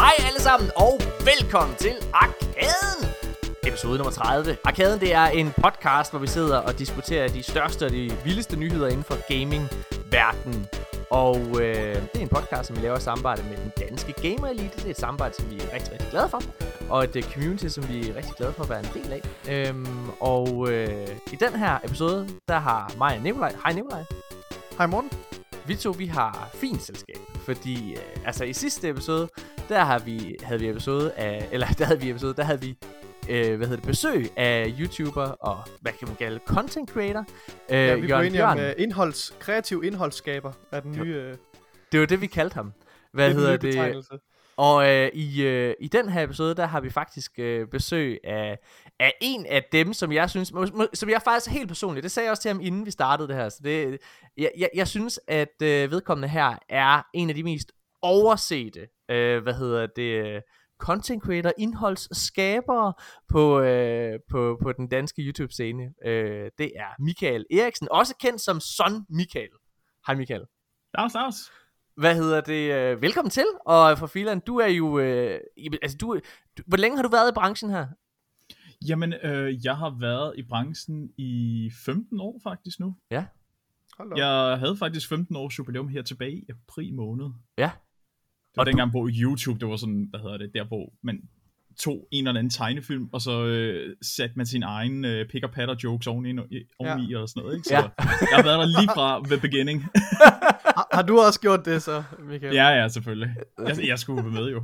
Hej alle sammen, og velkommen til Arkaden, episode nummer 30. Arkaden, det er en podcast, hvor vi sidder og diskuterer de største og de vildeste nyheder inden for gaming-verdenen. Og det er en podcast, som vi laver i samarbejde med den danske Gamer Elite. Det er et samarbejde, som vi er rigtig, rigtig glade for. Og et community, som vi er rigtig glade for at være en del af. I den her episode, der har mig og Nikolaj. Hej Nikolaj. Hej Morten. Vi to, vi har fint selskab. Fordi i sidste episode, der havde vi besøg af YouTuber og hvad kan man kalde content creator. Vi var enige om kreativ indholdsskaber af den nye. Det var det vi kaldte ham. Hvad hedder det? Og i den her episode, der har vi faktisk besøg af en af dem, som jeg synes, som jeg faktisk helt personligt, det sagde jeg også til ham inden vi startede det her. Så jeg synes, at vedkommende her er en af de mest oversete, content creator, indholdsskabere på den danske YouTube-scene. Det er Michael Eriksen, også kendt som Son Michael. Hej Michael. Dags. Velkommen til, og for filan, du er jo, hvor længe har du været i branchen her? Jamen, jeg har været i branchen i 15 år faktisk nu. Ja. Jeg havde faktisk 15 års jubilæum her tilbage i april måned. Ja. Det var dengang på YouTube, det var sådan, der hvor man tog en eller anden tegnefilm, og så satte man sin egen pick og patter jokes oveni eller sådan noget, ikke? Så jeg har været der lige fra the beginning. Har du også gjort det så, Michael? Ja, selvfølgelig. Jeg skulle være med jo.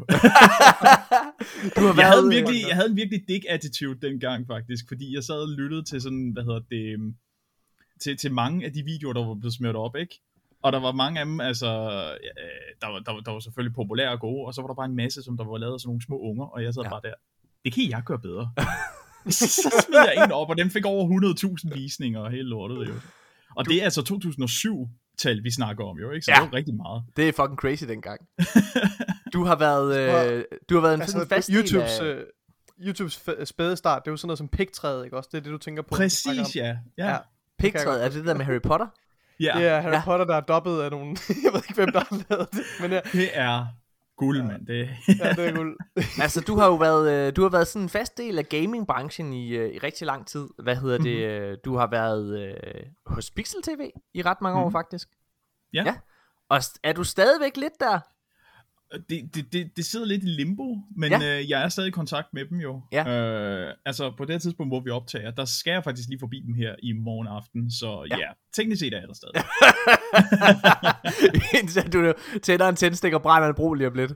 Jeg havde en virkelig dick attitude dengang faktisk, fordi jeg sad og lyttede til sådan, til mange af de videoer, der var blevet smurt op, ikke? Og der var mange af dem, der var selvfølgelig populære og gode, og så var der bare en masse, som der var lavet af sådan nogle små unger, og jeg sad bare der, det kan jeg gøre bedre. Så smed jeg en op, og den fik over 100.000 visninger og hele lortet jo. Og det er altså 2007-tal, vi snakker om jo, ikke? Så det var rigtig meget. Det er fucking crazy dengang. Du har været en fast del af YouTubes spæde start, det er jo sådan noget som pigtræet, ikke også? Det er det, du tænker på. Præcis, ja. Pigtræet, er det der med Harry Potter? Ja, det er Harry Potter, der er dobbet af nogen. Jeg ved ikke, hvem der har lavet det. Men det er guld, mand. Det er guld. Altså, du har været sådan en fast del af gamingbranchen i rigtig lang tid. Du har været hos Pixel TV i ret mange år, faktisk. Ja. Og er du stadigvæk lidt der? Det sidder lidt i limbo, men jeg er stadig i kontakt med dem jo. På det tidspunkt, hvor vi optager, der skal jeg faktisk lige forbi dem her i morgen aften, så teknisk set er jeg der stadig. Indtil du tænder en tændstik og brænder en bro lige om lidt.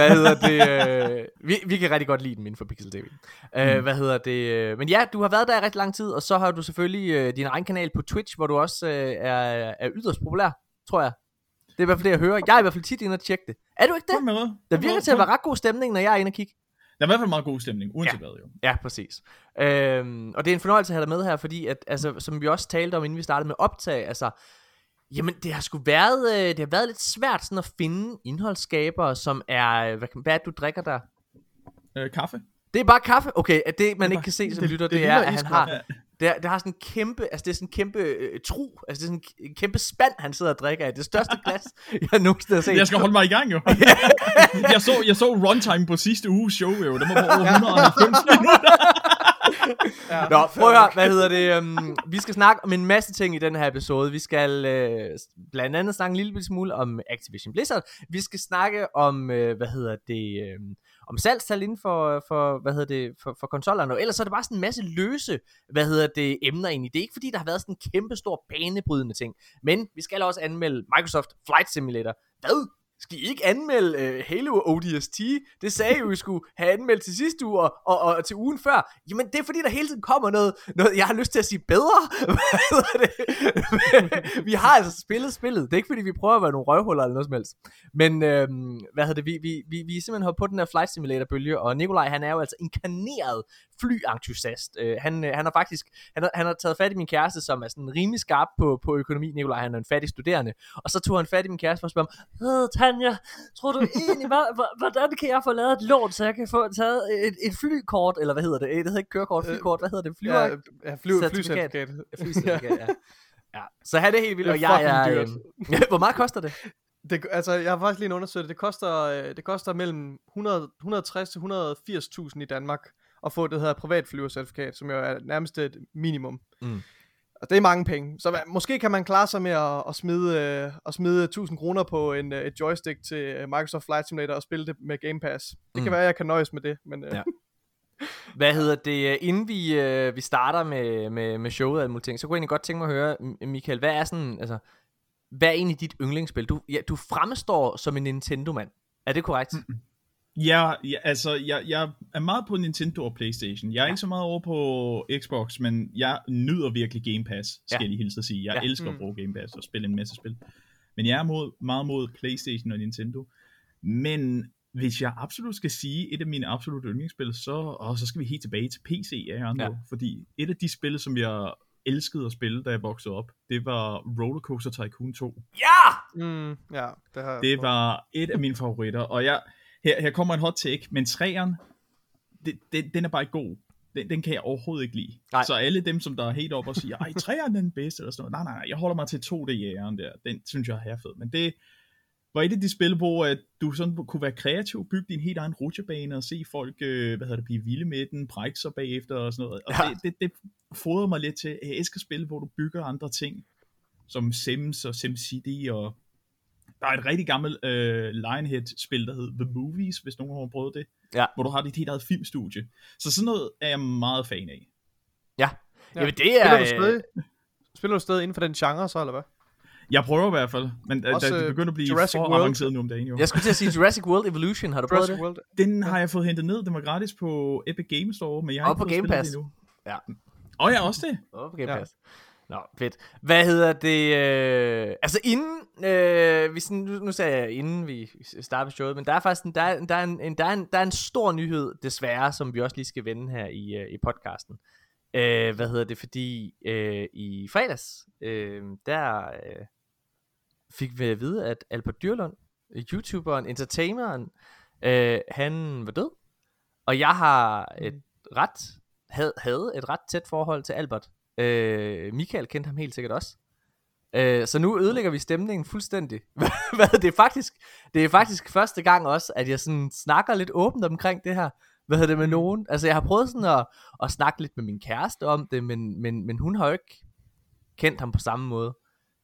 Vi kan rigtig godt lide dem inden for Pixel TV. Men ja, du har været der i rigtig lang tid, og så har du selvfølgelig din egen kanal på Twitch, hvor du også er yderst populær, tror jeg. Det er i hvert fald det, jeg hører. Jeg er i hvert fald tit inde og tjekke det. Er du ikke det? Der virker til at være ret god stemning, når jeg er inde og kigge. Der er i hvert fald meget god stemning, uanset hvad jo. Ja, præcis. Og det er en fornøjelse at have dig med her, fordi at, som vi også talte om, inden vi startede med optag, jamen det har været lidt svært sådan at finde indholdsskabere, som er, hvad er det, du drikker der? Kaffe. Det er bare kaffe? Okay, det man ikke kan se som lytter, det er, at han har... Det har sådan en kæmpe, det er sådan en kæmpe tru, det er sådan en kæmpe spand, han sidder og drikker af. Det største glas, jeg nogensinde har set. Jeg skal holde mig i gang jo. jeg så runtime på sidste uges show jo. Det var på over 190 minutter. Nå, prøv at høre, vi skal snakke om en masse ting i den her episode. Vi skal blandt andet snakke en lille smule om Activision Blizzard. Vi skal snakke om, om salgstal inden for konsollerne, og ellers er det bare sådan en masse løse, emner egentlig. Det er ikke fordi, der har været sådan en kæmpe stor banebrydende ting, men vi skal også anmelde Microsoft Flight Simulator. Hvad? Skal I ikke anmelde Halo ODST? Det sagde I skulle have anmeldt til sidste uge og til ugen før. Jamen det er fordi der hele tiden kommer noget jeg har lyst til at sige bedre. Vi har altså spillet. Det er ikke fordi vi prøver at være nogle røvhuller eller noget som helst. Men vi er simpelthen hoppet på den her Flight Simulator bølge, og Nikolaj, han er jo altså inkarneret flyentusiast. Han har faktisk han har taget fat i min kæreste, som er sådan rimelig skarp på økonomi. Nikolaj, han er en fattig studerende, og så tog han fat i min kæreste for at spørge ham, Tanja, tror du egentlig, hvordan kan jeg få lavet et lån, så jeg kan få taget et flykort, eller hvad hedder det? Det hedder ikke kørekort, flykort, hvad hedder det? Flycertifikat, ja. Så her er det helt vildt, og jeg er... Hvor meget koster det? Altså, jeg har faktisk lige undersøgt det. Det koster mellem 160 til 180.000 i Danmark at få det her privatflyvercertifikat, som jo er nærmest et minimum. Og det er mange penge. Så måske kan man klare sig med at smide 1000 kroner på et joystick til Microsoft Flight Simulator og spille det med Game Pass. Det kan være, at jeg kan nøjes med det. Men, ja. Hvad hedder det, inden vi starter med showet og alle mulige ting, så kunne jeg egentlig godt tænke mig at høre, Michael, hvad er egentlig dit yndlingsspil? Du fremstår som en Nintendo-mand. Er det korrekt? Ja, altså, jeg er meget på Nintendo og PlayStation. Jeg er ikke så meget over på Xbox, men jeg nyder virkelig Game Pass, skal jeg lige hilse at sige. Jeg elsker at bruge Game Pass og spille en masse spil. Men jeg er meget mod PlayStation og Nintendo. Men hvis jeg absolut skal sige et af mine absolut yndlingsspil, så skal vi helt tilbage til PC, fordi et af de spil, som jeg elskede at spille, da jeg voksede op, det var Rollercoaster Tycoon 2. Ja! Det var et af mine favoritter, og her kommer en hot take, men 3'eren, den er bare ikke god. Den kan jeg overhovedet ikke lide. Nej. Så alle dem, som der er helt oppe og siger, 3'eren er den bedste, eller sådan noget. Nej, jeg holder mig til 2D-æren der. Den synes jeg er herfed. Men det var et af de spil, hvor at du sådan kunne være kreativ, bygge din helt egen rutsjebane og se folk blive vilde med den, brække sig bagefter og sådan noget. Og det fodrer mig lidt til, at jeg elsker spil, hvor du bygger andre ting, som Sims og SimCity, og der er et rigtig gammelt Lionhead-spil, der hedder The Movies, hvis nogen har prøvet det, hvor du har dit helt eget filmstudie. Så sådan noget er jeg meget fan af. Ja. Jamen det er... Spiller du stadig inden for den genre så, eller hvad? Jeg prøver i hvert fald, men det begynder at blive Jurassic for World. avanceret nu om dagen. Jo. Jeg skulle til at sige Jurassic World Evolution, har du prøvet det? Den har jeg fået hentet ned, den var gratis på Epic Games Store, men jeg har ikke fået spillet det endnu. Ja. Ja, også det. På Game Pass. Nå, fedt. Hvad hedder det? Altså inden nu sagde jeg inden vi starter showet, men der er faktisk der er en stor nyhed desværre, som vi også lige skal vende her i podcasten. Fordi i fredags der fik vi at vide, at Albert Dyrlund, YouTuberen, entertaineren, han var død. Og jeg har havde et ret tæt forhold til Albert. Michael kendte ham helt sikkert også. Så nu ødelægger vi stemningen fuldstændig. Det er faktisk første gang også, at jeg sådan snakker lidt åbent omkring det her. Med nogen. Altså jeg har prøvet sådan at snakke lidt med min kæreste om det, men hun har jo ikke kendt ham på samme måde.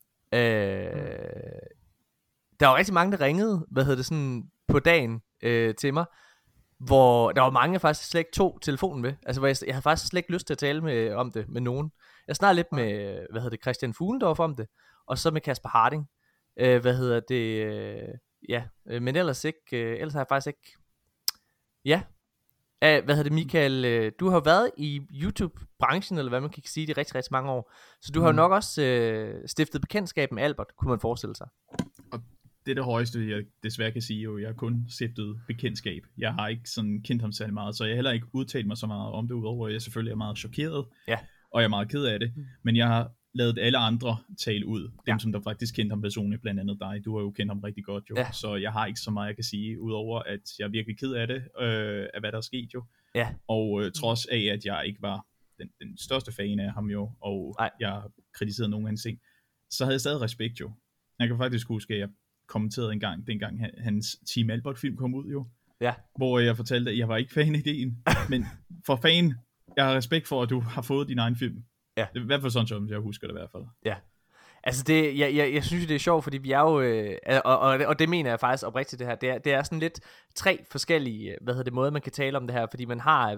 Der var rigtig mange, der ringede, sådan på dagen til mig, hvor der var mange, jeg faktisk slet ikke tog telefonen med. Altså hvor jeg havde faktisk slet ikke lyst til at tale om det med nogen. Jeg snakkede lidt med Christian Fuglendorf om det, og så med Kasper Harding. Men ellers ikke. Ellers har jeg faktisk ikke. Ja. Michael, du har været i YouTube-branchen, eller hvad man kan sige, i rigtig, rigtig mange år. Så du har jo nok også stiftet bekendtskab med Albert, kunne man forestille sig. Og det er det højeste, jeg desværre kan sige. Jo. Jeg har kun stiftet bekendtskab. Jeg har ikke sådan kendt ham særlig meget, så jeg har heller ikke udtalt mig så meget om det, udover at jeg selvfølgelig er meget chokeret, og jeg er meget ked af det. Men jeg har ladet alle andre tale ud. Dem, som der faktisk kendte ham personligt, blandt andet dig. Du har jo kendt ham rigtig godt, jo. Ja. Så jeg har ikke så meget, jeg kan sige, udover at jeg er virkelig ked af det, af hvad der er sket, jo. Ja. Og trods af, at jeg ikke var den største fan af ham, jo, og jeg kritiserede nogle af hans ting, så havde jeg stadig respekt, jo. Jeg kan faktisk huske, at jeg kommenterede dengang hans Team Albert-film kom ud, jo. Ja. Hvor jeg fortalte, at jeg var ikke fan af ideen, men for fan, jeg har respekt for, at du har fået din egen film. Ja. Det er i hvert fald sådan, som jeg husker det i hvert fald. Ja. Altså jeg synes det er sjovt, fordi vi er jo og det mener jeg faktisk oprigtigt det her. Det er sådan lidt 3 forskellige måder man kan tale om det her, fordi man har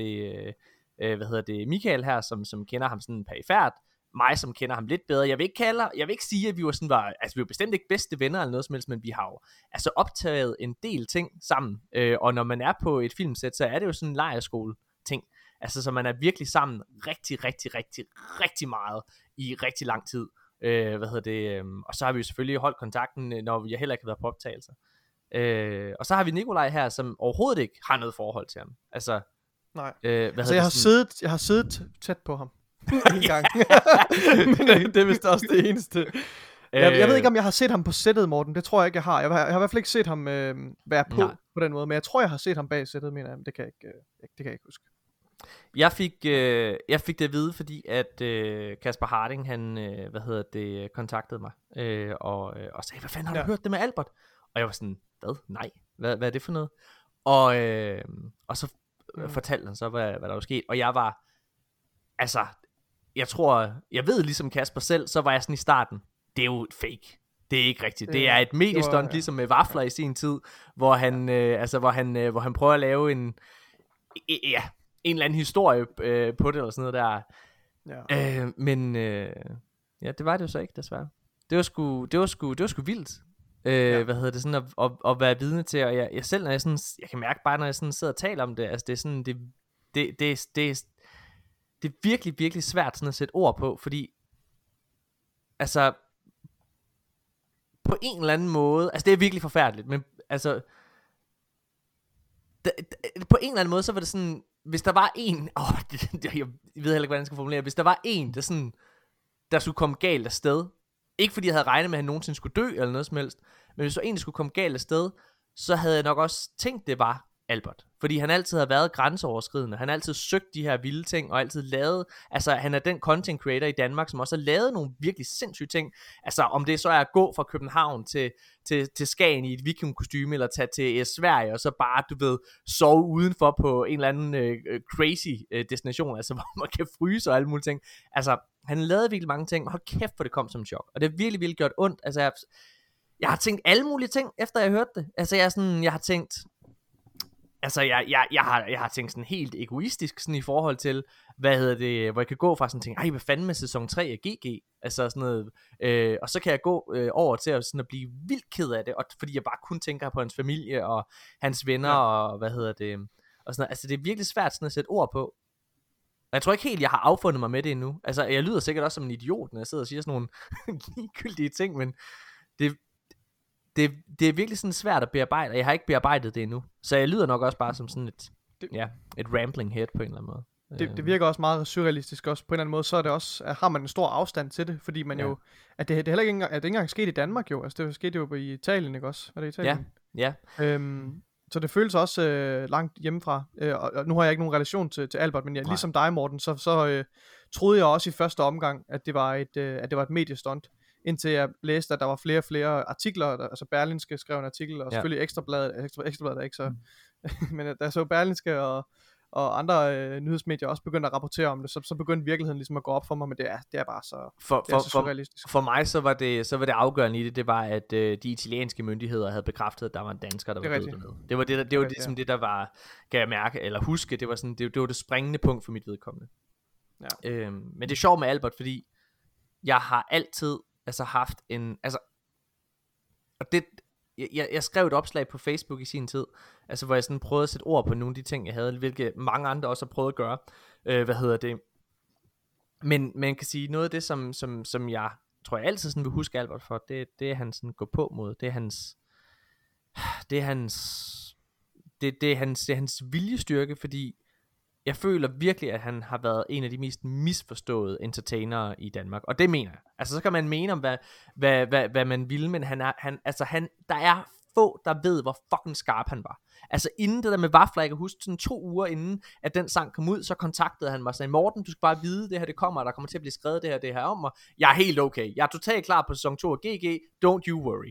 Michael her som kender ham sådan perifært, mig som kender ham lidt bedre. Jeg vil ikke sige at vi var bestemt ikke bedste venner eller noget som helst, men vi har jo altså optaget en del ting sammen. Og når man er på et filmsæt, så er det jo sådan en lejrskole ting. Altså så man er virkelig sammen rigtig, rigtig, rigtig, rigtig meget i rigtig lang tid. Og så har vi jo selvfølgelig holdt kontakten, når vi heller ikke har været på optagelser. Og så har vi Nikolaj her, som overhovedet ikke har noget forhold til ham. Altså, nej. Jeg har siddet tæt på ham en gang. Men det er vist også det eneste. Jeg ved ikke, om jeg har set ham på sættet, Morten. Det tror jeg ikke, jeg har. Jeg har i hvert fald ikke set ham være på den måde. Men jeg tror, jeg har set ham bag sættet, mener jeg. Det kan jeg ikke huske. Jeg fik det at vide, fordi at Kasper Harding, han kontaktede mig og sagde, hvad fanden har du hørt det med Albert? Og jeg var sådan, hvad? Nej, hvad er det for noget? Og så fortalte han så, hvad der var sket. Og jeg var, altså, jeg ved ligesom Kasper selv, så var jeg sådan i starten, det er jo fake. Det er ikke rigtigt. Det er et mediestunt, ligesom med Vafler i sin tid, hvor han prøver at lave en eller anden historie på det, eller sådan noget der. Ja. Men det var det jo så ikke, desværre. Det var sgu vildt. Sådan at være vidne til, og jeg selv, når jeg kan mærke bare, når jeg sådan sidder og taler om det, altså det er sådan, det er virkelig, virkelig svært sådan at sætte ord på, fordi, altså, på en eller anden måde, altså det er virkelig forfærdeligt, men altså, på en eller anden måde, så var det sådan, hvis der var en, jeg ved heller ikke, hvordan jeg skal formulere, hvis der var en, der skulle komme galt afsted, ikke fordi jeg havde regnet med, at han nogensinde skulle dø, eller noget som helst, men hvis der en, der skulle komme galt afsted, så havde jeg nok også tænkt, det var Albert. Fordi han altid har været grænseoverskridende. Han har altid søgt de her vilde ting, og altid lavet, altså han er den content creator i Danmark, som også har lavet nogle virkelig sindssyge ting. Altså om det så er at gå fra København til Skagen i et vikingkostyme, eller tage til Sverige, og så bare, du ved, sove udenfor på en eller anden crazy destination, altså hvor man kan fryse og alle mulige ting. Altså han lavede virkelig mange ting, men hold kæft, for det kom som chok. Og det har virkelig, virkelig gjort ondt. Altså jeg har tænkt alle mulige ting, efter jeg hørte det. Altså jeg har tænkt, altså jeg har tænkt sådan helt egoistisk sådan i forhold til, hvor jeg kan gå fra sådan ting, hvad fanden med sæson 3 af GG, altså sådan noget, og så kan jeg gå over til at sådan at blive vildt ked af det, og fordi jeg bare kun tænker på hans familie og hans venner, og og sådan noget. Altså det er virkelig svært sådan at sætte ord på. Og jeg tror ikke helt, jeg har affundet mig med det endnu. Altså jeg lyder sikkert også som en idiot, når jeg sidder og siger sådan nogle ligegyldige ting, men det er virkelig sådan svært at bearbejde, og jeg har ikke bearbejdet det endnu. Så jeg lyder nok også bare som sådan et rambling head på en eller anden måde. Det virker også meget surrealistisk også. På en eller anden måde, så er det også, har man en stor afstand til det, fordi man jo, at det heller ikke engang, at det ikke engang sket i Danmark jo. Altså det skete jo i Italien, ikke også? Er det Italien? Ja. Så det føles også langt hjemmefra. Og nu har jeg ikke nogen relation til Albert, men ligesom dig, Morten, så troede jeg også i første omgang, at det var et mediestunt. Indtil jeg læste, at der var flere og flere artikler, altså Berlingske skrev en artikel, og selvfølgelig Ekstrabladet er ikke så, men der så Berlingske og andre nyhedsmedier også begyndte at rapportere om det, så begyndte virkeligheden ligesom at gå op for mig, men det er bare så, så surrealistisk. For mig så var det afgørende i det var, at de italienske myndigheder havde bekræftet, at der var en dansker, der var død dernede. Det var ligesom det, der var, kan jeg mærke, eller huske, det var sådan, det var det springende punkt for mit vedkommende. Ja. Men det er sjovt med Albert, fordi jeg har altid haft en, og det, jeg skrev et opslag på Facebook i sin tid, altså hvor jeg sådan prøvede at sætte ord på nogle af de ting jeg havde, hvilket mange andre også har prøvet at gøre, men man kan sige, noget af det som jeg tror jeg altid sådan vil huske Albert for, det er han sådan går på mod, det er hans viljestyrke, fordi jeg føler virkelig, at han har været en af de mest misforståede entertainere i Danmark. Og det mener jeg. Altså, så kan man mene om, hvad man vil, men der er få, der ved, hvor fucking skarp han var. Altså, inden det der med Vafler, jeg kan huske, sådan 2 uger inden, at den sang kom ud, så kontaktede han mig og sagde, Morten, du skal bare vide, det her det kommer, der kommer til at blive skrevet det her om mig. Jeg er helt okay. Jeg er totalt klar på sæson 2 af GG. Don't you worry.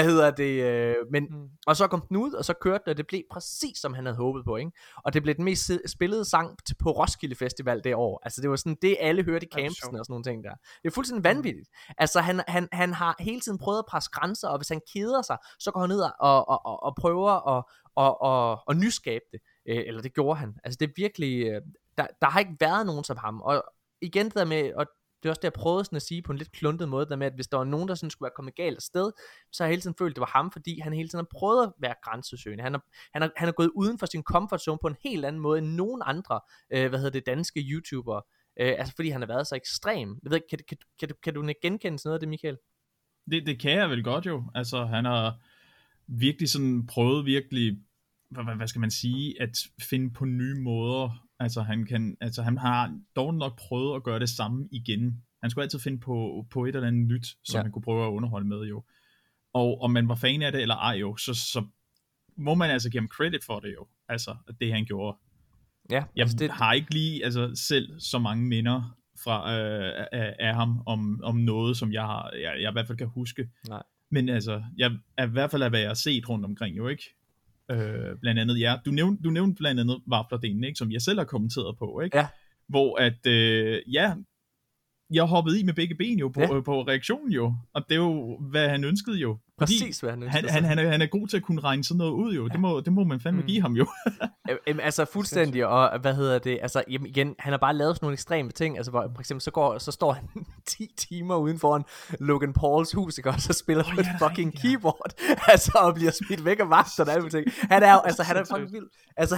Og så kom den ud, og så kørte det, og det blev præcis, som han havde håbet på, ikke? Og det blev den mest spillede sang på Roskilde Festival det år. Altså, det var sådan, det alle hørte i campsen og sådan nogle ting der. Det er fuldstændig vanvittigt. Altså, han har hele tiden prøvet at presse grænser, og hvis han keder sig, så går han ned og prøver at nyskabe det, eller det gjorde han. Altså det er virkelig, der har ikke været nogen som ham, og igen det der med, og det er også det jeg prøvede sådan at sige på en lidt kluntet måde, der med, at hvis der var nogen, der sådan skulle være kommet galt afsted, så har jeg hele tiden følt, det var ham, fordi han hele tiden har prøvet at være grænsesøgende. Han har gået uden for sin comfort zone på en helt anden måde end nogen andre, danske YouTubere, altså fordi han har været så ekstrem. Jeg ved ikke, kan du genkende sådan noget af det, Michael? Det kan jeg vel godt jo. Altså han har virkelig sådan prøvet virkelig, hvad skal man sige, at finde på nye måder. Altså han har dog nok prøvet at gøre det samme igen. Han skulle altid finde på et eller andet nyt, som han kunne prøve at underholde med jo. Og om man var fan af det eller ej jo, så må man altså give ham credit for det jo. Altså det han gjorde. Jeg har ikke lige selv så mange minder fra af ham om noget, som jeg i hvert fald kan huske. Nej. Men jeg er i hvert fald af, hvad jeg har set rundt omkring, jo ikke? Blandt andet, ja. Du nævnte blandt andet vaflerdelen, ikke? Som jeg selv har kommenteret på, ikke? Ja. Hvor jeg hoppede i med begge ben jo på reaktionen jo, og det er jo, hvad han ønskede jo. Præcis, hvad han ønskede. Han er god til at kunne regne sådan noget ud jo, ja. det må man fandme give ham jo. Fuldstændig, og igen, han har bare lavet sådan nogle ekstreme ting, hvor for eksempel så står han 10 timer uden foran Logan Pauls hus, ikke? Og så spiller på et fucking keyboard, og bliver smidt væk af vagterne og alle ting. Han er jo, han er fucking vild.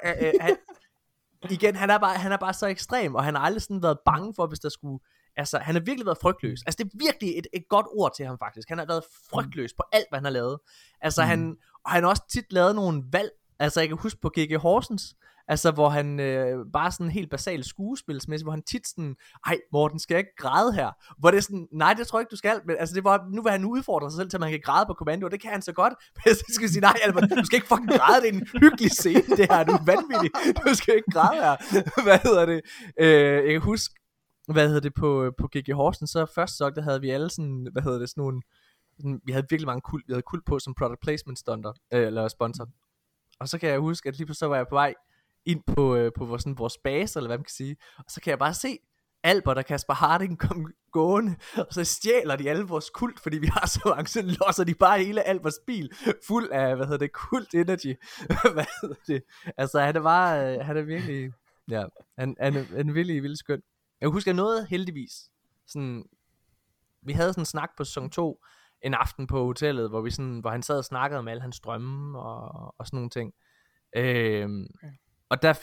Han er bare så ekstrem, og han har aldrig sådan været bange for, hvis der skulle... han har virkelig været frygtløs. Det er virkelig et godt ord til ham, faktisk. Han har været frygtløs på alt, hvad han har lavet. Han har også tit lavet nogle valg. Jeg kan huske på G.G. Horsens, hvor han bare sådan helt basalt skuespilsmæssigt, hvor han tit sådan, ej Morten, skal jeg ikke græde her? Hvor det er sådan, nej, det tror jeg ikke, du skal. Men det var, nu vil han udfordre sig selv til, at man kan græde på kommando, og det kan han så godt. Men så skal jeg sige, nej Albert, du skal ikke fucking græde, det er en hyggelig scene, det her, du er vanvittig. Du skal ikke græde her. Jeg kan huske, på G.G. Horsens, så første sæson, der havde vi alle sådan, vi havde virkelig mange kult, vi havde kult på som product placement stunter, eller sponsor. Og så kan jeg huske, at lige pludselig så var jeg på vej ind på vores base, eller hvad man kan sige, og så kan jeg bare se Albert og Kasper Harding komme gående, og så stjæler de alle vores kult, fordi vi har så mange, så losser de bare hele Alberts bil fuld af, kult energy. Han er virkelig, ja, han er virkelig vildt skøn. Jeg husker noget heldigvis, sådan, vi havde sådan en snak på sæson 2, en aften på hotellet, hvor han sad og snakkede om alle hans drømme og sådan nogle ting. Og der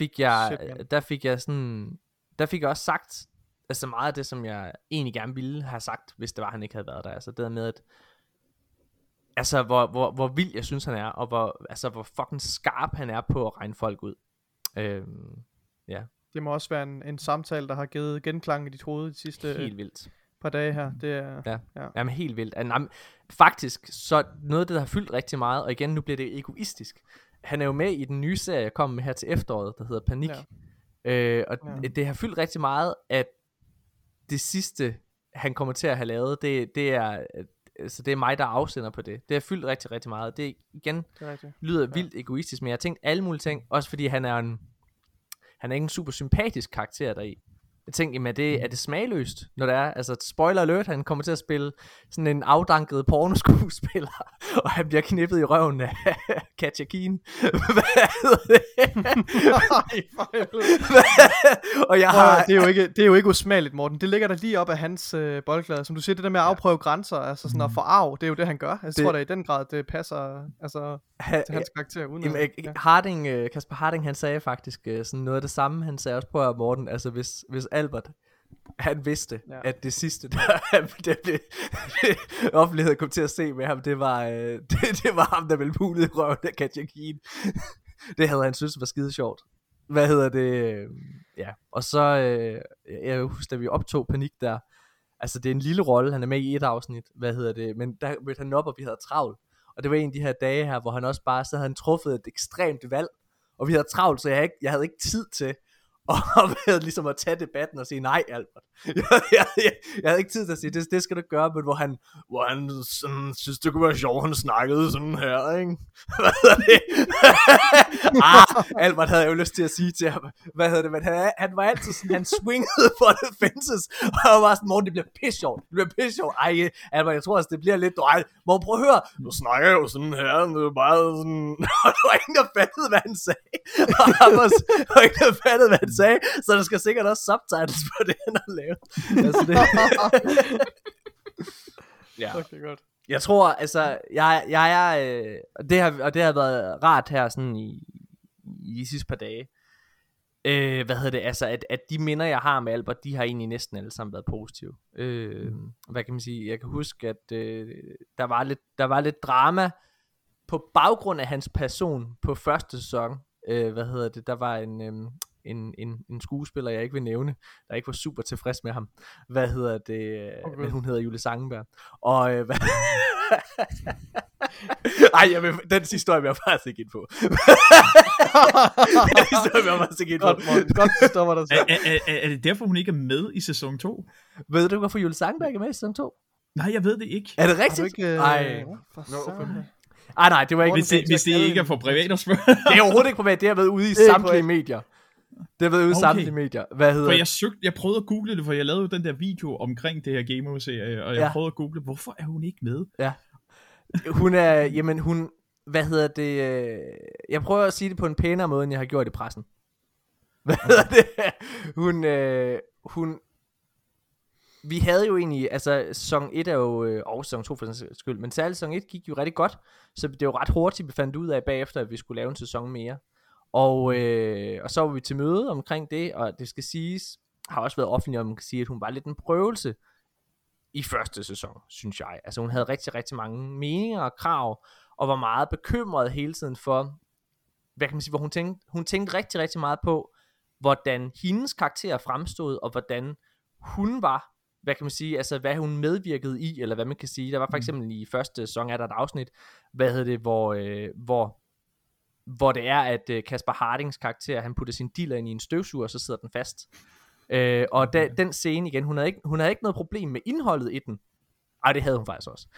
fik jeg også sagt meget af det, som jeg egentlig gerne ville have sagt, hvis det var, han ikke havde været der. Det der med, at hvor vild jeg synes han er, og hvor fucking skarp han er på at regne folk ud. Ja. Det må også være en samtale, der har givet genklang i dit hoved de sidste helt vildt par dage her. Det er, ja. Jamen helt vildt. Faktisk, så noget af det, der har fyldt rigtig meget, og igen, nu bliver det egoistisk. Han er jo med i den nye serie, jeg kom med her til efteråret, der hedder Panik. Ja. Det har fyldt rigtig meget, at det sidste, han kommer til at have lavet, det er mig, der afsender på det. Det har fyldt rigtig, rigtig meget. Det igen lyder vildt egoistisk, men jeg har tænkt alle mulige ting, også fordi han er ikke en super sympatisk karakter deri. Jeg tænkte, er det smagløst, når det er, spoiler alert, han kommer til at spille sådan en afdanket pornoskuespiller, og han bliver knippet i røven af Katja Keen. Hvad hedder det? Og jeg har... det er jo ikke usmageligt, Morten. Det ligger der lige op af hans boldglæde. Som du siger, det der med at afprøve grænser, sådan at forarve, det er jo det, han gør. Jeg tror da i den grad, det passer til hans karakter. Uden Kasper Harding, han sagde faktisk sådan noget af det samme. Han sagde også på Morten, hvis Albert, han vidste, at det sidste, der offentligheden kom til at se med ham, det var ham, der ville pule i røven af Katja Keen. Det havde han synes var skide sjovt. Ja, og så, jeg husker, da vi optog Panik der, det er en lille rolle, han er med i et afsnit, men der mødte han op, og vi havde travlt. Og det var en af de her dage her, hvor han også bare, så havde han truffet et ekstremt valg, og vi havde travlt, så jeg havde ikke tid til og ligesom at tage debatten og sige nej, Albert. Jeg havde ikke tid til at sige det skal du gøre, men hvor han sådan, synes det kunne være sjovt, han snakkede sådan her, ikke? Albert havde jeg jo lyst til at sige til ham, men han var altid sådan, han swingede for the fences, og jeg var sådan, Morten, det bliver pissjovt. Ej, Albert, jeg tror også, det bliver lidt, Morten, prøv at høre, nu snakker jeg jo sådan her, det er bare sådan, og der var ingen, der fattede, hvad han sagde, og der var ingen, der fattede, hvad han sagde, så der skal sikkert også subtitles på det, han har lavet. Ja. Okay, godt. Jeg tror, det har været rart her sådan i de sidste par dage. At de minder, jeg har med Albert, de har egentlig næsten alle sammen været positive. Hvad kan man sige? Jeg kan huske, at der var lidt drama på baggrund af hans person på første sæson. Der var en skuespiller, jeg ikke vil nævne, der ikke var super tilfreds med ham. Okay. Men hun hedder Julie Sangenberg. Og den historie vil jeg faktisk ikke ind på. Godt stopper der så. Er det derfor, hun ikke er med i sæson 2? Ved du, hvorfor Julie Sangenberg er med i sæson 2? Nej, jeg ved det ikke. Er det rigtigt? Nej, det var ikke. Hvis det ikke er for privat at spørge. Det er overhovedet ikke privat, det har været ude i samtlige medier. Det har været ude i samtlige medier. Hvad hedder for jeg prøvede at google det, for jeg lavede jo den der video omkring det her Game-serie, og jeg prøvede at google, hvorfor er hun ikke med? Ja. Hun er, hvad hedder det, jeg prøver at sige det på en pænere måde, end jeg har gjort i pressen. Hvad hedder det? Hun, vi havde jo egentlig, altså sæson 1 er jo, og sæson 2 for den skyld, men særligt sæson 1 gik jo rigtig godt, så det er jo ret hurtigt, vi fandt ud af bagefter, at vi skulle lave en sæson mere. Og så var vi til møde omkring det, og det skal siges, har også været offentligt, om man kan sige, at hun var lidt en prøvelse i første sæson, synes jeg. Altså hun havde rigtig, rigtig mange meninger og krav, og var meget bekymret hele tiden for, hvad kan man sige, hvor hun tænkte rigtig, rigtig meget på, hvordan hendes karakter fremstod, og hvordan hun var, hvad kan man sige, altså hvad hun medvirkede i, eller hvad man kan sige. Der var for eksempel i første sæson, er der et afsnit, hvor det er, at Kasper Hardings karakter, han putter sin diller ind i en støvsuger, og så sidder den fast. Og den scene igen, hun havde ikke noget problem med indholdet i den. Ej, det havde hun faktisk også.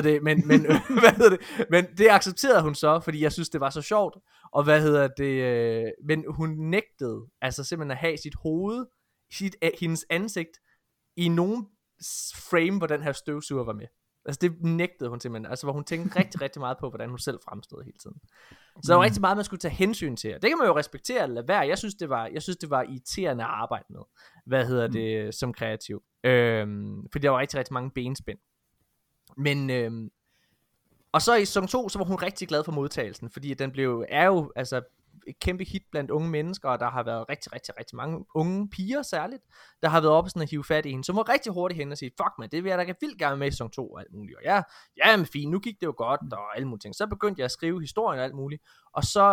Men det accepterede hun så, fordi jeg synes, det var så sjovt. Og men hun nægtede altså simpelthen at have sit hoved, hendes ansigt, i nogen frame, hvor den her støvsuger var med. Altså det nægtede hun simpelthen. Altså hvor hun tænkte rigtig, rigtig meget på, hvordan hun selv fremstod hele tiden. Så der var rigtig meget, man skulle tage hensyn til. Det kan man jo respektere eller lade være. Jeg synes, det var irriterende at arbejde med. Som kreativ. Fordi der var rigtig, rigtig mange benspænd. Men og så i sæson 2, så var hun rigtig glad for modtagelsen, fordi den er jo altså et kæmpe hit blandt unge mennesker, og der har været rigtig, rigtig, rigtig mange unge piger særligt, der har været oppe sådan at hive fat i hende, så må rigtig hurtigt hen og sige, fuck man, det vil jeg da vildt gerne med i sæson 2 og alt muligt, og ja, men fint, nu gik det jo godt, og alle mulige ting, så begyndte jeg at skrive historien og alt muligt, og så,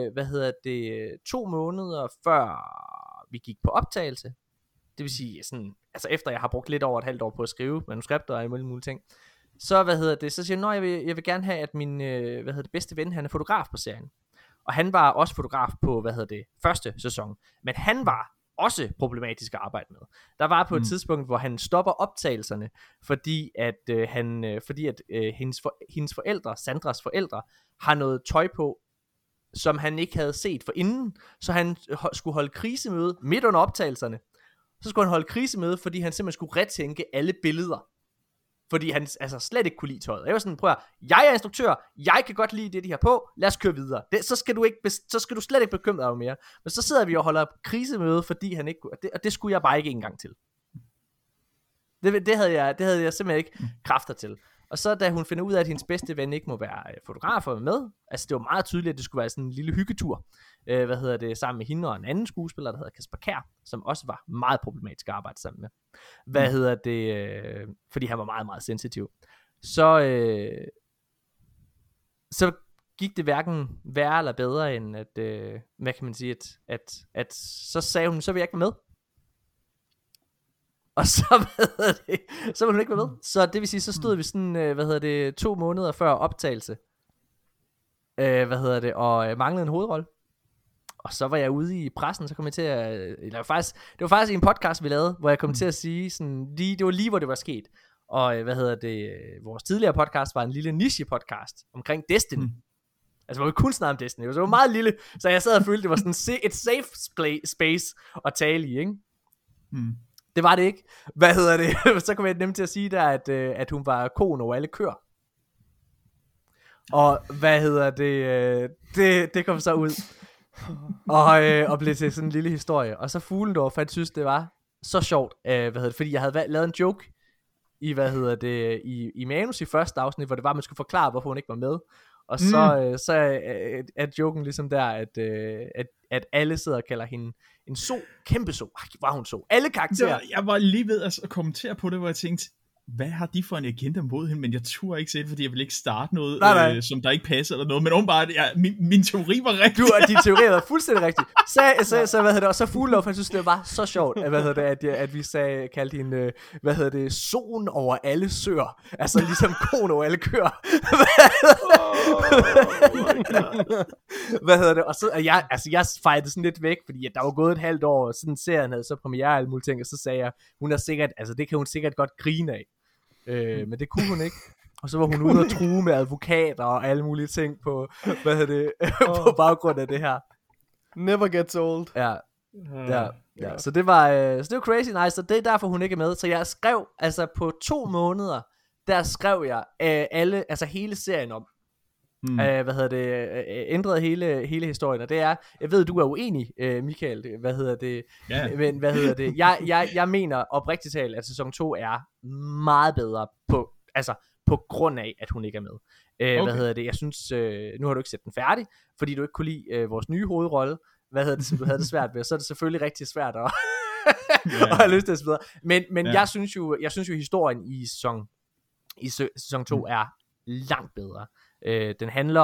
2 måneder før vi gik på optagelse, det vil sige sådan, altså efter jeg har brugt lidt over et halvt år på at skrive manuskripter og alle mulige ting, så så siger jeg, jeg vil gerne have, at min bedste ven, han er fotograf på serien. Og han var også fotograf på, første sæson. Men han var også problematisk at arbejde med. Der var på et tidspunkt, hvor han stopper optagelserne, fordi at hendes forældre, Sandras forældre, har noget tøj på, som han ikke havde set forinden. Så han skulle holde krisemøde midt under optagelserne. Så skulle han holde krisemøde, fordi han simpelthen skulle retænke alle billeder. Fordi han altså slet ikke kunne lide tøjet. Jeg var sådan, prøv at, jeg er instruktør, jeg kan godt lide det, de har på, lad os køre videre. Så skal du slet ikke bekymre dig mere. Men så sidder vi og holder krisemøde, fordi han ikke kunne, og det skulle jeg bare ikke engang til. Det havde jeg simpelthen ikke kræfter til. Og så da hun finder ud af, at hendes bedste ven ikke må være fotografer med, altså det var meget tydeligt, at det skulle være sådan en lille hyggetur, sammen med hende og en anden skuespiller, der hedder Kasper Kjær, som også var meget problematisk at arbejde sammen med. Fordi han var meget, meget sensitiv. Så gik det hverken værre eller bedre, end at, hvad kan man sige, at så sagde hun, så vil jeg ikke være med. Og så, så ville hun ikke være med. Så det vil sige, så stod vi sådan, 2 måneder før optagelse. Og manglede en hovedrolle. Og så var jeg ude i pressen, så kom jeg til at, det var faktisk en podcast, vi lavede, hvor jeg kom til at sige, sådan, det var lige, hvor det var sket. Og vores tidligere podcast var en lille niche podcast omkring Destiny. Altså, hvor vi kun snakkede om Destiny. Det var meget lille, så jeg sad og følte, det var sådan et safe space at tale i, ikke? Det var det ikke. Så kom jeg nemt til at sige der, at hun var koen over alle køer. Og det kom så ud. Og blev til sådan en lille historie. Og så Fuglendorf, for han synes det var så sjovt, fordi jeg havde lavet en joke i i manus i første afsnit, hvor det var, at man skulle forklare, hvorfor hun ikke var med. Og så er joken ligesom der, at alle sidder og kalder hende en so, kæmpe so. Var hun so? Alle karakterer. Jeg var lige ved at kommentere på det, hvor jeg tænkte, hvad har de for en agenda mod hende, men jeg turde ikke se det, fordi jeg ville ikke starte noget, Nej. som der ikke passer eller noget, men åbenbart, min teori var rigtig. Din teori var fuldstændig rigtig. Så hvad hedder det, og så Fuglelov, han synes, det var så sjovt, at vi kaldte hende, solen over alle søer, altså ligesom koen over alle køer. Hvad hedder det, og så, jeg fejrede sådan lidt væk, fordi der var gået et halvt år, og sådan serien havde så premiere og alle mulige ting, og så sagde jeg, hun er sikkert, det kan hun sikkert godt grine af. Men det kunne hun ikke. Og så var hun ude og true med advokater og alle mulige ting på, på baggrund af det her. Never gets old. Ja. Så det var crazy nice, så det er derfor hun ikke er med. Så jeg skrev, altså på 2 måneder, der skrev jeg hele serien om. Ændrede hele historien, og det er, jeg ved, du er uenig, Michael, men jeg mener oprigtigt talt, at sæson 2 er meget bedre på grund af, at hun ikke er med. Okay. Jeg synes, nu har du ikke set den færdig, fordi du ikke kunne lide vores nye hovedrolle, som du havde det svært ved, så er det selvfølgelig rigtig svært at have lyst til at spille. Men jeg synes jo historien i sæson 2 er langt bedre. Den handler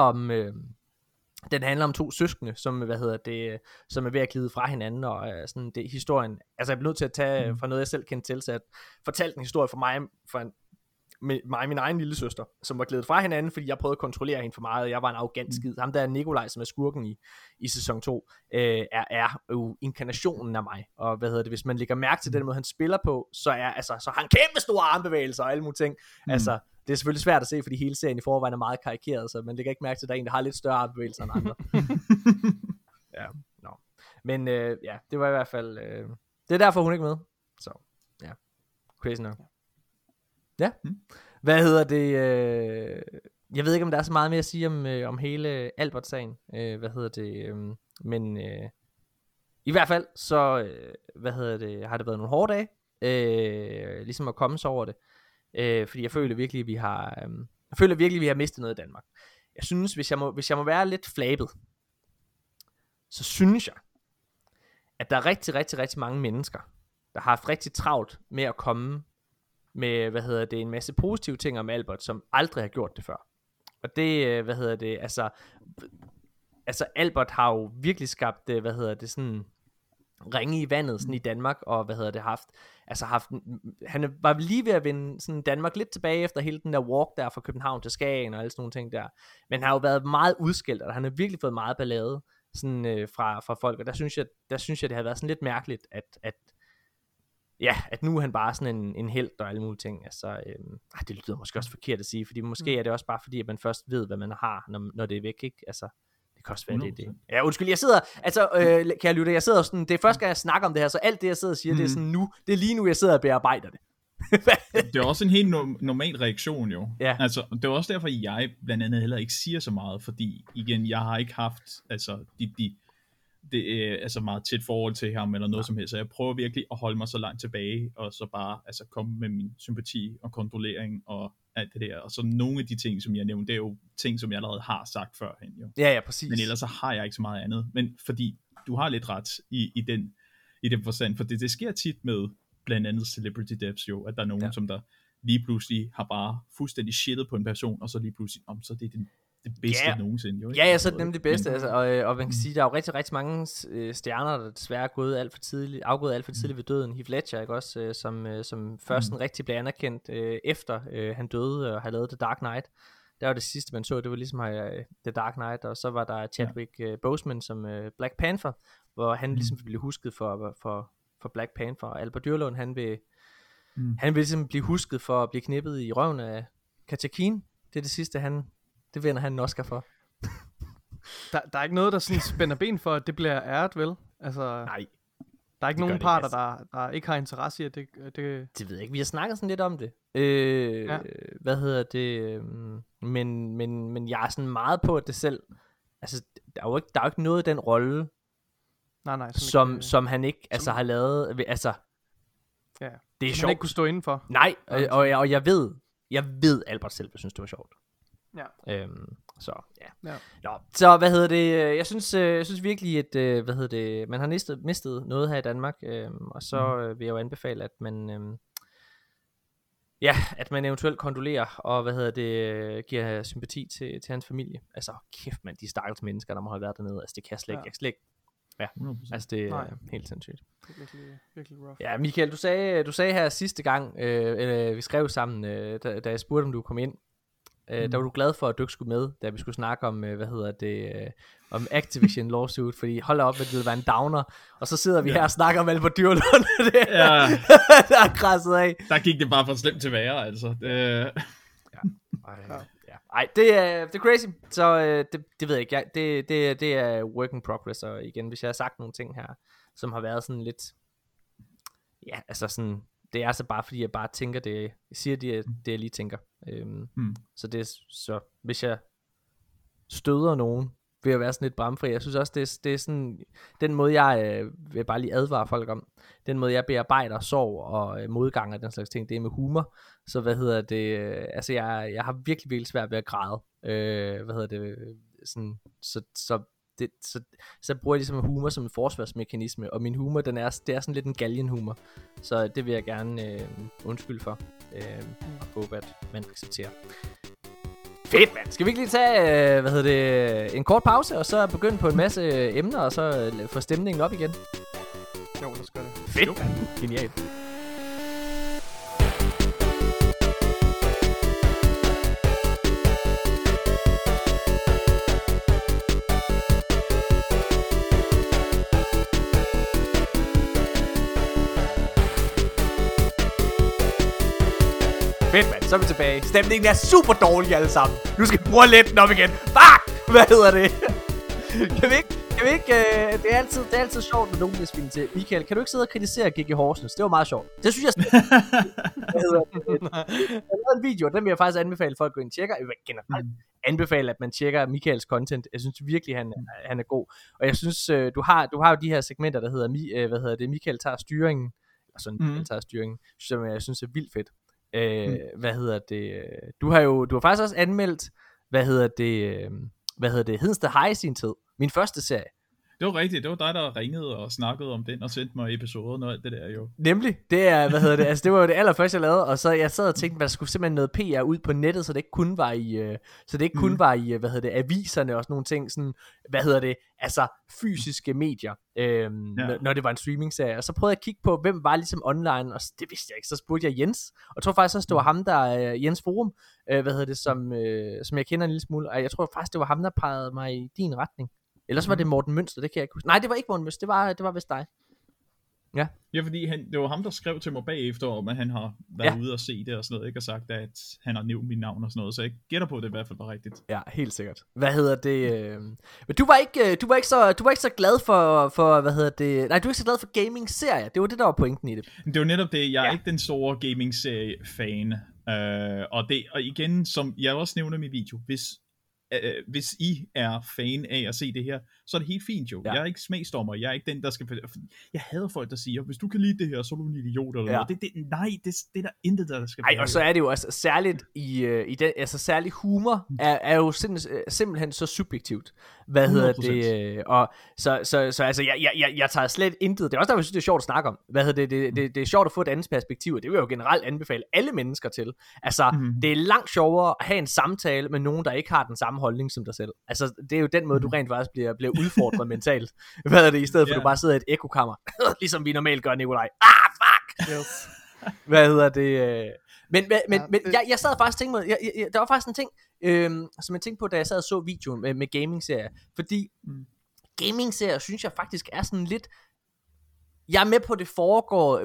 om 2 søskende, som som er ved at glide fra hinanden, og sådan det historien. Altså jeg bliver nødt til at tage fra noget jeg selv kendte til, så jeg fortalte en historie for mig og min egen lille søster, som var glædet fra hinanden, fordi jeg prøvede at kontrollere hende for meget, og jeg var en arrogant skid. Ham der Nikolaj, som er skurken i sæson 2, er jo inkarnationen af mig. Og hvis man lægger mærke til den måde han spiller på, så har han kæmpe store armbevægelser og alle mulige ting. Altså det er selvfølgelig svært at se, fordi hele serien i forvejen er meget karikeret, så man lægger ikke mærke til, at der er en, der har lidt større armbevægelser end andre. Men det var i hvert fald det er derfor hun ikke med. Så crazy nok. Ja. Jeg ved ikke, om der er så meget mere at sige om hele Albert-sagen. Men i hvert fald så har det været nogle hårde dage, ligesom at komme så over det. Fordi jeg føler virkelig, at vi har mistet noget i Danmark. Jeg synes, hvis jeg må være lidt flabet, så synes jeg, at der er rigtig, rigtig, rigtig mange mennesker, der har haft rigtig travlt med at komme med, en masse positive ting om Albert, som aldrig har gjort det før. Og det, Albert har jo virkelig skabt, sådan ringe i vandet sådan i Danmark, og han var lige ved at vinde sådan Danmark lidt tilbage efter hele den der walk der fra København til Skagen og alle sådan nogle ting der. Men han har jo været meget udskilt, og han har virkelig fået meget ballade sådan fra folk, og der synes jeg det har været sådan lidt mærkeligt, at nu er han bare sådan en helt og alle mulige ting. Det lyder måske også forkert at sige, fordi måske er det også bare fordi, at man først ved, hvad man har, når det er væk, ikke? Altså, det kan også være det. Ja, undskyld, jeg sidder, kære lytter, jeg sidder sådan, det er første gang, jeg snakker om det her, så alt det, jeg sidder og siger, det er sådan nu, det er lige nu, jeg sidder og bearbejder det. Det er også en helt normal reaktion jo. Ja. Altså, det er også derfor, jeg blandt andet heller ikke siger så meget, fordi igen, jeg har ikke haft det er meget tæt forhold til ham eller noget som helst, så jeg prøver virkelig at holde mig så langt tilbage, og så bare komme med min sympati og kontrollering og alt det der, og så nogle af de ting, som jeg nævnte, det er jo ting, som jeg allerede har sagt førhen jo. Ja, præcis. Men ellers så har jeg ikke så meget andet, men fordi du har lidt ret i den forstand, for det sker tit med blandt andet celebrity deaths jo, at der er nogen, som der lige pludselig har bare fuldstændig shittet på en person, og så lige pludselig, så det er det bedste nogensinde. Jo, ikke? Ja, så er det nemlig det bedste. Og man kan sige, der er jo rigtig, rigtig mange stjerner, der desværre er afgået alt for tidligt ved døden. Heath Ledger, ikke også, som først rigtig blev anerkendt efter han døde og havde lavet The Dark Knight. Der var det sidste, man så, det var ligesom The Dark Knight, og så var der Chadwick Boseman som Black Panther, hvor han ligesom blev husket for Black Panther, og Albert Dyrlund, han vil ligesom blive husket for at blive knippet i røven af Katja Keen. Det er det sidste, det vinder han en Oscar for. Der er ikke noget, der sådan spænder ben for, at det bliver æret, vel? Altså, nej. Der er ikke nogen parter, der ikke har interesse i, at det... Det ved jeg ikke. Vi har snakket sådan lidt om det. Men jeg er sådan meget på, at det selv... Altså, der er jo ikke noget i den rolle, nej, som han ikke har lavet... Altså, ja, det er sjovt. Han ikke kunne stå indenfor. Nej, og jeg ved Albert selv, synes det var sjovt. Ja. Så ja. Nå, så jeg synes virkelig at man har mistet noget her i Danmark, og så vil jeg jo anbefale at man Ja, at man eventuelt kondolerer, og giver sympati til hans familie. Altså, kæft mand, de stakkels mennesker, der må have været dernede. Altså, det kan jeg slet ikke. Ja, 100%. Altså, det er helt sindssygt. Det er virkelig rough. Ja, Michael, du sagde her sidste gang, vi skrev sammen, da jeg spurgte, om du kom ind. Der var du glad for, at du ikke skulle med, da vi skulle snakke om, om Activision lawsuit, fordi hold op, at det ville være en downer, og så sidder vi her og snakker om Albert Dyrlund, der er krasset af. Der gik det bare for slemt til værre, altså. Ej, det er crazy, så det ved jeg ikke, det er work in progress, og igen, hvis jeg har sagt nogle ting her, som har været sådan lidt, ja, altså sådan, det er så bare fordi jeg bare tænker det, jeg siger det jeg lige tænker. Så hvis jeg støder nogen ved at være sådan lidt bramfri, jeg synes også det er sådan den måde jeg vil bare lige advare folk om, den måde jeg bearbejder sorg og modgang og den slags ting, det er med humor. Så altså jeg har virkelig svært ved at græde. Sådan, så bruger jeg ligesom humor som en forsvarsmekanisme, og min humor, det er sådan lidt en galgenhumor, så det vil jeg gerne undskylde for, og håbe, at man accepterer. Fedt, mand! Skal vi ikke lige tage, en kort pause, og så begynde på en masse emner, og så få stemningen op igen? Jo, lad os gøre det. Fedt, mand! Genialt. Fedt, mand. Så er vi tilbage. Stemningen er super dårlig alle sammen. Nu skal vi bruge lidt den op igen. Fuck! Hvad hedder det? Kan vi ikke det er altid sjovt, når nogen bliver spillet til. Michael, kan du ikke sidde og kritisere G.G. Horsens? Det var meget sjovt. Det synes jeg. Jeg lavede en video, den vil jeg faktisk anbefale folk at gå ind og tjekke. Jeg vil generelt anbefale, at man tjekker Michaels content. Jeg synes virkelig, han er god. Og jeg synes, du har jo de her segmenter, der hedder Michael tager styringen. Eller sådan, Michael tager styringen. Som jeg synes er vildt fedt. Du har faktisk også anmeldt Hedensted High i sin tid, min første serie. Det var rigtigt, det var dig, der ringede og snakkede om den og sendte mig episoder og alt det der jo. Nemlig, det er, altså det var jo det allerførste jeg lavede, og så jeg sad og tænkte, der skulle simpelthen noget PR ud på nettet, så det ikke kun var i, aviserne og sådan nogle ting, sådan, altså fysiske medier, når det var en streaming-serie, og så prøvede jeg at kigge på, hvem var ligesom online, og det vidste jeg ikke, så spurgte jeg Jens, og jeg tror faktisk også, det var ham, der Jens Forum, som jeg kender en lille smule, og jeg tror faktisk, det var ham, der pegede mig i din retning. Ellers var det Morten Mønster, det kan jeg ikke huske. Nej, det var ikke Morten Mønster, det var vist dig. Ja. Ja, fordi det var ham, der skrev til mig bagefter, om at han har været ude og se det og sådan noget, ikke? Og sagt, at han har nævnt mit navn og sådan noget, så jeg gætter på, at det i hvert fald var rigtigt. Ja, helt sikkert. Men du var ikke så glad for nej, du er ikke så glad for gaming-serier. Det var det, der var pointen i det. Det var netop det. Jeg er ikke den store gaming-serie-fan. Og igen, som jeg også nævner i min video, hvis I er fan af at se det her, så er det helt fint jo. Jeg er ikke smagsdommer, jeg er ikke den, der skal... Jeg hader folk, der siger, hvis du kan lide det her, så er du en idiot eller noget. Det er der intet, der skal... Nej, og så er det jo altså særligt i den, altså særligt humor er jo simpelthen så subjektivt. Og så altså, jeg tager slet intet. Det er også der, jeg synes, det er sjovt at snakke om. Det er sjovt at få et andet perspektiv, og det vil jeg jo generelt anbefale alle mennesker til. Altså, det er langt sjovere at have en samtale med nogen, der ikke har den samme holdning som dig selv. Altså, det er jo den måde, du rent faktisk bliver udfordret mentalt. I stedet for, at du bare sidder i et ekokammer, ligesom vi normalt gør, Nikolaj. Fuck! Yes. Men jeg sad faktisk og tænkte mig, der var faktisk en ting, som jeg tænkte på, da jeg sad og så videoen med gaming-serier, fordi gaming-serier, synes jeg faktisk er sådan lidt, jeg er med på, det foregår,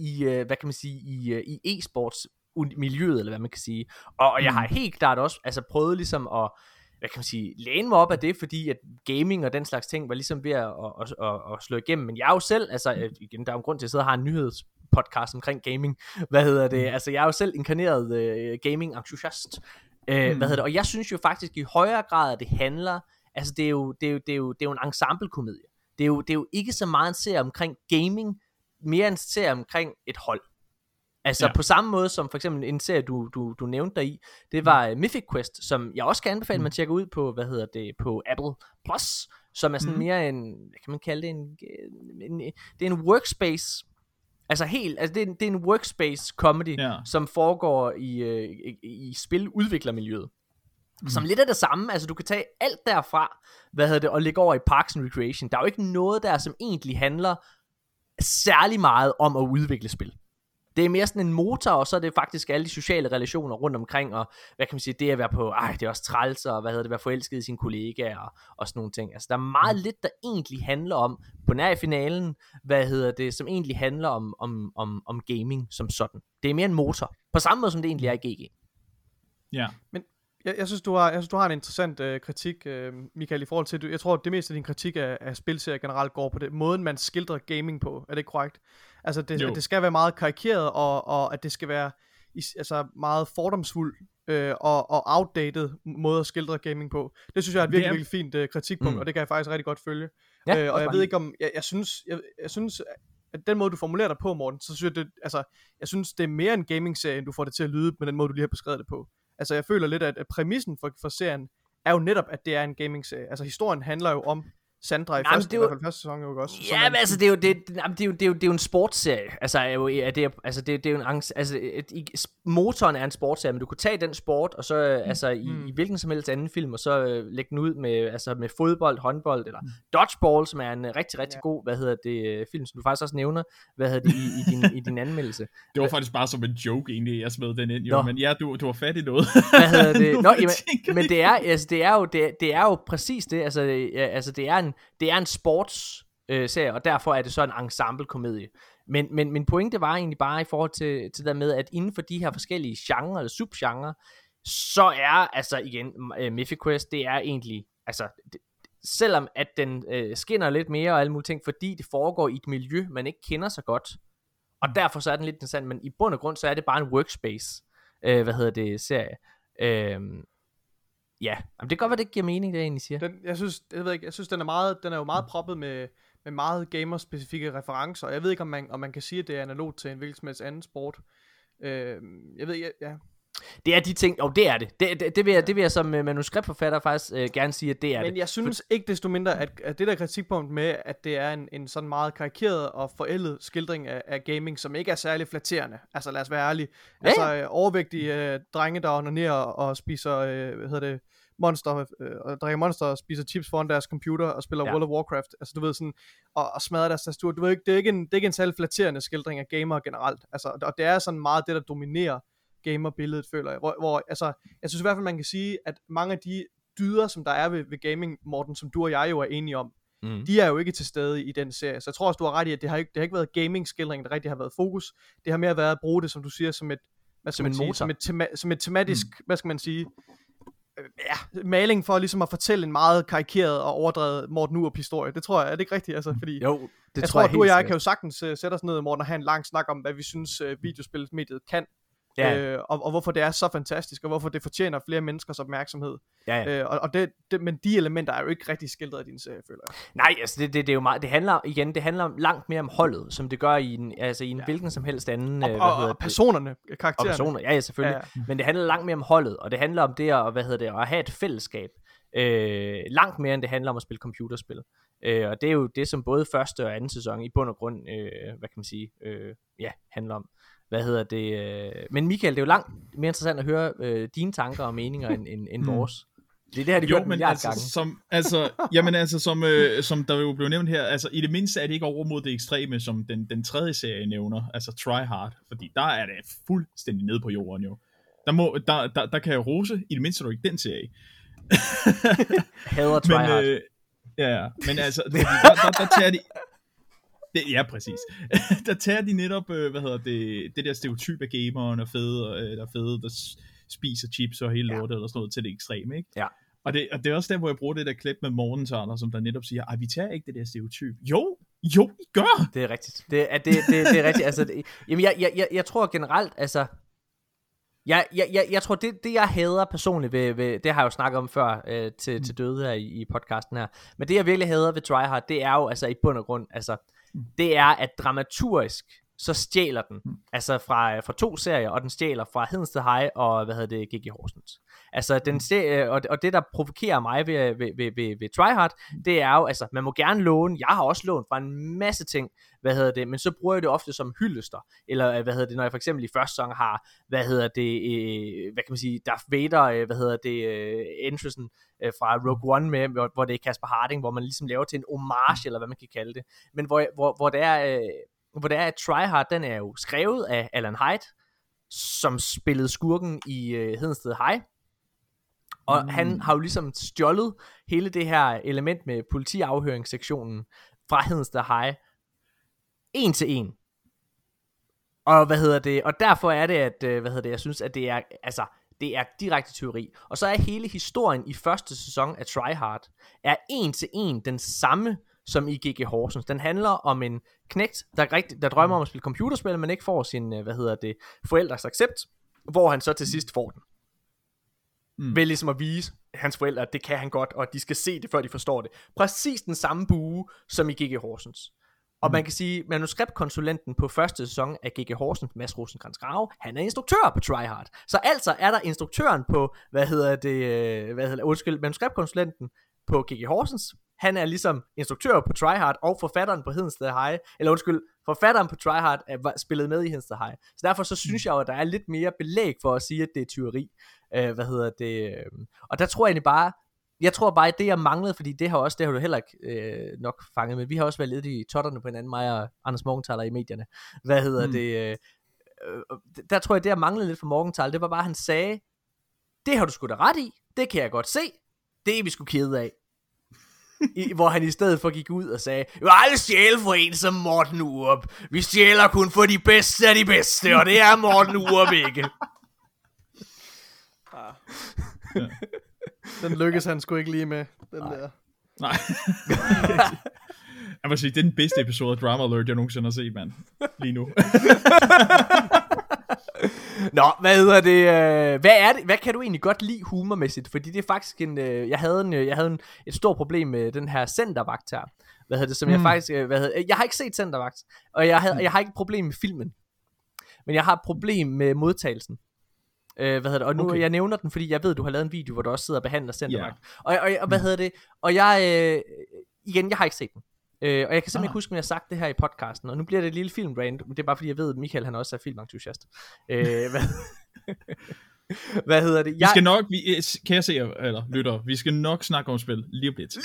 i e-sports miljøet, eller hvad man kan sige, og jeg har helt klart også, altså prøvet ligesom at, læne mig op af det, fordi at gaming og den slags ting var ligesom ved at slå igennem, men jeg er jo selv, altså igen, der er jo en grund til, at jeg sidder og har en nyhedspodcast omkring gaming, altså jeg er jo selv inkarneret gaming-entusiast, og jeg synes jo faktisk i højere grad, at det handler, altså det er jo en ensemble-komedie, det er jo ikke så meget en serie omkring gaming, mere en serie omkring et hold. Altså på samme måde som for eksempel en serie du nævnte der i, det var Mythic Quest, som jeg også kan anbefale man tjekker ud på, på Apple Plus, som er sådan mere en, hvad kan man kalde det, det er en workspace Altså det er en workspace comedy, som foregår i spiludviklermiljøet. Som lidt af det samme, altså du kan tage alt derfra, og lægge over i Parks and Recreation. Der er jo ikke noget der, som egentlig handler særlig meget om at udvikle spil. Det er mere sådan en motor, og så er det faktisk alle de sociale relationer rundt omkring, og hvad kan man sige, det at være på, det er også træls, og være forelsket i sine kollegaer, og sådan nogle ting. Altså der er meget lidt, der egentlig handler om, på nær i finalen, som egentlig handler om gaming som sådan. Det er mere en motor, på samme måde som det egentlig er i GG. Ja. Men jeg synes, du har en interessant kritik, Michael, i forhold til, jeg tror, det meste af din kritik af spilserier generelt går på det, måden man skildrer gaming på, er det korrekt? Altså, det skal være meget karikeret, og at det skal være meget fordomsfuld og outdated måde at skildre gaming på. Det synes jeg er et virkelig, virkelig fint kritikpunkt, og det kan jeg faktisk rigtig godt følge. Ja, og jeg ved ikke om, jeg synes, at den måde, du formulerer dig på, Morten, så synes jeg synes, det er mere en gaming-serie, end du får det til at lyde med den måde, du lige har beskrevet det på. Altså, jeg føler lidt, at præmissen for serien er jo netop, at det er en gaming-serie. Altså, historien handler jo om Sandra i første sæson jo også. Ja, men altså det er jo en sportsserie. Motoren er en sportsserie, men du kunne tage den sport og så i hvilken som helst anden film og så lægge den ud med fodbold, håndbold eller dodgeball, som er en rigtig rigtig god, film, som du faktisk også nævner, i din anmeldelse. Det var faktisk bare som en joke egentlig, jeg smed den ind jo, men ja, du har fat i noget. Men det er jo præcis det. Altså det er en sportsserie, og derfor er det så en ensemble-komedie. Men min pointe var egentlig bare i forhold til det med, at inden for de her forskellige genrer eller subgenrer, så er igen Mythic Quest, det er egentlig selvom at den skinner lidt mere og alle mulige ting, fordi det foregår i et miljø, man ikke kender så godt, og derfor så er den lidt interessant, men i bund og grund så er det bare en workspace serie. Ja, det kan godt være, det ikke giver mening, det jeg egentlig siger. Jeg synes den er jo meget proppet med meget gamer-specifikke referencer. Jeg ved ikke, om man kan sige, at det er analogt til en hvilken som helst anden sport. Det er de ting, det er det. Det vil jeg som manuskriptforfatter faktisk gerne sige, at det er det. Men jeg synes ikke desto mindre, at det der kritikpunkt med, at det er en sådan meget karikeret og forældet skildring af gaming, som ikke er særlig flatterende. Altså lad os være ærlige. Overvægtige drenge, der onanerer og spiser, Monster, og drikker Monster og spiser chips foran deres computer og spiller World of Warcraft, altså du ved sådan, og smadrer deres tastatur, du ved ikke, det er ikke en særlig flatterende skildring af gamer generelt, altså, og det er sådan meget det, der dominerer gamerbilledet, føler jeg, hvor jeg synes i hvert fald, man kan sige, at mange af de dyder, som der er ved gaming, Morten, som du og jeg jo er enige om, de er jo ikke til stede i den serie, så jeg tror også, du har ret i, at det har ikke været gaming-skildring, der rigtig har været fokus, det har mere været at bruge det, som du siger, som et tematisk, hvad skal man sige, maling for ligesom at fortælle en meget karikeret og overdrevet Morten Urup historie. Det tror jeg, er det ikke rigtigt? Altså, fordi jo, det jeg tror at du og jeg kan jo sagtens sætte os ned, Morten, og have en lang snak om, hvad vi synes videospilsmediet kan, og hvorfor det er så fantastisk, og hvorfor det fortjener flere menneskers opmærksomhed. Men de elementer er jo ikke rigtig skildret i din serie, føler jeg. Nej, altså det er jo meget, det handler langt mere om holdet, som det gør i en hvilken som helst anden og personerne, karaktererne. Og personer, ja, selvfølgelig. Ja. Men det handler langt mere om holdet, og det handler om det at have et fællesskab. Langt mere end det handler om at spille computerspil. Og det er jo det, som både første og anden sæson i bund og grund, hvad kan man sige, handler om. Men Michael, det er jo langt mere interessant at høre dine tanker og meninger end vores. Det er det her, de gjort milliard gange. Som der jo blev nævnt her, altså i det mindste er det ikke over mod det ekstreme, som den tredje serie nævner, altså Try Hard, fordi der er det fuldstændig nede på jorden jo. Der kan jeg rose, i det mindste er ikke den serie. Hader Try Hard. Men altså, der tager de... Ja, præcis. Der tager de netop, det der stereotyp af gameren og fede, der spiser chips og hele lortet eller sådan noget til det ekstreme, ikke? Ja. Og det er også der, hvor jeg bruger det der klip med Morgenthaler, som der netop siger, vi tager ikke det der stereotyp. Jo, I gør! Det er rigtigt. Det er rigtigt. Altså, jeg tror generelt, altså... Jeg tror, det jeg hader personligt ved det har jeg jo snakket om før til døde her i podcasten her, men det jeg virkelig hader ved Try Hard, det er jo altså i bund og grund, altså det er, at dramaturgisk så stjæler den altså fra 2 serier, og den stjæler fra Hedensted High og GG Horsens. Altså, og det, der provokerer mig ved Try Hard, det er jo, altså, man må gerne låne, jeg har også lånt fra en masse ting, men så bruger jeg det ofte som hyldester, eller, når jeg for eksempel i første sæson har, hvad kan man sige, Darth Vader, entransen fra Rogue One med, hvor det er Kasper Harding, hvor man ligesom laver til en homage, eller hvad man kan kalde det, men hvor det er, at Try Hard, den er jo skrevet af Alan Hyde, som spillede skurken i Hedensted High. Og han har jo ligesom stjålet hele det her element med politiafhøringssektionen fra Hedensted High en til en. Og og derfor er det, at jeg synes, at det er direkte teori. Og så er hele historien i første sæson af Try Hard er en til en den samme som i G.G. Horsens. Den handler om en knægt, der drømmer om at spille computerspil, men ikke får sin, forældres accept, hvor han så til sidst får den. Ved ligesom at vise hans forældre, at det kan han godt, og at de skal se det, før de forstår det. Præcis den samme bue, som i G.G. Horsens. Og man kan sige, manuskriptkonsulenten på første sæson af G.G. Horsens, Mads Rosenkrantz Grave, han er instruktør på Try Hard. Så altså er der instruktøren på, manuskriptkonsulenten på G.G. Horsens, han er ligesom instruktør på Try Hard, og forfatteren på Hedensted High, forfatteren på Try Hard er spillet med i Hedensted High. Så derfor så synes jeg jo, at der er lidt mere belæg for at sige, at det er tyveri. Og der tror jeg bare, at det jeg manglede, fordi det har du heller ikke nok fanget, men vi har også været lidt i totterne på hinanden, mig og Anders Morgenthaler i medierne. Der tror jeg, det jeg manglede lidt for Morgenthaler, det var bare, at han sagde, det har du sgu da ret i, det kan jeg godt se, det er vi sgu kede af. Hvor han i stedet for gik ud og sagde, jeg vil aldrig stjæle for en som Morten Urup. Vi stjæler kun for de bedste af de bedste, og det er Morten Urup ikke. Den lykkes han sgu ikke lige med, den der. Nej. Jeg må sige, det er den bedste episode af Drama Alert, jeg nogensinde har set, mand. Lige nu. Nå, hvad kan du egentlig godt lide humormæssigt? Fordi det er faktisk jeg havde et stort problem med den her Centervagt her. Jeg har ikke set Centervagt, og jeg har ikke et problem med filmen. Men jeg har et problem med modtagelsen. Og nu jeg nævner den, fordi jeg ved, du har lavet en video, hvor du også sidder og behandler Centervagt. Yeah. Og jeg jeg har ikke set den. Og jeg kan simpelthen ikke huske, om jeg har sagt det her i podcasten. Og nu bliver det et lille filmbrand, men det er bare fordi jeg ved, at Michael han også er filmentusiast. Hvad hedder det? Vi skal nok, kære seere, eller lytter, vi skal nok snakke om spil lige om lidt.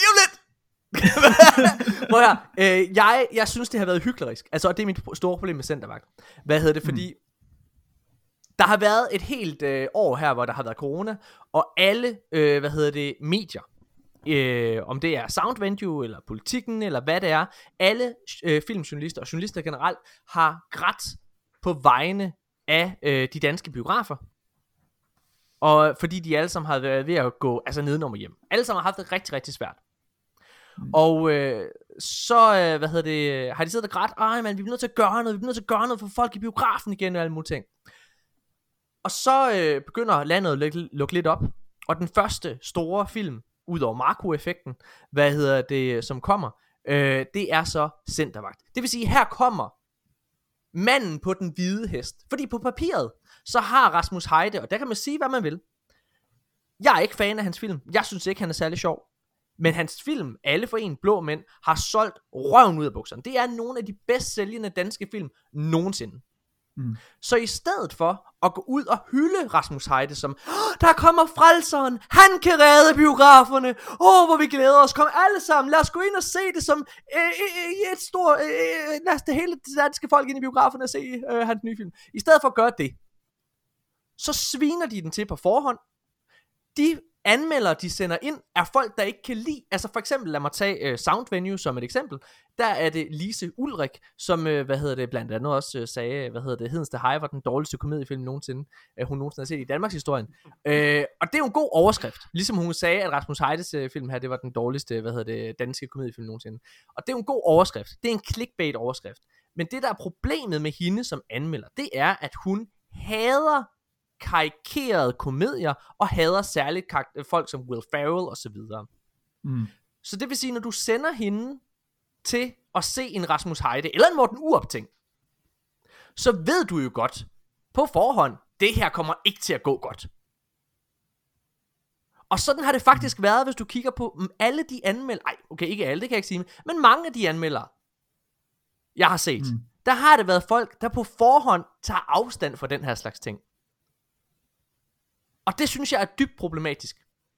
Jeg synes, det har været hyklerisk. Altså, og det er mit store problem med Centervagt. Fordi der har været et helt år her, hvor der har været corona, og alle, medier, om det er Soundvenue eller Politikken eller hvad det er, alle filmjournalister og journalister generelt har grædt på vegne af de danske biografer, og fordi de alle sammen har været ved at gå nedenom og hjem. Alle sammen har haft det rigtig, rigtig svært. Og så har de siddet og grædt, vi bliver nødt til at gøre noget, for folk i biografen igen og alle mulige ting. Og så begynder landet at lukke lidt op, og den første store film udover Marco-effekten, som kommer, det er så Centervagt. Det vil sige, her kommer manden på den hvide hest. Fordi på papiret, så har Rasmus Heide, og der kan man sige, hvad man vil. Jeg er ikke fan af hans film. Jeg synes ikke, han er særlig sjov. Men hans film, Alle for en, Blå Mænd, har solgt røven ud af bukserne. Det er nogle af de bedst sælgende danske film nogensinde. Så i stedet for at gå ud og hylde Rasmus Heide som, der kommer frelseren, han kan redde biograferne, hvor vi glæder os, kom alle sammen, lad os gå ind og se det som et stort, lad os det hele danske folk ind i biograferne og se hans nye film. I stedet for at gøre det, så sviner de den til på forhånd. De anmeldere, de sender ind, er folk, der ikke kan lide. Altså for eksempel, lad mig tage Soundvenue som et eksempel. Der er det Lise Ulrik, som, blandt andet også sagde, Hedensted High var den dårligste komediefilm nogensinde, hun nogensinde har set i Danmarks historien. Og det er jo en god overskrift. Ligesom hun sagde, at Rasmus Heides film her, det var den dårligste, danske komediefilm nogensinde. Og det er jo en god overskrift. Det er en clickbait overskrift. Men det, der er problemet med hende som anmelder, det er, at hun hader karikerede komedier, og hader særligt folk som Will Ferrell og så videre. Så det vil sige, når du sender hende til at se en Rasmus Heide, eller en Morten Urup ting, så ved du jo godt, på forhånd, det her kommer ikke til at gå godt. Og sådan har det faktisk været, hvis du kigger på alle de anmeldere. Ej, okay, ikke alle, det kan jeg ikke sige, men mange af de anmeldere, jeg har set, der har det været folk, der på forhånd tager afstand fra den her slags ting. Og det synes jeg er dybt problematisk.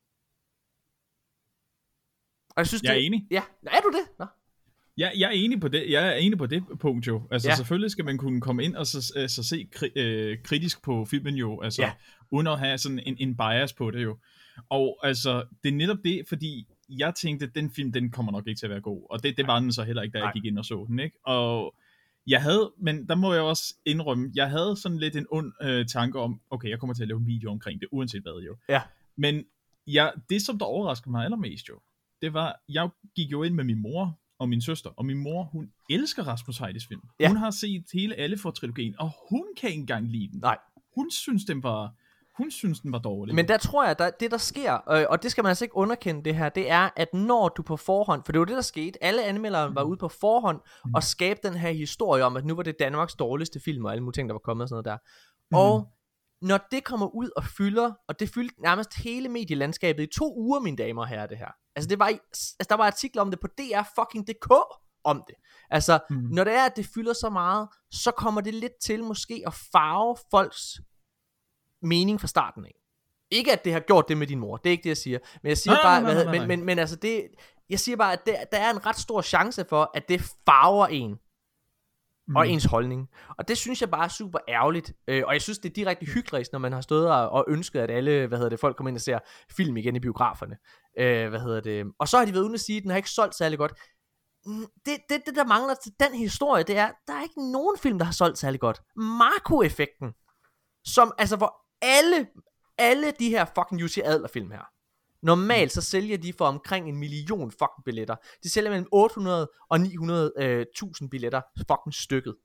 Og jeg synes, jeg er enig. Ja, er du det? Nå. Ja, jeg er enig på det. Jeg er enig på det punkt jo. Altså selvfølgelig skal man kunne komme ind og så se kritisk på filmen jo, altså uden at have sådan en bias på det jo. Og altså det er netop det, fordi jeg tænkte, at den film, den kommer nok ikke til at være god. Og det var den så heller ikke, da jeg gik ind og så den, ikke? Og jeg havde, men der må jeg også indrømme, jeg havde sådan lidt en ond tanke om, okay, jeg kommer til at lave en video omkring det, uanset hvad jo. Ja. Men det som der overraskede mig allermest jo, det var, jeg gik jo ind med min mor og min søster, og min mor, hun elsker Rasmus Heides film. Ja. Hun har set hele alle for trilogien, og hun kan ikke engang lide den. Nej. Hun synes den var dårlig. Men der tror jeg, det der sker, og det skal man altså ikke underkende det her, det er, at når du på forhånd, for det var det der skete, alle anmeldere var ude på forhånd og skabe den her historie om, at nu var det Danmarks dårligste film, og alle mulige ting, der var kommet og sådan noget der. Og når det kommer ud og fylder, og det fyldte nærmest hele medielandskabet i 2 uger, mine damer og herrer, det her. Altså der var artikler om det på DR.dk om det. Altså, når det er, at det fylder så meget, så kommer det lidt til måske at farve folks mening fra starten af. Ikke at det har gjort det med din mor, det er ikke det jeg siger, men jeg siger bare, men altså det, jeg siger bare, at der er en ret stor chance for, at det farver en og ens holdning. Og det synes jeg bare er super ærgerligt. Og jeg synes det er direkte hyklerisk, når man har stået og ønsket at alle, folk kommer ind og ser film igen i biograferne. Og så har de været uden at sige, at den har ikke solgt særlig godt. Det der mangler til den historie, det er, der er ikke nogen film, der har solgt særlig godt. Marco-effekten, som altså hvor alle de her fucking Jussi Adler-film her, normalt så sælger de for omkring 1 million fucking billetter. De sælger mellem 800 og 900.000 billetter fucking stykket.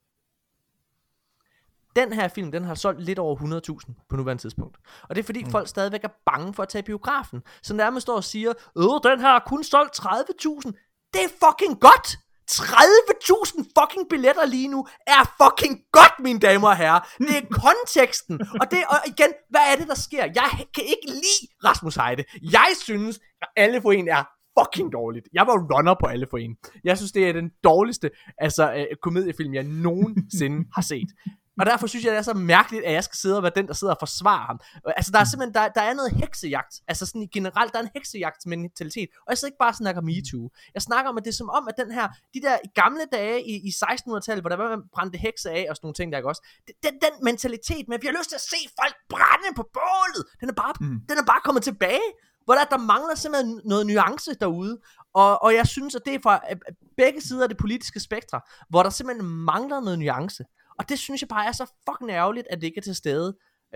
Den her film, den har solgt lidt over 100.000 på nuværende tidspunkt. Og det er fordi folk stadigvæk er bange for at tage biografen. Så nærmest står og siger, den her har kun solgt 30.000. Det er fucking godt! 30.000 fucking billetter lige nu er fucking godt, mine damer og herrer. Det er konteksten. Og igen, hvad er det, der sker? Jeg kan ikke lide Rasmus Heide. Jeg synes, at Alle for en er fucking dårligt. Jeg var runner på Alle for en. Jeg synes, det er den dårligste komediefilm, jeg nogensinde har set. Og derfor synes jeg, det er så mærkeligt, at jeg skal sidde og være den, der sidder og forsvarer ham. Altså, der er simpelthen, der er noget heksejagt. Altså, sådan generelt, der er en heksejagtsmentalitet. Og jeg sidder ikke bare snakker MeToo. Jeg snakker om, at det er som om, at de der gamle dage i 1600-tallet, hvor der var, man brændte hekse af og sådan nogle ting, der ikke også. Den mentalitet med, at vi har lyst til at se folk brænde på bålet, den er bare kommet tilbage. Hvor der mangler simpelthen noget nuance derude. Og jeg synes, at det er fra begge sider af det politiske spektre, hvor der simpelthen mangler noget nuance. Og det synes jeg bare er så fucking ærgerligt, at det ikke er til stede.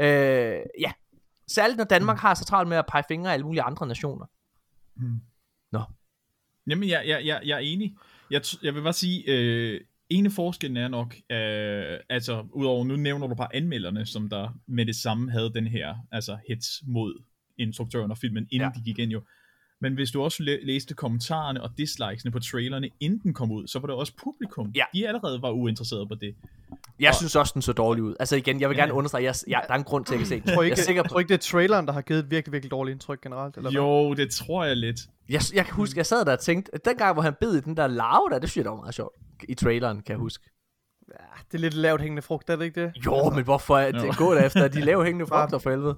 Særligt når Danmark har så travlt med at pege fingre af alle mulige andre nationer. Nå. Jamen, jeg er enig. Jeg vil bare sige, ene forskellen er nok, altså udover, nu nævner du bare anmelderne, som der med det samme havde den her, altså hets mod instruktøren og filmen, inden de gik ind jo. Men hvis du også læste kommentarerne og dislikesene på trailerne, inden den kom ud, så var det også publikum. De allerede var uinteresserede på det. Jeg synes også, den så dårlig ud. Altså igen, jeg vil gerne understrege, der er en grund til, at jeg kan se. Jeg tror ikke, det er traileren, der har givet et virkelig, virkelig dårligt indtryk generelt? Eller jo, hvad? Det tror jeg lidt. Jeg kan huske, jeg sad der og tænkte, at dengang, hvor han bed i den der larve der, det synes jeg, der var meget sjovt. I traileren, kan jeg huske. Ja, det er lidt lavt hængende frugt, er det ikke det? Jo, altså. Men hvorfor det går der efter de lavt hængende frugter for helvede?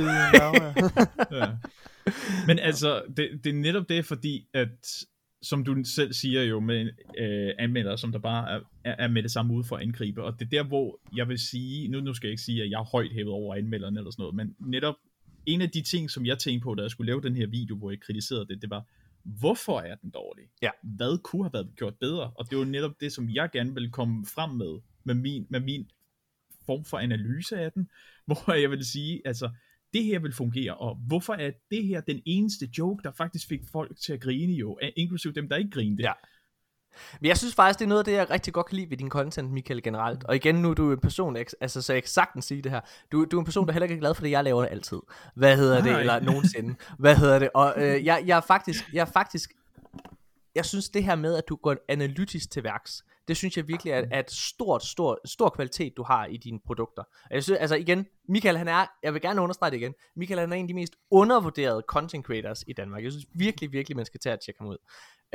Ja. Men altså, det er netop det, fordi at, som du selv siger jo, med anmeldere, som der bare er med det samme ude for at angribe, og det er der, hvor jeg vil sige, nu skal jeg ikke sige, at jeg er højt hævet over anmelderne eller sådan noget, men netop en af de ting, som jeg tænkte på, da jeg skulle lave den her video, hvor jeg kritiserede det var, hvorfor er den dårlig? Ja. Hvad kunne have været gjort bedre? Og det var netop det, som jeg gerne vil komme frem med min form for analyse af den, hvor jeg vil sige, altså, det her vil fungere, og hvorfor er det her den eneste joke, der faktisk fik folk til at grine jo, inklusive dem, der ikke grinede? Ja. Men jeg synes faktisk, det er noget af det, jeg rigtig godt kan lide ved din content, Michael, generelt. Og igen, nu er du en person, altså så jeg kan sagtens sige det her. Du er en person, der heller ikke er glad for det, jeg laver det altid. Eller nogensinde. Og jeg er faktisk jeg synes det her med, at du går analytisk til værks, det synes jeg virkelig er et stor kvalitet, du har i dine produkter. Jeg synes, altså igen, Michael jeg vil gerne understrege det igen, Michael han er en af de mest undervurderede content creators i Danmark. Jeg synes virkelig, man skal tage at tjekke ham ud.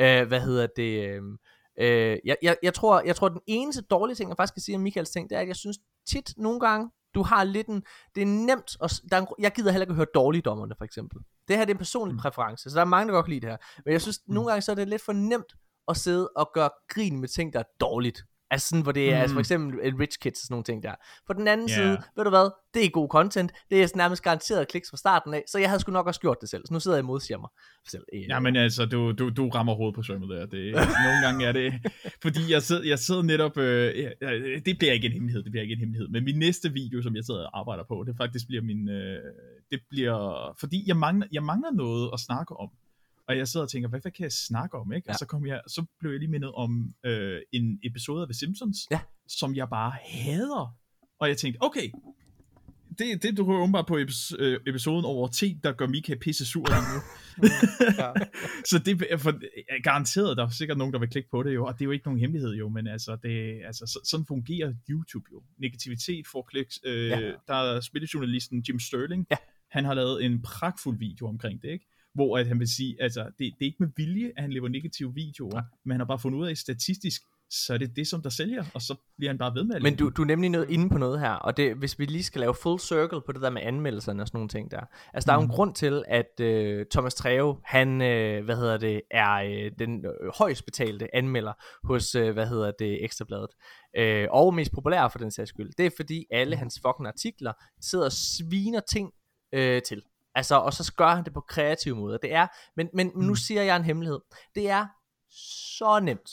Jeg tror, den eneste dårlige ting, jeg faktisk kan sige om Michaels ting, det er, at jeg synes tit nogle gange, du har lidt det er nemt, jeg gider heller ikke at høre dårligdommerne for eksempel. Det her det er en personlig præference, så der er mange, der godt kan lide det her. Men jeg synes, nogle gange så er det lidt for nemt at sidde og gøre grin med ting, der er dårligt. Altså sådan, hvor det er altså for eksempel Rich Kids og sådan nogle ting der. På den anden side, ved du hvad, det er god content. Det er nærmest garanteret kliks fra starten af, så jeg havde sgu nok også gjort det selv. Så nu sidder jeg og modsiger mig selv. Ja, men altså, du rammer hovedet på sømmet der. Nogle gange er det, fordi jeg sidder netop, det bliver ikke en hemmelighed, men min næste video, som jeg sidder og arbejder på, det faktisk bliver fordi jeg mangler noget at snakke om. Og jeg sidder og tænker, hvad kan jeg snakke om, ikke? Ja. Og så blev jeg lige mindet om en episode af The Simpsons, som jeg bare hader. Og jeg tænkte, okay, det du hører åbenbart på episoden over te, der gør Mika pisse sur lige nu. Så det er garanteret, der er sikkert nogen, der vil klikke på det jo, og det er jo ikke nogen hemmelighed jo, men altså, sådan fungerer YouTube jo. Negativitet får kliks. Der er spillejournalisten Jim Sterling, han har lavet en pragtfuld video omkring det, ikke? Hvor at han vil sige, altså det er ikke med vilje, at han laver negative videoer, men han har bare fundet ud af statistisk, så er det som der sælger, og så bliver han bare ved med at Men du er nemlig inde på noget her, og det, hvis vi lige skal lave full circle på det der med anmeldelserne og sådan nogle ting der. Altså der er jo en grund til, at Thomas Treve, han er den højst betalte anmelder hos Ekstra Bladet. Og mest populær for den sags skyld. Det er fordi alle hans fucking artikler sidder og sviner ting til. Altså, og så gør han det på kreative måder. Det er, men nu siger jeg en hemmelighed. Det er så nemt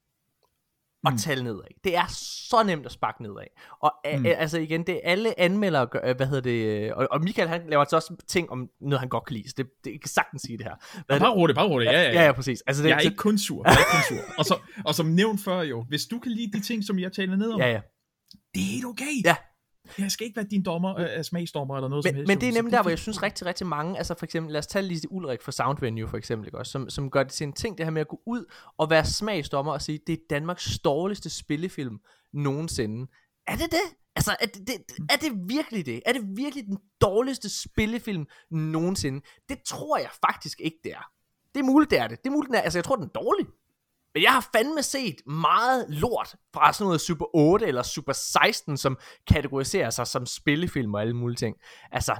at tale nedad. Det er så nemt at sparke nedad. Og altså igen, det er alle anmeldere gør, og Michael han laver altså også ting om noget han godt kan lide. Så det kan sagtens sige det her. Bare roligt. Ja, præcis. Altså, jeg er ikke kun sur. Og som nævnt før jo, hvis du kan lide de ting, som jeg taler ned om, det er helt okay. Ja. Jeg skal ikke være din smagsdommer eller noget som helst. Men det er nemlig der, hvor jeg synes rigtig mange, altså for eksempel, lad os tage Lise Ulrik fra Soundvenue for eksempel, ikke også, som gør det til en ting, det her med at gå ud og være smagsdommer og sige, det er Danmarks dårligste spillefilm nogensinde. Er det det? Altså, er det virkelig det? Er det virkelig den dårligste spillefilm nogensinde? Det tror jeg faktisk ikke, det er. Det er muligt, det er det. Det er muligt, altså jeg tror, den er dårlig. Men jeg har fandme set meget lort fra sådan noget Super 8 eller Super 16, som kategoriserer sig som spillefilm og alle mulige ting. Altså,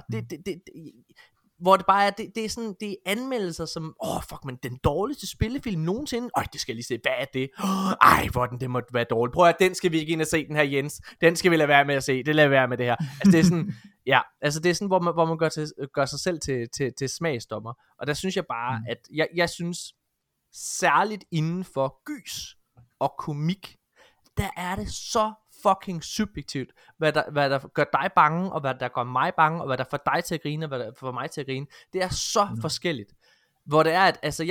hvor det bare er, det er sådan, det er anmeldelser som, men den dårligste spillefilm nogensinde, det skal jeg lige se, hvad er det? Hvor det må være dårligt. Prøv at den skal vi ikke ind og se, den her Jens. Den skal vi lade være med at se, det lader være med det her. Altså det er sådan, det er sådan, hvor man gør sig selv til smagsdommer. Og der synes jeg bare, at jeg synes, særligt inden for gys og komik, der er det så fucking subjektivt, hvad der gør dig bange, og hvad der gør mig bange, og hvad der får dig til at grine, og hvad der får mig til at grine. Det er så forskelligt. Hvor det er, at altså,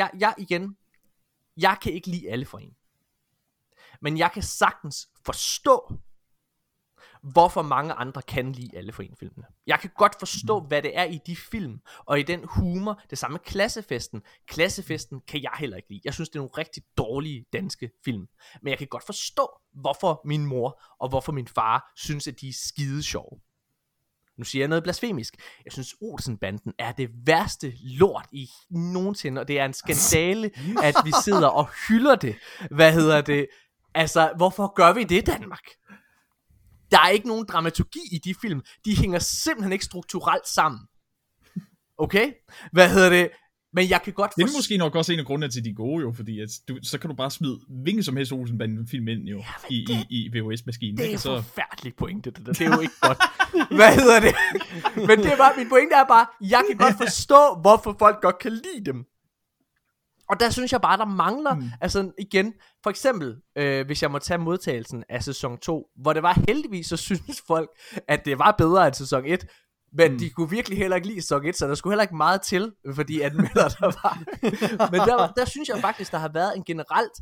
jeg kan ikke lide alle for en. Men jeg kan sagtens forstå, hvorfor mange andre kan lide alle for en filmene. Jeg kan godt forstå, hvad det er i de film, og i den humor, det samme med Klassefesten. Klassefesten kan jeg heller ikke lide. Jeg synes, det er nogle rigtig dårlige danske film. Men jeg kan godt forstå, hvorfor min mor og hvorfor min far synes, at de er skide sjove. Nu siger jeg noget blasfemisk. Jeg synes, Olsen-banden er det værste lort i nogensinde, og det er en skandale, at vi sidder og hylder det. Altså, hvorfor gør vi det, Danmark? Der er ikke nogen dramaturgi i de film. De hænger simpelthen ikke strukturelt sammen. Okay? Men jeg kan godt det er måske nok også en af grundene til de gode jo, fordi så kan du bare smide hvilken som helst Olsen-banden film ind jo, i VHS-maskinen. Det er så forfærdeligt pointe, det er jo ikke godt. Men det er bare, min pointe er bare, jeg kan godt forstå, hvorfor folk godt kan lide dem. Og der synes jeg bare, der mangler, altså igen, for eksempel, hvis jeg må tage modtagelsen af sæson 2, hvor det var heldigvis, så synes folk, at det var bedre end sæson 1, men de kunne virkelig heller ikke lide sæson 1, så der skulle heller ikke meget til, fordi anmelder der var. Men der synes jeg faktisk, der har været en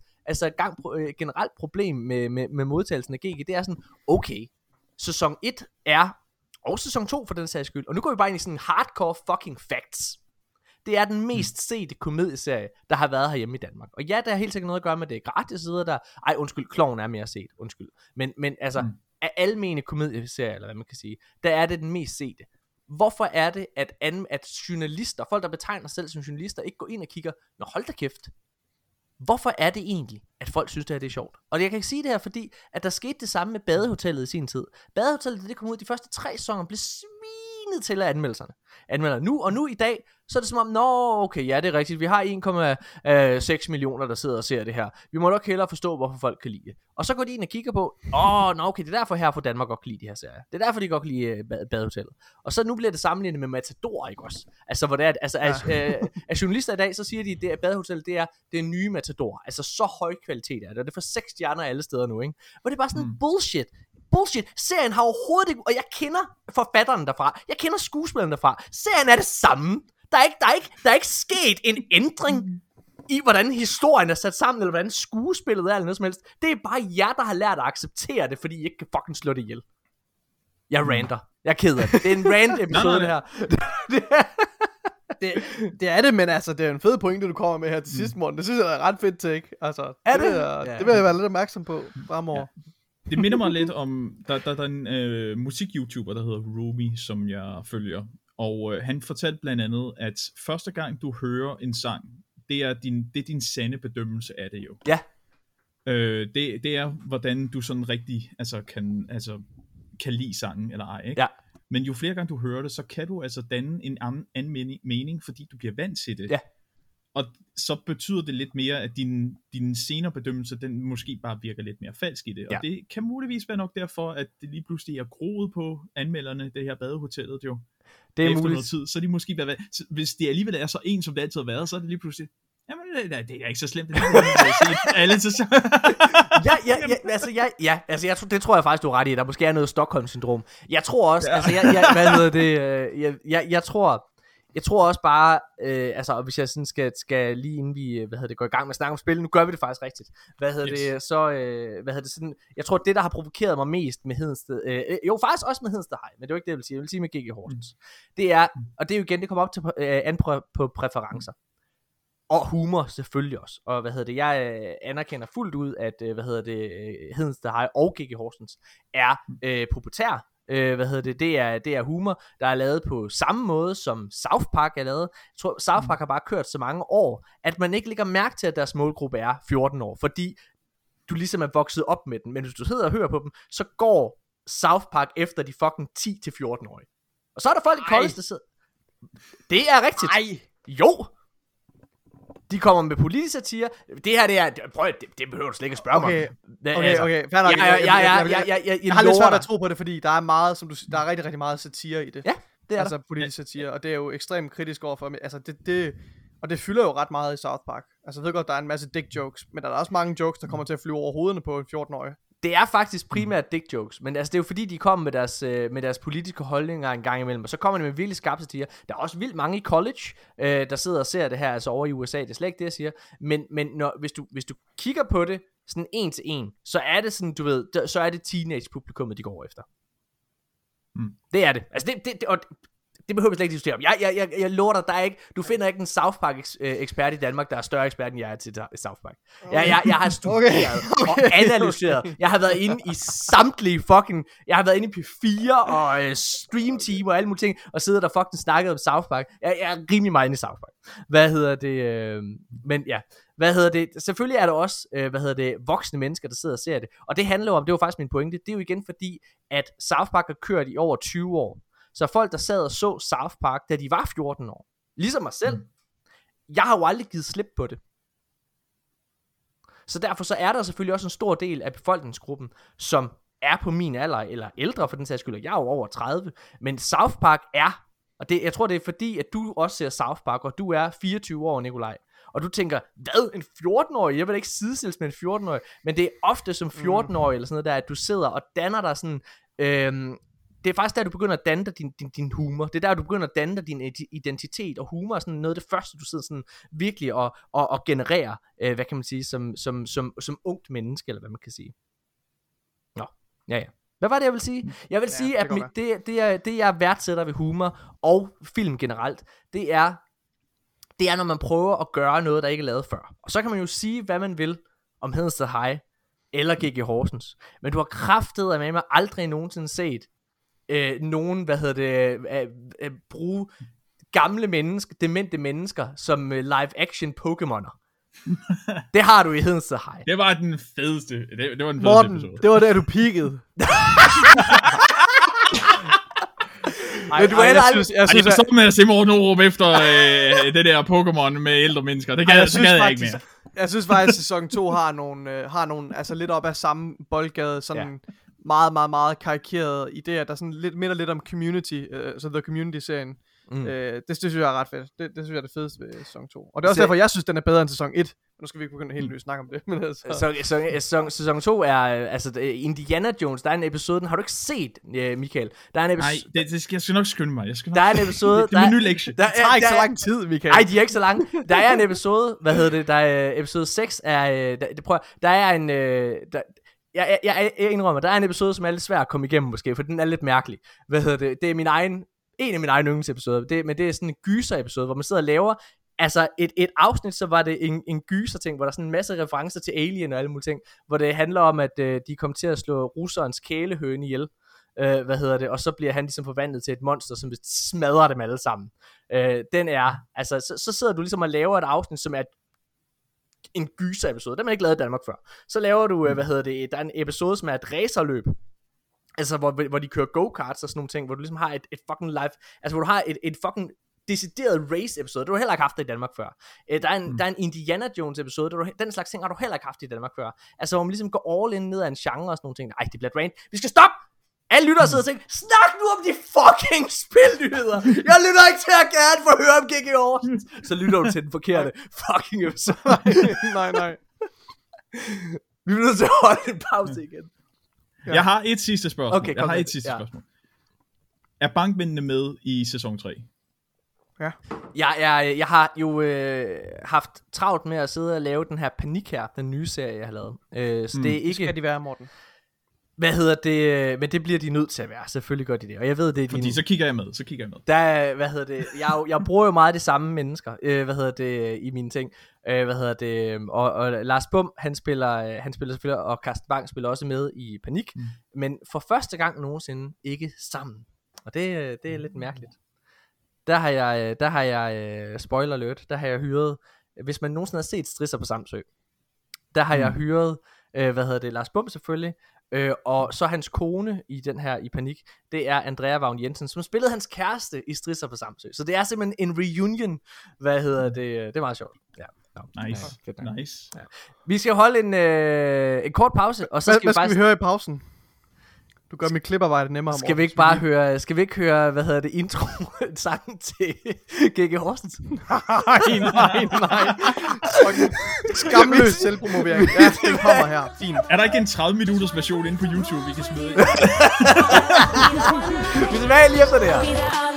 generelt problem med modtagelsen af GG, det er sådan, okay, sæson 1 er, og sæson 2 for den sags skyld, og nu går vi bare ind i sådan hardcore fucking facts. Det er den mest sete komedieserie, der har været herhjemme i Danmark. Og ja, der er helt sikkert noget at gøre med det gratis sider der. Ej, undskyld, Klovn er mere set, undskyld. Men altså, af almene komedieserier, eller hvad man kan sige, der er det den mest sete. Hvorfor er det, at journalister, folk der betegner sig selv som journalister, ikke går ind og kigger, nå hold da kæft. Hvorfor er det egentlig, at folk synes, det er sjovt? Og jeg kan ikke sige det her, fordi at der skete det samme med Badehotellet i sin tid. Badehotellet, det kom ud, de første 3 sæsoner blev svinet til af anmeldere. Nu i dag, så er det som om, okay, ja, det er rigtigt, vi har 1,6 millioner, der sidder og ser det her. Vi må nok hellere forstå, hvorfor folk kan lide det. Og så går de ind og kigger på, okay, det er derfor her for Danmark godt kan lide de her serier. Det er derfor, de godt kan lide Badehotellet. Og så nu bliver det sammenlignet med Matador, ikke også? Altså, hvor det er, at journalister i dag, så siger de, at Badehotellet, det er nye Matador. Altså, så høj kvalitet er det. Og det er for 6 stjerner alle steder nu, ikke? Hvor det er bare sådan bullshit. Serien har overhovedet ikke, og jeg kender forfatteren derfra, jeg kender skuespilleren derfra. Serien er det samme. Der er ikke sket en ændring i, hvordan historien er sat sammen, eller hvordan skuespillet er, eller noget som helst. Det er bare jer, der har lært at acceptere det, fordi I ikke kan fucking slå det ihjel. Jeg ranter. Jeg er ked af det. Det er en rant episode, det her. Det er det, men altså, det er en fed pointe, du kommer med her til sidst, Morten. Det synes jeg er ret fedt take. Altså, er det? Det vil jeg være lidt opmærksom på fremover. Ja. Det minder mig lidt om, der er en musik-youtuber, der hedder Rumi, som jeg følger. Og han fortalte blandt andet, at første gang du hører en sang, det er din sande bedømmelse af det jo. Ja. Det er, hvordan du sådan rigtig kan lide sangen eller ej, ikke? Ja. Men jo flere gange du hører det, så kan du altså danne en anden mening, fordi du bliver vant til det. Ja. Og så betyder det lidt mere, at din senere bedømmelse, den måske bare virker lidt mere falsk i det. Ja. Og det kan muligvis være nok derfor, at det lige pludselig er groet på anmelderne, det her Badehotellet jo. Det er efter muligt. noget tid, så de måske være, hvis det alligevel er så en, som det altid har været, så er det lige pludselig, jamen det er ikke så slemt, det er alle til det tror jeg faktisk, du er ret i. Der måske er noget Stockholm-syndrom. Jeg tror også, jeg tror også bare, hvis jeg sådan skal lige inden vi, går i gang med at snakke om spil, nu gør vi det faktisk rigtigt. Jeg tror, det der har provokeret mig mest med Hedensted, faktisk også med Hedensted High, men det er jo ikke det, jeg vil sige. Jeg vil sige med GG Horsens. Det er, og det er jo igen, det kommer op til an på præferencer. Og humor selvfølgelig også. Og jeg anerkender fuldt ud, at Hedensted High og GG Horsens er populær. Det er humor, der er lavet på samme måde som South Park er lavet. Jeg tror, South Park har bare kørt så mange år, at man ikke lægger mærke til, at deres målgruppe er 14 år, fordi du ligesom er vokset op med den. Men hvis du sidder og hører på dem, så går South Park efter de fucking 10-14-årige. Og så er der folk i college, der sidder... Det er rigtigt. Ej. Jo. De kommer med politisk satire. Det her, det behøver du slet ikke at spørge mig. Okay. Fair nok. Jeg har lidt svært at tro på det, fordi der er meget, der er rigtig, rigtig meget satire i det. Ja, det er altså politisk satire, og det er jo ekstremt kritisk overfor. Altså og det fylder jo ret meget i South Park. Altså jeg ved godt, der er en masse dick jokes, men der er også mange jokes, der kommer til at flyve over hovederne på en 14-årig. Det er faktisk primært dick jokes, men altså det er jo fordi, de kommer med deres politiske holdninger en gang imellem, og så kommer de med virkelig skarpe satire. Der er også vildt mange i college, der sidder og ser det her, altså over i USA, det er slet ikke det, jeg siger. Men hvis du kigger på det sådan en til en, så er det sådan, du ved, så er det teenage-publikummet, de går efter. Det er det. Altså det behøver vi slet ikke diskutere om. Jeg lover dig, der er ikke, du finder ikke en South Park ekspert i Danmark, der er større ekspert end jeg er til South Park. Jeg har studeret og analyseret. Jeg har været inde i samtlige jeg har været inde i P4 og Stream Team og alle mulige ting, og sidder der fucking snakket om South Park. Jeg er rimelig meget inde i South Park. Men ja. Selvfølgelig er der også, voksne mennesker, der sidder og ser det. Og det handler jo om, det var faktisk min pointe, det er jo igen fordi, at South Park har kørt i over 20 år. Så folk, der sad og så South Park, da de var 14 år, ligesom mig selv, jeg har jo aldrig givet slip på det. Så derfor så er der selvfølgelig også en stor del af befolkningsgruppen, som er på min alder, eller ældre for den sags skyld, jeg er jo over 30, men South Park er, og jeg tror det er fordi, at du også ser South Park, og du er 24 år, Nikolaj, og du tænker, hvad, en 14-årig? Jeg vil ikke sidestilles med en 14-årig, men det er ofte som 14-årig, eller sådan noget der, at du sidder og danner dig sådan, det er faktisk der, du begynder at danne din humor. Det er der, du begynder at danne din identitet, og humor er sådan noget af det første, du sidder sådan virkelig og genererer, hvad kan man sige, som ungt menneske, eller hvad man kan sige. Nå, ja. Hvad var det, jeg vil sige? Jeg vil sige, at det jeg værdsætter ved humor og film generelt, det er det er, når man prøver at gøre noget, der ikke er lavet før. Og så kan man jo sige, hvad man vil om Hedensted High eller GG Horsens. Men du har kraftet med mig aldrig nogensinde set nogen, bruge gamle mennesker, demente mennesker som live action Pokémoner. Det har du i Hedensted High. Det var den fedeste. Det var den fedeste Morten, episode. det var der du peakede. Jeg forstår med at se Morten råbe efter det der Pokémon med ældre mennesker. Det gad jeg ikke mere. Jeg synes faktisk, at sæson 2 har nogle altså lidt op af samme boldgade, sådan meget, meget, meget karikerede idéer, der sådan minder lidt om Community, så The Community-serien. Det synes jeg er ret fedt. Det synes jeg er det fedeste ved sæson 2. Og det er også derfor, jeg synes, den er bedre end sæson 1. Nu skal vi ikke begynde helt nyt snakke om det. Men altså. Sæson 2 er, altså Indiana Jones, der er en episode, den har du ikke set, Michael. Der er en episode... Nej, jeg skal nok skynde mig. Der er en episode... det er min nye lektie. Det tager ikke så lang tid, Michael. Nej, de er ikke så lange. Der er en episode, der er episode 6 er... Der er en... Jeg indrømmer, der er en episode, som er lidt svær at komme igennem måske, for den er lidt mærkelig. Det er en af mine egne yndlingsepisoder, men det er sådan en gyser-episode, hvor man sidder og laver, altså et afsnit, så var det en gyser-ting, hvor der er sådan en masse referencer til Alien og alle mulige ting, hvor det handler om, at de kom til at slå russerens kælehøne ihjel, og så bliver han ligesom forvandlet til et monster, som smadrer dem alle sammen. Den er, altså, så sidder du ligesom og laver et afsnit, som er en gyser-episode, den har man ikke lavet i Danmark før. Så laver du, der er en episode, som er et racerløb, altså hvor de kører go-karts og sådan nogle ting, hvor du ligesom har et fucking live, altså hvor du har et fucking decideret race episode. Du har heller ikke haft det i Danmark før. Der er en Indiana Jones episode, den slags ting har du heller ikke haft i Danmark før. Altså hvor man ligesom går all in ned af en genre og sådan nogle ting. Ej, det bliver rant. Vi skal stoppe! Alle lytter sidder og tænker, snak nu om de fucking spilnyheder. Jeg lytter ikke til at gerne få høre om GG Horsens. Så lytter du til den forkerte fucking episode. Nej. Vi bliver nødt til at holde en pause igen. Ja. Jeg har et sidste spørgsmål. Okay, spørgsmål. Er bankmændene med i sæson 3? Ja. Jeg har jo haft travlt med at sidde og lave den her Panik her, den nye serie, jeg har lavet. Så det er ikke... Skal de være, Morten? Men det bliver de nødt til at være. Selvfølgelig gør de det. Og jeg ved det. Fordi så kigger jeg med. Der, jeg bruger jo meget de samme mennesker. I mine ting. Og Lars Bum, han spiller selvfølgelig, og Carsten Bang spiller også med i Panik. Men for første gang nogensinde ikke sammen. Og det er lidt mærkeligt. Der har jeg spoiler alert. Der har jeg hyret, hvis man nogensinde har set Strisser på Samsø, der har jeg hyret Lars Bum selvfølgelig. Og så hans kone i den her i Panik, det er Andrea Vagn Jensen, som spillede hans kæreste i Strisser på Samsø. Så det er simpelthen en reunion. Det er meget sjovt. Ja. Nice. Ja. Vi skal holde en kort pause, og så skal hvad skal vi høre i pausen? Du gør mit kliparbejde nemmere. Skal vi ikke høre, intro sangen til GG Horsens? Nej. Skamløs selvpromovering. Ja, det kommer her. Fint. Er der ikke en 30-minutters version inde på YouTube, vi kan smide ind? Vi er tilbage lige efter det her.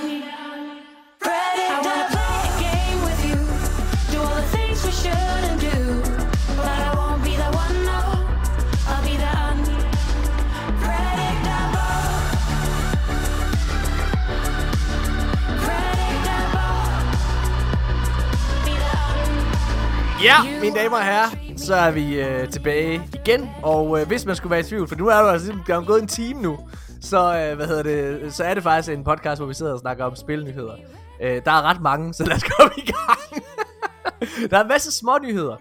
Ja, mine damer og herrer, så er vi tilbage igen. Og hvis man skulle være i tvivl, for nu er det altså gået en time nu, så så er det faktisk en podcast, hvor vi sidder og snakker om spilnyheder. Der er ret mange, så lad os komme i gang. Der er en masse små nyheder.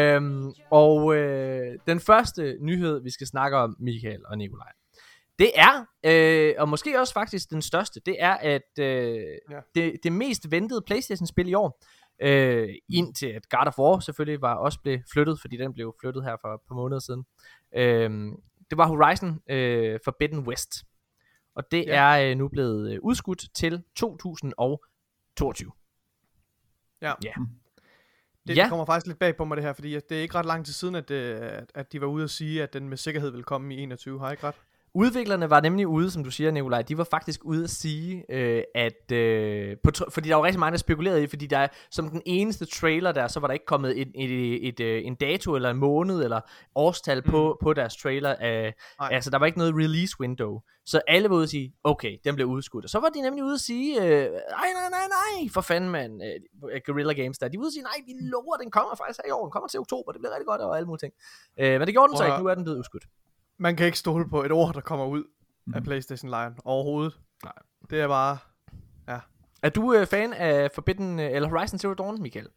Den første nyhed, vi skal snakke om, Michael og Nikolaj, det er, og måske også faktisk den største, det er, at det mest ventede PlayStation-spil i år, indtil at God of War selvfølgelig var også blevet flyttet, fordi den blev flyttet her for et par måneder siden. Det var Horizon Forbidden West, og det er nu blevet udskudt til 2022. Ja. Det kommer faktisk lidt bag på mig det her, fordi det er ikke ret lang tid siden, at de var ude at sige, at den med sikkerhed vil komme i 21. Har jeg ikke ret? Udviklerne var nemlig ude, som du siger, Nikolaj, de var faktisk ude at sige, fordi der var rigtig mange, der spekulerede i, fordi der er som den eneste trailer der, så var der ikke kommet en dato eller en måned eller årstal på deres trailer. Altså der var ikke noget release window. Så alle var ude at sige, okay, den bliver udskudt. Og så var de nemlig ude at sige, nej, for fanden mand, Guerrilla Games der. De var ude at sige, nej, vi lover, den kommer faktisk her i år. Den kommer til oktober, det bliver rigtig godt og alle mulige ting. Men det gjorde den så ikke, nu er den blevet udskudt. Man kan ikke stole på et ord, der kommer ud af PlayStation Live overhovedet. Nej. Det er bare, ja. Er du fan af eller Horizon Zero Dawn, Michael?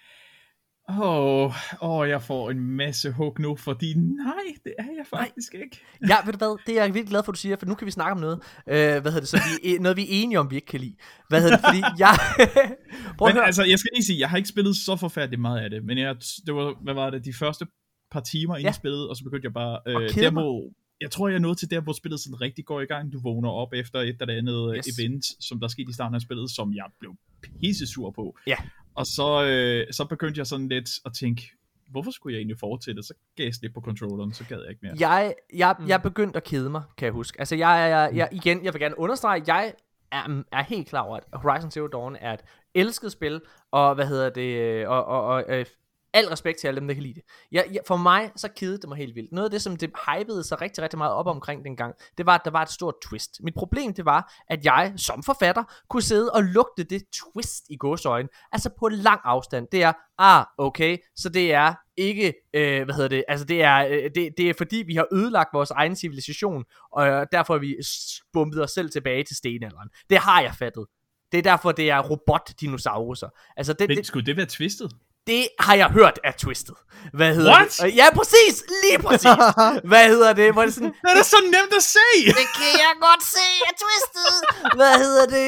Jeg får en masse hug nu, fordi nej, det er jeg faktisk ikke. Ja, ved du hvad, det er jeg virkelig glad for, at du siger, for nu kan vi snakke om noget, noget vi er enige om, vi ikke kan lide. Fordi jeg... Men altså, jeg skal lige sige, jeg har ikke spillet så forfærdeligt meget af det, men hvad var det, de første par timer inde i spillet, og så begyndte jeg bare, jeg tror jeg nåede til der, hvor spillet sådan rigtig går i gang. Du vågner op efter et eller andet event, som der skete i starten af spillet, som jeg blev pissesur på. Ja. Og så begyndte jeg sådan lidt at tænke, hvorfor skulle jeg egentlig fortsætte? Så gav jeg slip på controlleren, så gad jeg ikke mere. Jeg begyndte at kede mig, kan jeg huske. Altså jeg vil gerne understrege, jeg er helt klar over, at Horizon Zero Dawn er et elsket spil, og al respekt til alle dem, der kan lide det. For mig, så kedede det mig helt vildt. Noget af det, som det hypede sig rigtig, rigtig meget op omkring dengang, det var, at der var et stort twist. Mit problem, det var, at jeg som forfatter kunne sidde og lugte det twist i gåseøjne. Altså på lang afstand. Det er, okay, så det er ikke, altså det er fordi, vi har ødelagt vores egen civilisation, og derfor har vi bumpet os selv tilbage til stenalderen. Det har jeg fattet. Det er derfor, det er robot-dinosauruser. Altså skulle det være twistet? Det har jeg hørt er twistet. Hvad hedder What? det? Ja, præcis. Lige præcis. Hvad hedder det? Hvor er det sådan? Det er så nemt at se. Det kan jeg godt se er twistet. Hvad hedder det?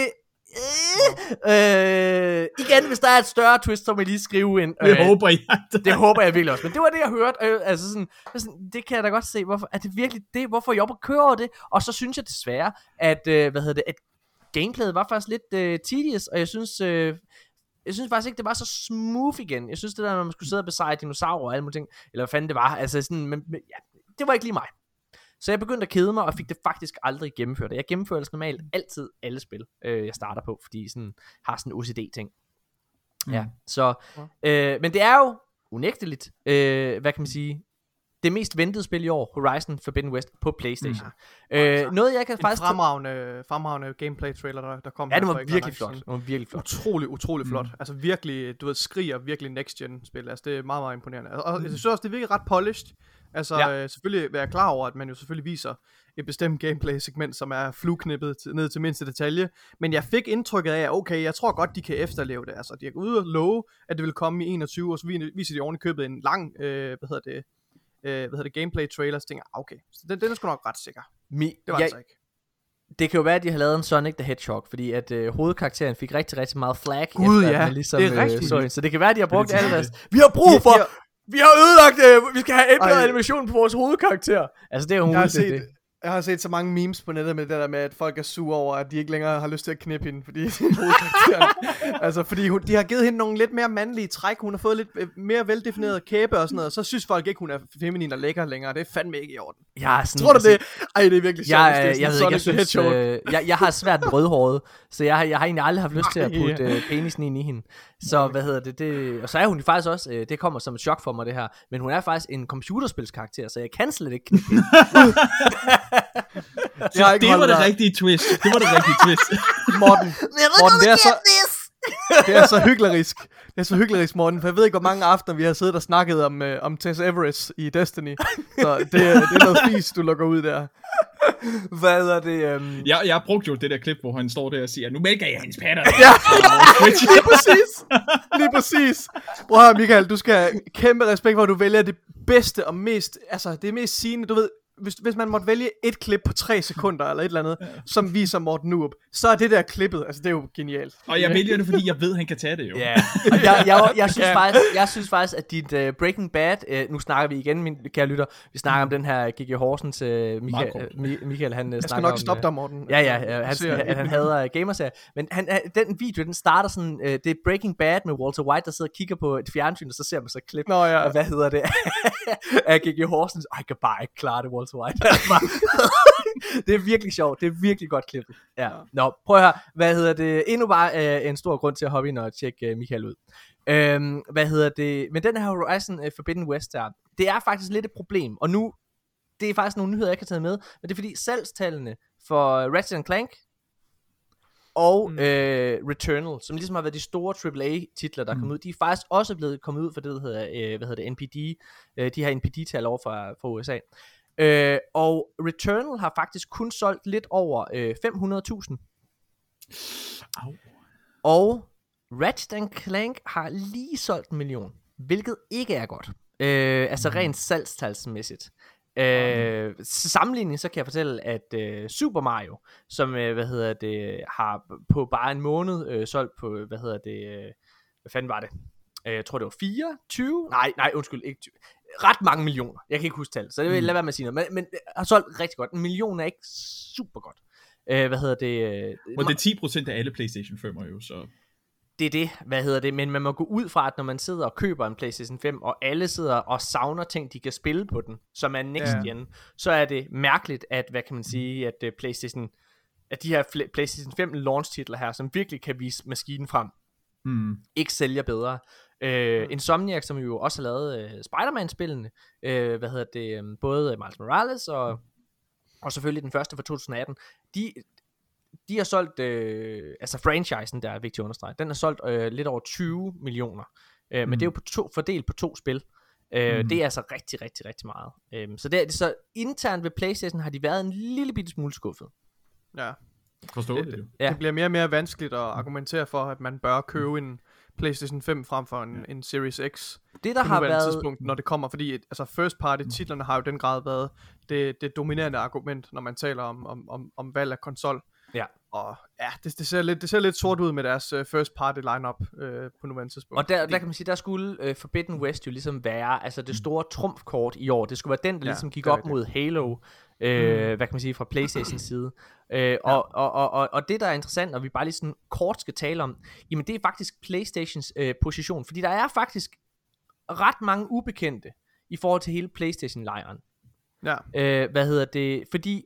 Igen, hvis der er et større twist, så må jeg lige skrive ind. Det håber jeg. Det håber jeg virkelig også. Men det var det, jeg hørte. Altså sådan, det kan jeg da godt se. Hvorfor er det virkelig det? Hvorfor jeg op og kører det? Og så synes jeg desværre, at at gameplayet var faktisk lidt tedious, og jeg synes faktisk ikke, det var så smooth igen. Jeg synes det der, når man skulle sidde og besejre dinosaurer og alle mulige ting, eller hvad fanden det var, altså sådan, men det var ikke lige mig. Så jeg begyndte at kede mig, og fik det faktisk aldrig gennemført. Jeg gennemfører altså normalt altid alle spil, jeg starter på, fordi sådan har sådan en OCD-ting. Ja, så, men det er jo unægteligt, hvad kan man sige, det mest ventede spil i år, Horizon Forbidden West på PlayStation. Noget jeg kan faktisk fremragende gameplay trailer der kom. Ja, det var virkelig flot. Det var virkelig flot. Utrolig flot. Altså virkelig, du ved, skriger virkelig next gen spil. Altså det er meget, meget imponerende. Og jeg synes også det virker ret polished. Altså selvfølgelig er jeg klar over, at man jo selvfølgelig viser et bestemt gameplay segment, som er flueknippet ned til mindste detalje. Men jeg fik indtrykket af, at okay, jeg tror godt de kan efterleve det. Altså de er ude og love, at det vil komme i 21, og så viser de oven i købet en lang gameplay trailer, så tænker jeg, okay, så den er sgu nok ret sikker. Det var altså ikke. Det kan jo være, at de har lavet en Sonic the Hedgehog, fordi at hovedkarakteren fik rigtig, rigtig meget flag efter, at ligesom, det er rigtigt. så det kan være, at de har brugt alt deres. Vi har brug for, vi har ødelagt, vi skal have ændret animation på vores hovedkarakter. Altså det er jo muligt. Jeg har set så mange memes på nettet med det der med, at folk er sure over, at de ikke længere har lyst til at knippe hende, fordi altså, fordi de har givet hende nogle lidt mere mandlige træk. Hun har fået lidt mere veldefineret kæbe og sådan noget, og så synes folk ikke, hun er feminin og lækker længere. Det er fandme ikke i orden. Tror du det? Ej, det er virkelig sjovt. Jeg har svært med rødhåret, så jeg har egentlig aldrig haft lyst til at putte penisen ind i hende. Så og så er hun faktisk også, det kommer som et chok for mig det her, men hun er faktisk en computerspilskarakter, så jeg kan slet ikke knippe hende. Det var det rigtige twist. Morten, det er så hyklerisk. Det er så hyklerisk, Morten, for jeg ved ikke, hvor mange aftener vi har siddet og snakket om Tess Everest i Destiny. Så det er noget fis, du lukker ud der. Hvad er det? Jeg har brugt jo det der klip, hvor han står der og siger, nu mælker jeg hendes patter. Ja, lige præcis. Prøv at høre, Michael, du skal have kæmpe respekt for, at du vælger det bedste og mest, altså det mest sigende, du ved. Hvis man måtte vælge et klip på 3 sekunder eller et eller andet, som viser Morten Noob, så er det der klippet, altså det er jo genialt. Og jeg vælger det, fordi jeg ved, han kan tage det jo. Ja, jeg synes faktisk, at dit Breaking Bad, nu snakker vi igen, min kære lytter, vi snakker om den her G.G. Horsens, Michael, han jeg snakker skal nok om, stoppe dig, Morten. Han hader gamerserier, men den video, den starter sådan, det er Breaking Bad med Walter White, der sidder og kigger på et fjernsyn, og så ser man så klip, og hvad hedder det, af G.G. Horsens, jeg kan bare ikke klare det, Walter Walter White. Det er virkelig sjovt. Det er virkelig godt klippet. Ja. Nå, prøv at høre. Hvad hedder det? Endnu bare en stor grund til at hoppe ind og tjekke Michael ud. Hvad hedder det? Men den her Horizon Forbidden West der, det er faktisk lidt et problem. Og nu, det er faktisk nogle nyheder, jeg kan tage med. Men det er fordi salgstallene for Ratchet & Clank og Returnal, som ligesom har været de store AAA-titler, der er kommet ud, de er faktisk også blevet kommet ud for det, der hedder NPD, de her NPD-tal over fra USA. Og Returnal har faktisk kun solgt lidt over 500.000. Og Ratchet & Clank har lige solgt 1 million, hvilket ikke er godt. Altså rent salgstalsmæssigt. Sammenligning så kan jeg fortælle at Super Mario, som har på bare en måned solgt på hvad fanden var det? Jeg tror det var 24. Nej, undskyld, ikke 20. Ret mange millioner. Jeg kan ikke huske tallet, så det vil lade være med at sige noget. Men har solgt rigtig godt. 1 million er ikke super godt. Og det er 10% af alle PlayStation 5'er jo, så det er det, men man må gå ud fra, at når man sidder og køber en PlayStation 5, og alle sidder og savner ting, de kan spille på den, som er next gen, så er det mærkeligt, at, hvad kan man sige, at PlayStation, at de her PlayStation 5 launch titler her, som virkelig kan vise maskinen frem, ikke sælger bedre. Insomniac, som jo også har lavet Spider-Man-spillene, både Miles Morales og selvfølgelig den første fra 2018, de har solgt, altså franchisen der er vigtigt at understrege, den har solgt lidt over 20 millioner, men det er jo fordelt på 2 spil. Det er altså rigtig, rigtig, rigtig meget. Så internt ved PlayStation har de været en lille bitte smule skuffet. Ja. Forståeligt. Det bliver mere og mere vanskeligt at argumentere for, at man bør købe en PlayStation 5 frem for en Series X. Det der har været tidspunkt, når det kommer, fordi altså first party titlerne har jo den grad været det dominerende argument, når man taler om valg af konsol. Ja. Og ja, det ser lidt sort ud med deres first party lineup på nuværende tidspunkt. Og der kan man sige, der skulle Forbidden West jo ligesom være, altså det store trumfkort i år. Det skulle være den, der ligesom gik op mod Halo, hvad kan man sige, fra PlayStations side. Og det der er interessant, og vi bare lige sådan kort skal tale om, jamen det er faktisk PlayStations position, fordi der er faktisk ret mange ubekendte i forhold til hele PlayStation-lejren. Fordi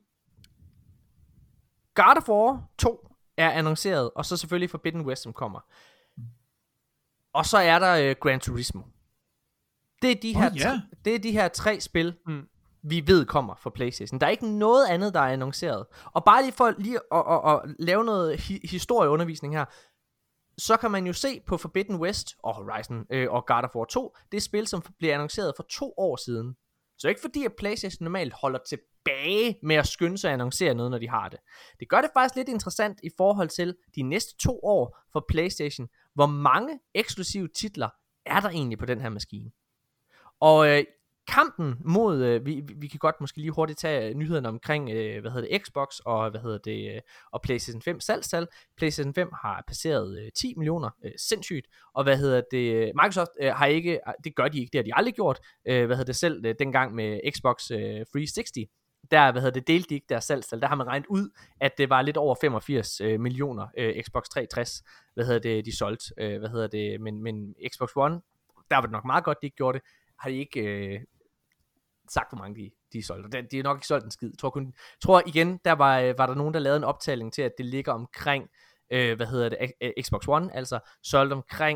God of War 2 er annonceret, og så selvfølgelig Forbidden West, som kommer. Og så er der Gran Turismo. Det er de her 3 spil, vi ved kommer fra PlayStation. Der er ikke noget andet, der er annonceret. Og bare lige for at lave noget historieundervisning her, så kan man jo se på Forbidden West og Horizon og God of War 2, det er spil, som bliver annonceret for 2 år siden. Så ikke fordi, at PlayStation normalt holder tilbage med at skynde sig at annoncere noget, når de har det. Det gør det faktisk lidt interessant i forhold til de næste 2 år for PlayStation. Hvor mange eksklusive titler er der egentlig på den her maskine? Og kampen mod, vi kan godt måske lige hurtigt tage nyhederne omkring, Xbox og, og PlayStation 5 salgstal. PlayStation 5 har passeret 10 millioner, sindssygt. Og Microsoft har ikke, det gør de ikke, det har de aldrig gjort. Selv dengang med Xbox 360, der, delte de ikke deres salgstal. Der har man regnet ud, at det var lidt over 85 millioner Xbox 360, de solgte. Men Xbox One, der var det nok meget godt, de ikke gjorde det. Har de ikke sagt, hvor mange de solgte. De har nok ikke solgt en skid. Jeg tror igen, der var der nogen, der lavede en optælling til, at det ligger omkring, Xbox One, altså solgt omkring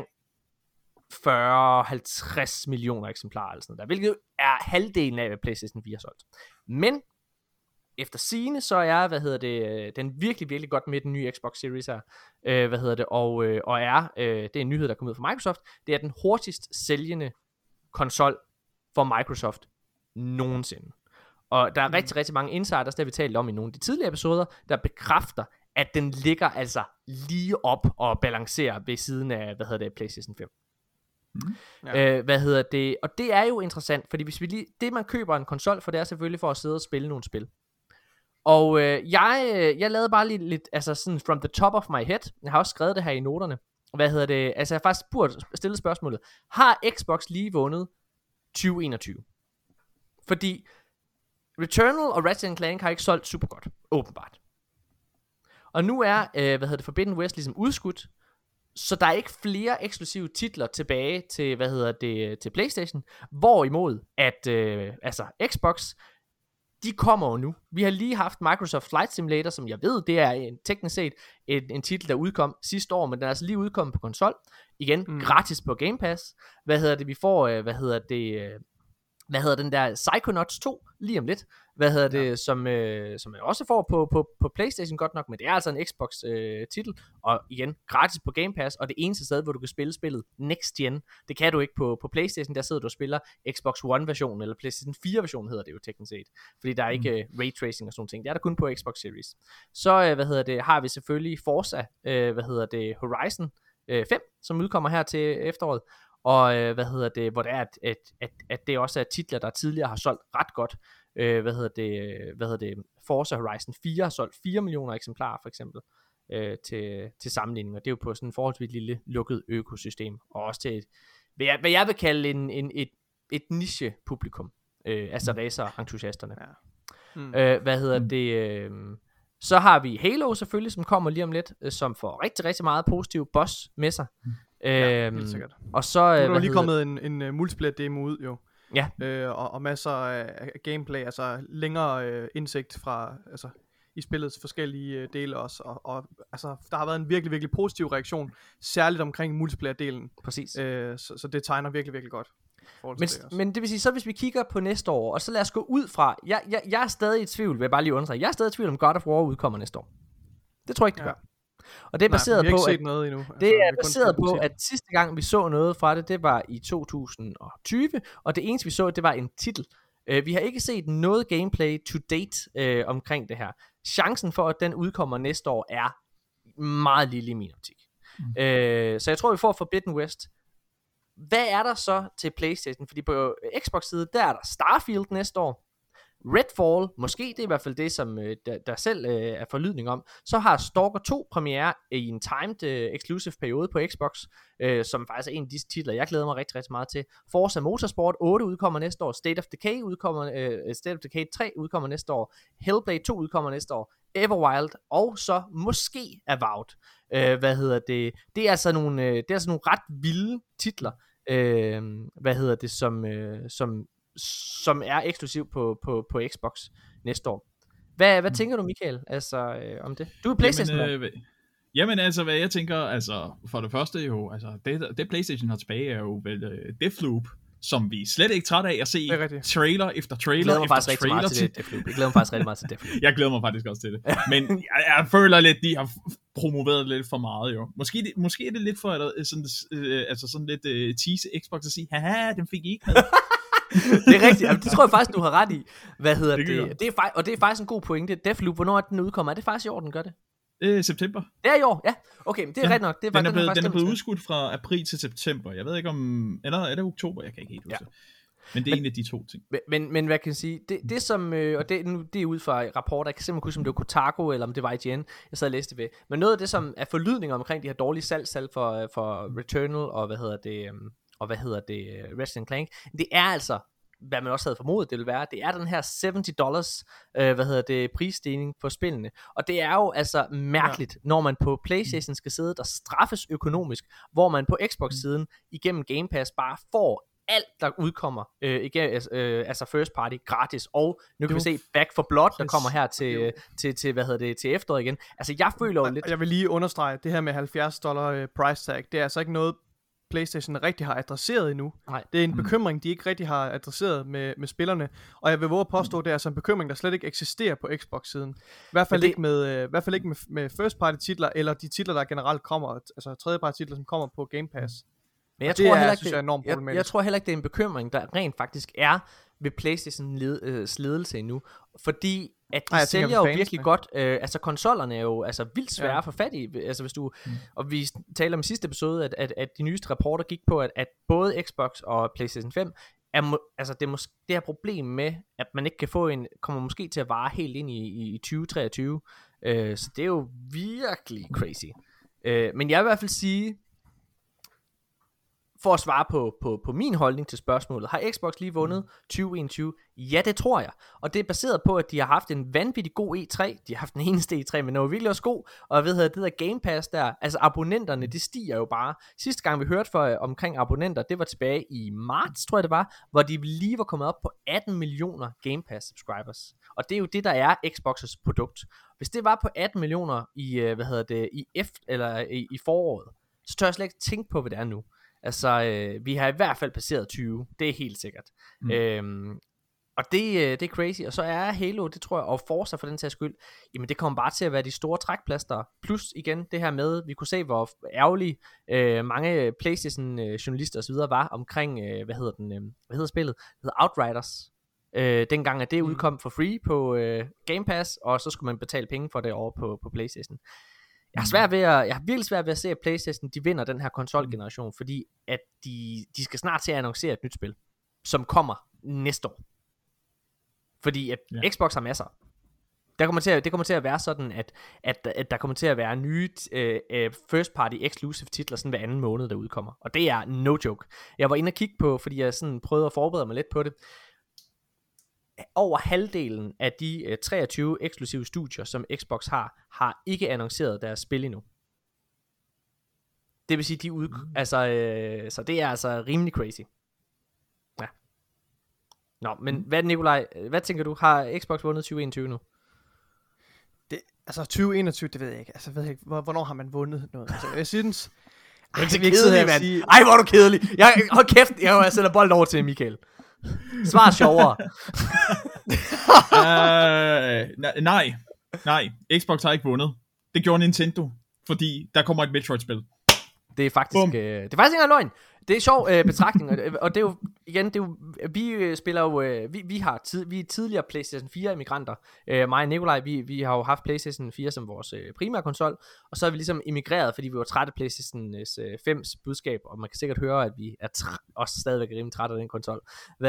40-50 millioner eksemplarer, eller sådan noget der, hvilket er halvdelen af, hvad PlayStation 4 har solgt. Men efter sigende, så er, den virkelig, virkelig godt med den nye Xbox Series her, det er en nyhed, der kommer ud fra Microsoft, det er den hurtigst sælgende konsol for Microsoft nogensinde. Og der er rigtig, rigtig mange insiders, der vi talt om i nogle af de tidligere episoder, der bekræfter, at den ligger altså lige op og balancerer ved siden af, PlayStation 5. Og det er jo interessant, fordi hvis vi det man køber en konsol for, det er selvfølgelig for at sidde og spille nogle spil. Og jeg lavede bare lige lidt, altså sådan from the top of my head, jeg har også skrevet det her i noterne, altså jeg har faktisk stillet spørgsmålet, har Xbox lige vundet 2021? Fordi Returnal og Ratchet & Clank har ikke solgt super godt, åbenbart. Og nu er, Forbidden West ligesom udskudt, så der er ikke flere eksklusive titler tilbage til, til PlayStation, hvorimod at, Xbox, de kommer jo nu. Vi har lige haft Microsoft Flight Simulator, som jeg ved, det er teknisk set en titel, der udkom sidste år, men den er altså lige udkommet på konsol. Igen, gratis på Game Pass. Vi får, hvad hedder den der Psychonauts 2 lige om lidt, som man også får på PlayStation godt nok, men det er altså en Xbox titel, og igen gratis på Game Pass, og det eneste sted, hvor du kan spille spillet Next Gen, det kan du ikke på PlayStation, der sidder du og spiller Xbox One version, eller PlayStation 4 version hedder det jo teknisk set, fordi der er ikke ray tracing og sådan ting, det er der kun på Xbox Series. Så har vi selvfølgelig Forza, Horizon 5, som udkommer her til efteråret, og hvor det er at det også er titler, der tidligere har solgt ret godt. Forza Horizon 4 har solgt 4 millioner eksemplarer for eksempel, til sammenligning, og det er jo på sådan en forholdsvis lille lukket økosystem, og også til hvad jeg vil kalde et niche publikum, altså racer-entusiasterne. Så har vi Halo selvfølgelig, som kommer lige om lidt, som får rigtig, rigtig meget positiv buzz med sig. Helt sikkert. Og så nu er der lige kommet en multiplayer demo ud jo. Ja. Og masser af gameplay, altså længere indsigt fra i spillets forskellige dele også, og altså der har været en virkelig, virkelig positiv reaktion, særligt omkring multiplayer-delen. Præcis. Så det tegner virkelig, virkelig godt. Men det vil sige, så hvis vi kigger på næste år, og så lad os gå ud fra, jeg er stadig i tvivl, vil jeg bare lige understrege, jeg er stadig i tvivl om God of War udkommer næste år. Det tror jeg ikke, det gør. Og det er baseret på, at noget endnu. Det er baseret på, at sidste gang vi så noget fra det var i 2020, og det eneste vi så, det var en titel. Vi har ikke set noget gameplay to date omkring det her. Chancen for, at den udkommer næste år, er meget lille i min optik. Så jeg tror, vi får Forbidden West. Hvad er der så til PlayStation? Fordi på Xbox-side, der er der Starfield næste år. Redfall, måske det er i hvert fald det, som der selv er forlydning om. Så har Stalker 2 premiere i en timed exclusive periode på Xbox, som faktisk er en af disse titler, jeg glæder mig rigtig, rigtig meget til. Forza Motorsport 8 udkommer næste år. State of Decay 3 udkommer næste år. Hellblade 2 udkommer næste år. Everwild, og så måske Avowed. Det er altså nogle ret vilde titler. Som er eksklusiv på Xbox næste år. Hvad tænker du, Michael, om det? Du er PlayStation. Jamen altså, hvad jeg tænker, altså for det første jo, altså det PlayStation har tilbage er jo vel Deathloop, som vi slet ikke træt af at se trailer efter trailer efter trailer. Jeg glæder mig faktisk rigtig meget til Deathloop. Jeg glæder mig faktisk også til det. Men jeg føler lidt, de har promoveret lidt for meget jo. Måske er det lidt for sådan lidt tease Xbox at sige, haha, den fik I ikke med. Det er rigtigt, det tror jeg faktisk, du har ret i. Og det er faktisk en god pointe. Deathloop, hvornår den udkommer? Er det faktisk i år, den gør det? September. Det er i år, ja. Okay, det er rigtigt nok. Den er blevet udskudt fra april til september. Jeg ved ikke om... Eller er det oktober? Jeg kan ikke helt huske det. Men det er en af de to ting. Men hvad kan jeg sige? Det som... og det er ud fra rapporter. Jeg kan simpelthen huske, om det var Kotaku, eller om det var IGN. Jeg sad og læste ved. Men noget af det, som er forlydninger omkring de her dårlige salg for Returnal, og Ratchet & Clank, det er altså, hvad man også havde formodet det ville være, det er den her $70 prisstigning på spillene, og det er jo altså mærkeligt, når man på PlayStation skal sidde der straffes økonomisk, hvor man på Xbox-siden igennem Game Pass bare får alt der udkommer altså first party gratis, og nu kan vi se Back 4 Blood, der kommer her til efteråret igen. Altså jeg føler jo lidt... Jeg vil lige understrege, det her med $70 price tag, det er altså ikke noget PlayStation rigtig har adresseret endnu. Nej. Det er en bekymring, de ikke rigtig har adresseret med spillerne, og jeg vil våge at påstå, det er altså en bekymring, der slet ikke eksisterer på Xbox-siden. I hvert fald ikke med first party titler, eller de titler, der generelt kommer, altså tredje party titler, som kommer på Game Pass. Men jeg tror heller ikke, det er en bekymring, der rent faktisk er ved PlayStations ledelse endnu, fordi at de sælger jo virkelig godt, altså konsollerne er jo altså vildt svære at få fat i, altså hvis du, og vi taler om i sidste episode, at de nyeste rapporter gik på, at både Xbox og PlayStation 5 altså det her problem med, at man ikke kan få kommer måske til at vare helt ind i 2023, så det er jo virkelig crazy. Men jeg vil i hvert fald sige, for at svare på min holdning til spørgsmålet, har Xbox lige vundet 2021? Ja, det tror jeg. Og det er baseret på, at de har haft en vanvittig god E3. De har haft den eneste E3, men den var virkelig også god. Og jeg ved, at det der Game Pass der, altså abonnenterne, det stiger jo bare. Sidste gang vi hørte omkring abonnenter, det var tilbage i marts, tror jeg det var, hvor de lige var kommet op på 18 millioner Game Pass subscribers. Og det er jo det, der er Xbox's produkt. Hvis det var på 18 millioner i foråret, så tør jeg slet ikke tænke på, hvad det er nu. Altså, vi har i hvert fald passeret 20. Det er helt sikkert. Og det er crazy. Og så er Halo, det tror jeg, og Forza for den sags skyld, jamen det kommer bare til at være de store trækplaster. Plus igen det her med, vi kunne se, hvor ærgerlige mange PlayStation journalister og så videre var omkring, hvad hedder spillet? Det hedder Outriders. Dengang at det udkom for free på Game Pass, og så skulle man betale penge for det over på PlayStation. Jeg har virkelig svært ved at se, at PlayStation de vinder den her konsolgeneration, fordi at de skal snart til at annoncere et nyt spil, som kommer næste år. Fordi at Xbox har masser. Det kommer til at være sådan, at der kommer til at være nye first party exclusive titler sådan hver anden måned, der udkommer. Og det er no joke. Jeg var inde og kigge på, fordi jeg sådan prøvede at forberede mig lidt på det. Over halvdelen af de 23 eksklusive studier, som Xbox har ikke annonceret deres spil endnu. Det vil sige, så det er altså rimelig crazy. Ja. Nå, men hvad Nikolaj, hvad tænker du? Har Xbox vundet 2021 nu? Altså 2021, det ved jeg ikke. Altså, ved jeg ikke, hvornår har man vundet noget? Altså, jeg synes... Det er kedelig, mand. Ej, hvor er du kedelig. Hold kæft, jeg sætter bolden over til Michael. Svar sjovere. Nej, Xbox har ikke vundet. Det gjorde Nintendo, fordi der kommer et Metroid-spil. Det er faktisk ikke engang løgn. Det er sjov betragtning, og det er jo igen, vi spiller jo, vi er tidligere PlayStation 4 immigranter. Mig og Nikolaj, vi har jo haft PlayStation 4 som vores primære konsol, og så er vi ligesom emigreret, fordi vi var trætte af PlayStation 5's budskab, og man kan sikkert høre, at vi er også stadigvæk rimelig trætte af den konsol.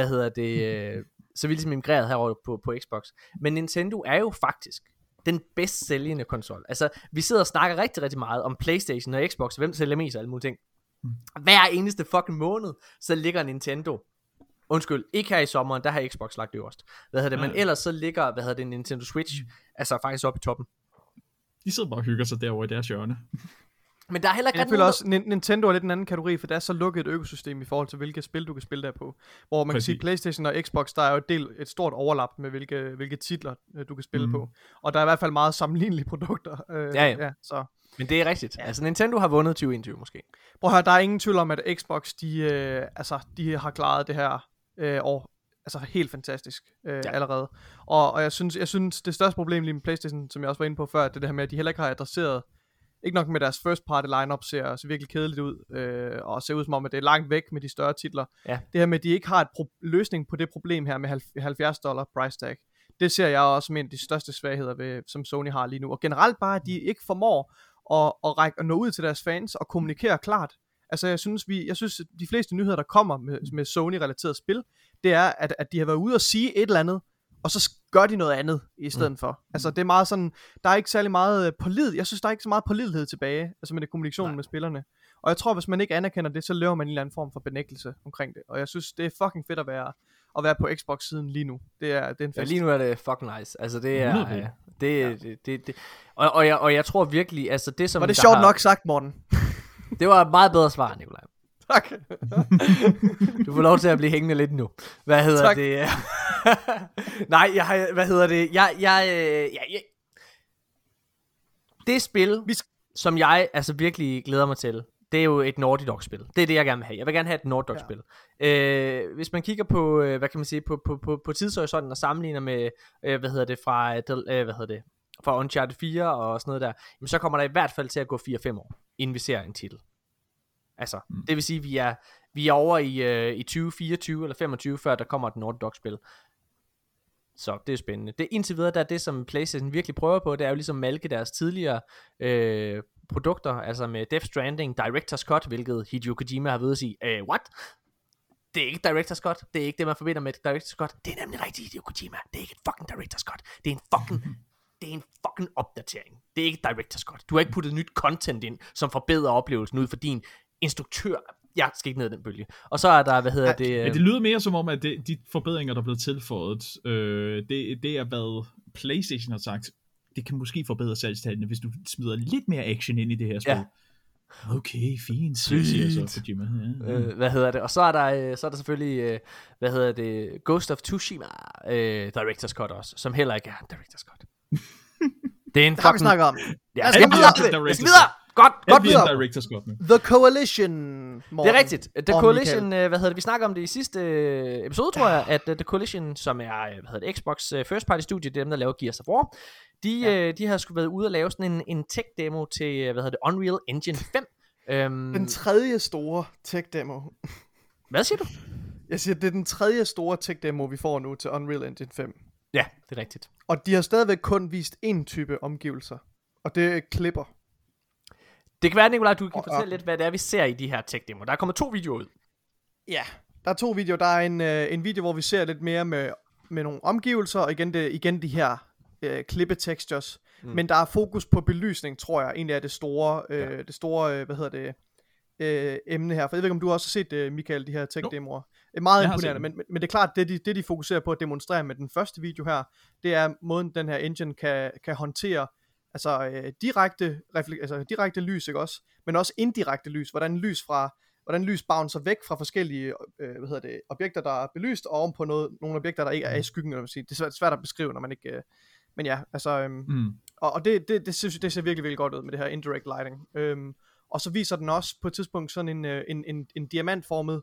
Så vi er ligesom emigreret herovre på Xbox. Men Nintendo er jo faktisk den bedst sælgende konsol. Altså, vi sidder og snakker rigtig, rigtig meget om PlayStation og Xbox, hvem sælger mest og alle mulige ting. Hver eneste fucking måned, så ligger Nintendo. Undskyld, ikke her i sommeren, der har Xbox lagt øverst. Men ellers så ligger, Nintendo Switch, altså faktisk oppe i toppen. De sidder bare og hygger sig derovre i deres hjørne. Men der er heller ikke jeg føler også, Nintendo er lidt en anden kategori, for det er så lukket et økosystem i forhold til, hvilke spil du kan spille der på. Hvor man kan sige, PlayStation og Xbox, der er jo et stort overlap med, hvilke titler du kan spille på. Og der er i hvert fald meget sammenlignelige produkter. Ja, så. Men det er rigtigt. Ja. Altså Nintendo har vundet 2021 måske. Prøv at høre, der er ingen tvivl om, at Xbox, de har klaret det her år helt fantastisk allerede. Og jeg synes, det største problem lige med PlayStation, som jeg også var ine på før, det her med, at de heller ikke har adresseret, ikke nok med deres first party lineup ser virkelig kedeligt ud, og ser ud som om, at det er langt væk med de større titler. Ja. Det her med, at de ikke har et løsning på det problem her med $70 price tag. Det ser jeg også som en af de største svagheder, som Sony har lige nu. Og generelt bare, at de ikke formår at nå ud til deres fans og kommunikere klart. Altså jeg synes de fleste nyheder, der kommer med Sony-relateret spil, det er, at de har været ude og sige et eller andet, og så gør de noget andet i stedet for. Altså det er meget sådan, der er ikke særlig meget jeg synes, der er ikke så meget pålidelighed tilbage, altså med det kommunikationen med spillerne. Og jeg tror, hvis man ikke anerkender det, så laver man en eller anden form for benægtelse omkring det. Og jeg synes, det er fucking fedt at være på Xbox-siden lige nu. Det er en fest. Ja, lige nu er det fucking nice. Altså det er det. Og jeg tror virkelig, altså det som var det sjovt nok sagt, Morten? Det var et meget bedre svar, Nikolaj. Tak. Du får lov til at blive hængende lidt nu. Hvad hedder det? Nej, det spil, som jeg altså virkelig glæder mig til, det er jo et Naughty Dog-spil. Det er det, jeg gerne vil have. Jeg vil gerne have et Naughty Dog-spil. Hvis man kigger på, hvad kan man sige, på tidshorisonten og sammenligner med, fra Uncharted 4 og sådan noget der, jamen, så kommer der i hvert fald til at gå 4-5 år, inden vi ser en titel. Altså, det vil sige, vi er over i 2024 eller 25, før der kommer et Naughty Dog-spil. Så det er spændende. Det indtil videre, der er det, som PlayStation virkelig prøver på, det er jo ligesom malke deres tidligere produkter, altså med Death Stranding, Director's Cut, hvilket Hideo Kojima har ved at sige, what? Det er ikke Director's Cut, det er ikke det, man forbinder med Director's Cut, det er nemlig rigtigt Hideo Kojima, det er ikke et fucking Director's Cut, det er en fucking opdatering, det er ikke Director's Cut, du har ikke puttet nyt content ind, som forbedrer oplevelsen ud for din instruktør jeg skal ikke ned ad den bølge. Og så er der, hvad hedder det... Men det lyder mere som om, at de forbedringer, der er blevet tilføjet, det er, hvad PlayStation har sagt, det kan måske forbedre salgstallene, hvis du smider lidt mere action ind i det her spil. Ja. Okay, fint. Siger så for Jimmy. Ja. Hvad hedder det? Og så er der selvfølgelig, hvad hedder det, Ghost of Tsushima Director's Cut også, som heller ikke er Director's Cut. Det er en fucking... snakker om. Ja, jeg skal videre! Godt videre! Director's Cut nu. The Coalition, Morten. Det er rigtigt. The Coalition, hvad hedder det, vi snakker om det i sidste episode, tror jeg, at The Coalition, som er, hvad hedder det, Xbox First Party Studio, det er dem, der laver Gears of War, de har sgu været ude og lave sådan en tech-demo til, hvad hedder det, Unreal Engine 5. Den tredje store tech-demo. Hvad siger du? Jeg siger, det er den tredje store tech-demo, vi får nu til Unreal Engine 5. Ja, det er rigtigt. Og de har stadigvæk kun vist én type omgivelser, og det er klipper. Det kan være, Nikolaj, du kan fortælle lidt, hvad det er, vi ser i de her tech-demoer. Der er kommet 2 videoer ud. Ja, der er 2 videoer. Der er en video, hvor vi ser lidt mere med nogle omgivelser, og igen de her klippe-textures. Men der er fokus på belysning, tror jeg, egentlig er det store, hvad hedder det, emne her. For jeg ved ikke, om du også har set, Michael, de her tech-demoer. Meget imponerende, men det er klart, det de fokuserer på at demonstrere med den første video her, det er måden, den her engine kan håndtere altså direkte lys, ikke også? Men også indirekte lys, hvordan lys bouncer væk fra forskellige objekter, der er belyst, og oven på nogle objekter, der ikke er i skyggen, eller sige. Det er svært at beskrive, når man ikke men ja, altså og det ser virkelig virkelig godt ud med det her indirect lighting. Og så viser den også på et tidspunkt sådan en diamantformet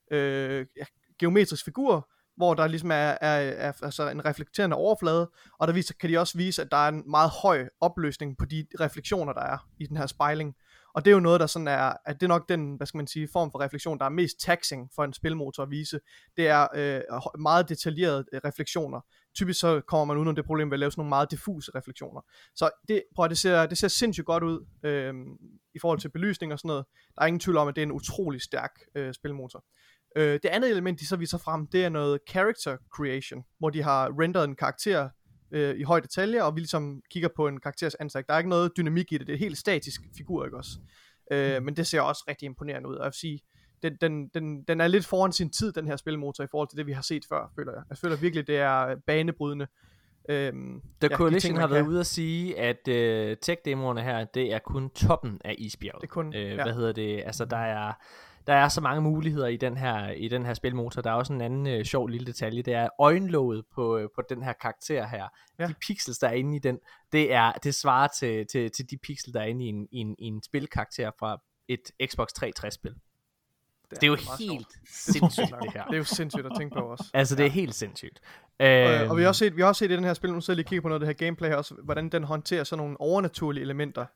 geometrisk figur, hvor der ligesom er altså en reflekterende overflade, og kan de også vise, at der er en meget høj opløsning på de refleksioner, der er i den her spejling. Og det er jo noget, der sådan at det er nok den, hvad skal man sige, form for refleksion, der er mest taxing for en spilmotor at vise. Det er meget detaljerede refleksioner. Typisk så kommer man uden om det problem ved at lave sådan nogle meget diffuse refleksioner. Så det ser sindssygt godt ud i forhold til belysning og sådan noget. Der er ingen tvivl om, at det er en utrolig stærk spilmotor. Det andet element, de så viser frem, det er noget character creation, hvor de har renderet en karakter i høj detalje, og vi ligesom kigger på en karakters ansigt. Der er ikke noget dynamik i det, det er en helt statisk figur, ikke også? Men det ser også rigtig imponerende ud, og jeg vil sige, den er lidt foran sin tid, den her spilmotor, i forhold til det, vi har set før, føler jeg. Jeg føler virkelig, det er banebrydende. The Coalition har været ude at sige, at tech-demoerne her, det er kun toppen af isbjerget. Det er kun, hvad hedder det? Altså, der er så mange muligheder i den her spilmotor. Der er også en anden sjov lille detalje. Det er øjenlåget på den her karakter her. Ja. De pixels, der er inde i den, det svarer til de pixels, der er inde i en spilkarakter fra et Xbox 360-spil. Det er jo helt sindssygt, det her. Det er jo sindssygt at tænke på også. Altså, det er helt sindssygt. Og vi har også set i den her spil, nu sidder jeg lige og kigger på noget af det her gameplay her også, hvordan den håndterer sådan nogle overnaturlige elementer.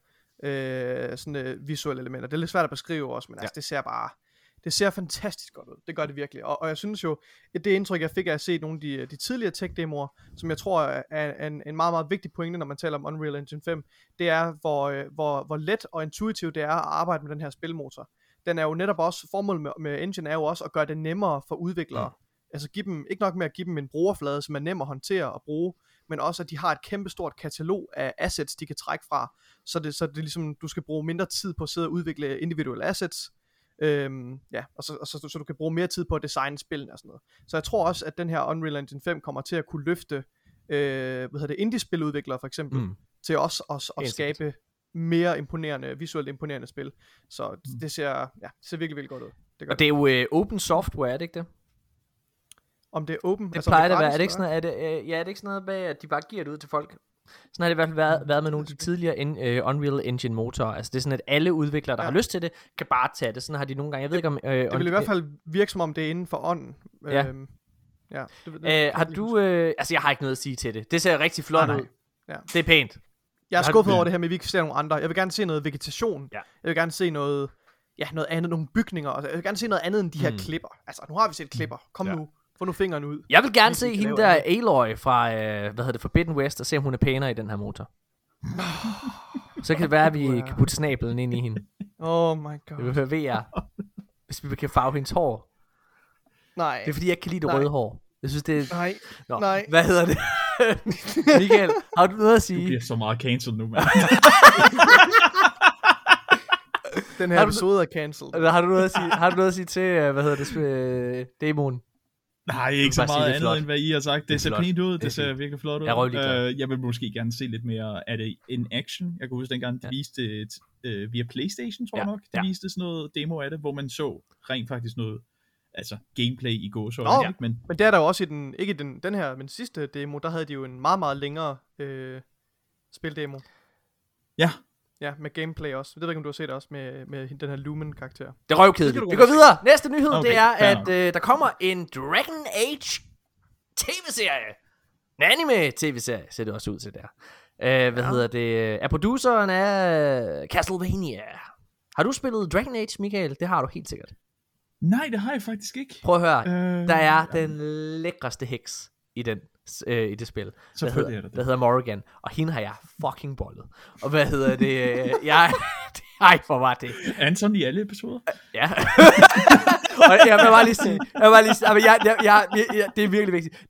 Sådan visuelle elementer. Det er lidt svært at beskrive også, men altså, det ser fantastisk godt ud. Det gør det virkelig. Og jeg synes jo, at det indtryk, jeg fik af at se nogle af de tidligere tech-demoer, som jeg tror er en meget, meget vigtig pointe, når man taler om Unreal Engine 5, det er, hvor let og intuitivt det er at arbejde med den her spilmotor. Den er jo netop også, formålet med engine er jo også at gøre det nemmere for udviklere. Altså ikke nok med at give dem en brugerflade, som er nem at håndtere og bruge, men også at de har et kæmpestort katalog af assets, de kan trække fra, så det er ligesom, du skal bruge mindre tid på at sidde og udvikle individuelle assets, og så du kan bruge mere tid på at designe spillene og sådan noget. Så jeg tror også, at den her Unreal Engine 5 kommer til at kunne løfte indie-spiludviklere for eksempel, til også at skabe mere visuelt imponerende spil. Så det ser virkelig, virkelig godt ud. Og det er jo open software, er det ikke det? Om det er open? Det plejer det at være. Er det ikke sådan noget, er det ikke sådan noget bag, at de bare giver det ud til folk? Sådan har det i hvert fald været med nogle af de tidligere Unreal Engine motorer. Altså det er sådan, at alle udviklere, der har lyst til det, kan bare tage det. Sådan har de nogle gange. Jeg ved ikke om... det vil i hvert fald virke som om det er inden for ånden. Har du... altså jeg har ikke noget at sige til det. Det ser rigtig flot ud. Ja. Det er pænt. Jeg er skuffet over det her med, at vi ikke ser nogle andre. Jeg vil gerne se noget vegetation. Ja. Jeg vil gerne se noget andet, nogle bygninger. Jeg vil gerne se noget andet end de her klipper. Altså nu har vi set klipper. Kom nu. Få nu fingeren ud. Jeg vil gerne se hende der Aloy fra Forbidden West og se om hun er pænere i den her motor. Så kan det være at vi kan putte snablen ind i hende. Oh my god. Det vil være VR. Hvis vi kan farve hendes hår. Nej. Det er fordi jeg ikke kan lide det røde hår. Jeg synes det er... Nej. Hvad hedder det? Michael, har du noget at sige? Du bliver så meget cancelled nu, mand. Den her episode er cancelled. Har du noget at sige til, hvad hedder det, demoen? Nej, ikke så meget andet, end hvad I har sagt. Det ser pænt ud, det ser virkelig flot ud. Jeg vil måske gerne se lidt mere af det in action. Jeg kan huske dengang, de viste via PlayStation, tror jeg nok. De viste sådan noget demo af det, hvor man så rent faktisk noget, altså gameplay i gåsøjne. Men det er der jo også i den, ikke i den her, men sidste demo, der havde de jo en meget, meget længere spildemo. Ja. Ja, med gameplay også. Jeg ved ikke, om du har set det også med den her Lumen-karakter. Det er røvkedeligt. Vi går videre. Næste nyhed, det er, at der kommer en Dragon Age tv-serie. En anime-tv-serie, ser det også ud til der. Hvad hedder det? Er produceren af Castlevania. Har du spillet Dragon Age, Michael? Det har du helt sikkert. Nej, det har jeg faktisk ikke. Prøv at høre. Der er den lækreste heks i det spil. Der hedder Morrigan, og hende har jeg fucking bollet. Og hvad hedder det? Ej, for var det. Anton i alle episoder? Ja. Og jeg vil bare lige sige, det er virkelig vigtigt.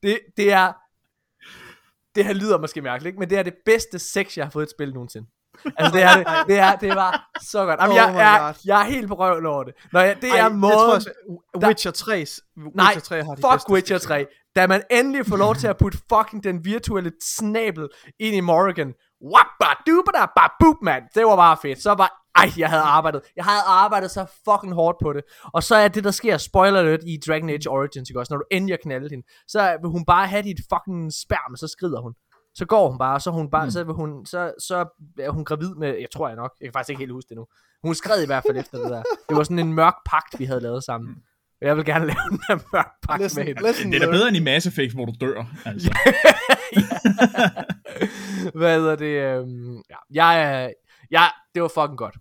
Det her lyder måske mærkeligt, ikke? Men det er det bedste sex, jeg har fået et spil nogensinde. Altså det var så godt. Jamen, jeg er helt på røven over det. Det er måden. Witcher 3. Nej, Witcher 3 har de fuck Witcher 3. Da man endelig får lov til at putte fucking den virtuelle snabel ind i Morrigan. Man. Det var bare fedt. Så var jeg havde arbejdet så fucking hårdt på det. Og så er det der sker, spoiler alert, i Dragon Age Origins, ikke også? Når du endelig har knaldet hende, så vil hun bare have dit fucking sperm, så skrider hun. Så går hun bare, så hun bare, så er hun gravid med, jeg tror nok, jeg kan faktisk ikke helt huske det nu. Hun skred i hvert fald efter det der. Det var sådan en mørk pagt, vi havde lavet sammen. Og jeg vil gerne lave den her mørk pagt med hende. Det er da bedre end i Mass Effect, hvor du dør, altså. Hvad hedder det? Det var fucking godt.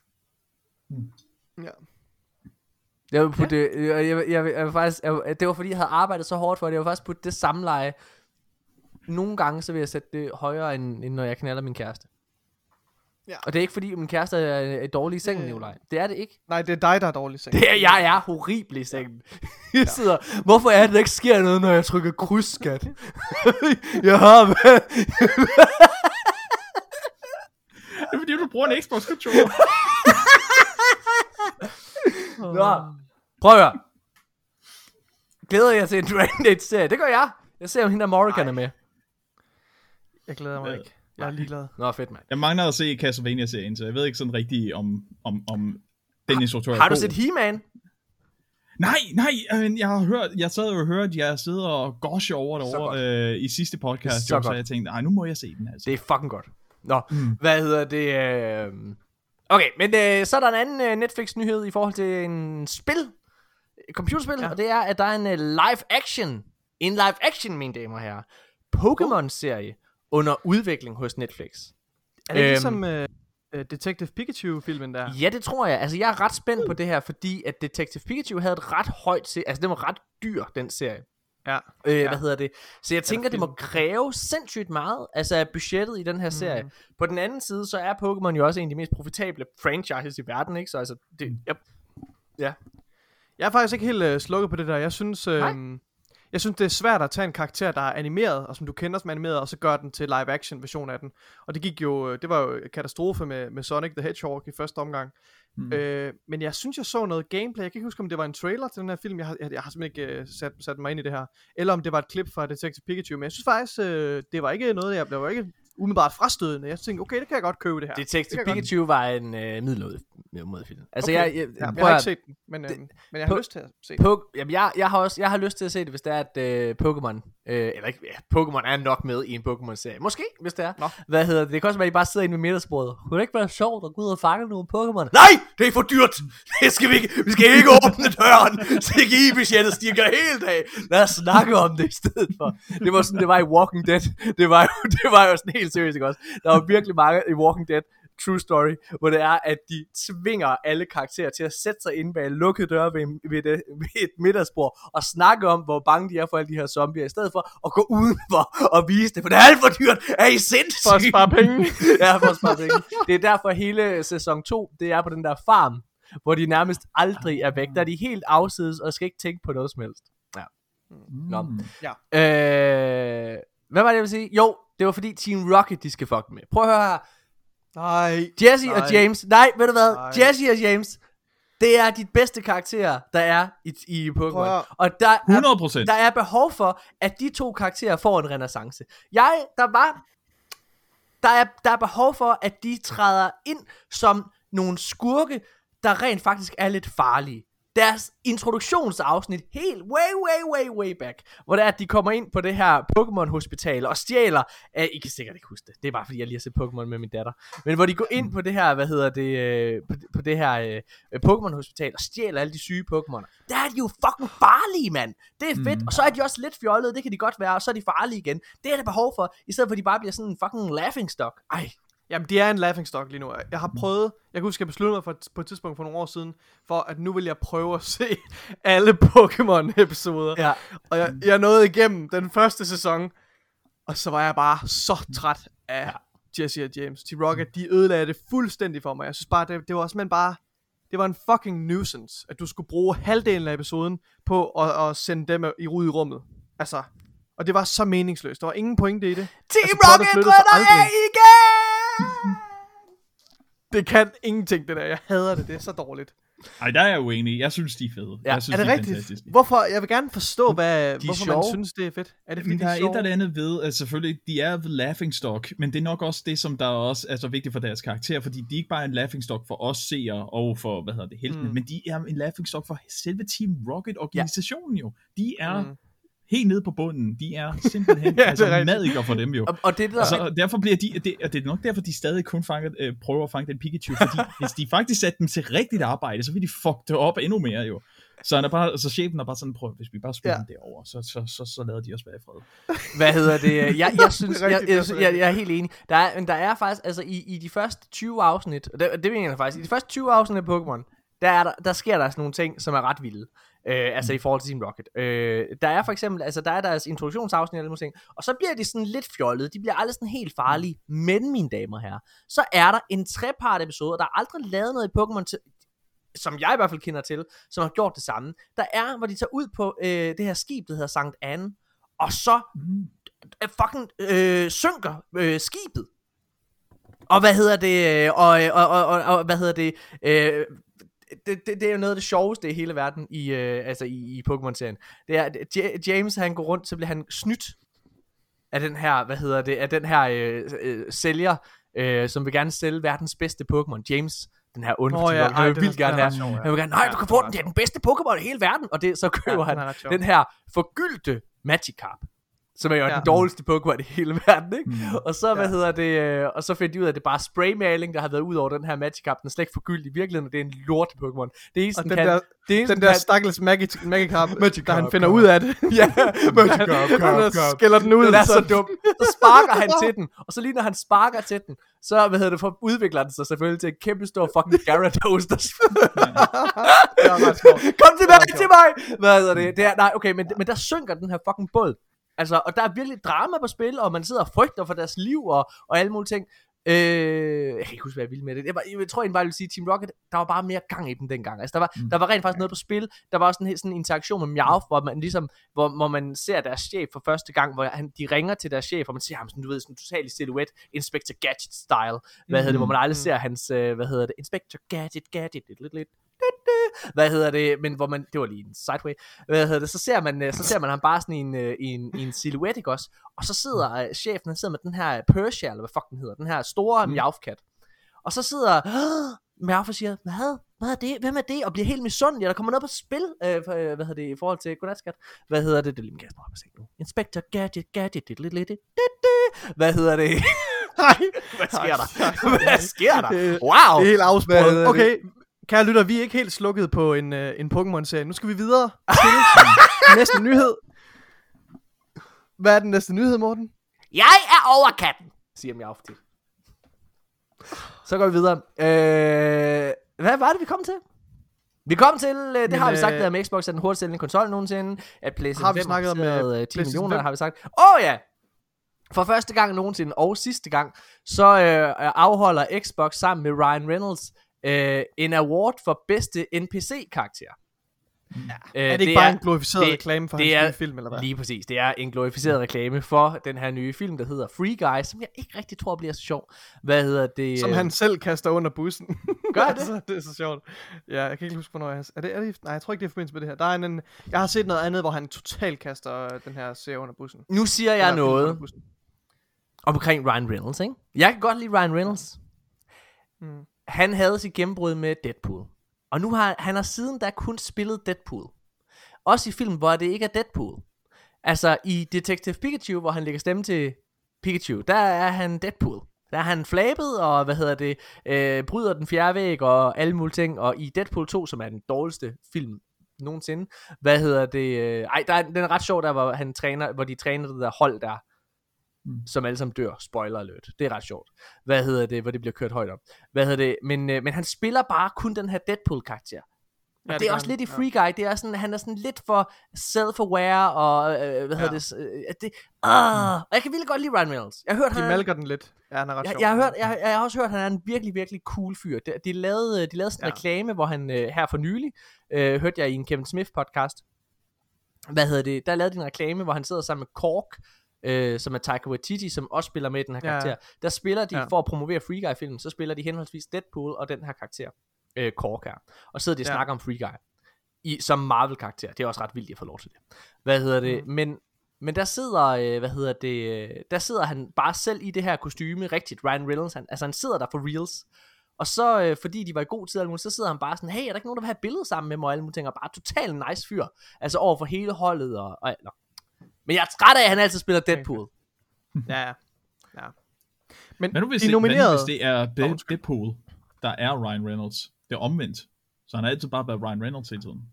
Ja. Jeg vil putte jeg faktisk, det var fordi jeg havde arbejdet så hårdt for det. Jeg vil faktisk putte det samme leje. Nogle gange så vil jeg sætte det højere end når jeg knalder min kæreste. Ja. Og det er ikke fordi min kæreste er dårlig i sengen, Nikolaj. Det er det ikke. Nej, det er dig, der er dårlig i sengen. Jeg er horribel i sengen. Jeg sidder, hvorfor er det, der ikke sker noget, når jeg trykker kryds, skat? Jeg har hvad? Det er fordi, du bruger en Xbox-controller. Nå, prøv at høre. Glæder jeg til en Dragon Age-serie? Det gør jeg. Jeg ser jo hende der Morrigan er med. Jeg glæder mig ikke. Jeg er ligeglad. Nå, fedt, mand. Jeg mangler at se Castlevania-serien, så jeg ved ikke sådan rigtigt om den instruktør. Har du set He-Man? Nej, jeg sad og hørte, at jeg sidder og gosher over det over i sidste podcast, så jeg tænkte, nu må jeg se den altså. Det er fucking godt. Nå, hvad hedder det? Okay, men så er der en anden Netflix-nyhed i forhold til en computerspil, og det er, at der er en live action, mine damer og herrer, Pokémon-serie under udvikling hos Netflix. Er det ligesom Detective Pikachu-filmen der? Ja, det tror jeg. Altså, jeg er ret spændt på det her, fordi at Detective Pikachu havde et ret højt altså, den var ret dyr, den serie. Ja. Hvad hedder det? Så jeg tænker, det må kræve sindssygt meget, altså af budgettet i den her serie. På den anden side, så er Pokémon jo også en af de mest profitable franchises i verden, ikke? Så altså, det... Ja. Jeg er faktisk ikke helt slukket på det der. Jeg synes, det er svært at tage en karakter, der er animeret, og som du kender som animeret, og så gøre den til live-action version af den. Og det var jo katastrofe med Sonic the Hedgehog i første omgang. Men jeg synes, jeg så noget gameplay. Jeg kan ikke huske, om det var en trailer til den her film. Jeg har simpelthen ikke sat mig ind i det her. Eller om det var et klip fra Detective Pikachu. Men jeg synes faktisk, det var ikke noget, jeg blev ikke umiddelbart frastødende. Jeg tænkte, okay, det kan jeg godt købe det her. Detective Pikachu var en middelmådig film. Altså, okay. Jeg har ikke set den, men jeg har lyst til at se den. Jamen, jeg har lyst til at se det, hvis det er, at Pokémon, eller ikke, Pokémon er nok med i en Pokémon-serie. Måske, hvis det er. Nå. Hvad hedder det? Det kan også være, at I bare sidder inde ved middagsbordet. Kunne det ikke være sjovt at gå ud og fange nogle Pokémon? Nej, det er for dyrt! Det skal vi ikke. Vi skal ikke åbne døren. CGI-budgettet stiger helt af. Lad os snakke om det i stedet for. Det var sådan, det var i Walking Dead. Det var jo sådan helt seriøst, ikke også? Der var virkelig mange i Walking Dead, true story, hvor det er, at de tvinger alle karakterer til at sætte sig inde bag lukkede døre ved et middagsbord og snakke om, hvor bange de er for alle de her zombier, i stedet for at gå udenfor og vise det, for det er alt for dyrt. Er I sindssygt? For at spare penge. Ja, for at spare penge. Det er derfor hele sæson 2, det er på den der farm, hvor de nærmest aldrig er væk. Der er de helt afsides og skal ikke tænke på noget som helst. Ja. Nå. Ja. Hvad var det, jeg ville sige? Jo, det var fordi Team Rocket, de skal fuck med. Prøv at høre her. Nej. Jesse og James. Nej, ved du hvad? Nej. Jesse og James. Det er de bedste karakterer, der er i Pokémon. Og der 100%. Der er behov for, at de to karakterer får en renaissance. Der er behov for, at de træder ind som nogle skurke, der rent faktisk er lidt farlige. Deres introduktionsafsnit helt way back, hvor det er, at de kommer ind på det her Pokémon-hospital og stjæler, I kan sikkert ikke huske det, det er bare fordi jeg lige har set Pokémon med min datter, men hvor de går ind på det her, på det her Pokémon-hospital og stjæler alle de syge Pokémoner. Der er de jo fucking farlige, mand. Det er fedt, og så er de også lidt fjollede, det kan de godt være, og så er de farlige igen. Det er der behov for, i stedet for at de bare bliver sådan en fucking laughingstock. Ej. Jamen, de er en laughingstock lige nu. Jeg har prøvet, jeg kan huske, jeg besluttede mig på et tidspunkt for nogle år siden, for at nu vil jeg prøve at se alle Pokémon-episoder. Ja. Og jeg nåede igennem den første sæson, og så var jeg bare så træt af Jesse og James. T-Rocket, de ødelagde det fuldstændig for mig. Jeg synes bare, det var simpelthen bare, det var en fucking nuisance, at du skulle bruge halvdelen af episoden på at sende dem ud i rummet. Altså, og det var så meningsløst. Der var ingen pointe i det. T-Rocket redder igen! Det kan ingenting, det der. Jeg hader det. Det er så dårligt. Ej, der er jeg uenig. Jeg synes, de er fede. Ja. Jeg synes, Er det de er rigtigt? fantastiske. Hvorfor? Jeg vil gerne forstå, hvorfor sjove. man synes, det er fedt. Er det fordi, Men de der er er et sjove? eller andet ved, at selvfølgelig, de er the laughingstock, men det er nok også det, som der også er så vigtigt for deres karakter, fordi de er ikke bare en laughingstock for os seere og for, heltene, men de er en laughingstock for selve Team Rocket-organisationen jo. De er helt nede på bunden. De er simpelthen madikker for dem jo. Og det der... Så derfor bliver det er nok derfor, de stadig kun prøver at fange den Pikachu, fordi hvis de faktisk satte dem til rigtigt arbejde, så vil de fuck det op endnu mere jo. Så chefen er bare sådan, prøv, hvis vi bare spiller dem derover, så lader de os være i fred. Hvad hedder det? Jeg synes, jeg er helt enig. Der er faktisk, altså i de første 20 afsnit, det mener jeg faktisk, i de første 20 afsnit af Pokémon, der sker der sådan nogle ting, som er ret vilde. Altså i forhold til Team Rocket. Der er for eksempel, altså der er deres introduktionsafsnit eller noget, og så bliver de sådan lidt fjollede. De bliver aldrig sådan helt farlige. Men mine damer og herrer, så er der en trepart episode, og der er aldrig lavet noget i Pokémon som jeg i hvert fald kender til, som har gjort det samme. Der er, hvor de tager ud på det her skib, der hedder Sankt Anne, og så fucking synker skibet. Og hvad hedder det? Og hvad hedder det? Det er jo noget af det sjoveste i hele verden i Pokémon-serien. Det er, James, han går rundt, så bliver han snydt af den her, af den her sælger, som vil gerne sælge verdens bedste Pokémon. James, den her onde, han vil vildt gerne have. Han vil gerne, nej, du kan få den, det er den bedste Pokémon i hele verden. Og så køber han den her forgyldte Magikarp, som er jo den dårligste Pokémon i hele verden, ikke? Og så, og så finder de ud af, at det er bare spraymaling, der har været ud over den her Magikarp. Den er slet ikke forgyldt i virkeligheden, og det er en lorte Pokémon. Det eneste, den der stakkels Magikarp, der han finder ud af det. Ja, Magikarp, skælder den ud. Den er så dum. Så sparker han til den, og så lige når han sparker til den, så udvikler den sig selvfølgelig til en kæmpe stor fucking Gyarados, der kom tilbage til mig! Det er, nej, okay, men der synker den her fucking båd. Altså, og der er virkelig drama på spil, og man sidder og frygter for deres liv, og alle mulige ting. Jeg kan ikke huske, hvad jeg ville med det. Jeg tror egentlig bare, jeg vil sige, Team Rocket, der var bare mere gang i den dengang. Altså, der var rent faktisk noget på spil. Der var også sådan en interaktion med Meowth, hvor man ligesom, hvor man ser deres chef for første gang, hvor de ringer til deres chef, og man ser ham sådan, du ved, sådan total i silhouet, Inspector Gadget-style. Hvor man aldrig ser hans, Inspector Gadget, men hvor man, det var lige en sideway, så ser man ham bare sådan i en silhouette, ikke også? Og så sidder chefen, han sidder med den her Persia, eller hvad fuck den hedder, den her store Meowth-kat. Og så sidder Meowth og siger, hvad er det? Hvem er det? Og bliver helt misundelig, der kommer noget på spil, i forhold til Godnatskat. Det er lige en gas, nu. Inspector Gadget, hvad sker der? Hvad sker der? Wow! Det er helt afspurgt. Okay, kære lytter, vi er ikke helt slukket på en Pokémon-serie. Nu skal vi videre til næste nyhed. Hvad er den næste nyhed, Morten? Jeg er overkatten, siger Meowth til. Så går vi videre. Hvad var det, vi kom til? Vi kom til, det har vi sagt, at Xbox er den hurtigst sælgende konsol nogensinde. At PlayStation 5 har snakket 10 millioner, har vi sagt. Ja! For første gang nogensinde, og sidste gang, så afholder Xbox sammen med Ryan Reynolds en award for bedste NPC-karakter. Er det ikke bare en glorificeret reklame for hans nye film, eller hvad? Lige præcis. Det er en glorificeret reklame for den her nye film, der hedder Free Guy, som jeg ikke rigtig tror bliver så sjov. Hvad hedder det? Som han selv kaster under bussen. Gør det? Altså, det er så sjovt. Ja, jeg kan ikke huske, hvornår er det? Nej, jeg tror ikke, det er i forbindelse med det her. Der er jeg har set noget andet, hvor han totalt kaster den her serie under bussen. Nu siger jeg noget omkring Ryan Reynolds, ikke? Jeg kan godt lide Ryan Reynolds. Han havde sit gennembrud med Deadpool. Og nu har han siden da kun spillet Deadpool. Også i film, hvor det ikke er Deadpool. Altså i Detective Pikachu, hvor han lægger stemme til Pikachu, der er han Deadpool. Der er han flabet, og bryder den fjerde væg, og alle mulige ting. Og i Deadpool 2, som er den dårligste film nogensinde, der er den ret sjov, der hvor de træner det der hold der, som alle sammen dør. Spoiler alert. Det er ret sjovt. Hvor det bliver kørt højt op. Men han spiller bare kun den her Deadpool-karakter. Og det er også lidt i Free Guy. Det er sådan, han er sådan lidt for self-aware og og jeg kan virkelig godt lide Ryan Reynolds. Jeg har hørt, de malker den lidt. Ja, han er ret sjov. Jeg har også hørt, at han er en virkelig, virkelig cool fyr. De lavede sådan en reklame, hvor han her for nylig hørte jeg i en Kevin Smith podcast. Der lavede de en reklame, hvor han sidder sammen med Kork, som er Taika Waititi, som også spiller med i den her karakter. Der spiller de, for at promovere Free Guy-filmen, så spiller de henholdsvis Deadpool og den her karakter, Kork her. Og sidder de og snakker om Free Guy som Marvel-karakter. Det er også ret vildt at få lov til det. Men der sidder, der sidder han bare selv i det her kostyme, rigtigt, Ryan Reynolds, han sidder der for reals. Og så, fordi de var i god tid, så sidder han bare sådan, hey, er der ikke nogen, der vil have et billede sammen med mig, og alle mulige ting, og bare totalt nice fyr. Altså over for hele holdet, Men jeg er træt af, at han altid spiller Deadpool. Ja. Men nu hvis det er Deadpool, der er Ryan Reynolds, det er omvendt. Så han har altid bare været Ryan Reynolds hele tiden.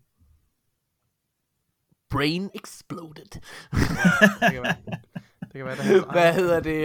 Brain exploded. Det kan være. Hvad hedder det?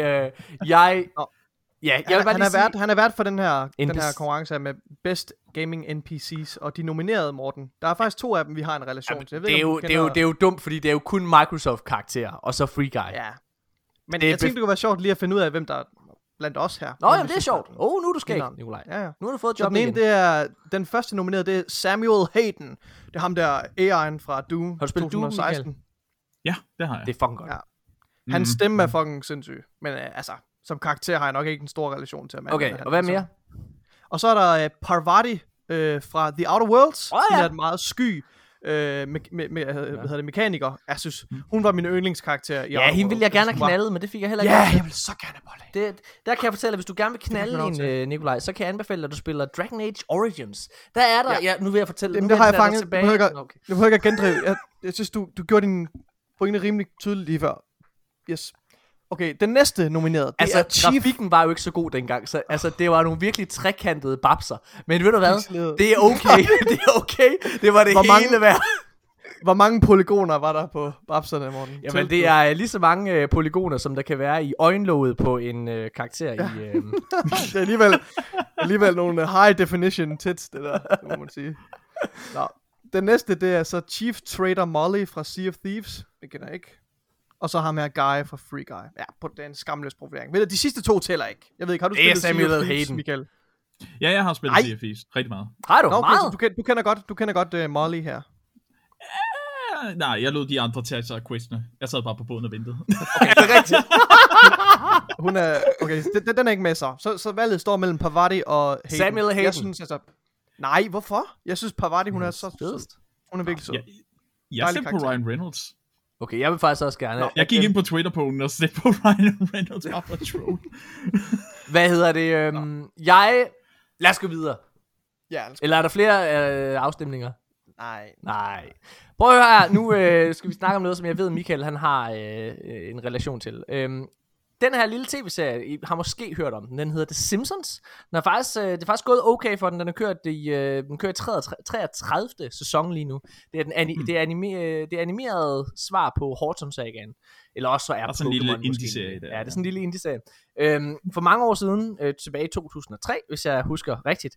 Han er vært for den her konkurrence med Best Gaming NPCs, og de nominerede, Morten. Der er faktisk 2 af dem, vi har en relation til. Det er jo dumt, fordi det er jo kun Microsoft-karakterer, og så Free Guy. Ja. Men jeg tænkte, det kunne være sjovt lige at finde ud af, hvem der blandt os her. Nå, jamen det er sjovt. Nu er du skæg, Nikolaj. Ja. Nu har du fået job igen. Den første nominerede, det er Samuel Hayden. Det er ham der AI'en fra Doom. Har du spillet 2016? Doom, ja, det har jeg. Det er fucking godt. Ja. Hans stemme er fucking sindssyg. Men som karakter har jeg nok ikke en stor relation til ham. Okay, og hvad mere? Og så er der Parvati fra The Outer Worlds. Hun er et meget sky mekaniker. Jeg synes, hun var min yndlingskarakter i hende ville jeg gerne have knaldet, men det fik jeg heller ikke. Ja, jeg vil så gerne bolle. Der kan jeg fortælle, at hvis du gerne vil knalde en, Nikolaj, så kan jeg anbefale, at du spiller Dragon Age Origins. Der er der, nu vil jeg fortælle. Jamen, det har jeg fanget. Du behøver ikke at gendrive. Jeg synes, du gjorde din pointe rimelig tydeligt lige før. Yes. Okay, den næste nominerede, det er Chief. Grafikken var jo ikke så god dengang, så det var nogle virkelig trekantede babser. Men ved du hvad? Det er okay. Det er okay. Det var det hele værd. Hvor mange polygoner var der på babserne, Morten? Jamen, det er lige så mange polygoner, som der kan være i øjenlåget på en karakter i... Det er alligevel nogle high definition tits, det der, det må man sige. Nå. Den næste, det er så Chief Trader Molly fra Sea of Thieves. Det kender jeg ikke. Og så ham her Guy fra Free Guy. Ja, på den skamløs profilering. Ved du, de sidste 2 tæller ikke. Jeg ved ikke, har du spillet Sea of Thieves, Michael? Ja, jeg har spillet Sea of Thieves rigtig meget. Har du? Meget? Du kender godt Molly her. Nej, jeg lod de andre tage sig af quizene. Jeg sad bare på båden og ventede. Okay, det er rigtigt. Hun er... Okay, den er ikke med så valget står mellem Parvati og Hayden. Samuel Hayden. Jeg synes nej, hvorfor? Jeg synes Parvati, hun er så fedest. Hun er virkelig sød. Jeg stemte på Ryan Reynolds. Okay, jeg vil faktisk også gerne... Jeg gik ind på Twitter-polen og stemte på Ryan Reynolds op og troll. Hvad hedder det? Lad os gå videre. Ja, eller er der flere afstemninger? Nej. Prøv at høre her. Nu skal vi snakke om noget, som jeg ved, Michael han har en relation til. Den her lille tv-serie, I har måske hørt om den. Den hedder The Simpsons. Det er faktisk gået okay for den. Den kører i 33. sæson lige nu. Det er det animerede svar på Horton-sagaen. Eller også så er det sådan en lille indie-serie. Ja, det er sådan en lille indie-serie. For mange år siden, tilbage i 2003, hvis jeg husker rigtigt,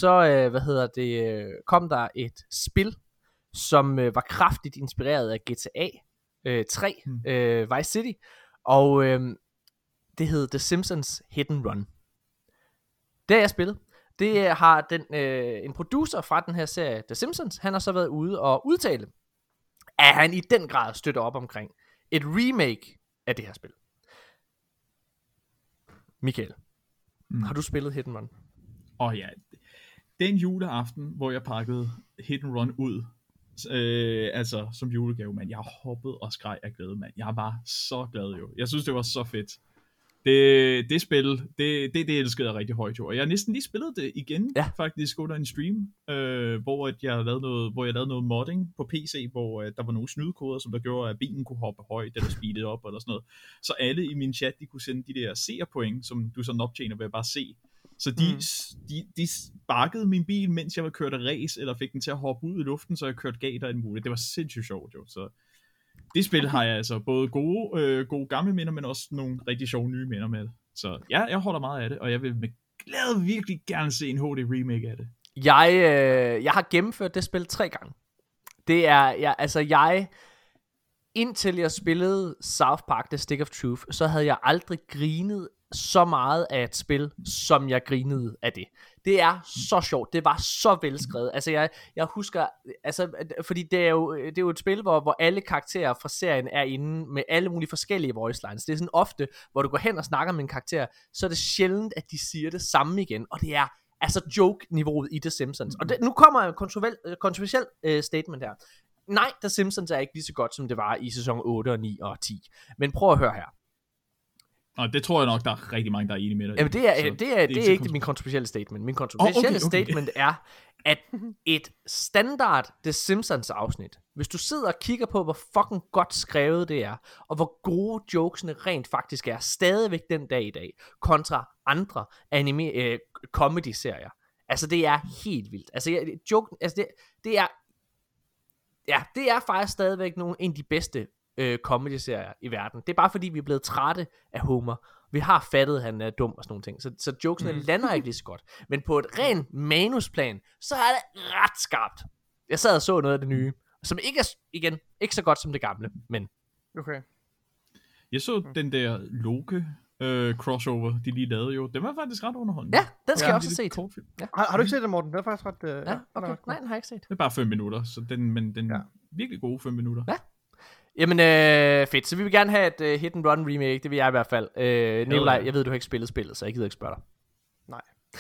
så kom der et spil, som var kraftigt inspireret af GTA 3, Vice City. Og det hed The Simpsons Hit and Run. Det har jeg spillet. Det har en producer fra den her serie, The Simpsons, han har så været ude og udtale, at han i den grad støtter op omkring et remake af det her spil. Michael, har du spillet Hit and Run? Ja, den juleaften, hvor jeg pakkede Hit and Run ud, altså som julegave, mand, jeg hoppede og skreg af glæde, mand. Jeg var så glad jo. Jeg synes, det var så fedt. Det spil, det elskede jeg rigtig højt jo. Og jeg har næsten lige spillet det igen, faktisk under en stream, hvor jeg lavede noget modding på PC, hvor der var nogle snydekoder, som der gjorde, at bilen kunne hoppe højt, eller speede op, eller sådan noget. Så alle i min chat, de kunne sende de der seerpoint, som du sådan optjener ved at bare se. Så de sparkede min bil, mens jeg kørte race, eller fik den til at hoppe ud i luften, så jeg kørte galt og alt muligt. Det var sindssygt sjovt jo, så... Det spil har jeg altså både gode gamle minder, men også nogle rigtig sjove nye minder med det. Så ja, jeg holder meget af det, og jeg vil med glæde virkelig gerne se en HD remake af det. Jeg har gennemført det spil 3 gange. Det er, indtil jeg spillede South Park The Stick of Truth, så havde jeg aldrig grinet så meget af et spil, som jeg grinede af det. Det er så sjovt. Det var så velskrevet. Altså jeg husker, altså fordi det er jo et spil, hvor alle karakterer fra serien er inde med alle mulige forskellige voice lines. Det er sådan ofte, hvor du går hen og snakker med en karakter, så er det sjældent, at de siger det samme igen. Og det er altså joke-niveauet i The Simpsons. Og nu kommer en kontroversiel statement her. Nej, The Simpsons er ikke lige så godt, som det var i sæson 8 og 9 og 10. Men prøv at høre her. Og det tror jeg nok, der er rigtig mange, der er enige med dig. Jamen, det er ikke min kontroversielle statement. Min kontroversielle statement er, at et standard The Simpsons afsnit, hvis du sidder og kigger på, hvor fucking godt skrevet det er, og hvor gode jokesene rent faktisk er, stadigvæk den dag i dag, kontra andre comedy-serier. Altså, det er helt vildt. Altså, det er faktisk stadigvæk en af de bedste comedy-serier i verden. Det er bare fordi, vi er blevet trætte af Homer. Vi har fattet, at han er dum og sådan nogle ting. Så jokesene lander ikke lige så godt. Men på et rent manusplan, så er det ret skarpt. Jeg sad og så noget af det nye, som ikke er, ikke så godt som det gamle, men... Okay. Jeg så den der Loke crossover, de lige lavede jo. Den var faktisk ret underholdende. Ja, den skal jeg også have set. Ja. Har du ikke set den, Morten? Den er faktisk ret... ja, okay. Nej, den har jeg ikke set. Det er bare 5 minutter, så den virkelig gode 5 minutter. Ja. Jamen, fedt. Så vi vil gerne have et Hit and Run remake. Det vil jeg i hvert fald. Nikolaj, jeg ved, du har ikke spillet spillet, så jeg gider ikke spørge dig. Nej.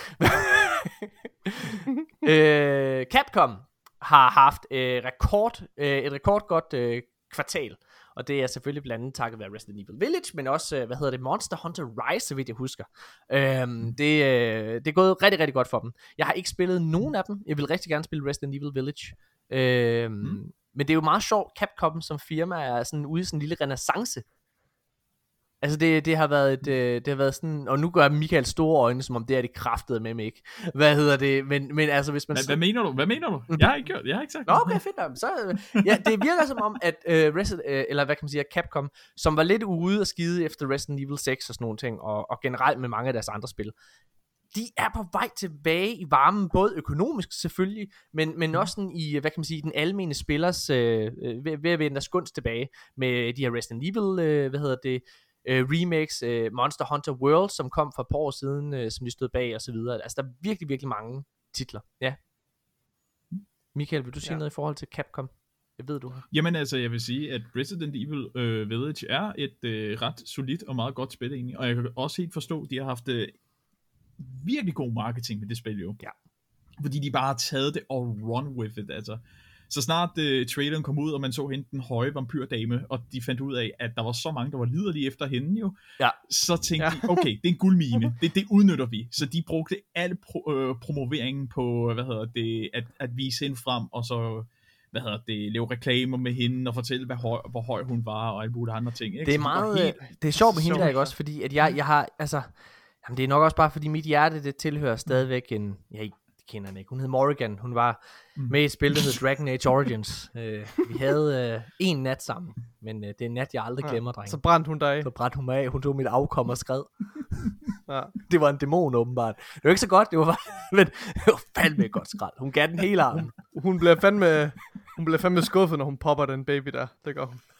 Capcom har haft et rekordgodt kvartal. Og det er selvfølgelig blandt andet takket være Resident Evil Village, men også, Monster Hunter Rise, så vidt jeg husker. Det er gået rigtig, rigtig godt for dem. Jeg har ikke spillet nogen af dem. Jeg vil rigtig gerne spille Resident Evil Village. Men det er jo meget sjovt, Capcom som firma er sådan ude i sådan en lille renaissance. Altså det har været sådan, og nu gør Michael store øjne, som om det er det kraftede med mig ikke. Men altså hvis man... Hvad mener du? Jeg har ikke sagt det. Okay, fedt. Så, ja, det virker som om, at Capcom, som var lidt ude og skide efter Resident Evil 6 og sådan nogle ting, og generelt med mange af deres andre spil, de er på vej tilbage i varmen, både økonomisk selvfølgelig, men også sådan i, den almene spillers, ved at vende deres gunst tilbage, med de her Resident Evil, remakes, Monster Hunter World, som kom for et par år siden, som de stod bag, og så videre. Altså, der er virkelig, virkelig mange titler. Ja. Michael, vil du sige noget i forhold til Capcom? Jeg ved, du har. Jamen altså, jeg vil sige, at Resident Evil Village er et ret solidt og meget godt spil egentlig, og jeg kan også helt forstå, at de har haft virkelig god marketing med det spil jo. Ja. Fordi de bare har taget det og run with it, altså. Så snart traileren kom ud, og man så hende den høje vampyrdame, og de fandt ud af, at der var så mange, der var liderlige efter hende jo, så tænkte de, okay, det er en guldmine, det udnytter vi. Så de brugte al promoveringen på, at vise hende frem, og så, lave reklamer med hende, og fortælle, hvor høj hun var, og alle mulige andre ting. Ikke? Det er meget, det er sjovt med hende der, ikke også, fordi at jeg har, altså, jamen det er nok også bare, fordi mit hjerte, det tilhører stadigvæk en, jeg kender hende ikke, hun hed Morrigan, hun var med i et spil, der hed Dragon Age Origins. Vi havde en nat sammen, men det er en nat, jeg aldrig glemmer, drenge. Så brændte hun dig af. Så brændte hun mig af, hun tog mit afkom og skred. Det var en dæmon åbenbart. Det var ikke så godt, men det var fandme et godt skræd. Hun gav den hele armen. Hun bliver fandme skuffet, når hun popper den baby der. Det gør hun.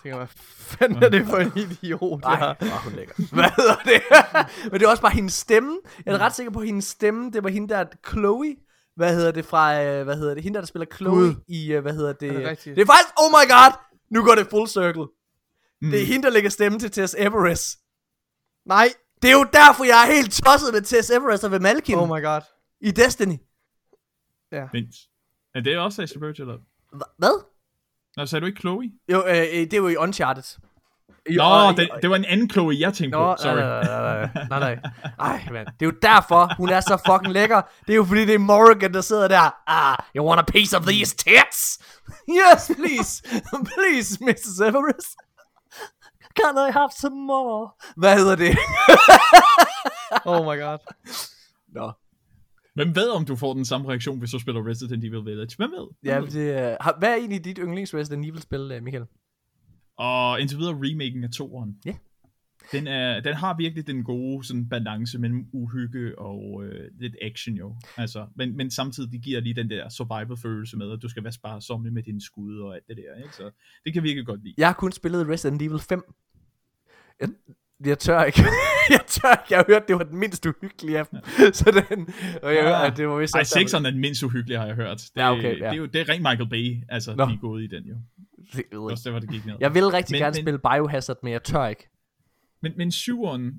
tænker, hvad fanden er det for en idiot? Nej, hun lækker. Hvad hedder det? Men det er også bare hendes stemme. Jeg er ret sikker på, at hendes stemme, det var hende der, Chloe. Hvad hedder det fra, hende der spiller Chloe i, det? Det er faktisk, oh my god, nu går det full circle. Det er hende, der lægger stemme til Tess Everest. Nej. Det er jo derfor, jeg er helt tosset med Tess Everest og ved Malkin. Oh my god. I Destiny. Ja. Er det også Ashley Burch, eller? Hvad? Nå, sagde du ikke Chloe? Jo, det er jo i Uncharted. Det var en anden Chloe, jeg tænkte på. Sorry. Nej. Ej, man. Det er jo derfor, hun er så fucking lækker. Det er jo fordi, det er Morrigan, der sidder der. You want a piece of these tits? Yes, please. Please, Mrs. Everest. Can I have some more? Hvad hedder det? Oh my god. Nå. Hvem ved, om du får den samme reaktion, hvis du spiller Resident Evil Village? Hvem ved? Ja, hvad er egentlig dit yndlings Resident Evil-spil, Michael? Og indtil videre remaken af 2'eren. Ja. Den har virkelig den gode sådan, balance mellem uhygge og lidt action jo. Altså, men samtidig de giver lige den der survival-følelse med, at du skal være sparsommelig med dine skud og alt det der. Ikke? Så det kan virkelig godt lide. Jeg har kun spillet Resident Evil 5. Jeg tør ikke. Jeg har hørt, det var den mindst uhyggelige af dem. Så den, og jeg hørte, at det var vist... Ej, 6'eren er den mindst uhyggelige, har jeg hørt. Det, ja, okay, ja. Det er rent Michael Bay, altså, de er gået i den jo. Det var også det gik ned. Jeg vil rigtig gerne spille Biohazard, men jeg tør ikke. Men 7'eren,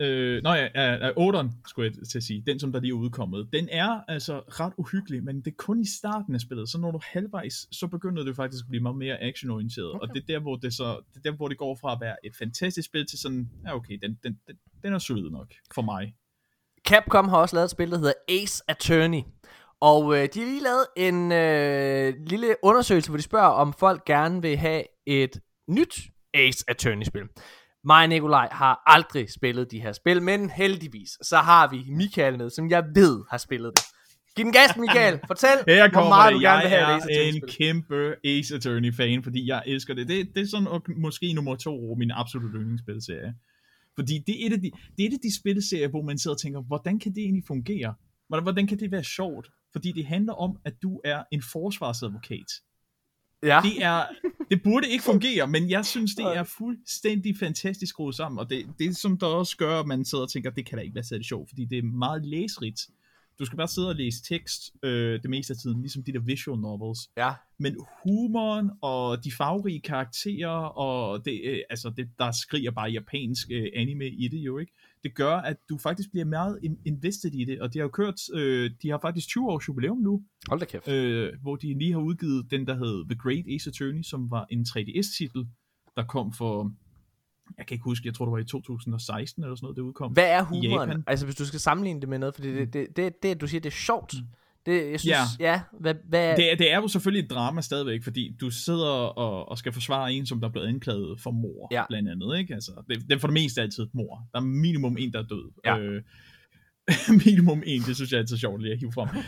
8'eren skulle jeg til at sige, den som der lige er udkommet, den er altså ret uhyggelig, men det er kun i starten af spillet, så når du halvvejs, så begynder det faktisk at blive meget mere actionorienteret, og det er der, hvor det går fra at være et fantastisk spil til sådan, ja okay, den er solid nok for mig. Capcom har også lavet et spil, der hedder Ace Attorney, og de har lige lavet en lille undersøgelse, hvor de spørger, om folk gerne vil have et nyt Ace Attorney-spil. Mig og Nikolaj har aldrig spillet de her spil, men heldigvis, så har vi Michael med, som jeg ved har spillet det. Giv den gas, Michael. Fortæl, hvor meget du gerne vil have Ace Attorney. Jeg er en kæmpe Ace Attorney-fan, fordi jeg elsker det. Det er sådan måske nummer 2 min absolut yndlingsspilserie. Fordi det er et af de spilserier, hvor man sidder og tænker, hvordan kan det egentlig fungere? Hvordan kan det være sjovt? Fordi det handler om, at du er en forsvarsadvokat. Ja. Det burde ikke fungere, men jeg synes, det er fuldstændig fantastisk skruet sammen, og det som der også gør, at man sidder og tænker, det kan da ikke være særlig sjovt, fordi det er meget læserigt. Du skal bare sidde og læse tekst det meste af tiden, ligesom de der visual novels. Ja. Men humoren og de farverige karakterer, og der skriger bare japansk anime i det jo, ikke? Det gør, at du faktisk bliver meget invested i det, og de har jo kørt, de har faktisk 20 års jubilæum nu. Hold da kæft. Hvor de lige har udgivet den, der hed The Great Ace Attorney, som var en 3DS-titel, der kom for, jeg kan ikke huske, jeg tror det var i 2016 eller sådan noget, det udkom. Hvad er humoren? Altså hvis du skal sammenligne det med noget, fordi det du siger, det er sjovt. Det, jeg synes, hvad... Det er jo selvfølgelig et drama stadigvæk, fordi du sidder og skal forsvare en, som der er blevet anklaget for mord, blandt andet, ikke? Altså, det er for det meste altid et mord. Der er minimum en, der er død. Ja. Minimum en, det synes jeg er altid sjovt lige at hive frem.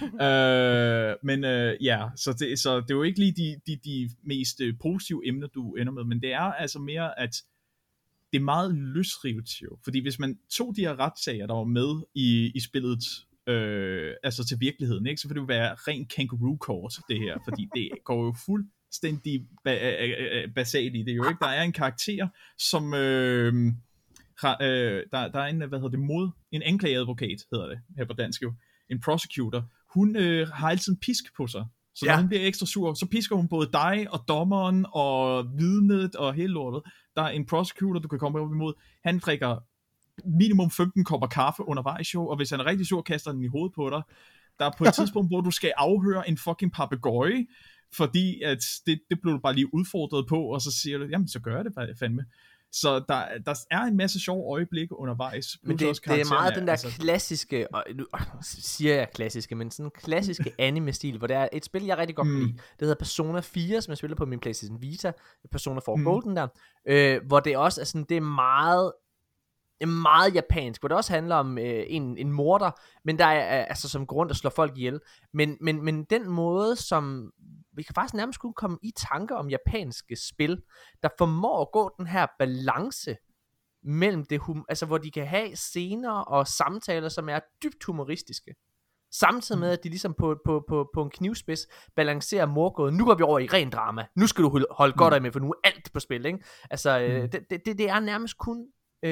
Så det er jo ikke lige de mest positive emner, du ender med, men det er altså mere, at det er meget løsrivet jo. Fordi hvis man tog de her retssager, der var med i spillet, altså til virkeligheden, ikke? Så vil det jo være ren kangaroo court, det her, fordi det går jo fuldstændig basalt i det jo, ikke? Der er en karakter, som der er en, en anklageadvokat, hedder det her på dansk jo, en prosecutor, hun har altid en pisk på sig, så når hun bliver ekstra sur, så pisker hun både dig og dommeren og vidnet og hele lortet. Der er en prosecutor, du kan komme op imod, han drikker minimum 15 kopper kaffe undervejs jo, og hvis han er rigtig sur, kaster den i hovedet på dig. Der er på et tidspunkt, hvor du skal afhøre en fucking papegøje, fordi at det blev du bare lige udfordret på, og så siger du, jamen så gør jeg det fandme. Så der er en masse sjove øjeblikke undervejs. Men det er meget den der klassiske, og nu siger jeg klassiske, men sådan klassiske anime-stil, hvor der er et spil, jeg rigtig godt kan lide. Det hedder Persona 4, som jeg spiller på min PlayStation Vita, Persona 4 Golden der, hvor det også er sådan, det er meget japansk, hvor det også handler om en morder, men der er altså som grund at slå folk ihjel. Men den måde, som vi kan faktisk nærmest kunne komme i tanker om japanske spil, der formår at gå den her balance mellem det, altså hvor de kan have scener og samtaler, som er dybt humoristiske, samtidig med, at de ligesom på en knivspids balancerer morgåden. Nu går vi over i ren drama. Nu skal du holde godt øje med, for nu er alt på spil, ikke? Altså, det er nærmest kun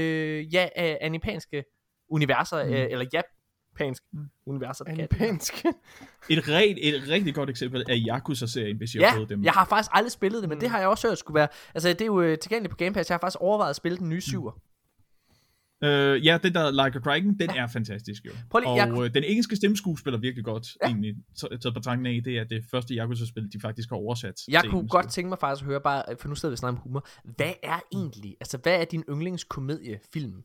animanske universer, eller japanske universer. Animanske? Et rigtig godt eksempel er Yakuza-serien, hvis jeg har fået dem. Jeg har faktisk aldrig spillet det, men det har jeg også hørt skulle være. Altså, det er jo tilgængeligt på Game Pass. Jeg har faktisk overvejet at spille den nye 7'er. Ja, den der Like a Dragon, den er fantastisk jo. Og den engelske stemmeskuespiller virkelig godt, egentlig, taget på tanken af, det er det første Yakuza-spil, de faktisk har oversat. Jeg kunne engelsk. Godt tænke mig faktisk at høre, bare, for nu sidder vi snart om humor, hvad er egentlig, altså hvad er din yndlingskomediefilm?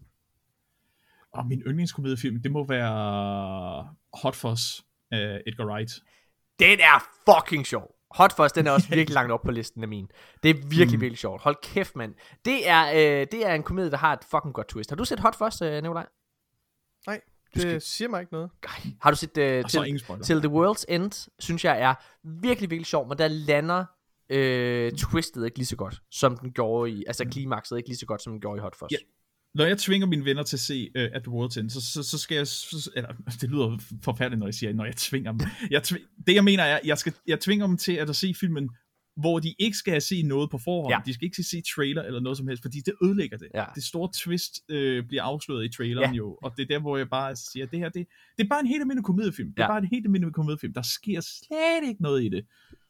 Min yndlingskomediefilm, det må være Hot Fuzz af Edgar Wright. Den er fucking sjov. Hot Fuzz, den er også virkelig langt op på listen af min. Det er virkelig, virkelig sjovt. Hold kæft, mand. Det er en komedie, der har et fucking godt twist. Har du set Hot Fuzz, Nikolaj? Nej, det siger mig ikke noget. Har du set Till the World's End, synes jeg er virkelig, virkelig sjov, men der lander twistet ikke lige så godt, som den gjorde i, altså klimakset ikke lige så godt, som den gjorde i Hot Fuzz. Yeah. Når jeg tvinger mine venner til at se At the World's End, så skal jeg... det lyder forfærdeligt, når jeg siger, når jeg tvinger dem. Det jeg mener er, jeg tvinger dem til at se filmen, hvor de ikke skal se noget på forhånd. Ja. De skal ikke se trailer eller noget som helst, fordi det ødelægger det. Ja. Det store twist bliver afsløret i traileren jo, og det er der, hvor jeg bare siger, det her, det er bare en helt almindelig komediefilm. Det er bare en helt almindelig komediefilm. Der sker slet ikke noget i det.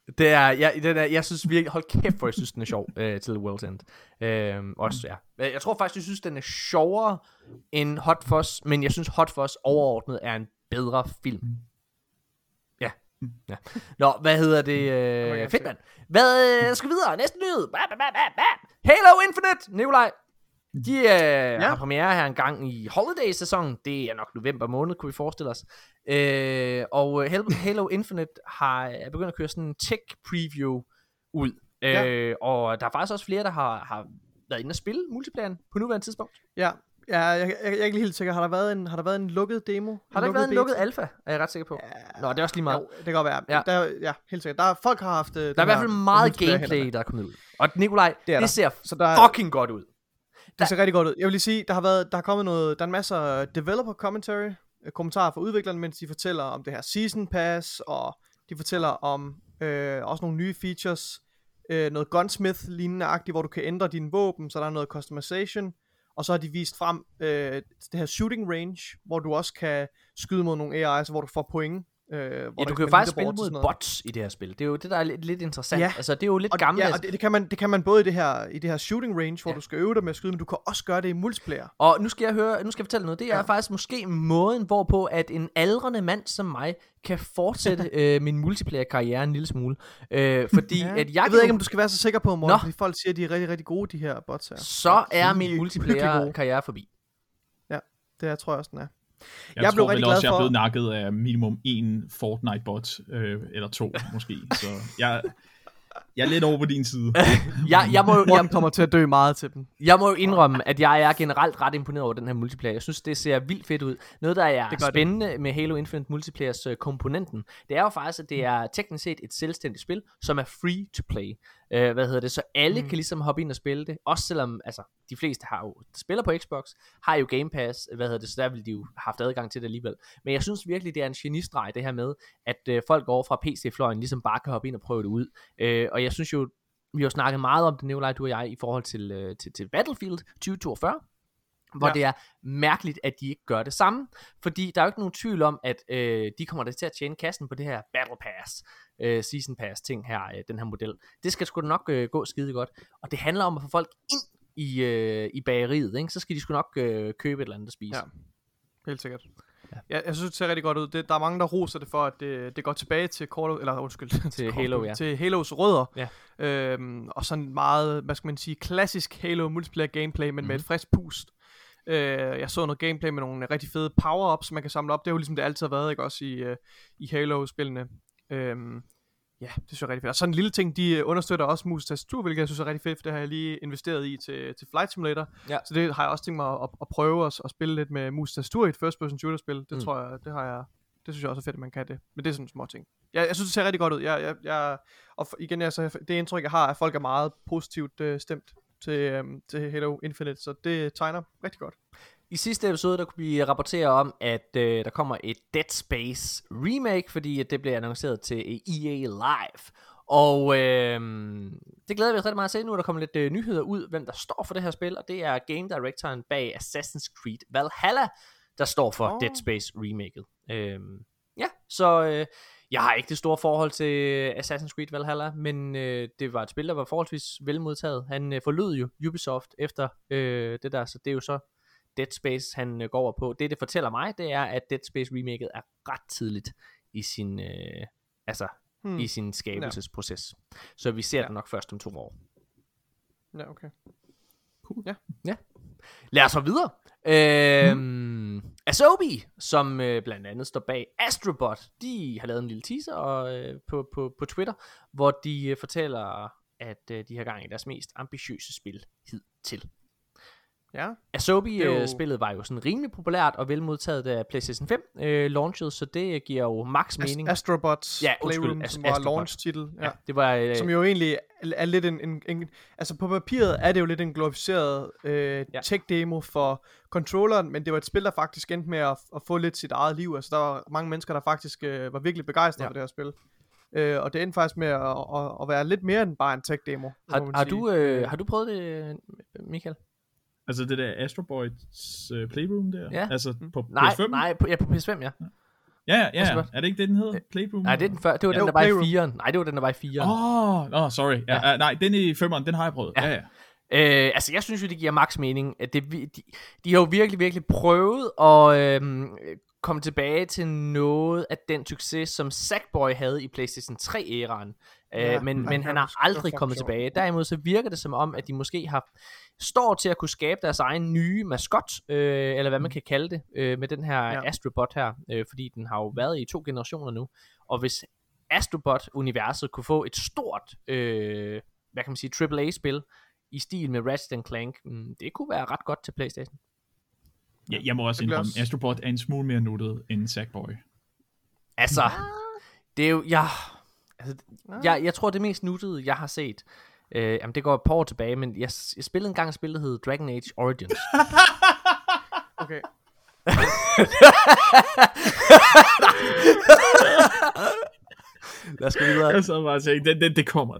Jeg synes virkelig, hold kæft, for jeg synes den er sjov til The World's End. Også, ja. Jeg tror faktisk, jeg synes den er sjovere end Hot Fuzz, men jeg synes Hot Fuzz overordnet er en bedre film. Ja. Nå, hvad hedder det? Fedt, mand. Hvad skal vi videre? Næste nyhed. Halo Infinite, Nikolaj. De har premiere her en gang i holiday-sæsonen. Det er nok november måned, kunne vi forestille os. Og Halo Infinite er begyndt at køre sådan en tech-preview ud. Og der er faktisk også flere, der har været inde og spille multiplayeren på nuværende tidspunkt. Ja, jeg er ikke helt sikker. Har der været en lukket demo? Har der ikke været en lukket alfa? Er jeg ret sikker på. Nå, det er også lige meget. Jo, det kan godt være. Ja, helt sikkert. Folk har haft... Der er i hvert fald meget gameplay, der er kommet ud. Og Nikolaj, det ser fucking godt ud. Det ser rigtig godt ud. Jeg vil lige sige, der er kommet noget, der er en masse developer commentary, kommentarer fra udviklerne, mens de fortæller om det her season pass, og de fortæller om også nogle nye features, noget gunsmith lignende-agtigt, hvor du kan ændre dine våben, så der er noget customization, og så har de vist frem det her shooting range, hvor du også kan skyde mod nogle AI's, hvor du får point. Du kan jo faktisk spille mod bots i det her spil. Det er jo det, der er lidt interessant. Ja. Altså, det er jo lidt gammelt. Ja, og det kan man både i det her shooting range, hvor du skal øve dig med at skyde, men du kan også gøre det i multiplayer. Og nu skal jeg fortælle noget. Det er faktisk måske måden, hvorpå at en aldrende mand som mig kan fortsætte min multiplayer-karriere en lille smule. Fordi at jeg ved ikke, om du skal være så sikker på, Morten, fordi folk siger, at de er rigtig, rigtig gode, de her bots her. Så er min multiplayer-karriere forbi. Ja, det tror jeg også, den er. Jeg blev rigtig glad for... Jeg er blevet nakket af minimum 1 Fortnite-bot, eller 2 måske, så jeg er lidt over på din side. Jeg kommer til at dø meget til dem. Jeg må jo indrømme, at jeg er generelt ret imponeret over den her multiplayer. Jeg synes, det ser vildt fedt ud. Noget, der er spændende med Halo Infinite Multiplayers komponenten, det er jo faktisk, at det er teknisk set et selvstændigt spil, som er free to play. Så alle kan ligesom hoppe ind og spille det, også selvom altså de fleste der spiller på Xbox, har jo Game Pass, så der vil de jo have haft adgang til det alligevel. Men jeg synes virkelig, det er en genistreg det her med, at folk over fra PC-fløjen ligesom bare kan hoppe ind og prøve det ud. Og jeg synes jo, vi har snakket meget om det, Nikolaj, du og jeg, i forhold til Battlefield 2042, hvor det er mærkeligt, at de ikke gør det samme, fordi der er jo ikke nogen tvivl om, at de kommer til at tjene kassen på det her Battle Pass, Season Pass ting her, den her model. Det skal sgu da nok gå skide godt, og det handler om at få folk ind i bageriet, ikke? Så skal de sgu nok købe et eller andet at spise. Ja, helt sikkert. Ja, jeg synes, det ser rigtig godt ud. Der er mange, der roser det for, at det går tilbage til til Halo, ja. Til Halos rødder. Ja. Og sådan meget, hvad skal man sige, klassisk Halo multiplayer gameplay, men med et frisk pust. Jeg så noget gameplay med nogle rigtig fede power-ups, man kan samle op. Det er jo ligesom det altid har været, ikke? Også i Halo-spillene. Ja, det synes jeg er rigtig fedt. Og sådan en lille ting, de understøtter også mus tastatur, hvilket jeg synes er rigtig fedt, for det har jeg lige investeret i til Flight Simulator. Ja. Så det har jeg også tænkt mig at prøve at spille lidt med mus tastatur i et first person shooter spil. Det tror jeg, det synes jeg også er fedt, at man kan det. Men det er sådan små ting. Jeg synes, det ser rigtig godt ud. Og igen, det indtryk, jeg har, at folk er meget positivt stemt til Halo Infinite, så det tegner rigtig godt. I sidste episode, der kunne vi rapportere om, at der kommer et Dead Space remake, fordi at det bliver annonceret til EA Live. Og det glæder vi os rigtig meget at se. Nu er der kommet lidt nyheder ud, hvem der står for det her spil, og det er Game Directoren bag Assassin's Creed Valhalla, der står for Dead Space remaket. Så jeg har ikke det store forhold til Assassin's Creed Valhalla, men det var et spil, der var forholdsvis velmodtaget. Han forlod jo Ubisoft efter det der, så det er jo så Dead Space, han går over på. Det fortæller mig, det er, at Dead Space remaket er ret tidligt i sin, i sin skabelsesproces. Så vi ser det nok først om 2 år. Ja, okay. Cool. Ja. Lad os så videre. Asobi, som blandt andet står bag Astrobot, de har lavet en lille teaser på Twitter, hvor de fortæller, at de har gang i deres mest ambitiøse spil hidtil. Ja. Asobi-spillet var jo sådan rimelig populært og velmodtaget, da PlayStation 5 launchede, så det giver jo max mening. Astrobots Playroom, som var launch-titel. Ja. Det var, som jo egentlig er lidt en altså på papiret er det jo lidt en glorificeret tech-demo for controlleren, men det var et spil, der faktisk endte med at få lidt sit eget liv. Altså der var mange mennesker, der faktisk var virkelig begejstrede for det her spil. Og det endte faktisk med at være lidt mere end bare en tech-demo. Har du prøvet det, Michael? Altså det der Astrobots Playroom der? Ja. Altså på PS5? Nej, på PS5, ja. Ja. Er det ikke det, den hedder? Playroom? Nej, det er den før. Det var den, der var i 4'eren. Nej, det var den, der var i 4'eren. Sorry. Ja. Nej, den i 5'eren, den har jeg prøvet. Ja. Altså, jeg synes jo, det giver max mening. At de har jo virkelig, virkelig prøvet at komme tilbage til noget af den succes, som Sackboy havde i PlayStation 3-æraen. Men han har aldrig kommet tilbage. Derimod så virker det som om, at de måske står til at kunne skabe deres egen nye maskot, eller hvad man kan kalde det, med den her Astrobot her, fordi den har jo været i 2 generationer nu. Og hvis Astrobot-universet kunne få et stort, hvad kan man sige, AAA-spil i stil med Ratchet & Clank, det kunne være ret godt til PlayStation. Ja, jeg må også indrømme, Astrobot er en smule mere nuttet end Sackboy. Altså, det er jo, jeg tror, det mest nuttede, jeg har set, jamen det går et par år tilbage, men jeg spillede engang et spil, der hed Dragon Age Origins. Okay. Lad os gå videre. Jeg så bare tænke, det kommer.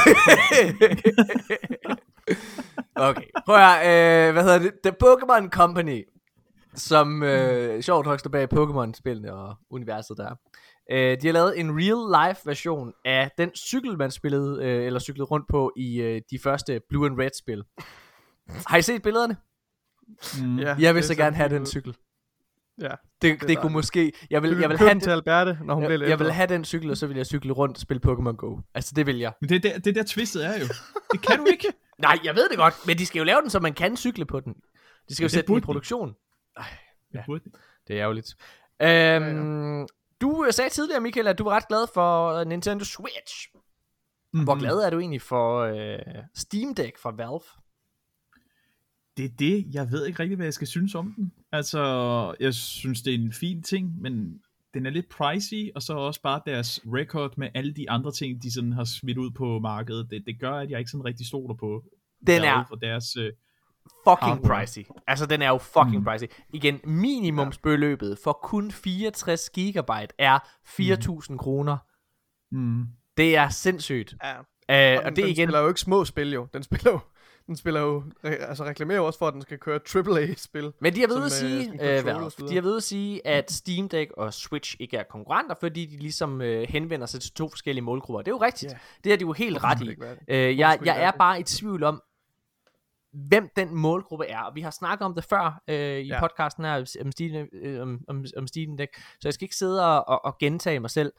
Okay, prøv at høre, hvad hedder det? The Pokémon Company, som sjovt nok står bag Pokémon-spillene og universet der. De har lavet en real-life version af den cykel, man spillede, eller cyklede rundt på i de første Blue and Red-spil. Har I set billederne? Jeg vil så gerne have den cykel. Ja. Det kunne måske... Jeg vil have til Alberte, når hun bliver lidt. Jeg vil have den cykel, og så vil jeg cykle rundt og spille Pokémon Go. Altså, det vil jeg. Men det der twistet er jo. Det kan du ikke. Nej, jeg ved det godt, men de skal jo lave den, så man kan cykle på den. De skal jo sætte den i produktion. Det er ærgerligt. Du sagde tidligere, Michael, at du var ret glad for Nintendo Switch. Hvor glad er du egentlig for Steam Deck fra Valve? Det er det. Jeg ved ikke rigtig, hvad jeg skal synes om den. Altså, jeg synes, det er en fin ting, men den er lidt pricey, og så også bare deres record med alle de andre ting, de sådan har smidt ud på markedet. Det gør, at jeg ikke sådan rigtig stoler på den er for deres fucking pricey. Altså, den er jo fucking pricey. Igen, minimumsbeløbet for kun 64 gigabyte er 4.000 kroner. Det er sindssygt. Ja. Og det igen spiller jo ikke små spil, jo. Den spiller jo, altså reklamerer jo også for, at den skal køre AAA-spil. Men de har ved at sige, at Steam Deck og Switch ikke er konkurrenter, fordi de ligesom henvender sig til 2 forskellige målgrupper. Det er jo rigtigt. Yeah. Det er de jo helt ret i. Jeg er bare i tvivl om, hvem den målgruppe er. Og vi har snakket om det før i podcasten her om Steam Deck, så jeg skal ikke sidde og gentage mig selv.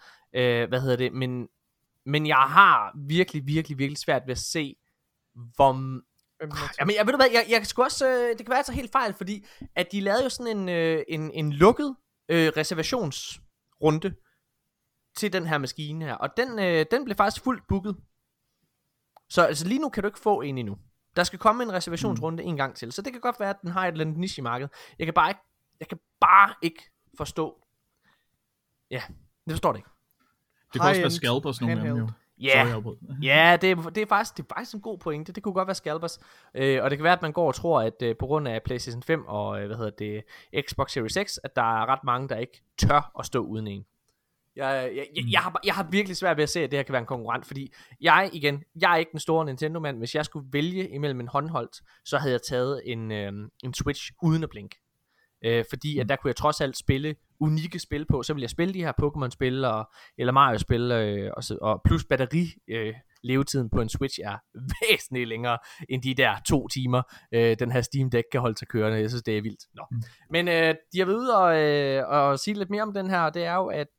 Men jeg har virkelig, virkelig, virkelig svært ved at se, hvor... Jamen, jeg ved hvad, jeg sgu også, det kan være så helt fejl, fordi at de lavede jo sådan en lukket reservationsrunde til den her maskine her, og den blev faktisk fuldt booket. Så altså lige nu kan du ikke få en endnu. Der skal komme en reservationsrunde en gang til, så det kan godt være, at den har et eller andet niche i markedet. Jeg kan bare ikke forstå. Ja, det forstår det ikke. Det kan også være scalpers nogle af dem jo. Ja, det er faktisk en god pointe. Det kunne godt være scalpers. Og det kan være, at man går og tror, at på grund af PlayStation 5 og Xbox Series X, at der er ret mange, der ikke tør at stå uden en. Jeg har virkelig svært ved at se, at det her kan være en konkurrent, fordi jeg er ikke den store Nintendo-mand. Hvis jeg skulle vælge imellem en håndholdt, så havde jeg taget en Switch uden at blinke. Fordi at der kunne jeg trods alt spille unikke spil på. Så ville jeg spille de her Pokémon-spil eller Mario-spil, og plus batteri levetiden på en Switch er væsentligt længere end de der 2 timer, den her Steam Deck kan holde sig kørende. Jeg synes, det er vildt. Nå. Men de har været ude og sige lidt mere om den her, og det er jo, at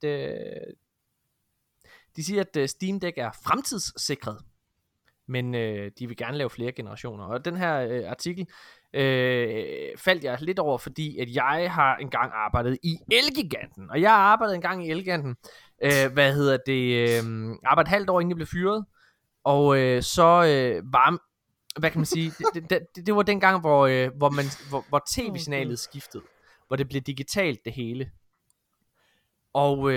de siger, at Steam Deck er fremtidssikret, men de vil gerne lave flere generationer. Og den her artikel faldt jeg lidt over, fordi at jeg har engang arbejdet i Elgiganten, og jeg har arbejdet engang i Elgiganten, arbejdet halvt år inden jeg blev fyret, og så var, hvad kan man sige, det var den gang, hvor tv-signalet skiftede, hvor det blev digitalt det hele, og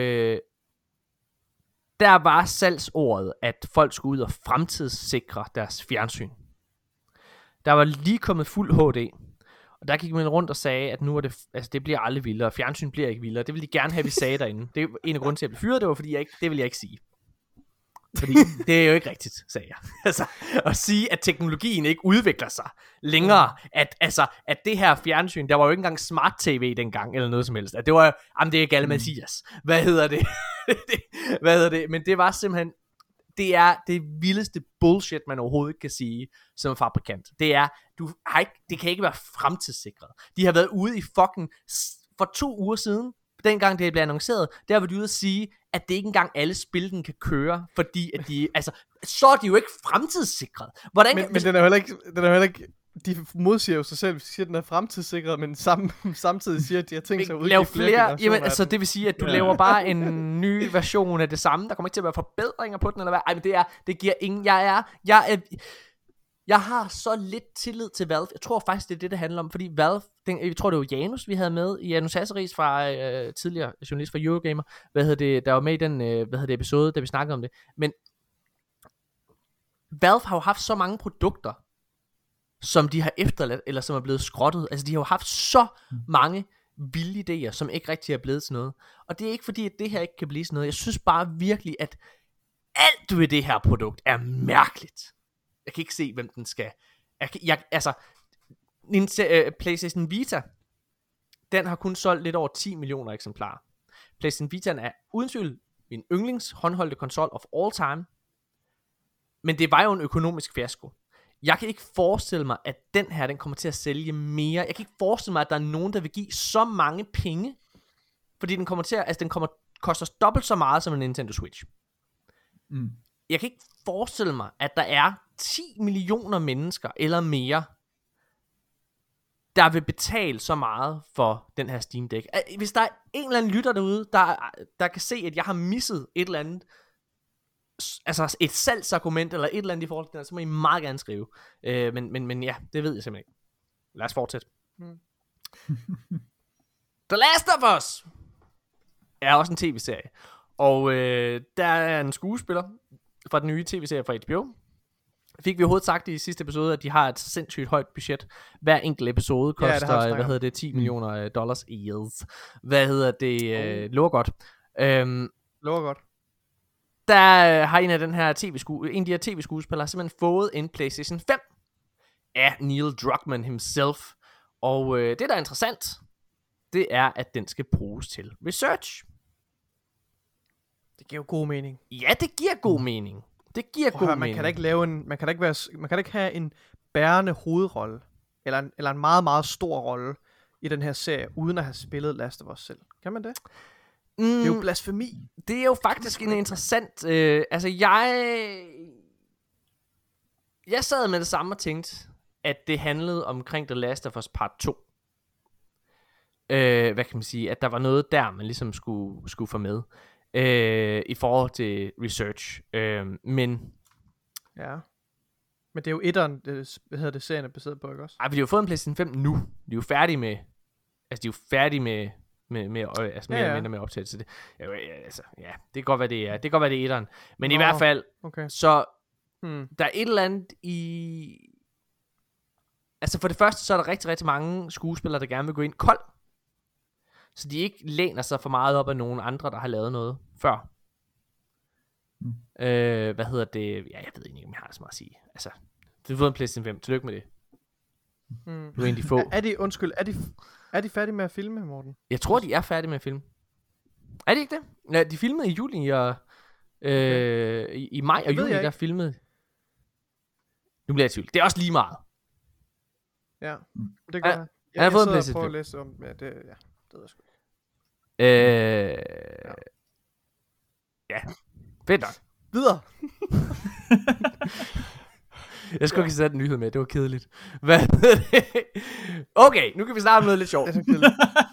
der var salgsordet, at folk skulle ud og fremtidssikre deres fjernsyn. Der var lige kommet fuld HD, og der gik man rundt og sagde, at nu er det bliver aldrig vildere, fjernsyn bliver ikke vildere. Det ville de gerne have, vi sagde derinde. Det er en af grunden til, at jeg blev fyret, det var fordi det ville jeg ikke sige. Fordi det er jo ikke rigtigt, sagde jeg. Altså, at sige, at teknologien ikke udvikler sig længere, at det her fjernsyn, der var jo ikke engang smart tv dengang, eller noget som helst, at det var, det er gale Mathias. Hvad hedder det? Men det var simpelthen, det er det vildeste bullshit, man overhovedet ikke kan sige som fabrikant. Det kan ikke være fremtidssikret. De har været ude i for 2 uger siden, dengang det blev annonceret, der var de ude at sige, at det ikke engang alle spil, den kan køre, fordi at så er de jo ikke fremtidssikret. Men den er heller ikke, de modsiger jo sig selv, hvis de siger, at den er fremtidssikret, men samtidig siger, at de har tænkt sig at udgive flere jamen, altså det vil sige, at du laver bare en ny version af det samme, der kommer ikke til at være forbedringer på den, eller hvad? Ej, men det giver ingen, jeg har så lidt tillid til Valve. Jeg tror faktisk, det er det handler om, fordi Valve, jeg tror det var Janus, vi havde med, Janus Hasseris fra tidligere journalist fra Eurogamer, der var med i den episode, da vi snakkede om det. Men Valve har jo haft så mange produkter, som de har efterladt, eller som er blevet skrottet. Altså de har jo haft så mange vilde idéer, som ikke rigtig er blevet til noget. Og det er ikke fordi, at det her ikke kan blive sådan noget. Jeg synes bare virkelig, at alt ved det her produkt er mærkeligt. Jeg kan ikke se, hvem den skal. PlayStation Vita, den har kun solgt lidt over 10 millioner eksemplarer. PlayStation Vita er uden tvivl min yndlings håndholdte konsol of all time. Men det var jo en økonomisk fiasko. Jeg kan ikke forestille mig, at den kommer til at sælge mere. Jeg kan ikke forestille mig, at der er nogen, der vil give så mange penge. Fordi den koster dobbelt så meget som en Nintendo Switch. Jeg kan ikke forestille mig, at der er 10 millioner mennesker eller mere, der vil betale så meget for den her Steam Deck. Hvis der er en eller anden lytter derude, der kan se, at jeg har misset et eller andet, altså et salgsargument eller et eller andet i forhold til det, så må I meget gerne skrive. Men ja, det ved jeg simpelthen ikke. Lad os fortsætte. The Last of Us er også en tv-serie. Og der er en skuespiller fra den nye tv-serie fra HBO. Fik vi overhovedet sagt i sidste episode, at de har et sindssygt højt budget. Hver enkelt episode koster, 10 millioner dollars i years. Lover godt. Lover godt. Der har en af de her tv-skuespillere simpelthen fået en PlayStation 5 af Neil Druckmann himself. Og det, der er interessant, det er, at den skal bruges til research. Det giver jo god mening. Ja, det giver god mening. Det giver god mening. Man kan ikke have en bærende hovedrolle, eller en meget, meget stor rolle i den her serie, uden at have spillet Last of Us selv. Kan man det? Det er jo blasfemi. Det er jo faktisk en interessant... Jeg sad med det samme og tænkte, at det handlede omkring The Last of Us Part 2. Hvad kan man sige? At der var noget der, man ligesom skulle få med. I forhold til research. Men... Ja. Men det er jo etteren, serien er baseret på, ikke også? Ej, vi har jo fået en PlayStation 5 nu. De er jo færdige med... med optagelse. Det, altså, ja, det kan godt være, det er. Det kan godt være, det er etteren. Men i hvert fald, så der er et eller andet i... Altså for det første, så er der rigtig, rigtig mange skuespillere, der gerne vil gå ind kold. Så de ikke læner sig for meget op af nogen andre, der har lavet noget før. Hvad hedder det? Ja, jeg ved ikke, om jeg har så meget at sige. Altså, du har fået en PlayStation 5. Tillykke med det. Du er en af de få. Er de færdige med at filme, Morten? Jeg tror, de er færdige med at filme. Er de ikke det? Ja, de filmede i juli og... i maj og juni, der filmede... Nu bliver jeg i tvivl. Det er også lige meget. Ja, det gør jeg. Jeg har fået en PlayStation 5. Jeg læse om, det ved jeg sgu ikke. Ja, fedt nok. Videre. Jeg skulle ikke sætte en nyhed med, det var kedeligt. Hvad er det? Okay, nu kan vi starte med noget lidt sjovt. Det er så kedeligt.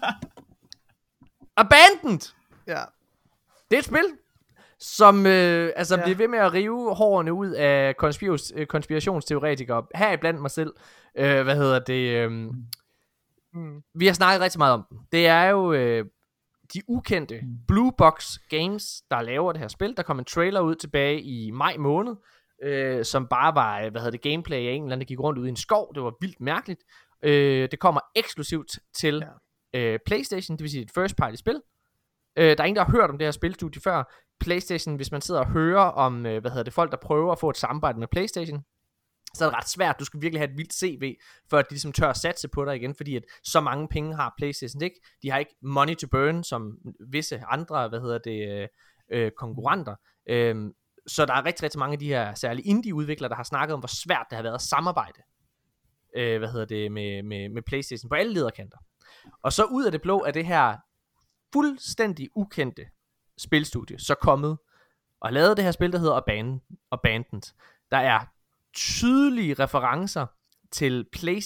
Abandoned! Ja. Det er et spil, som bliver ved med at rive hårene ud af konspirationsteoretikere. Her i blandt mig selv. Vi har snakket rigtig meget om den. Det er jo de ukendte Blue Box Games, der laver det her spil. Der kom en trailer ud tilbage i maj måned, som bare var, gameplay af en eller anden, der gik rundt ude i en skov. Det var vildt mærkeligt. Det kommer eksklusivt til PlayStation, det vil sige et first party spil. Der er ingen, der har hørt om det her spilstudie før. PlayStation, hvis man sidder og hører om, folk, der prøver at få et samarbejde med PlayStation, så er det ret svært. Du skal virkelig have et vildt CV, for at de ligesom tør at satse på dig igen, fordi at så mange penge har PlayStation ikke. De har ikke money to burn, som visse andre, konkurrenter. Så der er rigtig, rigtig mange af de her særlige indie-udviklere, der har snakket om, hvor svært det har været at samarbejde med PlayStation på alle lederkanter. Og så ud af det blå er det her fuldstændig ukendte spilstudie så kommet og lavet det her spil, der hedder Abandoned. Der er tydelige referencer til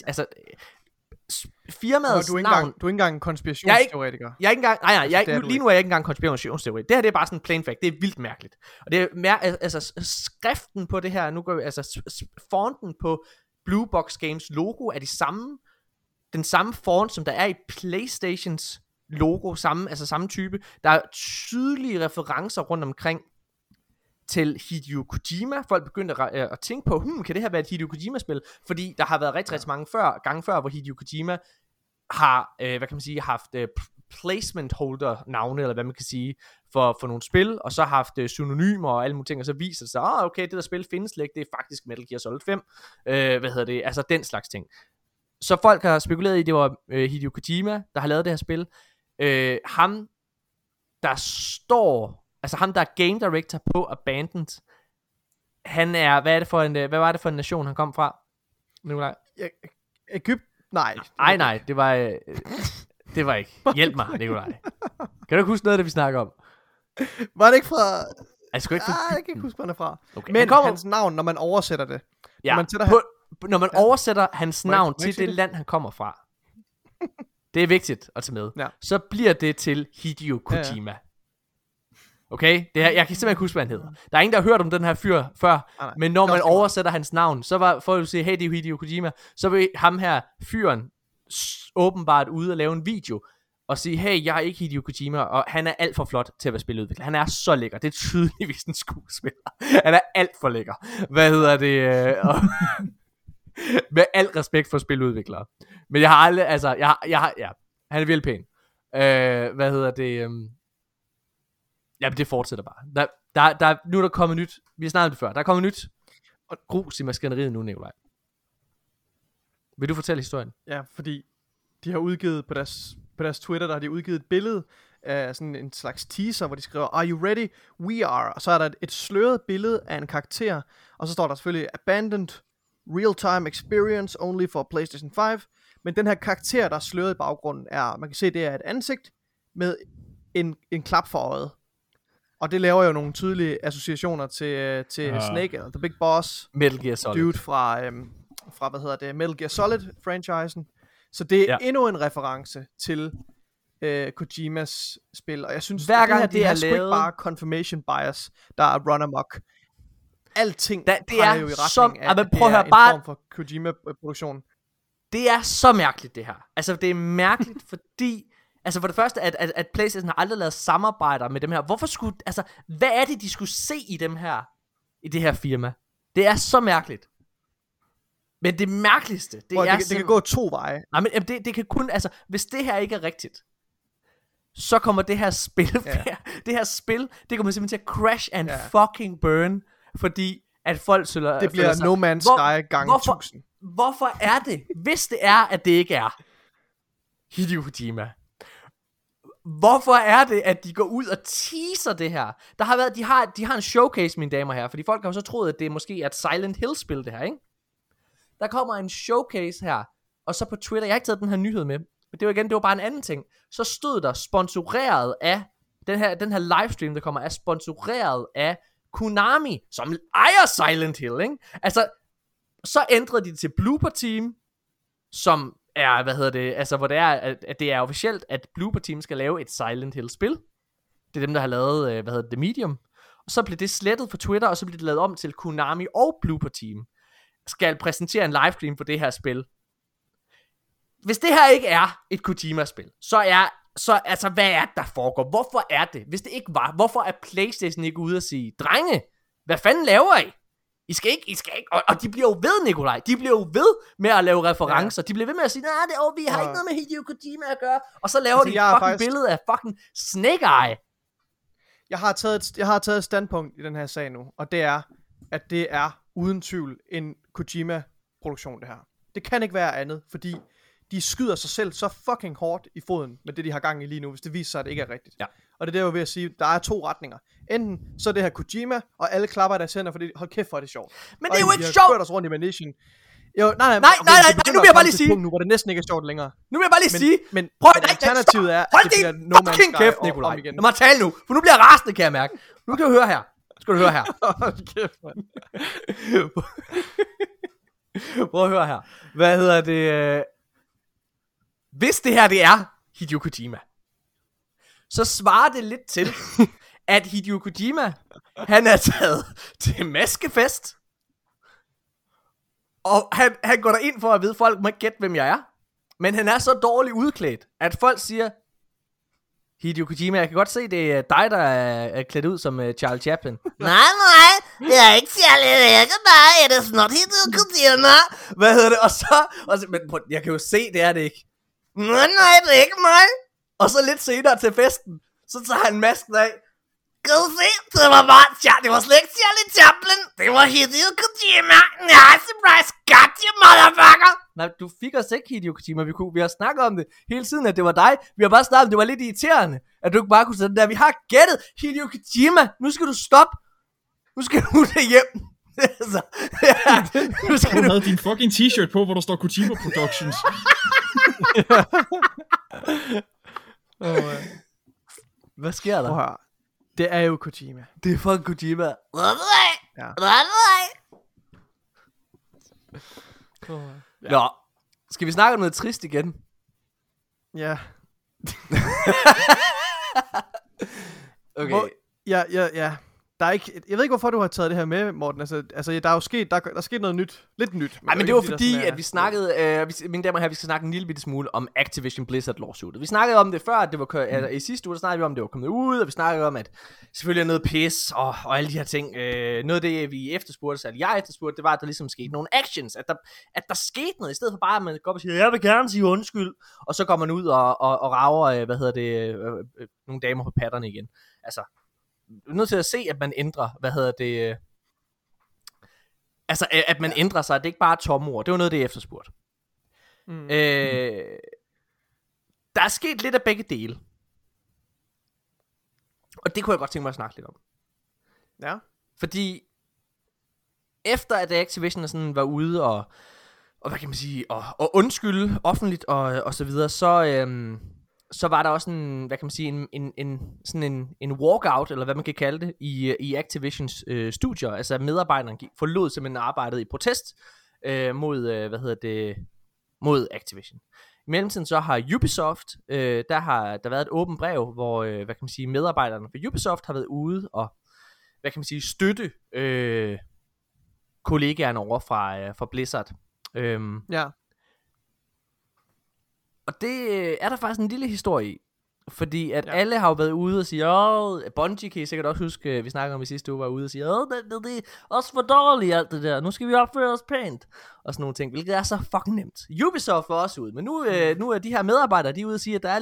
firmaets navn. Du er ikke engang en konspirationsteoretiker. Jeg er ikke engang, lige nu er jeg ikke engang konspirationsteoretiker. Det her, det er bare sådan en plain fact. Det er vildt mærkeligt. Og det er skriften på det her, nu går vi, fonten på Blue Box Games logo er den samme font, som der er i PlayStations logo, samme type. Der er tydelige referencer rundt omkring til Hideo Kojima. Folk begyndte at tænke på, kan det her være et Hideo Kojima-spil? Fordi der har været rigtig mange gange før, hvor Hideo Kojima har haft placement holder navne, eller hvad man kan sige, for nogle spil, og så haft synonymer og alle mulige ting, og så viser det sig, okay, det der spil findes slet ikke, det er faktisk Metal Gear Solid 5, altså den slags ting. Så folk har spekuleret i, det var Hideo Kojima, der har lavet det her spil. Ham, der er game director på Abandoned, han er, hvad var det for en nation, han kom fra? Nikolaj? Egypt? Nej. Nej, det var ikke. Hjælp mig, Nikolaj. Kan du ikke huske noget af det, vi snakker om? Var det ikke fra... Jeg kan ikke huske, hvor han er fra. Okay. Men hans navn, når man oversætter det. Ja, når man oversætter hans navn til det land, han kommer fra. Det er vigtigt at tage med. Ja. Så bliver det til Hideo Kojima. Okay? Det her, jeg kan simpelthen ikke huske, hvad han hedder. Der er ingen, der har hørt om den her fyr før. Men når man oversætter hans navn, så får du sige, hey, det er Hideo Kojima. Så vil ham her fyren åbenbart ude og lave en video og sige, hey, jeg er ikke Hideo Kojima, og han er alt for flot til at være spiludvikler. Han er så lækker. Det er tydeligvis en skuespiller. Han er alt for lækker. Med al respekt for spiludviklere. Men jeg har aldrig, han er virkelig pæn. Jamen, det fortsætter bare. Nu er der kommet nyt. Vi har snakket det før. Der er kommet nyt. Og grus i maskineriet nu, Nikolaj. Vil du fortælle historien? Ja, fordi de har udgivet på deres Twitter, der har de udgivet et billede af sådan en slags teaser, hvor de skriver, are you ready? We are. Og så er der et sløret billede af en karakter, og så står der selvfølgelig, abandoned real-time experience only for PlayStation 5. Men den her karakter, der er sløret i baggrunden, man kan se, det er et ansigt med en klap for øjet. Og det laver jo nogle tydelige associationer til Snake, eller The Big Boss. Metal Gear Solid. Dude fra Metal Gear Solid-franchisen. Så det er endnu en reference til Kojimas spil. Og jeg synes, hver gang det er sgu ikke bare confirmation bias, der er run amok. Alting det er jo i retning af, prøv at høre, en form for Kojima-produktion. Det er så mærkeligt, det her. Altså, det er mærkeligt, fordi Altså for det første, at PlayStation har aldrig lavet samarbejder med dem her. Hvorfor skulle, altså, hvad er det, de skulle se i dem her, i det her firma? Det er så mærkeligt. Men det mærkeligste, det kan gå 2 veje. Nej, men det kan kun, altså, hvis det her ikke er rigtigt, så kommer det her spil, det her spil, det kommer simpelthen til at crash and fucking burn, fordi at folk det bliver No Man's Sky gange 1000. Hvorfor er det, hvis det er, at det ikke er Hideo Kojima? Hvorfor er det, at de går ud og teaser det her? Der har været, de har en showcase, mine damer her, fordi folk har jo så troet, at det måske er et Silent Hill-spil, det her, ikke? Der kommer en showcase her, og så på Twitter, jeg har ikke taget den her nyhed med, men det var bare en anden ting. Så stod der sponsoreret af, den her livestream, der kommer, er sponsoreret af Konami, som ejer Silent Hill, ikke? Altså, så ændrede de til Blooper Team, som er, altså hvor det er, at det er officielt, at Blooper Team skal lave et Silent Hill-spil. Det er dem, der har lavet, The Medium. Og så blev det slettet på Twitter, og så blev det lavet om til Konami og Blooper Team skal præsentere en livestream for det her spil. Hvis det her ikke er et Kojima-spil, så altså, hvad er det, der foregår? Hvorfor er det? Hvis det ikke var, hvorfor er PlayStation ikke ude og sige, drenge, hvad fanden laver I? I skal ikke, og de bliver jo ved, Nikolaj. De bliver jo ved med at lave referencer. De bliver ved med at sige, nej, vi har ikke noget med Hideo Kojima at gøre. Og så laver de et fucking billede af fucking Snake Eye. Jeg har taget et standpunkt i den her sag nu, og det er, at det er uden tvivl en Kojima-produktion, det her. Det kan ikke være andet, fordi de skyder sig selv så fucking hårdt i foden med det, de har gang i lige nu, hvis det viser sig, at det ikke er rigtigt. Ja. Og det er det, jeg var ved at sige, der er 2 retninger. Enten så er det her Kojima, og alle klapper deres hænder, fordi hold kæft, hvor er det sjovt. Men det er jo ikke sjovt! Og kørt os rundt i Manishen. Jo, nej, nu vil jeg bare lige sige. Nu hvor det næsten ikke er sjovt længere. Nu vil jeg bare lige sige. Men alternativet er, at det bliver No Man's Sky kæft, Nikolaj. Lad mig tale nu, for nu bliver jeg rasende, kan jeg mærke. Nu kan du høre her. Skal du høre her. Hold kæft, mand. Prøv at høre her. Hvad hedder det? Hvis det her, det er Hideo Kojima, så svarer det lidt til, at Hideo Kojima, han er taget til maskefest, og han går der ind for at vide, folk må ikke gætte, hvem jeg er. Men han er så dårligt udklædt, at folk siger, Hideo Kojima, jeg kan godt se, det er dig, der er klædt ud som Charlie Chaplin. Nej, det er ikke Charlie, det er snart Hideo Kojima. Hvad hedder det? Og så men jeg kan jo se, det er det ikke. Nej, det er ikke mig. Og så lidt senere til festen, så tager han masken af. Kan du se, det var slet ikke Charlie Chaplin, det var Hideo Kojima. Nej, surprise, got you, motherfucker. Nej, du fik os ikke, Hideo Kojima. Vi har snakket om det hele tiden, at det var dig. Vi har bare snakket om, det var lidt irriterende, at du ikke bare kunne sætte den der. Vi har gættet, Hideo Kojima. Nu skal du stoppe. Nu skal du hjem. Altså, nu skal du havde din fucking t-shirt på, hvor der står Kojima Productions. Hvad sker der? Det er jo Kojima. Det er fucking Kojima. Ja. Nå, skal vi snakke om noget trist igen? Ja. Okay. Ja. Der er ikke, jeg ved ikke, hvorfor du har taget det her med, Morten. Altså der er jo sket, der er sket noget nyt. Lidt nyt. Nej, men det var fordi, at vi snakkede, mine damer og herrer, vi skal snakke en lille bitte smule om Activision Blizzard lawsuitet. Vi snakkede om det før, at det var i sidste uge, der snakkede vi om, det var kommet ud, og vi snakkede om, at selvfølgelig er noget pis, og alle de her ting. Noget af det, vi efterspurgte, eller jeg efterspurgte, det var, at der ligesom skete nogle actions, at der skete noget, i stedet for bare, at man går op og siger, jeg vil gerne sige undskyld, og så går man ud og rager, nogle damer på patterne igen. Altså, du er nødt til at se, at man ændrer, altså, at man ændrer sig, at det ikke bare er tomme ord. Det var noget, det er efterspurgt. Der er sket lidt af begge dele. Og det kunne jeg godt tænke mig at snakke lidt om. Ja. Fordi, efter at Activision sådan var ude og hvad kan man sige, og undskylde offentligt og så videre, så var der også en, hvad kan man sige, en walkout, eller hvad man kan kalde det, i Activisions studier. Altså medarbejderne forlod simpelthen arbejdet i protest mod Activision. I mellemtiden så har Ubisoft, der har der været et åbent brev, hvor, hvad kan man sige, medarbejderne for Ubisoft har været ude og, hvad kan man sige, støtte kollegaerne over fra Blizzard. Ja. Og det er der faktisk en lille historie i. Fordi at alle har jo været ude og sige, Bungie kan I sikkert også huske, vi snakkede om i sidste uge, var ude og sige, det er også for dårligt alt det der, nu skal vi opføre os pænt, og sådan nogle ting, hvilket er så fucking nemt. Ubisoft var også ude, men nu er de her medarbejdere, de er ude og sige, at der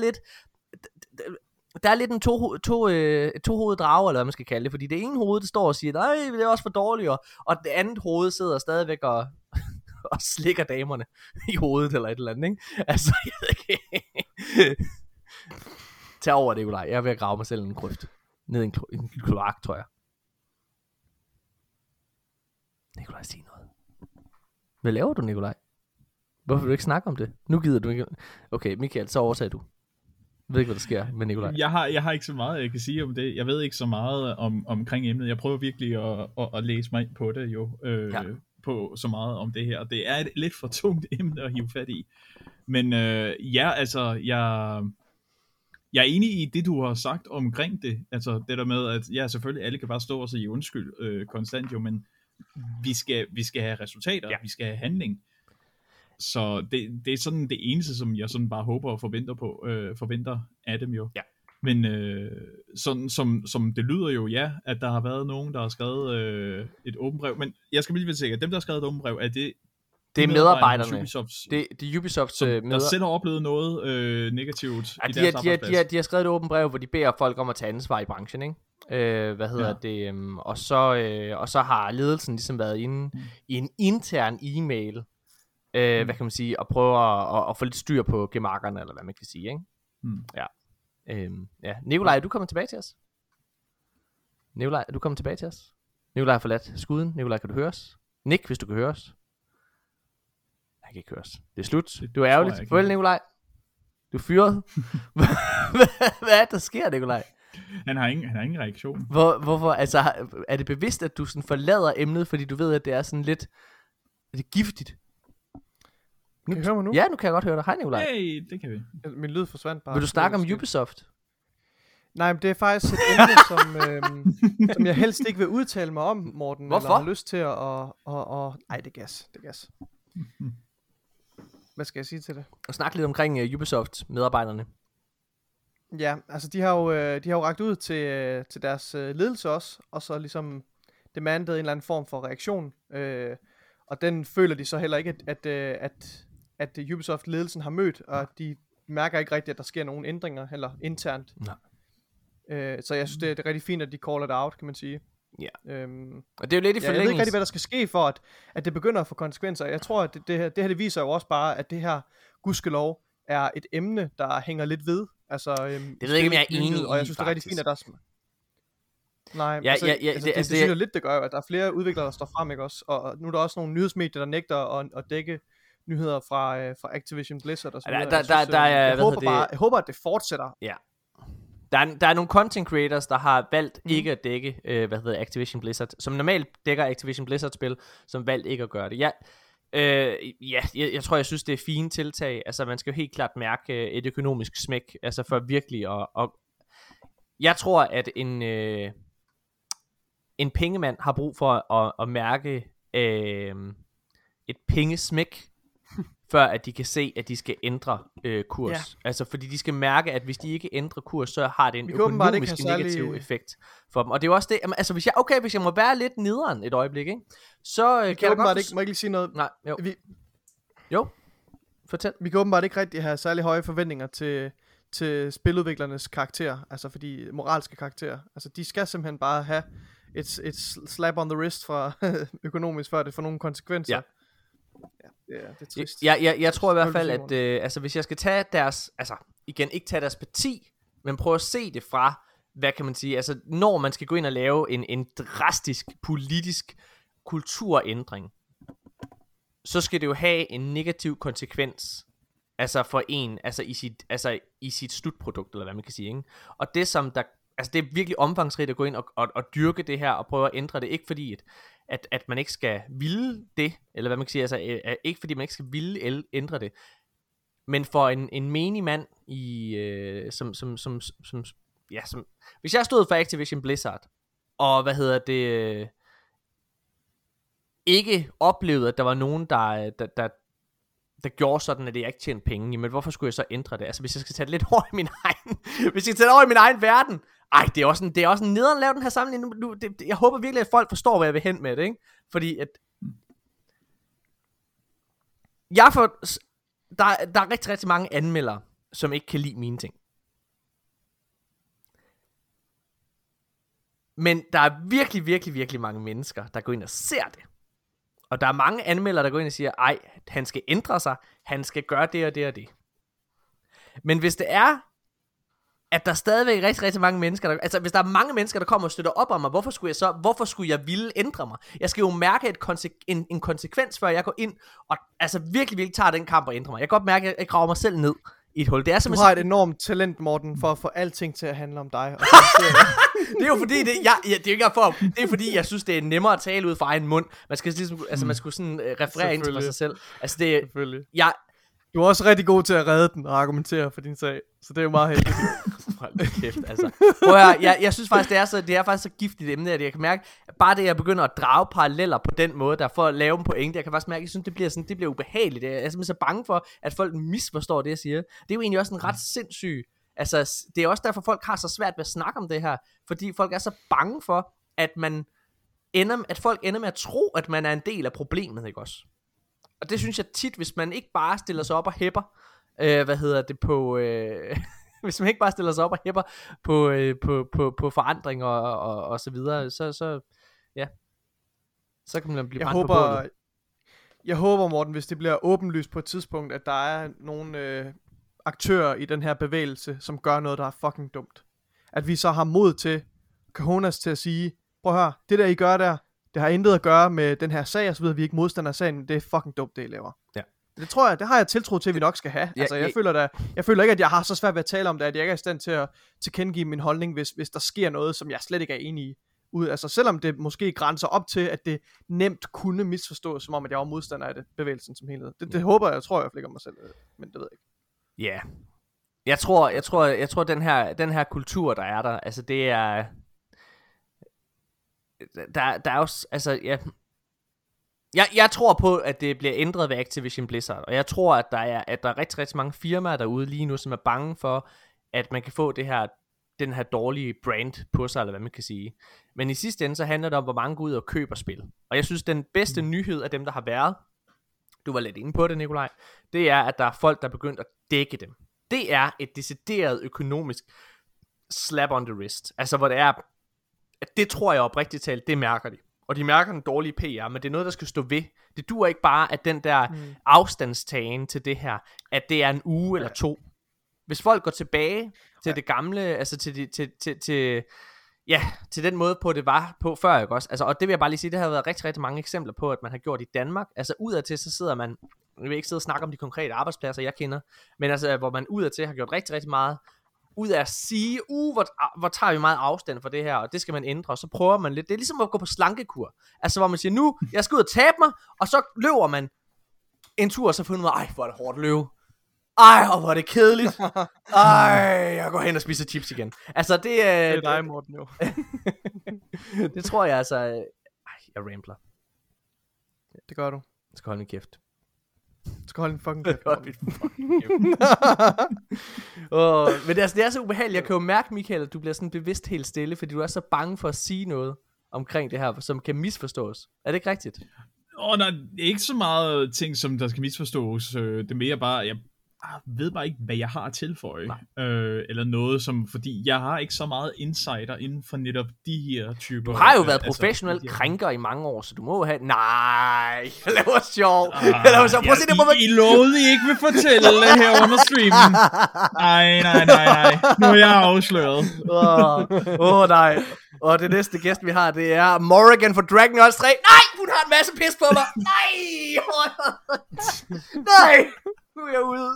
er lidt en to-hovedet drage, eller hvad man skal kalde det, fordi det ene hoved, det står og siger, nej, det er også for dårligt, og det andet hoved sidder stadigvæk og slikker damerne i hovedet, eller et eller andet, ikke? Altså, jeg ved ikke. Tag over, Nikolaj. Jeg er ved at grave mig selv en grøft. Ned i en kloak, tror jeg. Nikolaj, sig noget. Hvad laver du, Nikolaj? Hvorfor vil du ikke snakke om det? Nu gider du ikke. Okay, Michael, så overtager du. Jeg ved ikke, hvad der sker med Nikolaj. Jeg har ikke så meget, jeg kan sige om det. Jeg ved ikke så meget omkring emnet. Jeg prøver virkelig at læse mig ind på det jo. På så meget om det her. Det er et lidt for tungt emne at hive fat i. Men jeg er enig i det, du har sagt omkring det. Altså det der med, at selvfølgelig alle kan bare stå og sige undskyld konstant jo, men vi skal have resultater, vi skal have handling. Så det er sådan det eneste, som jeg sådan bare håber og forventer af dem jo. Ja. Men sådan som det lyder jo, at der har været nogen, der har skrevet et åbent brev. Men jeg skal lige være sikker, dem der har skrevet et åbent brev, er det... Det er medarbejderne. Det er Ubisofts der selv har oplevet noget negativt i deres arbejdsplads. De har skrevet et åbent brev, hvor de beder folk om at tage ansvar i branchen, ikke? Og så har ledelsen ligesom været inde i en intern e-mail, hvad kan man sige, og prøve at få lidt styr på gemakkerne, eller hvad man kan sige, ikke? Nikolaj, er du kommet tilbage til os? Nikolaj, er du kommet tilbage til os? Nikolaj har forladt skuden. Nikolaj, kan du høre os? Nick, hvis du kan høre os. Han kan ikke høre os. Det er slut. Du er ærgerligt. Farvel, Nikolaj. Du er fyret. Hvad er der sker, Nikolaj? Han har ingen reaktion. Hvorfor? Altså, er det bevidst, at du sådan forlader emnet, fordi du ved, at det er sådan lidt... Er det giftigt? Kan du høre mig nu? Ja, nu kan jeg godt høre dig. Hej, Nikolaj. Hey, det kan vi. Min lyd forsvandt bare. Vil du snakke om Ubisoft? Nej, men det er faktisk et emne, som jeg helst ikke vil udtale mig om, Morten. Hvorfor? Eller har lyst til at... Ej, det er gas. Hvad skal jeg sige til det? Og snakke lidt omkring Ubisoft-medarbejderne. Ja, altså de har jo rakt ud til deres ledelse også, og så ligesom demandet en eller anden form for reaktion. Og den føler de så heller ikke, at Ubisoft-ledelsen har mødt, og de mærker ikke rigtigt, at der sker nogen ændringer, heller internt. Nej. Så jeg synes, det er rigtig fint, at de call it out, kan man sige. Ja. Og det er jo lidt i forlængelse. Jeg ved ikke rigtig, hvad der skal ske for, at det begynder at få konsekvenser. Jeg tror, at det her det viser jo også bare, at det her, gudskelov, er et emne, der hænger lidt ved. Altså, det ved jeg ikke, om jeg er enig i, og jeg synes, det er rigtig fint, at der er... Nej, det synes jeg lidt, det gør jo, at der er flere udviklere, der står frem, ikke også? Og nu er der også nogle nyhedsmedier, der nægter at dække nyheder fra Activision Blizzard og sådan noget. Jeg håber, at det fortsætter. Ja. Der er nogle content creators, der har valgt ikke at dække, Activision Blizzard, som normalt dækker Activision Blizzard-spil, som valgt ikke at gøre det. Jeg tror, jeg synes, det er fine tiltag. Altså, man skal jo helt klart mærke et økonomisk smæk, altså for virkelig at jeg tror, at en pengemand har brug for at mærke et pengesmæk, før at de kan se, at de skal ændre kurs. Ja. Altså, fordi de skal mærke, at hvis de ikke ændrer kurs, så har det en økonomisk negativ effekt for dem. Og det er jo også det, altså hvis jeg må være lidt nederen et øjeblik, ikke? Så kan jeg godt... Må jeg ikke lige sige noget? Nej, jo. Fortæl. Vi kan åbenbart ikke rigtig have særlig høje forventninger til spiludviklernes karakter, altså fordi moralske karakter. Altså de skal simpelthen bare have et slap on the wrist fra økonomisk, før det får nogle konsekvenser. Ja. Ja, det er trist. Jeg tror i hvert fald, at altså hvis jeg skal tage deres, altså igen ikke tage deres parti, men prøve at se det fra, hvad kan man sige, altså når man skal gå ind og lave en drastisk politisk kulturændring, så skal det jo have en negativ konsekvens, altså for en, altså i sit slutprodukt, eller hvad man kan sige, ikke? Og det som der, altså det er virkelig omfangsrigt at gå ind og dyrke det her, og prøve at ændre det, ikke fordi at man ikke skal ville det, eller hvad man kan sige, altså ikke fordi man ikke skal ville ændre det, men for en menig mand som hvis jeg stod for Activision Blizzard, og ikke oplevede, at der var nogen, der der gjorde sådan, at jeg ikke tjente penge. Jamen, hvorfor skulle jeg så ændre det? Altså, hvis jeg skal tage det lidt over i min egen... hvis jeg skal tage det over i min egen verden... Ej, det er også en nederen at lave den her sammenligning. Jeg håber virkelig, at folk forstår, hvad jeg vil hen med det, ikke? Fordi at... Der er rigtig, rigtig mange anmeldere, som ikke kan lide mine ting. Men der er virkelig, virkelig, virkelig mange mennesker, der går ind og ser det. Og der er mange anmeldere, der går ind og siger, ej, han skal ændre sig, han skal gøre det og det og det. Men hvis det er, at der stadigvæk er rigtig, rigtig mange mennesker, altså hvis der er mange mennesker, der kommer og støtter op om mig, hvorfor skulle jeg ville ændre mig? Jeg skal jo mærke en konsekvens, før jeg går ind og altså virkelig, virkelig tager den kamp og ændrer mig. Jeg kan godt mærke, at jeg graver mig selv ned i et hul. Det er du har et enormt talent, Morten, for at få alting til at handle om dig. Og det er jo fordi, det er fordi, jeg synes, det er nemmere at tale ud fra egen mund. Man skal ligesom, altså man skulle sådan referere ind til sig selv. Altså det, du er også rigtig god til at redde den og argumentere for din sag, så det er jo meget heldigt. Hold kæft, altså. Prøv at høre, jeg synes faktisk, det er faktisk så giftigt emne, at jeg kan mærke, at bare det, jeg begynder at drage paralleller på den måde, der for at lave en pointe, jeg kan faktisk mærke, at jeg synes, det bliver ubehageligt. Jeg er simpelthen så bange for, at folk misforstår det, jeg siger. Det er jo egentlig også en ret sindssyg, altså det er også derfor, folk har så svært ved at snakke om det her, fordi folk er så bange for, at folk ender med at tro, at man er en del af problemet, ikke også? Og det synes jeg tit, hvis man ikke bare stiller sig op og hæpper, hvis man ikke bare stiller sig op og hæpper på forandring og så videre, så kan man blive brændt på bålet. Jeg håber, Morten, hvis det bliver åbenlyst på et tidspunkt, at der er nogle aktører i den her bevægelse, som gør noget, der er fucking dumt. At vi så har mod til, Kahonas til at sige, prøv at høre, det der I gør der, det har intet at gøre med den her sag, og så videre, vi er ikke modstander af sagen, det er fucking dumt, det I laver. Ja. Det tror jeg, det har jeg tiltro til, at vi nok skal have. Altså, jeg føler ikke, at jeg har så svært ved at tale om det, at jeg ikke er i stand til at tilkendegive min holdning, hvis der sker noget, som jeg slet ikke er enig i. Altså, selvom det måske grænser op til, at det nemt kunne misforstås, som om, at jeg var modstander af det, bevægelsen som helhed. Det håber jeg, tror jeg ikke om mig selv, men det ved jeg ikke. Ja. Jeg tror den her kultur, der er der, altså det er... Der er også, altså, ja... Jeg tror på, at det bliver ændret ved Activision Blizzard, og jeg tror, at der er rigtig, rigtig mange firmaer derude lige nu, som er bange for, at man kan få den her dårlige brand på sig, eller hvad man kan sige. Men i sidste ende, så handler det om, hvor mange går ud og køber spil. Og jeg synes, den bedste nyhed af dem, der har været, du var lidt inde på det, Nikolaj, det er, at der er folk, der er begyndt at dække dem. Det er et decideret økonomisk slap on the wrist. Altså, hvor det er, at det tror jeg oprigtigt talt, det mærker de. Og de mærker den dårlige PR, men det er noget, der skal stå ved. Det duer ikke bare, at den der afstandstagen til det her, at det er en uge eller to. Hvis folk går tilbage til det gamle, altså til den måde på det var på før, ikke også? Altså, og det vil jeg bare lige sige, det har været rigtig, rigtig mange eksempler på, at man har gjort i Danmark. Altså udadtil, så sidder man, jeg vil ikke sidde og snakke om de konkrete arbejdspladser, jeg kender, men altså, hvor man udadtil har gjort rigtig, rigtig meget ud af at sige, hvor tager vi meget afstand for det her, og det skal man ændre, og så prøver man lidt. Det er ligesom at gå på slankekur. Altså, hvor man siger, nu, jeg skal ud og tabe mig, og så løber man en tur, og så finder man, ej, hvor er det hårdt at løbe. Ej, hvor er det kedeligt. Ej, jeg går hen og spiser chips igen. Altså, det er dig, Morten, jo. Det tror jeg, altså... Ej, jeg rambler. Det gør du. Jeg skal holde min kæft. Du skal holde en fucking kæft. Men altså, det er så ubehageligt. Jeg kan jo mærke, Michael, at du bliver sådan bevidst helt stille, fordi du er så bange for at sige noget omkring det her, som kan misforstås. Er det ikke rigtigt? Nej, ikke så meget ting, som der skal misforstås. Det er mere bare, jeg ved bare ikke, hvad jeg har at tilføje. Eller noget, som, fordi jeg har ikke så meget insider inden for netop de her typer. Du har jo været professionel krænker i mange år, så du må have... Nej, jeg laver sjov. Jeg laver sjov. Prøv at se det, I lovede, I ikke vil fortælle her under streamen. Nej. Nu er jeg afsløret. Nej. Og det næste gæst, vi har, det er Morrigan for Dragon Hearts 3. Nej, hun har en masse pis på mig. Nej. Nu er jeg ude.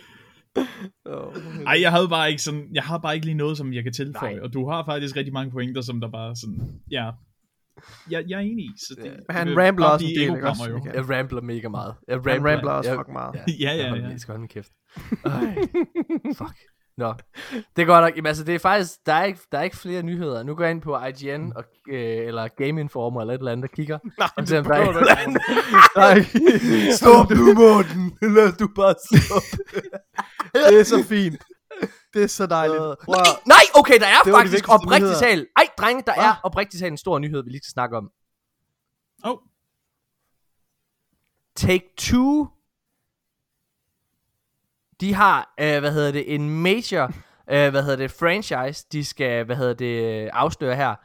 Ej, jeg har bare ikke lige noget, som jeg kan tilføje. Nej. Og du har faktisk rigtig mange pointer, som der bare sådan, ja. Jeg er enig i. Så det, han rambler også en del, ikke også? Jeg rambler mega meget. Han rambler også fucking meget. Ja. Jeg skal holde min kæft. Fuck. Nå, det er godt nok. Jamen, altså, det er faktisk, der er ikke flere nyheder. Nu går jeg ind på IGN, og, eller Game Informer, eller et eller andet, der kigger. Nej, og det der er behøver et du eller andet. ikke. Stop nu, Morten. Lad du bare stop. Det er så fint. Det er så dejligt. Nej, okay, der er Det var de faktisk vigtigste oprigtigt nyheder. talt. Ej, drenge, der Hvad? er oprigtigt talt en stor nyhed, vi lige skal snakke om. Take-Two, de har, en major, franchise, de skal, afsløre her,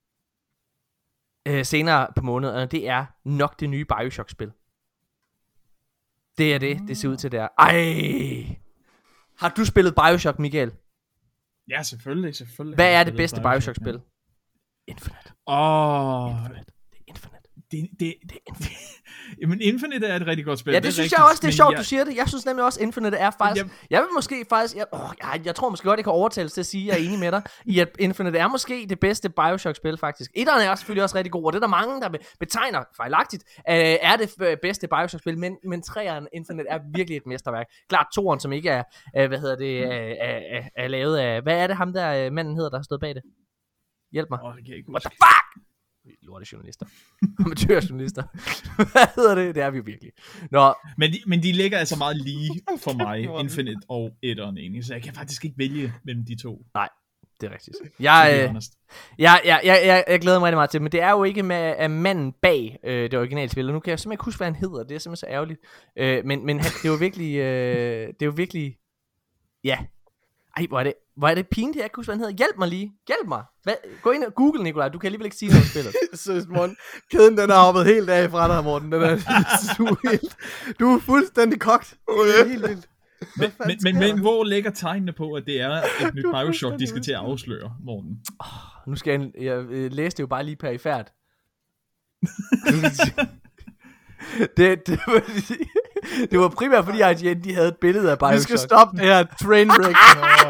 senere på måneden, og det er nok det nye Bioshock-spil. Det er det ser ud til, det er. Ej! Har du spillet Bioshock, Michael? Ja, selvfølgelig. Hvad er det bedste Bioshock-spil? Infinite. Infinite. Det er Infinite. Det er Infinite. Jamen, Infinite er et rigtig godt spil. Ja, det synes jeg også, det er sjovt, du siger det. Jeg synes nemlig også, Infinite er faktisk... Jeg vil måske faktisk... Jeg tror måske godt, det kan overtales til at sige, at jeg er enig med dig, i at Infinite er måske det bedste Bioshock-spil, faktisk. Etteren er selvfølgelig også rigtig god, og det er der mange, der betegner fejlagtigt, er det bedste Bioshock-spil, men treeren, Infinite, er virkelig et mesterværk. Klart toeren, som ikke er, er lavet af... Hvad er det ham der manden hedder, der har stået bag det? Hjælp mig. Det kan jeg ikke What the fuck? Lortejournalister. Amatørjournalister. Hvad hedder det? Det er vi virkelig. Nå. Men de ligger altså meget lige for mig, Infinite og etteren egentlig, så jeg kan faktisk ikke vælge mellem de to. Nej, det er rigtigt. Jeg glæder mig rigtig meget til, men det er jo ikke med manden bag det originale spil, og nu kan jeg simpelthen ikke huske, hvad han hedder. Det er simpelthen så ærgerligt. Men det er jo virkelig, ja. Ej, hvor er det pinligt, jeg ikke huske, hvad han hedder. Hjælp mig lige. Hjælp mig. Gå ind og Google, Nikolaj. Du kan alligevel ikke sige noget om spillet. Så Morten, kæden den er hoppet helt af fra dig, Morten. Den er du er fuldstændig kogt. Det er helt vildt. Men hvor ligger tegnene på, at det er et nyt Bioshock, de skal til at afsløre, Morten? Nu skal jeg læste det jo bare lige perifært. Det var primært fordi IGN, de havde et billede af Bioshock. Vi skal stoppe det her trainwreck.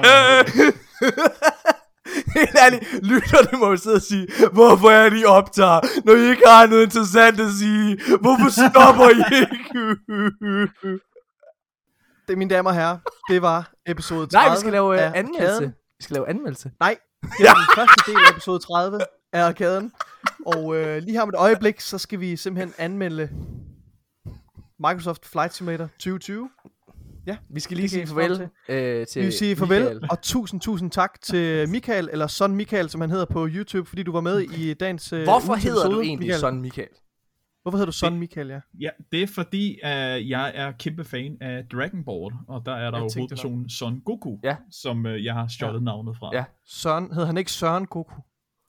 Helt ærligt, lytterne må jo sidde og sige, hvorfor er de optager, når I ikke har noget interessant at sige? Hvorfor stopper I ikke? Det, mine damer og herrer, det var episode 30. Nej, vi skal lave anmeldelse. Vi skal lave anmeldelse. Nej, det er den første del af episode 30 af Arkaden. Og lige her om et øjeblik, så skal vi simpelthen anmelde Microsoft Flight Simulator 2020. Ja, vi skal lige sige farvel til vi vil sige farvel, Michael. Og tusind tak til Michael, eller Son Michael, som han hedder på YouTube, fordi du var med i dagens Hvorfor hedder du egentlig Son Michael? Hvorfor hedder du Son Michael, ja? Ja, det er fordi, jeg er kæmpe fan af Dragon Ball, og der er der jo hovedpersonen Son Goku, som jeg har stjålet navnet fra. Ja, Son, hedder han ikke Søren Goku?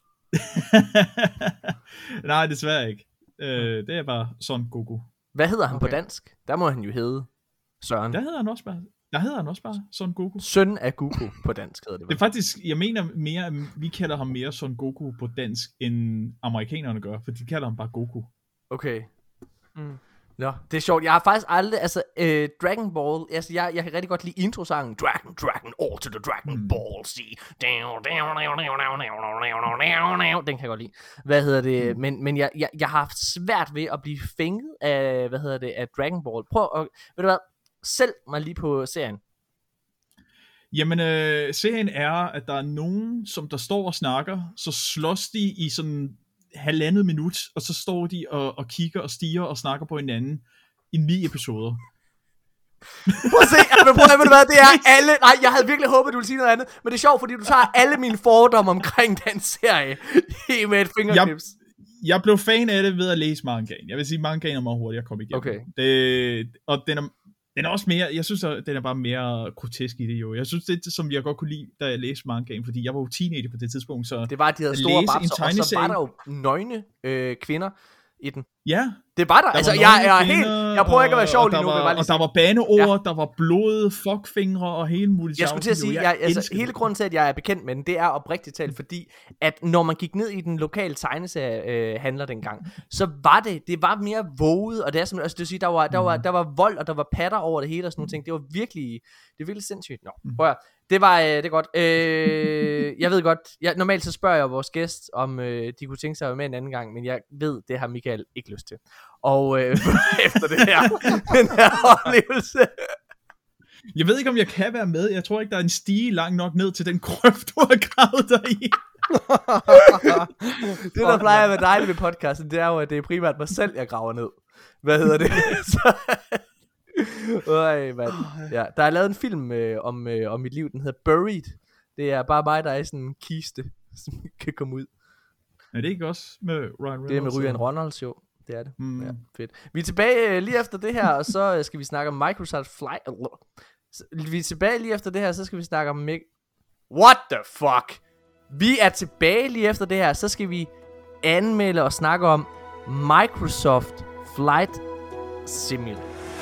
Nej, desværre ikke. Det er bare Son Goku. Hvad hedder han på dansk? Der må han jo hedde Søren. Der hedder han også bare Son Goku. Søn af Goku på dansk hedder det. Det er faktisk, jeg mener mere, vi kalder ham mere Son Goku på dansk, end amerikanerne gør, for de kalder ham bare Goku. Okay. Nå, det er sjovt. Jeg har faktisk aldrig, Dragon Ball, altså jeg kan rigtig godt lide introsangen. Dragon, all to the Dragon Ball, see. Den kan jeg godt lide. Hvad hedder det? Men jeg har haft svært ved at blive fænget af, af Dragon Ball. Prøv at, ved du hvad, sælg mig lige på serien. Jamen, serien er, at der er nogen, som der står og snakker, så slås de i sådan 1,5 minut, og så står de og kigger og stiger og snakker på hinanden i 9 episoder. Prøv at se, ved du hvad, det er alle. Nej, jeg havde virkelig håbet, du ville sige noget andet, men det er sjovt, fordi du tager alle mine fordomme omkring den serie med et fingerknips. Jeg blev fan af det ved at læse mangaen. Jeg vil sige, mangaen er meget hurtigt at komme igennem. Okay. Og den er også mere, jeg synes, at den er bare mere grotesk i det jo. Jeg synes, det som jeg godt kunne lide, da jeg læste mangaen, fordi jeg var jo teenager på det tidspunkt, så det var, at de havde store babser, og så var der jo nøgne kvinder i den. Ja. Det var der. Altså, jeg prøver ikke at være sjov lige nu. Og der var baneord, der var blod, fuckfingre og hele muligt. Jeg skulle til at sige, hele grunden til, at jeg er bekendt med den, det er oprigtigt talt, fordi at når man gik ned i den lokale tegneserie handler dengang, så var det var mere våget, og det er som, altså, det vil sige, der var vold, og der var patter over det hele og sådan nogle ting. Det var virkelig sindssygt. Nå, prøv at det er godt. Jeg ved godt, normalt så spørger jeg vores gæst, om de kunne tænke sig at være med en anden gang, men jeg ved, det har Michael ikke lyst til. Og efter den her oplevelse, Jeg ved ikke, om jeg kan være med. Jeg tror ikke, der er en stige lang nok ned til den grøft, du har gravet dig i. Det, der plejer at være dejligt ved podcasten, det er jo, at det er primært mig selv, jeg graver ned. Hvad hedder det? Øj, mand. Ja, der er lavet en film om mit liv, den hedder Buried. Det er bare mig, der er i sådan en kiste, som kan komme ud. Er det ikke også med Ryan Reynolds? Det er med Ryan Reynolds, jo. Det er det. Ja, fedt. Vi er tilbage lige efter det her, og så skal vi snakke om Microsoft Flight. Vi er tilbage lige efter det her, så skal vi snakke om What the fuck? Vi er tilbage lige efter det her, så skal vi anmelde og snakke om Microsoft Flight Simulator.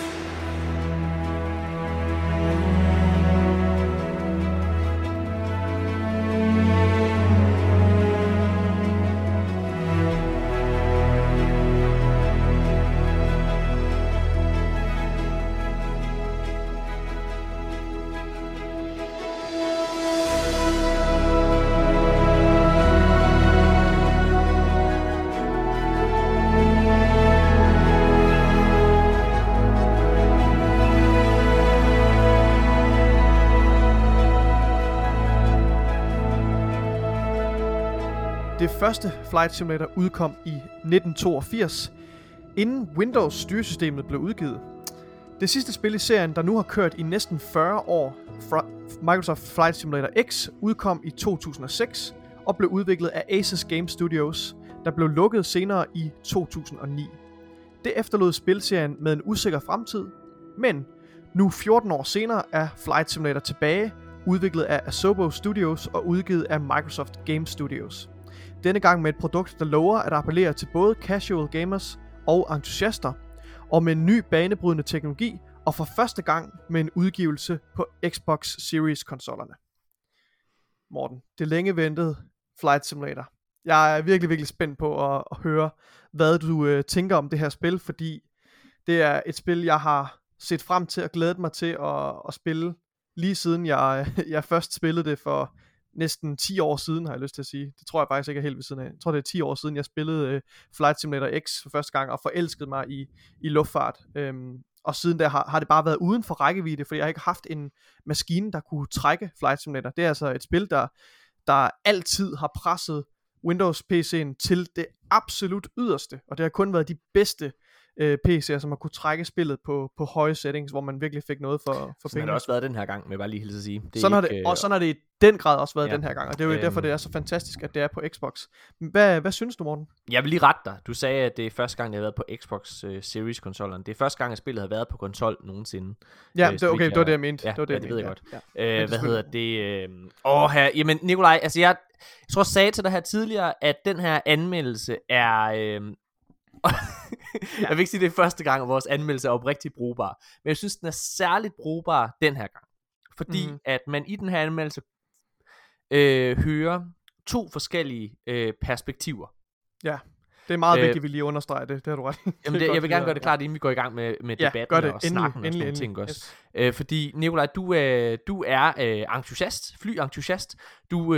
Det første Flight Simulator udkom i 1982, inden Windows styresystemet blev udgivet. Det sidste spil i serien, der nu har kørt i næsten 40 år, Microsoft Flight Simulator X, udkom i 2006 og blev udviklet af Aces Game Studios, der blev lukket senere i 2009. Det efterlod spilserien med en usikker fremtid, men nu 14 år senere er Flight Simulator tilbage, udviklet af Asobo Studios og udgivet af Microsoft Game Studios. Denne gang med et produkt, der lover at appellere til både casual gamers og entusiaster, og med en ny banebrydende teknologi, og for første gang med en udgivelse på Xbox Series konsollerne. Morten, det længe ventede Flight Simulator. Jeg er virkelig, virkelig spændt på at høre, hvad du tænker om det her spil, fordi det er et spil, jeg har set frem til og glædet mig til at spille, lige siden jeg først spillede det for næsten 10 år siden, har jeg lyst til at sige. Det tror jeg faktisk ikke er helt ved siden af. Jeg tror, det er 10 år siden, jeg spillede Flight Simulator X for første gang, og forelskede mig i luftfart. Og siden der har det bare været uden for rækkevidde, fordi jeg har ikke haft en maskine, der kunne trække Flight Simulator. Det er altså et spil, der altid har presset Windows PC'en til det absolut yderste, og det har kun været de bedste PC'er, som har kunne trække spillet på høje settings, hvor man virkelig fik noget for pengene. Sådan har det også været den her gang, med bare lige hilse at sige. Sådan har det i den grad også været den her gang, og det er jo derfor, det er så fantastisk, at det er på Xbox. Hvad synes du, Morten? Jeg vil lige rette dig. Du sagde, at det er første gang, det har været på Xbox Series-konsolleren. Det er første gang, at spillet har været på konsol nogensinde. Ja, det var det, jeg mente. Ja, det ved jeg godt. Ja. Hvad hedder det? Jamen, Nikolaj, altså jeg tror, jeg sagde til dig her tidligere, at den her anmeldelse er... Jeg vil ikke sige, det er første gang, at vores anmeldelse er oprigtigt brugbar, men jeg synes, den er særligt brugbar den her gang, fordi at man i den her anmeldelse hører to forskellige perspektiver. Ja, det er meget vigtigt, at vi lige understreger det. Det har du ret. Jamen jeg vil gerne gøre det klart, inden vi går i gang med debatten og snakken og sådan nogle ting også. Fordi Nikolaj, du er entusiast, flyentusiast. Du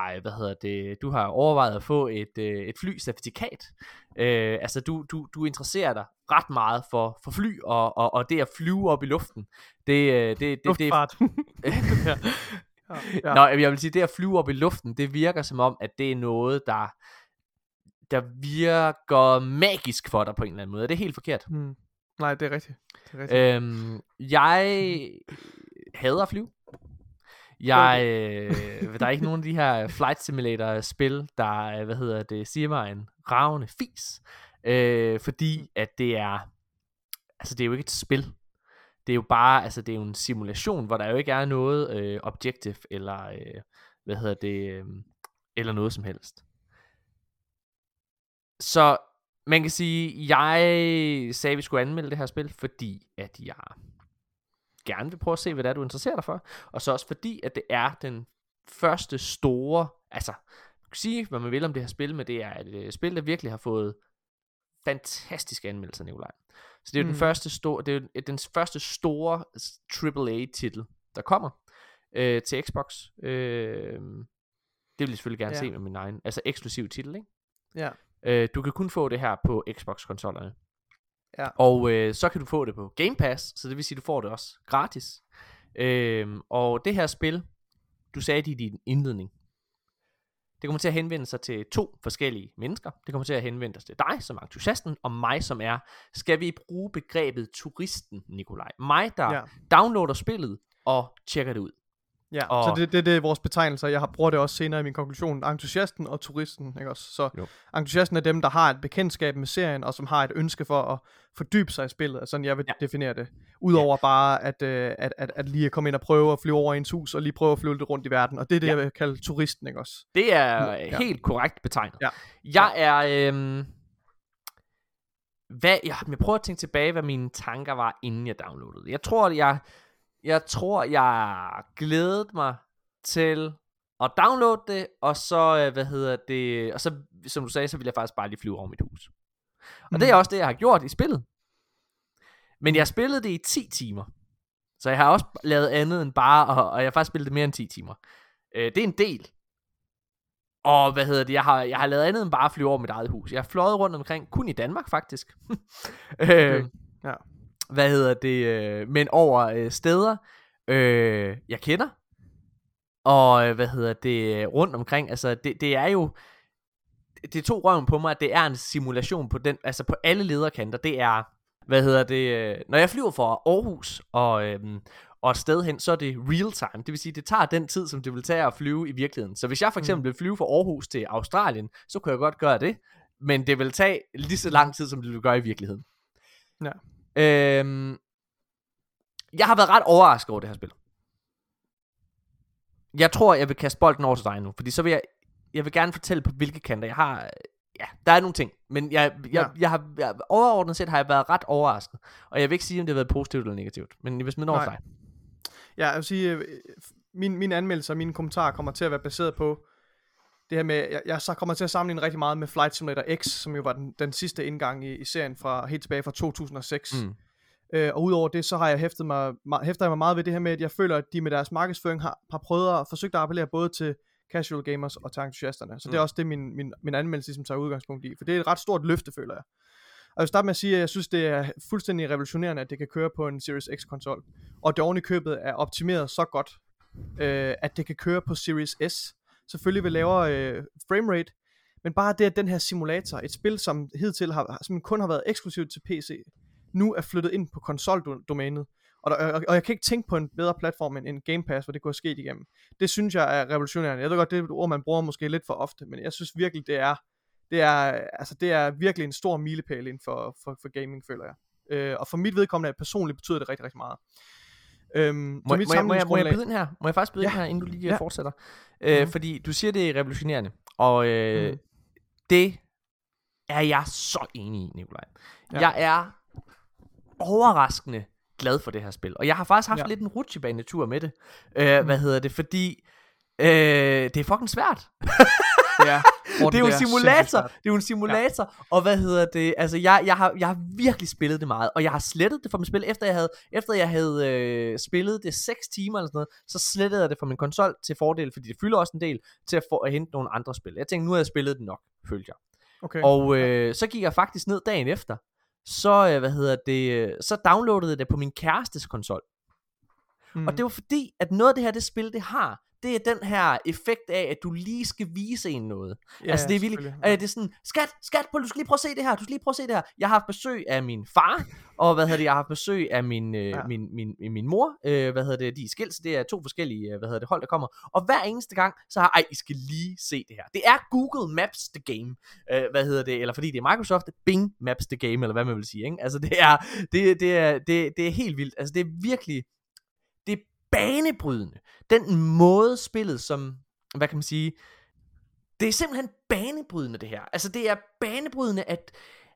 har overvejet at få et flycertifikat. Altså du interesserer dig ret meget for fly og det at flyve op i luften. Luftfart. Ja. Nå, jeg vil sige, det at flyve op i luften, det virker som om, at det er noget, der virker magisk for dig på en eller anden måde. Er det helt forkert? Nej, det er rigtigt. Jeg hader at flyve. Der er ikke nogen af de her Flight Simulator spil, der siger mig en ravende fis. Fordi at det er jo ikke et spil. Det er jo bare, det er jo en simulation, hvor der jo ikke er noget objective eller eller noget som helst. Så man kan sige, jeg sagde, at vi skulle anmelde det her spil, fordi at jeg gerne vil prøve at se, hvad det er, du interesserer dig for. Og så også fordi, at det er den første store, man kan sige, hvad man vil om det her spil, men det er et spil, der virkelig har fået fantastiske anmeldelser, Nikolaj. Så det er jo den første store AAA-titel, der kommer til Xbox. Det vil jeg selvfølgelig gerne se med min egen, eksklusiv titel, ikke? Ja. Du kan kun få det her på Xbox-konsollerne. Ja. Og så kan du få det på Game Pass, så det vil sige, du får det også gratis. Og det her spil, du sagde det i din indledning, det kommer til at henvende sig til 2 forskellige mennesker. Det kommer til at henvende sig til dig som entusiasten, og mig som er, skal vi bruge begrebet turisten, Nikolaj? Mig, der downloader spillet og tjekker det ud. Ja, og så det er vores betegnelser. Jeg bruger det også senere i min konklusion. Entusiasten og turisten, ikke også? Så entusiasten er dem, der har et bekendtskab med serien, og som har et ønske for at fordybe sig i spillet. Sådan jeg vil definere det. Udover bare at lige komme ind og prøve at flyve over ens hus, og lige prøve at flyve lidt rundt i verden. Og det er det, jeg vil kalde turisten, ikke også? Det er helt korrekt betegnet. Ja. Jeg er... jeg prøver at tænke tilbage, hvad mine tanker var, inden jeg downloadede. Jeg tror, jeg glædede mig til at downloade det, og så, og så, som du sagde, så ville jeg faktisk bare lige flyve over mit hus. Og det er også det, jeg har gjort i spillet. Men jeg spillede det i 10 timer. Så jeg har også lavet andet end bare, og jeg har faktisk spillet det mere end 10 timer. Det er en del. Og jeg har lavet andet end bare at flyve over mit eget hus. Jeg har fløjet rundt omkring, kun i Danmark faktisk. Okay. Ja. Men over steder jeg kender. Og rundt omkring, altså det er jo, det tog røven på mig, at det er en simulation på den, altså på alle lederkanter. Det er, når jeg flyver fra Aarhus og et sted hen, så er det real time. Det vil sige, det tager den tid, som det vil tage at flyve i virkeligheden. Så hvis jeg for eksempel vil flyve fra Aarhus til Australien, så kunne jeg godt gøre det, men det vil tage lige så lang tid, som det vil gøre i virkeligheden. Ja. Jeg har været ret overrasket over det her spil. Jeg tror, jeg vil kaste bolden over til dig nu, fordi så vil jeg vil gerne fortælle på hvilke kanter jeg har. Ja, der er nogle ting, men jeg har overordnet set har jeg været ret overrasket, og jeg vil ikke sige, om det har været positivt eller negativt, men hvis man når dig. Ja, jeg vil sige, min anmeldelse og mine kommentarer kommer til at være baseret på det her med, jeg så kommer til at sammenligne rigtig meget med Flight Simulator X, som jo var den sidste indgang i serien helt tilbage fra 2006. Og udover det, så har jeg hæftet mig meget ved det her med, at jeg føler, at de med deres markedsføring har prøvet at forsøgt at appellere både til casual gamers og til entusiasterne. Så det er også det, min anmeldelse ligesom tager udgangspunkt i. For det er et ret stort løfte, føler jeg. Og jeg vil starte med at sige, at jeg synes, det er fuldstændig revolutionerende, at det kan køre på en Series X-konsol. Og det oven i købet er optimeret så godt, at det kan køre på Series S. Selvfølgelig vil lavere framerate, men bare det, at den her simulator, et spil, som hidtil som kun har været eksklusivt til PC, nu er flyttet ind på konsoldomænet. Og jeg kan ikke tænke på en bedre platform end Game Pass, hvor det kunne have sket igennem. Det synes jeg er revolutionerende. Jeg ved godt, det er et ord, man bruger måske lidt for ofte, men jeg synes virkelig, det er virkelig en stor milepæl inden for gaming, føler jeg. Og for mit vedkommende personligt betyder det rigtig, rigtig meget. Må jeg byde ind her? Må jeg faktisk byde ind her, inden du lige fortsætter? Fordi du siger, det er revolutionerende, og det er jeg så enig i, Nikolaj. Ja. Jeg er overraskende glad for det her spil, og jeg har faktisk haft lidt en rutsjebanetur med det. Fordi det er fucking svært. Ja, det er jo en simulator. Det er jo en simulator. Og altså jeg har virkelig spillet det meget, og jeg har slettet det fra mit spil efter jeg havde spillet det 6 timer eller sådan noget, så slettede jeg det fra min konsol til fordel, fordi det fylder også en del til at hente nogle andre spil. Jeg tænkte, nu har jeg spillet det nok, følte jeg. Okay. Og så gik jeg faktisk ned dagen efter. Så downloadede jeg det på min kærestes konsol. Og det var fordi, at noget af det her, det spil, det har, det er den her effekt af, at du lige skal vise en noget. Ja, altså det er virkelig, det er sådan, skat, du skal lige prøve at se det her, Jeg har haft besøg af min far, og jeg har haft besøg af min mor, de er skilt, så det er 2 forskellige, hold, der kommer, og hver eneste gang, så har, I skal lige se det her. Det er Google Maps the Game, eller fordi det er Microsoft, Bing Maps the Game, eller hvad man vil sige, ikke? Altså det er helt vildt, altså det er virkelig, det er banebrydende. Den måde spillet som, hvad kan man sige, det er simpelthen banebrydende det her. Altså det er banebrydende, at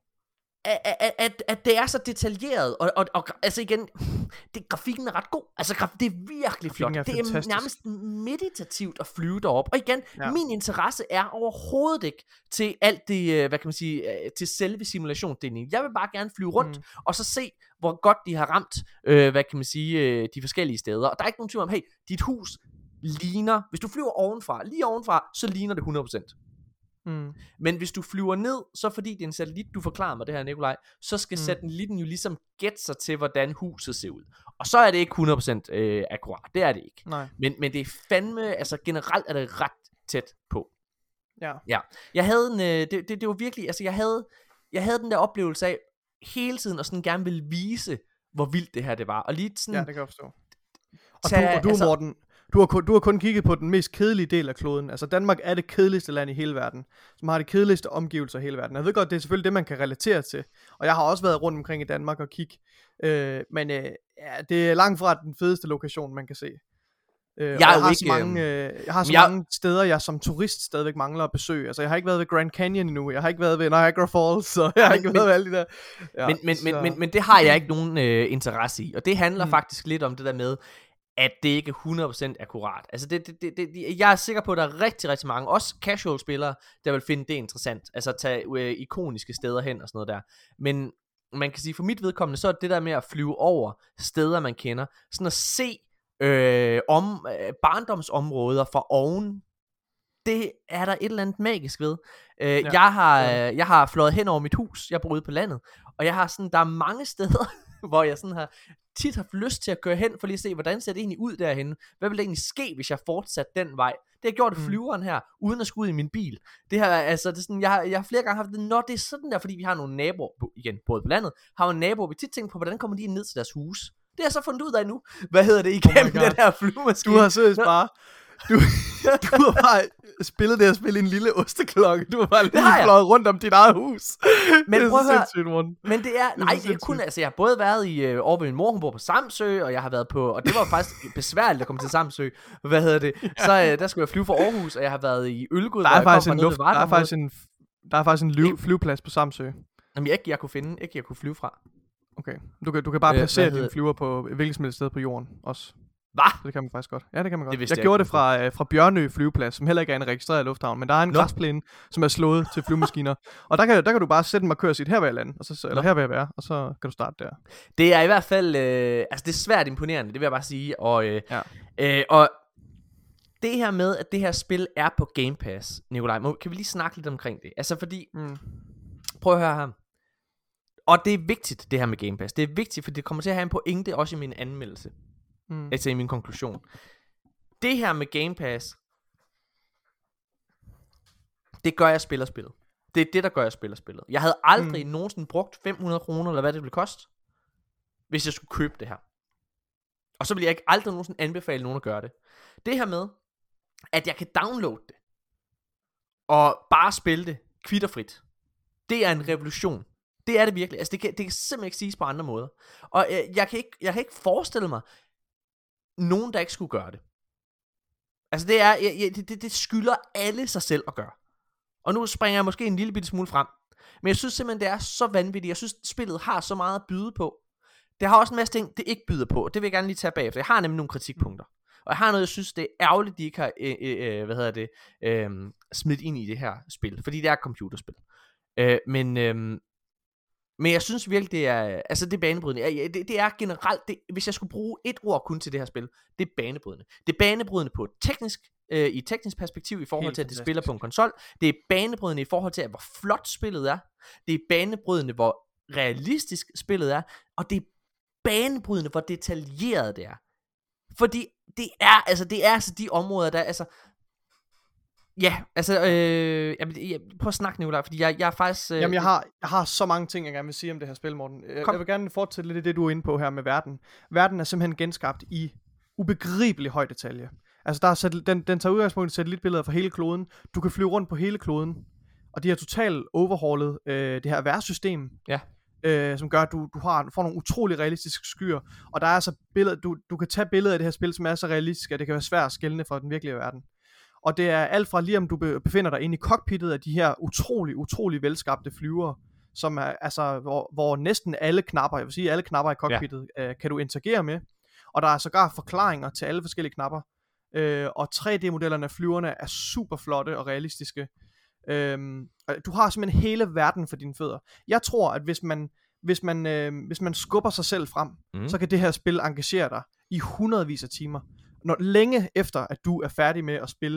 det er så detaljeret, og altså igen, grafikken er ret god, altså det er virkelig flot, det er nærmest meditativt at flyve derop, og igen, min interesse er overhovedet ikke til alt det, hvad kan man sige, til selve simulationsdelen. Jeg vil bare gerne flyve rundt, og så se, hvor godt de har ramt, hvad kan man sige, de forskellige steder, og der er ikke nogen tvivl om, hey, dit hus ligner, hvis du flyver lige ovenfra, så ligner det 100%. Men hvis du flyver ned, så fordi det er en satellit, du forklarer mig det her, Nikolaj, så skal satellitten jo ligesom gætte sig til, hvordan huset ser ud. Og så er det ikke 100% akkurat, det er det ikke. Nej. Men det er fandme, altså generelt er det ret tæt på. Ja. Jeg havde det var virkelig, altså jeg havde den der oplevelse af hele tiden og sådan gerne ville vise, hvor vildt det her det var. Og lige sådan, ja, det kan jeg forstå. Og du altså, Morten, du har kun kigget på den mest kedelige del af kloden. Altså Danmark er det kedeligste land i hele verden, som har de kedeligste omgivelser i hele verden. Jeg ved godt, det er selvfølgelig det, man kan relatere til. Og jeg har også været rundt omkring i Danmark og kigge. Men det er langt fra den fedeste lokation, man kan se. Jeg har så mange steder, jeg som turist stadigvæk mangler at besøge. Altså jeg har ikke været ved Grand Canyon endnu. Jeg har ikke været ved Niagara Falls. Så jeg har ikke været ved alle de der. Ja, men det har jeg ikke nogen interesse i. Og det handler faktisk lidt om det der med, at det ikke er 100% akkurat. Altså jeg er sikker på, at der er rigtig, rigtig mange, også casual spillere, der vil finde det interessant. Altså at tage ikoniske steder hen og sådan noget der. Men man kan sige, for mit vedkommende, så er det der med at flyve over steder, man kender. Sådan at se barndomsområder fra oven, det er der et eller andet magisk ved. Jeg har fløjet hen over mit hus. Jeg bor ude på landet, og jeg har sådan, der er mange steder, hvor jeg sådan har tit haft lyst til at køre hen for lige at se, hvordan ser det egentlig ud derhenne. Hvad vil det egentlig ske, hvis jeg fortsatte den vej? Det har gjort flyveren her, uden at skulle ud i min bil. Det her, altså, det er sådan, jeg har flere gange haft det, når det er sådan der, fordi vi har nogle naboer, igen, både på landet, har jo naboer, vi tit tænker på, hvordan kommer de ned til deres hus? Det har jeg så fundet ud af nu. Hvad hedder det igennem den her flyvemaskine? Du har seriøst bare Du har bare spillet det at spille en lille osteklokke. Du har bare lige fløjet rundt om dit eget hus. Men det er sindssygt, men det er, nej, det er kun, altså jeg har både været i, over ved min mor, hun bor på Samsø, og jeg har været på, og det var faktisk besværligt at komme til Samsø. Hvad hedder det? Så der skulle jeg flyve fra Aarhus, og jeg har været i Ølgod. Der er faktisk en flyveplads på Samsø. Jamen jeg kunne finde, ikke jeg kunne flyve fra. Okay, du kan bare placere dine flyver på hvilket som helst sted på jorden også. Hvad? Det kan man faktisk godt. Ja, det kan man godt. Jeg gjorde det fra Bjørnø flyveplads, som heller ikke er en registreret lufthavn, men der er en græsplæne, som er slået til flyvemaskiner. Og der kan du bare sætte dem og køre sit her vil jeg lande, og så, eller her vil jeg være, og så kan du starte der. Det er i hvert fald, altså det er svært imponerende, det vil jeg bare sige. Og det her med, at det her spil er på Game Pass, Nikolaj, kan vi lige snakke lidt omkring det? Altså fordi, prøv at høre her. Og det er vigtigt, det her med Game Pass. Det er vigtigt, for det kommer til at have en pointe også i min anmeldelse. Altså i min konklusion. Det her med Game Pass, det gør jeg spiller spillet. Det er det, der gør jeg spiller spillet. Jeg havde aldrig nogensinde brugt 500 kroner, eller hvad det ville koste, hvis jeg skulle købe det her. Og så vil jeg ikke aldrig nogensinde anbefale nogen at gøre det. Det her med, at jeg kan downloade det, og bare spille det kvitterfrit, det er en revolution. Det er det virkelig. Altså det kan simpelthen ikke siges på andre måder. Og jeg kan ikke forestille mig nogen, der ikke skulle gøre det. Altså det skylder alle sig selv at gøre. Og nu springer jeg måske en lille bitte smule frem. Men jeg synes simpelthen, det er så vanvittigt. Jeg synes, spillet har så meget at byde på. Det har også en masse ting, det ikke byder på. Det vil jeg gerne lige tage bagefter. Jeg har nemlig nogle kritikpunkter. Og jeg har noget, jeg synes, det er ærgerligt, de ikke har smidt ind i det her spil. Fordi det er et computerspil. Men jeg synes virkelig, det er, altså det er banebrydende. Det er generelt, hvis jeg skulle bruge et ord kun til det her spil, det er banebrydende. Det er banebrydende på i et teknisk perspektiv i forhold til, at det spiller på en konsol. Det er banebrydende i forhold til, hvor flot spillet er. Det er banebrydende, hvor realistisk spillet er. Og det er banebrydende, hvor detaljeret det er. Fordi det er altså de områder, der altså... Ja, altså, prøv at snakke, Nicolaj, fordi jeg er faktisk... Jamen, jeg har så mange ting, jeg gerne vil sige om det her spil, Morten. Jeg vil gerne fortsætte lidt i det, du er inde på her med verden. Verden er simpelthen genskabt i ubegribelig høj detalje. Altså, der er den tager udgangspunkt i satellitbilleder fra hele kloden. Du kan flyve rundt på hele kloden. Og de har totalt overhaulet det her værsystem. Ja. Som gør, at du får nogle utrolig realistiske skyer. Og der er altså billeder, du kan tage billeder af det her spil, som er så realistiske, at det kan være svært at skelne fra den virkelige verden. Og det er alt fra lige om du befinder dig inde i cockpittet af de her utrolig velskabte flyvere, som er, altså, hvor næsten alle knapper, jeg vil sige alle knapper i cockpittet, kan du interagere med. Og der er sågar forklaringer til alle forskellige knapper. Og 3D-modellerne af flyverne er super flotte og realistiske. Du har simpelthen hele verden for dine fødder. Jeg tror, at hvis man skubber sig selv frem, så kan det her spil engagere dig i hundredvis af timer. Længe efter, at du er færdig med at spille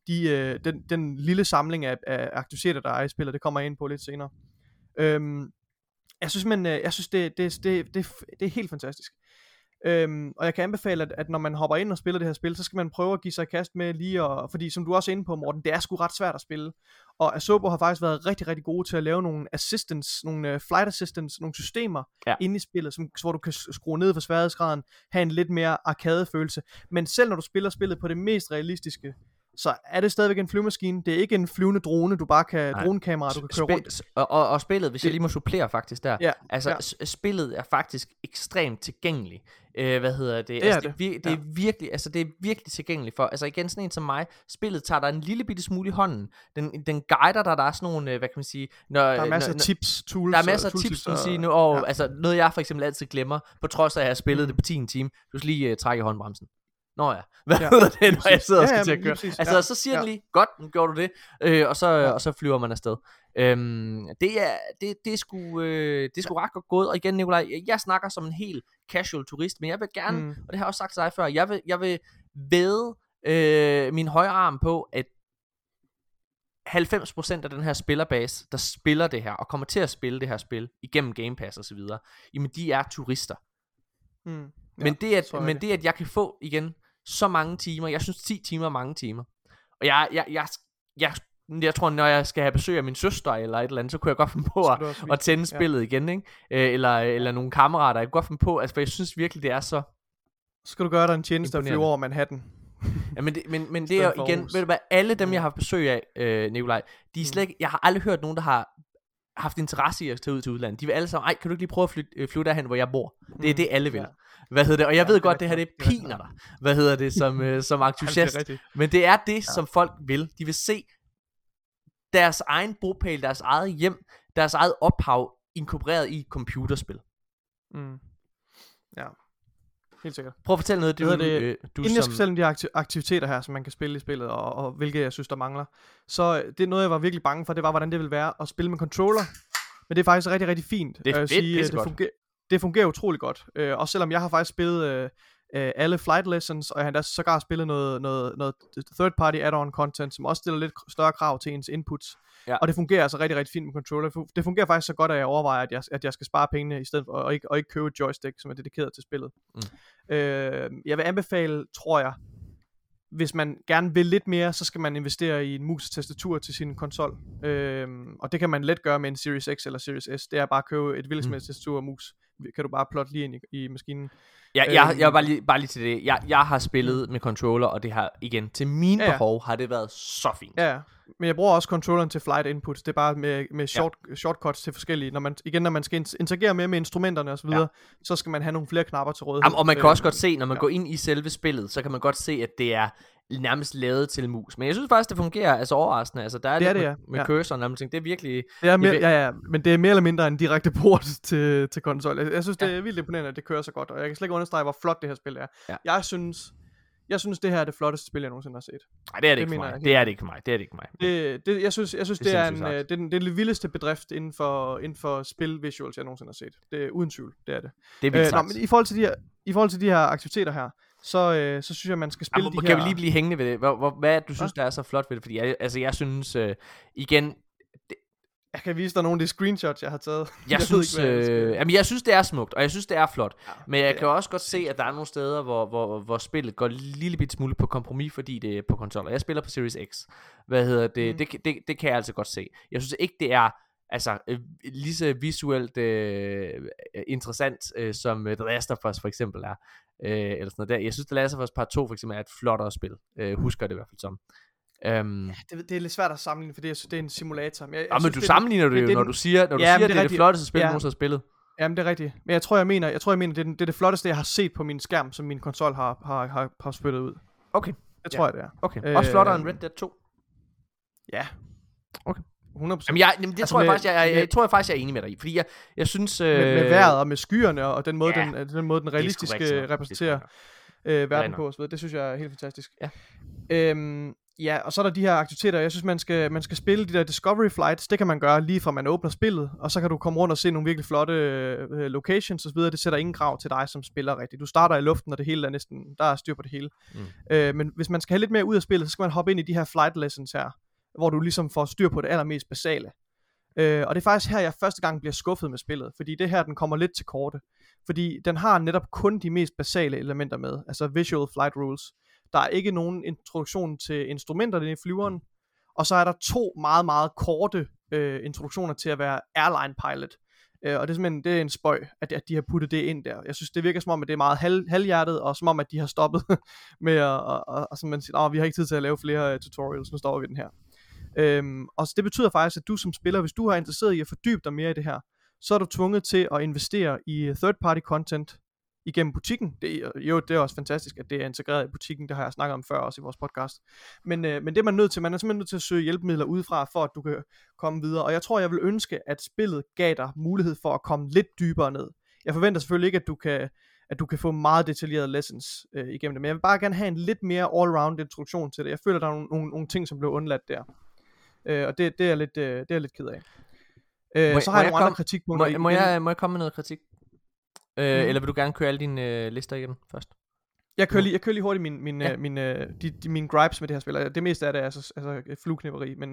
den lille samling af aktiviteter, der er i spillet. Det kommer jeg ind på lidt senere. Jeg synes, det er helt fantastisk. Og jeg kan anbefale, at når man hopper ind og spiller det her spil, så skal man prøve at give sig i kast med fordi som du også er inde på, Morten, det er sgu ret svært at spille. Og Asobo har faktisk været rigtig, rigtig gode til at lave nogle assistance, nogle flight assistance, nogle systemer inde i spillet, hvor du kan skrue ned for sværhedsgraden, have en lidt mere arcade-følelse. Men selv når du spiller spillet på det mest realistiske, så er det stadigvæk en flyvemaskine. Det er ikke en flyvende drone, du bare kan, dronekamera, du kan køre rundt. Og spillet, hvis jeg lige må supplere faktisk der, spillet er faktisk ekstremt tilgængeligt. Det er virkelig, altså det er virkelig tilgængeligt for, altså igen sådan en som mig, spillet tager dig en lille bitte smule i hånden. Den guider dig, der er sådan nogle, hvad kan man sige, der er masser af tips, tools. Der er masser af tips, kan man sige, altså noget jeg for eksempel altid glemmer, på trods af at jeg har spillet det på 10 time, du skal lige trække i håndbremsen. Nå ja, hvad hedder det, når jeg sidder og skal til at køre? Altså, så siger den lige, godt, nu gjorde du det, og så flyver man afsted. Det er sgu ret godt, og igen, Nikolaj, jeg snakker som en helt casual turist, men jeg vil gerne, og det har jeg også sagt til dig før, jeg vil vædde min højre arm på, at 90% af den her spillerbase, der spiller det her, og kommer til at spille det her spil, igennem Game Pass og så videre, jamen de er turister. Men det at jeg kan få igen så mange timer, jeg synes 10 timer er mange timer. Og jeg tror, når jeg skal have besøg af min søster eller et eller andet, så kunne jeg godt finde på at tænde spillet igen, ikke? Eller nogle kammerater, jeg kunne godt finde på, altså for jeg synes virkelig det er så. Så skal du gøre dig en tjeneste og flyve over Manhattan. Ja, men det er jo igen, ved du hvad, alle dem jeg har haft besøg af, Nikolaj, de er slet ikke, jeg har aldrig hørt nogen der har haft interesse i at tage ud til udlandet. De vil alle sammen, kan du ikke lige prøve at flyve derhen, hvor jeg bor? Det er det alle vil. Hvad hedder det? Og jeg ved godt, det her det piner dig. Hvad hedder det som entusiast? Men det er det, som folk vil. De vil se deres egen bopæl, deres eget hjem, deres eget ophav inkorporeret i et computerspil. Ja. Helt sikkert. Prøv at fortælle noget. Inden jeg skal fortælle om de her aktiviteter her, som man kan spille i spillet, og hvilke jeg synes, der mangler. Så det er noget, jeg var virkelig bange for, det var, hvordan det ville være at spille med controller. Men det er faktisk rigtig, rigtig fint. Det er fedt, det fungerer utrolig godt. Også selvom jeg har faktisk spillet alle flight lessons, og jeg har da sågar spillet noget third party add-on content, som også stiller lidt større krav til ens inputs. Ja. Og det fungerer altså rigtig, rigtig fint med controller. Det fungerer faktisk så godt, at jeg overvejer, at jeg skal spare pengene i stedet for, og ikke købe et joystick, som er dedikeret til spillet. Jeg vil anbefale, tror jeg, hvis man gerne vil lidt mere, så skal man investere i en mus og tastatur til sin konsol. Og det kan man let gøre med en Series X eller Series S. Det er bare at købe et hvilket som helst tastatur og mus. Kan du bare plotte lige ind i maskinen. Jeg bare lige til det. Jeg har spillet med controller, og det har igen til mine behov har det været så fint. Ja, men jeg bruger også controlleren til flight inputs. Det er bare med shortcuts til forskellige. Når man skal interagere mere med instrumenterne og så videre, så skal man have nogle flere knapper til rådighed. Og man kan også godt se, når man går ind i selve spillet, så kan man godt se, at det er nærmest lavet til mus. Men jeg synes faktisk, det fungerer altså overraskende. Altså der er det med cursoren og ting. Det er virkelig. Men det er mere eller mindre en direkte port til konsol. Jeg synes det er vildt imponerende, at det kører så godt, og jeg kan slet ikke understrege, hvor flot det her spil er. Ja. Jeg synes det her er det flotteste spil, jeg nogensinde har set. Nej, det er det ikke for mig. Det er det ikke for mig. Jeg synes det er det vildeste bedrift inden for spil visuals, jeg nogensinde har set. Det er uden tvivl, det er det. Det er vildt men i forhold til de her aktiviteter her, så synes jeg, man skal spille de her. Kan vi lige blive hængende ved det? Hvad du synes, der er så flot ved det? Fordi jeg synes igen. Jeg kan vise dig nogle af de screenshots, jeg har taget. Jeg synes, det er smukt, og jeg synes, det er flot. Men jeg kan også godt se, at der er nogle steder, hvor spillet går en lille bit smule på kompromis, fordi det er på konsoller. Jeg spiller på Series X. Det kan jeg altså godt se. Jeg synes ikke, det er lige så visuelt interessant, som The Last of Us for eksempel er. Eller sådan noget der. Jeg synes, The Last of Us Part 2 for eksempel er et flottere spil. Husker det i hvert fald som. Det er lidt svært at sammenligne, for det er en simulator. Men men du sammenligner det jo, når du siger, det er det flotteste spil, du nogensinde har spillet. Jamen det er rigtigt. Men jeg tror jeg mener det er det flotteste, jeg har set på min skærm, som min konsol har spyttet ud. Okay. Det tror jeg, det er. Okay. Også flottere end Red Dead 2. Ja. Okay. 100%. Jamen det tror jeg faktisk, jeg tror faktisk, jeg er enig med dig i, fordi jeg synes med vejret og med skyerne og den måde den realistiske repræsenterer verden på og så videre. Det synes jeg er helt fantastisk. Ja. Ja, og så er der de her aktiviteter, jeg synes, man skal spille de der Discovery Flights, det kan man gøre lige fra man åbner spillet, og så kan du komme rundt og se nogle virkelig flotte locations og så videre, det sætter ingen krav til dig som spiller rigtigt. Du starter i luften, og det hele er næsten, der er styr på det hele. Men hvis man skal have lidt mere ud af spillet, så skal man hoppe ind i de her flight lessons her, hvor du ligesom får styr på det allermest basale. Og det er faktisk her, jeg første gang bliver skuffet med spillet, fordi det her, den kommer lidt til korte, fordi den har netop kun de mest basale elementer med, altså visual flight rules. Der er ikke nogen introduktion til instrumenterne i flyveren, og så er der 2 meget, meget korte introduktioner til at være airline pilot. Og det er simpelthen det er en spøj, at de har puttet det ind der. Jeg synes, det virker som om, at det er meget halvhjertet, og som om, at de har stoppet med at som man siger, vi har ikke tid til at lave flere tutorials, nu står vi den her. Og det betyder faktisk, at du som spiller, hvis du er interesseret i at fordybe dig mere i det her, så er du tvunget til at investere i third-party content igennem butikken. Det er også fantastisk, at det er integreret i butikken. Det har jeg snakket om før også i vores podcast. Men det er man nødt til. Man er simpelthen nødt til at søge hjælpemidler udefra, for at du kan komme videre. Og jeg tror, jeg vil ønske, at spillet gav dig mulighed for at komme lidt dybere ned. Jeg forventer selvfølgelig ikke, at du kan få meget detaljerede lessons igennem det. Men jeg vil bare gerne have en lidt mere all-round introduktion til det. Jeg føler, der er nogle ting, som blev undladt der. Og det er jeg lidt ked af. Så har jeg nogle andre kritikpunkter. Må jeg komme med noget kritik? Eller vil du gerne køre alle dine lister igennem først? Jeg kører lige hurtigt mine gripes med det her spil. Det meste af det er altså flueknipperi, men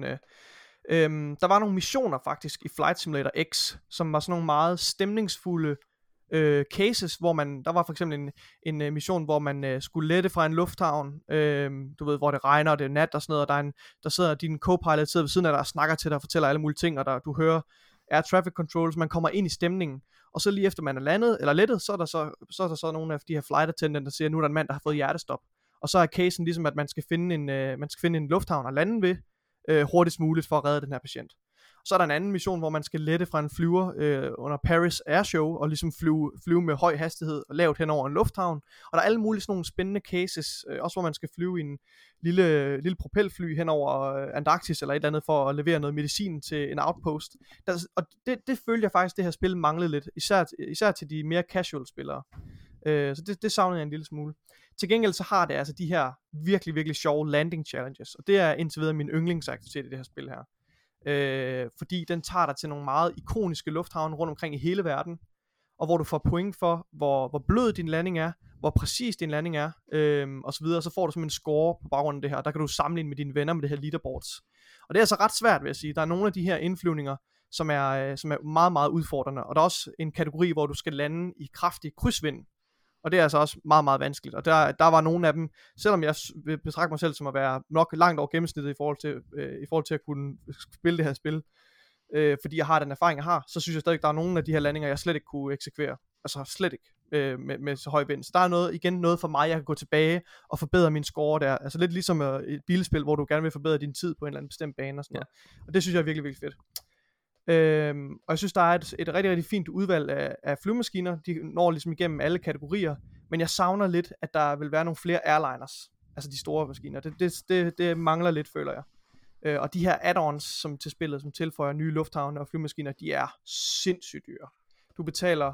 der var nogle missioner faktisk i Flight Simulator X, som var sådan nogle meget stemningsfulde cases, hvor der var for eksempel en mission, hvor man skulle lette fra en lufthavn, du ved, hvor det regner, og det er nat og sådan noget, og der sidder din co-pilot sidder ved siden af dig og snakker til dig og fortæller alle mulige ting, og du hører air traffic control, så man kommer ind i stemningen. Og så lige efter man er landet, eller lettet, så er der så nogle af de her flight attendant, der siger, nu er der en mand, der har fået hjertestop. Og så er casen ligesom, at man skal finde en lufthavn og lande ved, hurtigst muligt for at redde den her patient. Så er der en anden mission, hvor man skal lette fra en flyver under Paris Airshow, og ligesom flyve med høj hastighed og lavt hen over en lufthavn. Og der er alle mulige sådan nogle spændende cases, også hvor man skal flyve i en lille propelfly hen over Antarktis eller et eller andet, for at levere noget medicin til en outpost. Og det følte jeg faktisk, det her spil manglede lidt, især til de mere casual spillere. Så det savnede jeg en lille smule. Til gengæld så har det altså de her virkelig, virkelig sjove landing challenges, og det er indtil videre min yndlingsaktivitet i det her spil her. Fordi den tager dig til nogle meget ikoniske lufthavne rundt omkring i hele verden, og hvor du får point for, hvor blød din landing er, hvor præcis din landing er, og så videre. Så får du simpelthen en score på baggrund af det her. Der kan du sammenligne med dine venner med det her leaderboards. Og det er altså ret svært, vil jeg sige. Der er nogle af de her indflyvninger, som er meget, meget udfordrende. Og der er også en kategori, hvor du skal lande i kraftig krydsvind. Og det er altså også meget, meget vanskeligt. Og der var nogle af dem, selvom jeg vil betragte mig selv som at være nok langt over gennemsnittet i forhold til at kunne spille det her spil, fordi jeg har den erfaring, jeg har, så synes jeg stadig, der er nogle af de her landinger, jeg slet ikke kunne eksekvere. Altså slet ikke med så høj vind. Så der er noget for mig, jeg kan gå tilbage og forbedre min score der. Altså lidt ligesom et bilspil, hvor du gerne vil forbedre din tid på en eller anden bestemt bane og sådan noget. Og det synes jeg er virkelig, virkelig fedt. Og jeg synes, der er et rigtig, rigtig fint udvalg af flyvemaskiner. De når ligesom igennem alle kategorier. Men jeg savner lidt, at der vil være nogle flere airliners. Altså de store maskiner. Det mangler lidt, føler jeg. Og de her add-ons til spillet, som tilføjer nye lufthavne og flymaskiner, de er sindssygt dyre. Du betaler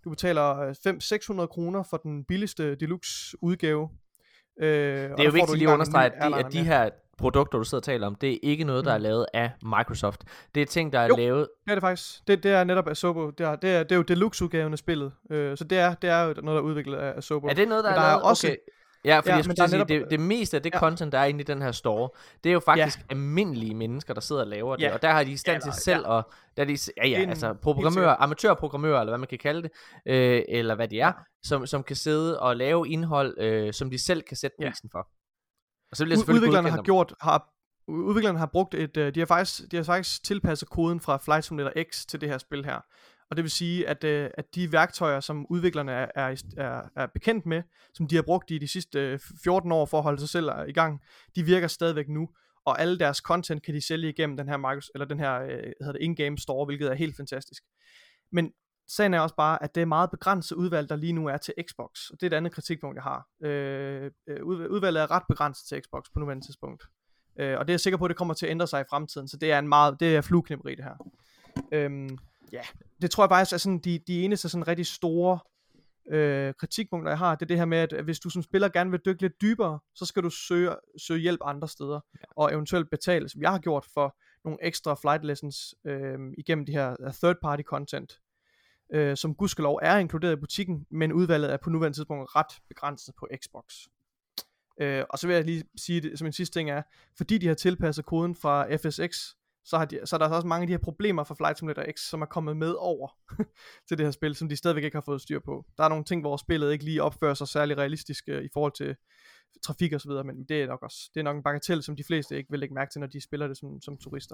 500-600 kroner for den billigste deluxe udgave. Det er jo vigtigt lige at understrege, at de her produkter, du sidder og taler om, det er ikke noget, der er lavet af Microsoft. Det er ting, der er lavet... det er det faktisk. Det er netop Asobo. Det er jo deluxe-udgaven af spillet. Så det er jo noget, der er udviklet af Asobo. Er det noget, der er lavet? Også... Okay. Ja, fordi jeg skulle sige, det meste af det content, der er inde i den her store, det er jo faktisk almindelige mennesker, der sidder og laver det, og der har de i stand til selv, og der er de, altså programmører, amatørprogrammører, eller hvad man kan kalde det, eller hvad de er, som kan sidde og lave indhold, som de selv kan sætte prisen for. Og så vil jeg selvfølgelig udviklerne har brugt de har faktisk tilpasset koden fra Flight Simulator X til det her spil her. Og det vil sige, at de værktøjer, som udviklerne er bekendt med, som de har brugt i de sidste 14 år for at holde sig selv i gang, de virker stadigvæk nu. Og alle deres content kan de sælge igennem den her in-game store, hvilket er helt fantastisk. Men sagen er også bare, at det er meget begrænset udvalg, der lige nu er til Xbox. Og det er et andet kritikpunkt, jeg har. Udvalget er ret begrænset til Xbox på nuværende tidspunkt. Og det er jeg sikker på, at det kommer til at ændre sig i fremtiden. Så det er flueknipperi, det her. Det tror jeg faktisk er sådan de eneste sådan rigtig store kritikpunkter jeg har, det er det her med, at hvis du som spiller gerne vil dykke lidt dybere, så skal du søge hjælp andre steder, og eventuelt betale, som jeg har gjort, for nogle ekstra flight lessons igennem de her third party content, som gudskelov er inkluderet i butikken, men udvalget er på nuværende tidspunkt ret begrænset på Xbox. Og så vil jeg lige sige det, som en sidste ting er, fordi de har tilpasset koden fra FSX, så er der også mange af de her problemer for Flight Simulator X, som er kommet med over til det her spil, som de stadigvæk ikke har fået styr på. Der er nogle ting, hvor spillet ikke lige opfører sig særlig realistisk i forhold til trafik og så videre, men det er nok en bagatel, som de fleste ikke vil lægge mærke til, når de spiller det som turister.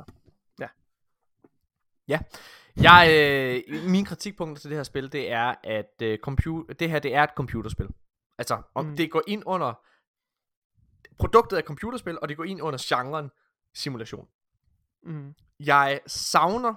Ja. Mine kritikpunkter til det her spil, det er, at det her, det er et computerspil. Altså, det går ind under produktet af computerspil, og det går ind under genren simulation. Jeg savner,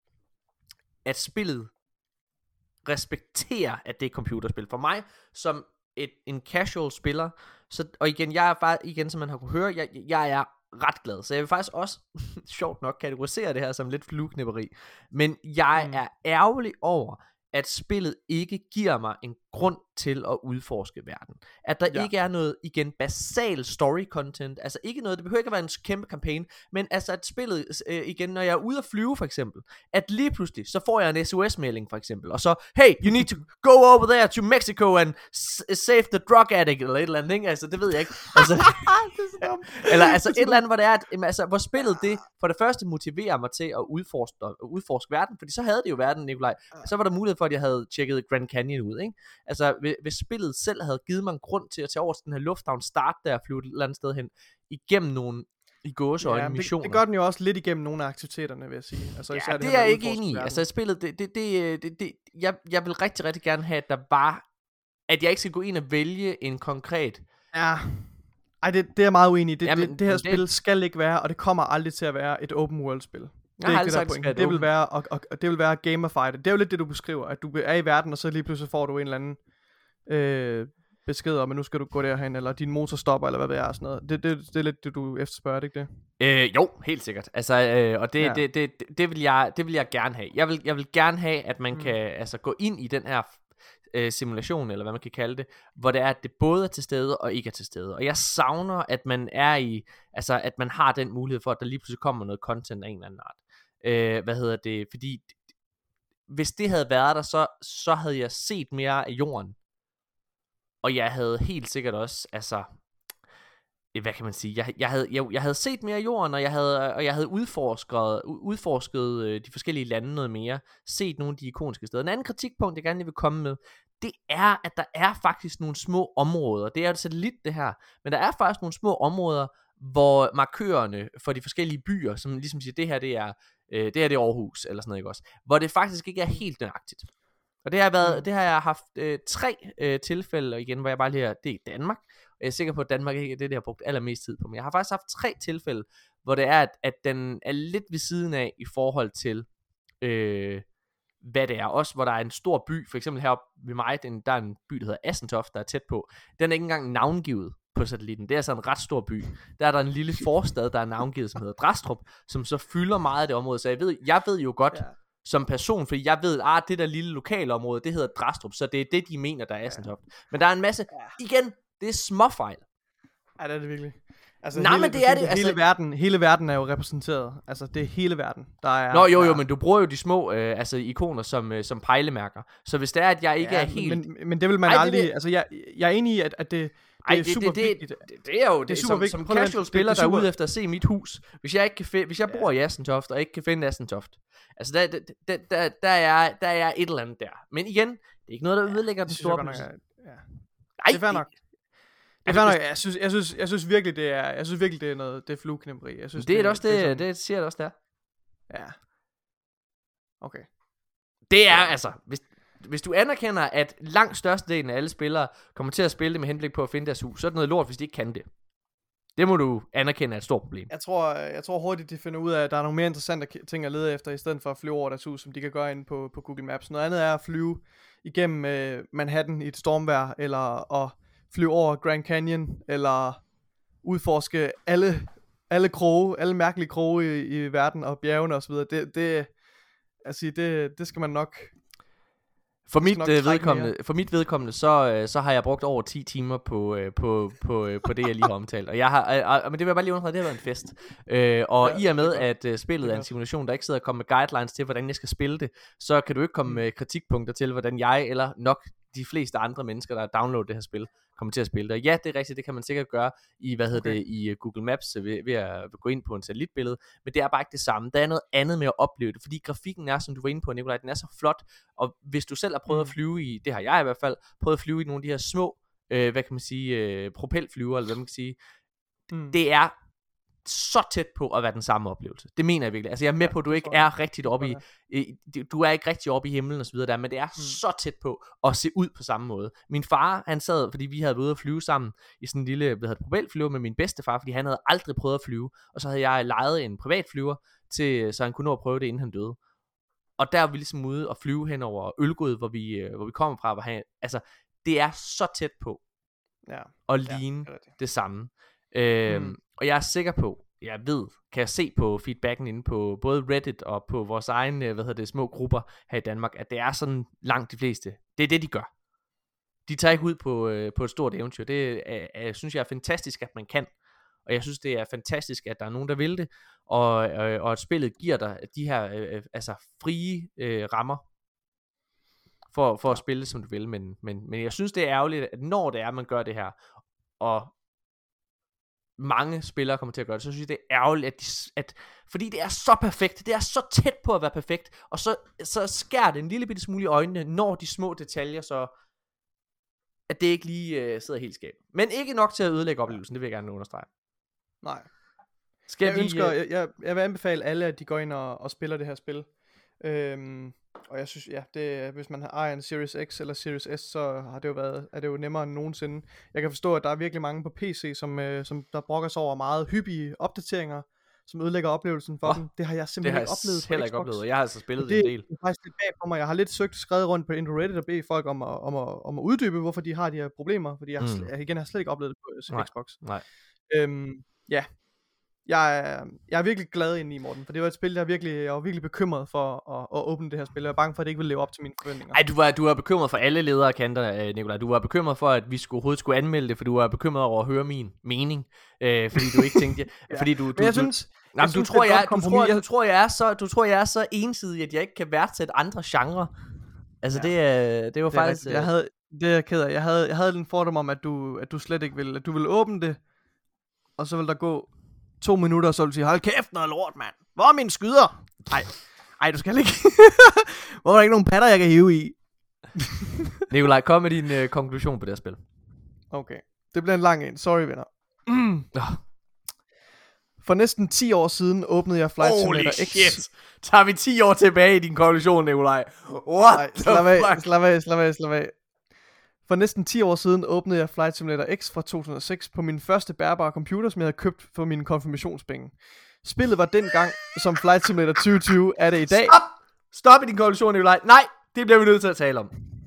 at spillet respekterer, at det er et computerspil. For mig, som en casual spiller, så, og jeg er bare, som man har kunne høre, jeg er ret glad. Så jeg vil faktisk også, sjovt nok, kategorisere det her som lidt flueknipperi. Men jeg er ærgerlig over, at spillet ikke giver mig en grund til at udforske verden. At der ikke er noget, igen, basal story content. Altså ikke noget, det behøver ikke at være en kæmpe kampagne, men altså at spillet, igen, når jeg er ude at flyve for eksempel, at lige pludselig, så får jeg en SOS-melding for eksempel, og så, hey, you need to go over there to Mexico and save the drug addict, eller et eller andet, ikke? Altså det ved jeg ikke. Altså, eller altså et eller andet, hvor det er, altså, hvor spillet det, for det første motiverer mig til at udforske verden, fordi så havde det jo verden, Nikolaj. Så var der mulighed for, at jeg havde tjekket Grand Canyon ud, ikke? Altså, hvis spillet selv havde givet mig en grund til at tage over til den her lufthavn, starte der og flyve et eller andet sted hen, igennem nogle i gåseøjne missioner. Det gør den jo også lidt igennem nogle af aktiviteterne, vil jeg sige. Altså, især det er jeg ikke enig i. Altså, spillet, jeg vil rigtig, rigtig gerne have, at der var, at jeg ikke skal gå ind og vælge en konkret. Ja. Ej, det er jeg meget uenig i. Det her spil skal ikke være, og det kommer aldrig til at være et open world spil. Det er ikke det der point. Det vil være, og det vil være gamify det. Det er jo lidt det, du beskriver, at du er i verden, og så lige pludselig får du en eller anden besked om, at nu skal du gå derhen, eller din motor stopper, eller hvad det er, og sådan noget. Det er lidt det, du efterspørger, ikke det? Jo, helt sikkert. Altså, og det vil jeg gerne have. Jeg vil gerne have, at man kan altså gå ind i den her simulation, eller hvad man kan kalde det, hvor det er, at det både er til stede og ikke er til stede. Og jeg savner, at man er i, altså at man har den mulighed for, at der lige pludselig kommer noget content af en eller anden art. Fordi hvis det havde været der, så havde jeg set mere af jorden. Og jeg havde helt sikkert også, altså, hvad kan man sige, jeg havde set mere af jorden, og jeg havde udforsket de forskellige lande noget mere, set nogle af de ikoniske steder. En anden kritikpunkt, jeg gerne lige vil komme med, det er, at der er faktisk nogle små områder. Det er jo satellit det her, men der er faktisk nogle små områder, hvor markørerne for de forskellige byer, som ligesom siger, det her det er Aarhus, eller sådan noget, ikke også? Hvor det faktisk ikke er helt nøjagtigt. Og det har jeg haft 3 tilfælde igen, hvor jeg bare lige det er i Danmark. Og jeg er sikker på, at Danmark ikke er det, jeg har brugt allermest tid på. Men jeg har faktisk haft 3 tilfælde, hvor det er, at den er lidt ved siden af i forhold til, hvad det er. Også hvor der er en stor by, for eksempel heroppe ved mig, der er en by, der hedder Assentoft, der er tæt på. Den er ikke engang navngivet på satellitten. Det er altså en ret stor by. Der er der en lille forstad, der er navngivet, som hedder Drastrup, som så fylder meget af det område. Så jeg ved jo godt, som person, fordi jeg ved, det der lille lokale område, det hedder Drastrup, så det er det, de mener, der er Assentoft. Men der er en masse, igen, det er småfejl. Ja, det er det virkelig. Altså, men det er det. Hele verden er jo repræsenteret. Altså, det er hele verden, der er... Nå, jo, men du bruger jo de små ikoner som pejlemærker. Så hvis det er, at jeg ikke er helt... Men det vil man aldrig... Altså, jeg er enig i, at det er super vigtigt. Det er jo det er super vigtigt. Som casual spiller, der er ude efter at se mit hus. Hvis jeg bor i Assentoft, og ikke kan finde Assentoft. Altså, der er et eller andet der. Men igen, det er ikke noget, der ødelægger den store by. Det er fair nok. Jeg synes virkelig det er noget, det er flueknæmperi. Jeg synes det er også det siger det også der. Ja. Okay. Det er altså hvis du anerkender, at langt størstedelen af alle spillere kommer til at spille det med henblik på at finde deres hus, så er det noget lort, hvis de ikke kan det. Det må du anerkende er et stort problem. Jeg tror hurtigt, de finder ud af, at der er nogle mere interessante ting at lede efter, i stedet for at flyve over deres hus, som de kan gøre inde på Google Maps. Noget andet er at flyve igennem Manhattan i et stormvejr, eller at flyve over Grand Canyon, eller udforske alle kroge, alle mærkelige kroge i verden, og bjergene osv. Det skal man nok For mit vedkommende, så har jeg brugt over 10 timer på det, jeg lige har omtalt. Og men det vil jeg bare lige understrege, det har været en fest. Og i og med, at spillet er en simulation, der ikke sidder og kommer med guidelines til, hvordan jeg skal spille det, så kan du ikke komme med kritikpunkter til, hvordan jeg eller nok de fleste andre mennesker, der har downloadet det her spil, kommer til at spille det. Og ja, det er rigtigt, det kan man sikkert gøre i, i Google Maps ved at gå ind på en satellitbillede, men det er bare ikke det samme. Der er noget andet med at opleve det, fordi grafikken er, som du var inde på, Nikolaj, den er så flot, og hvis du selv har prøvet at flyve i, det har jeg i hvert fald, prøvet at flyve i nogle af de her små, hvad kan man sige, propelflyver, eller hvad man kan sige, det er så tæt på at være den samme oplevelse. Det mener jeg virkelig. Altså jeg er med på, at du ikke er rigtigt oppe du er ikke rigtig oppe i himlen og så videre der, men det er så tæt på at se ud på samme måde. Min far, han sad, fordi vi havde været ude at flyve sammen i sådan en lille, propelflyver med min bedstefar, fordi han havde aldrig prøvet at flyve, og så havde jeg lejet en privatflyver til, så han kunne nå at prøve det, inden han døde. Og der var vi ligesom ude og flyve hen over Ølgod, hvor vi kommer fra, altså det er så tæt på at ligne det samme. Og jeg er sikker på, kan jeg se på feedbacken inde på både Reddit og på vores egne, små grupper her i Danmark, at det er sådan langt de fleste. Det er det, de gør. De tager ikke ud på et stort eventyr. Det synes jeg er fantastisk, at man kan. Og jeg synes, det er fantastisk, at der er nogen, der vil det. Og at spillet giver dig de her frie rammer for at spille, som du vil. Men jeg synes, det er ærgerligt, at når det er, man gør det her, og mange spillere kommer til at gøre det, så synes jeg, det er ærgerligt, at fordi det er så perfekt, det er så tæt på at være perfekt, og så skærer det en lille bitte smule i øjnene, når de små detaljer, så at det ikke lige sidder helt skab. Men ikke nok til at ødelægge oplevelsen, det vil jeg gerne understrege. Nej. Jeg vil anbefale alle, at de går ind og spiller det her spil. Og jeg synes, hvis man ejer en Series X eller Series S, så er det jo nemmere end nogensinde. Jeg kan forstå, at der er virkelig mange på PC, som der brokker sig over meget hyppige opdateringer, som ødelægger oplevelsen for dem. Det har jeg simpelthen ikke oplevet på Xbox. Oplevet, og jeg har altså spillet det en del. Det er faktisk lidt bag på mig. Jeg har lidt skrevet rundt på Reddit og bedt folk om at uddybe, hvorfor de har de her problemer, fordi jeg har slet ikke oplevet det på Xbox. Nej. Jeg er virkelig glad ind i, Morten, for det var et spil, jeg var virkelig bekymret for at åbne det her spil. Jeg var bange for, at det ikke ville leve op til mine forventninger. Ej, du var bekymret for alle ledere kanter, Nikolaj. Du var bekymret for, at vi overhovedet skulle anmelde det, for du var bekymret over at høre min mening, fordi du ikke tænkte, fordi du. Men jeg synes, du tror jeg er så ensidig, at jeg ikke kan værdsætte andre genrer. Altså det var faktisk. Det er jeg ked af. Jeg havde en fordom om, at du slet ikke ville, at du ville åbne det, og så ville der gå 2 minutter, og så vil du sige, hold kæft noget lort, mand. Hvor er mine skyder? Ej, du skal ikke. Hvor er der ikke nogen patter, jeg kan hive i? Nikolaj, kom med din konklusion på det her spil. Okay, det bliver en lang en. Sorry, venner. For næsten 10 år siden åbnede jeg Flight Simulator X. Holy shit. Tager vi 10 år tilbage i din konklusion, Nikolaj? What Slap af. For næsten 10 år siden åbnede jeg Flight Simulator X fra 2006 på min første bærbare computer, som jeg havde købt for mine konfirmationspenge. Spillet var dengang, som Flight Simulator 2020 er det i dag. Stop i din konklusion, Nikolaj. Nej, det bliver vi nødt til at tale om.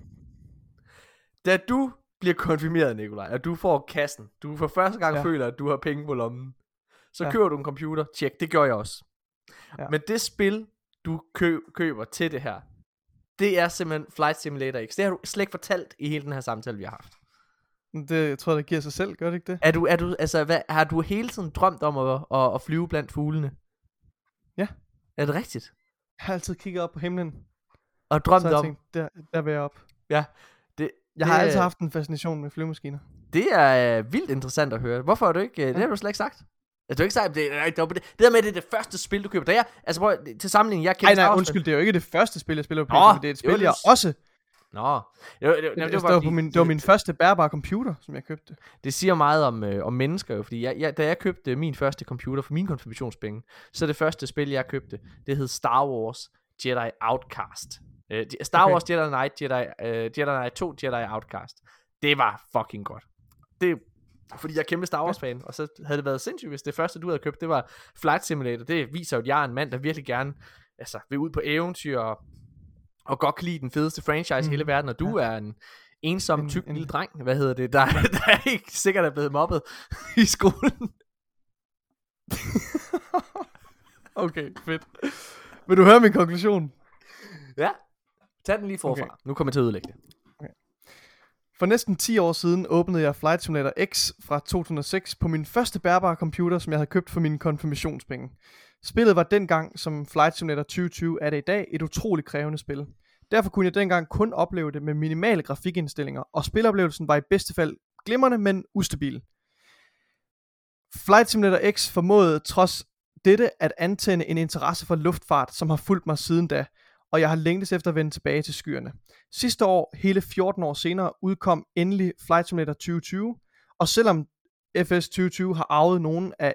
Da du bliver konfirmeret, Nikolaj, og du får kassen, du for første gang føler, at du har penge på lommen, så køber du en computer. Tjek, det gør jeg også. Men det spil, du køber til det her, det er simpelthen Flight Simulator X. Det har du slet ikke fortalt i hele den her samtale, vi har haft. Det jeg tror jeg, det giver sig selv, gør det ikke det? Har du hele tiden drømt om at flyve blandt fuglene? Ja. Er det rigtigt? Jeg har altid kigget op på himlen. Og drømt om... Tænkt, der vil jeg op. Ja. Jeg har altid haft en fascination med flyvemaskiner. Det er vildt interessant at høre. Hvorfor har du ikke... Det har du slet ikke sagt. Altså, du har ikke sagt, det der med, det er det første spil, du køber. Prøv, til sammenligning, jeg kender... Nej, undskyld, det er jo ikke det første spil, jeg spiller på PlayStation, det er et spil, jeg også... Det var min første bærbare computer, som jeg købte. Det siger meget om mennesker jo, fordi da jeg købte min første computer for mine konfirmationspenge, så det første spil, jeg købte, det hed Star Wars Jedi Outcast. Star Wars Jedi Knight, Jedi Knight 2, Jedi Outcast. Det var fucking godt. Fordi jeg er kæmpe Star Wars fan, og så havde det været sindssygt, hvis det første du havde købt, det var Flight Simulator. Det viser jo, at jeg er en mand, der virkelig gerne vil ud på eventyr og godt kan lide den fedeste franchise i hele verden, og du er en ensom, tyk lille dreng, der er ikke sikkert er blevet mobbet i skolen. Okay, fedt. Vil du høre min konklusion? Ja. Tag den lige forfra. Okay. Nu kommer jeg til at ødelægge det. Okay. For næsten 10 år siden åbnede jeg Flight Simulator X fra 2006 på min første bærbare computer, som jeg havde købt for mine konfirmationspenge. Spillet var dengang, som Flight Simulator 2020 er det i dag, et utroligt krævende spil. Derfor kunne jeg dengang kun opleve det med minimale grafikindstillinger, og spiloplevelsen var i bedste fald glimrende, men ustabil. Flight Simulator X formåede trods dette at antænde en interesse for luftfart, som har fulgt mig siden da, og jeg har længtes efter at vende tilbage til skyerne. Sidste år, hele 14 år senere, udkom endelig Flight Simulator 2020, og selvom FS 2020 har arvet nogle af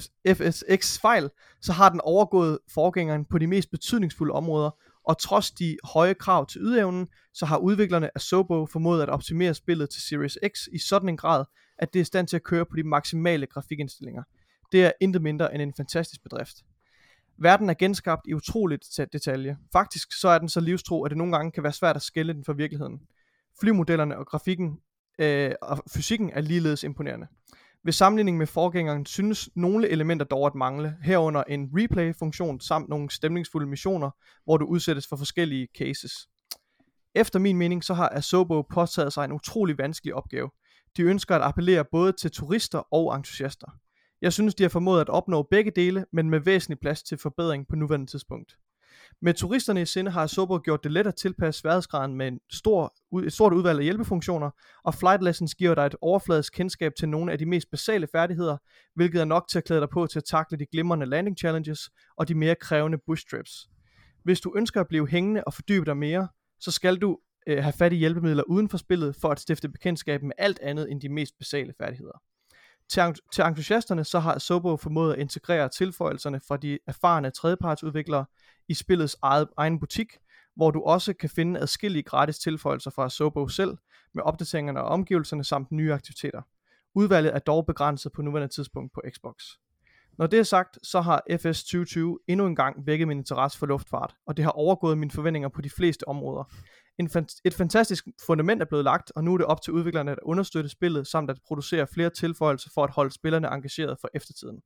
FSX fejl, så har den overgået forgængeren på de mest betydningsfulde områder, og trods de høje krav til ydeevnen, så har udviklerne af Asobo formået at optimere spillet til Series X i sådan en grad, at det er i stand til at køre på de maksimale grafikindstillinger. Det er intet mindre end en fantastisk bedrift. Verden er genskabt i utroligt detalje. Faktisk så er den så livstro, at det nogle gange kan være svært at skelne den fra virkeligheden. Flymodellerne og grafikken og fysikken er ligeledes imponerende. Ved sammenligning med forgængeren synes nogle elementer dog at mangle, herunder en replay-funktion samt nogle stemningsfulde missioner, hvor du udsættes for forskellige cases. Efter min mening så har Asobo påtaget sig en utrolig vanskelig opgave. De ønsker at appellere både til turister og entusiaster. Jeg synes, de har formået at opnå begge dele, men med væsentlig plads til forbedring på nuværende tidspunkt. Med turisterne i sinde har Asobo gjort det let at tilpasse sværhedsgraden med et stort udvalg af hjælpefunktioner, og Flight Lessons giver dig et overfladisk kendskab til nogle af de mest basale færdigheder, hvilket er nok til at klæde dig på til at takle de glimrende landing challenges og de mere krævende bush trips. Hvis du ønsker at blive hængende og fordybe dig mere, så skal du have fat i hjælpemidler uden for spillet for at stifte bekendtskab med alt andet end de mest basale færdigheder. Til entusiasterne så har Asobo formået at integrere tilføjelserne fra de erfarne tredjepartsudviklere i spillets egen butik, hvor du også kan finde adskillige gratis tilføjelser fra Asobo selv, med opdateringerne og omgivelserne samt nye aktiviteter. Udvalget er dog begrænset på nuværende tidspunkt på Xbox. Når det er sagt, så har FS 2020 endnu en gang vækket min interesse for luftfart, og det har overgået mine forventninger på de fleste områder. Et fantastisk fundament er blevet lagt, og nu er det op til udviklerne at understøtte spillet, samt at producere flere tilføjelser for at holde spillerne engageret for eftertiden.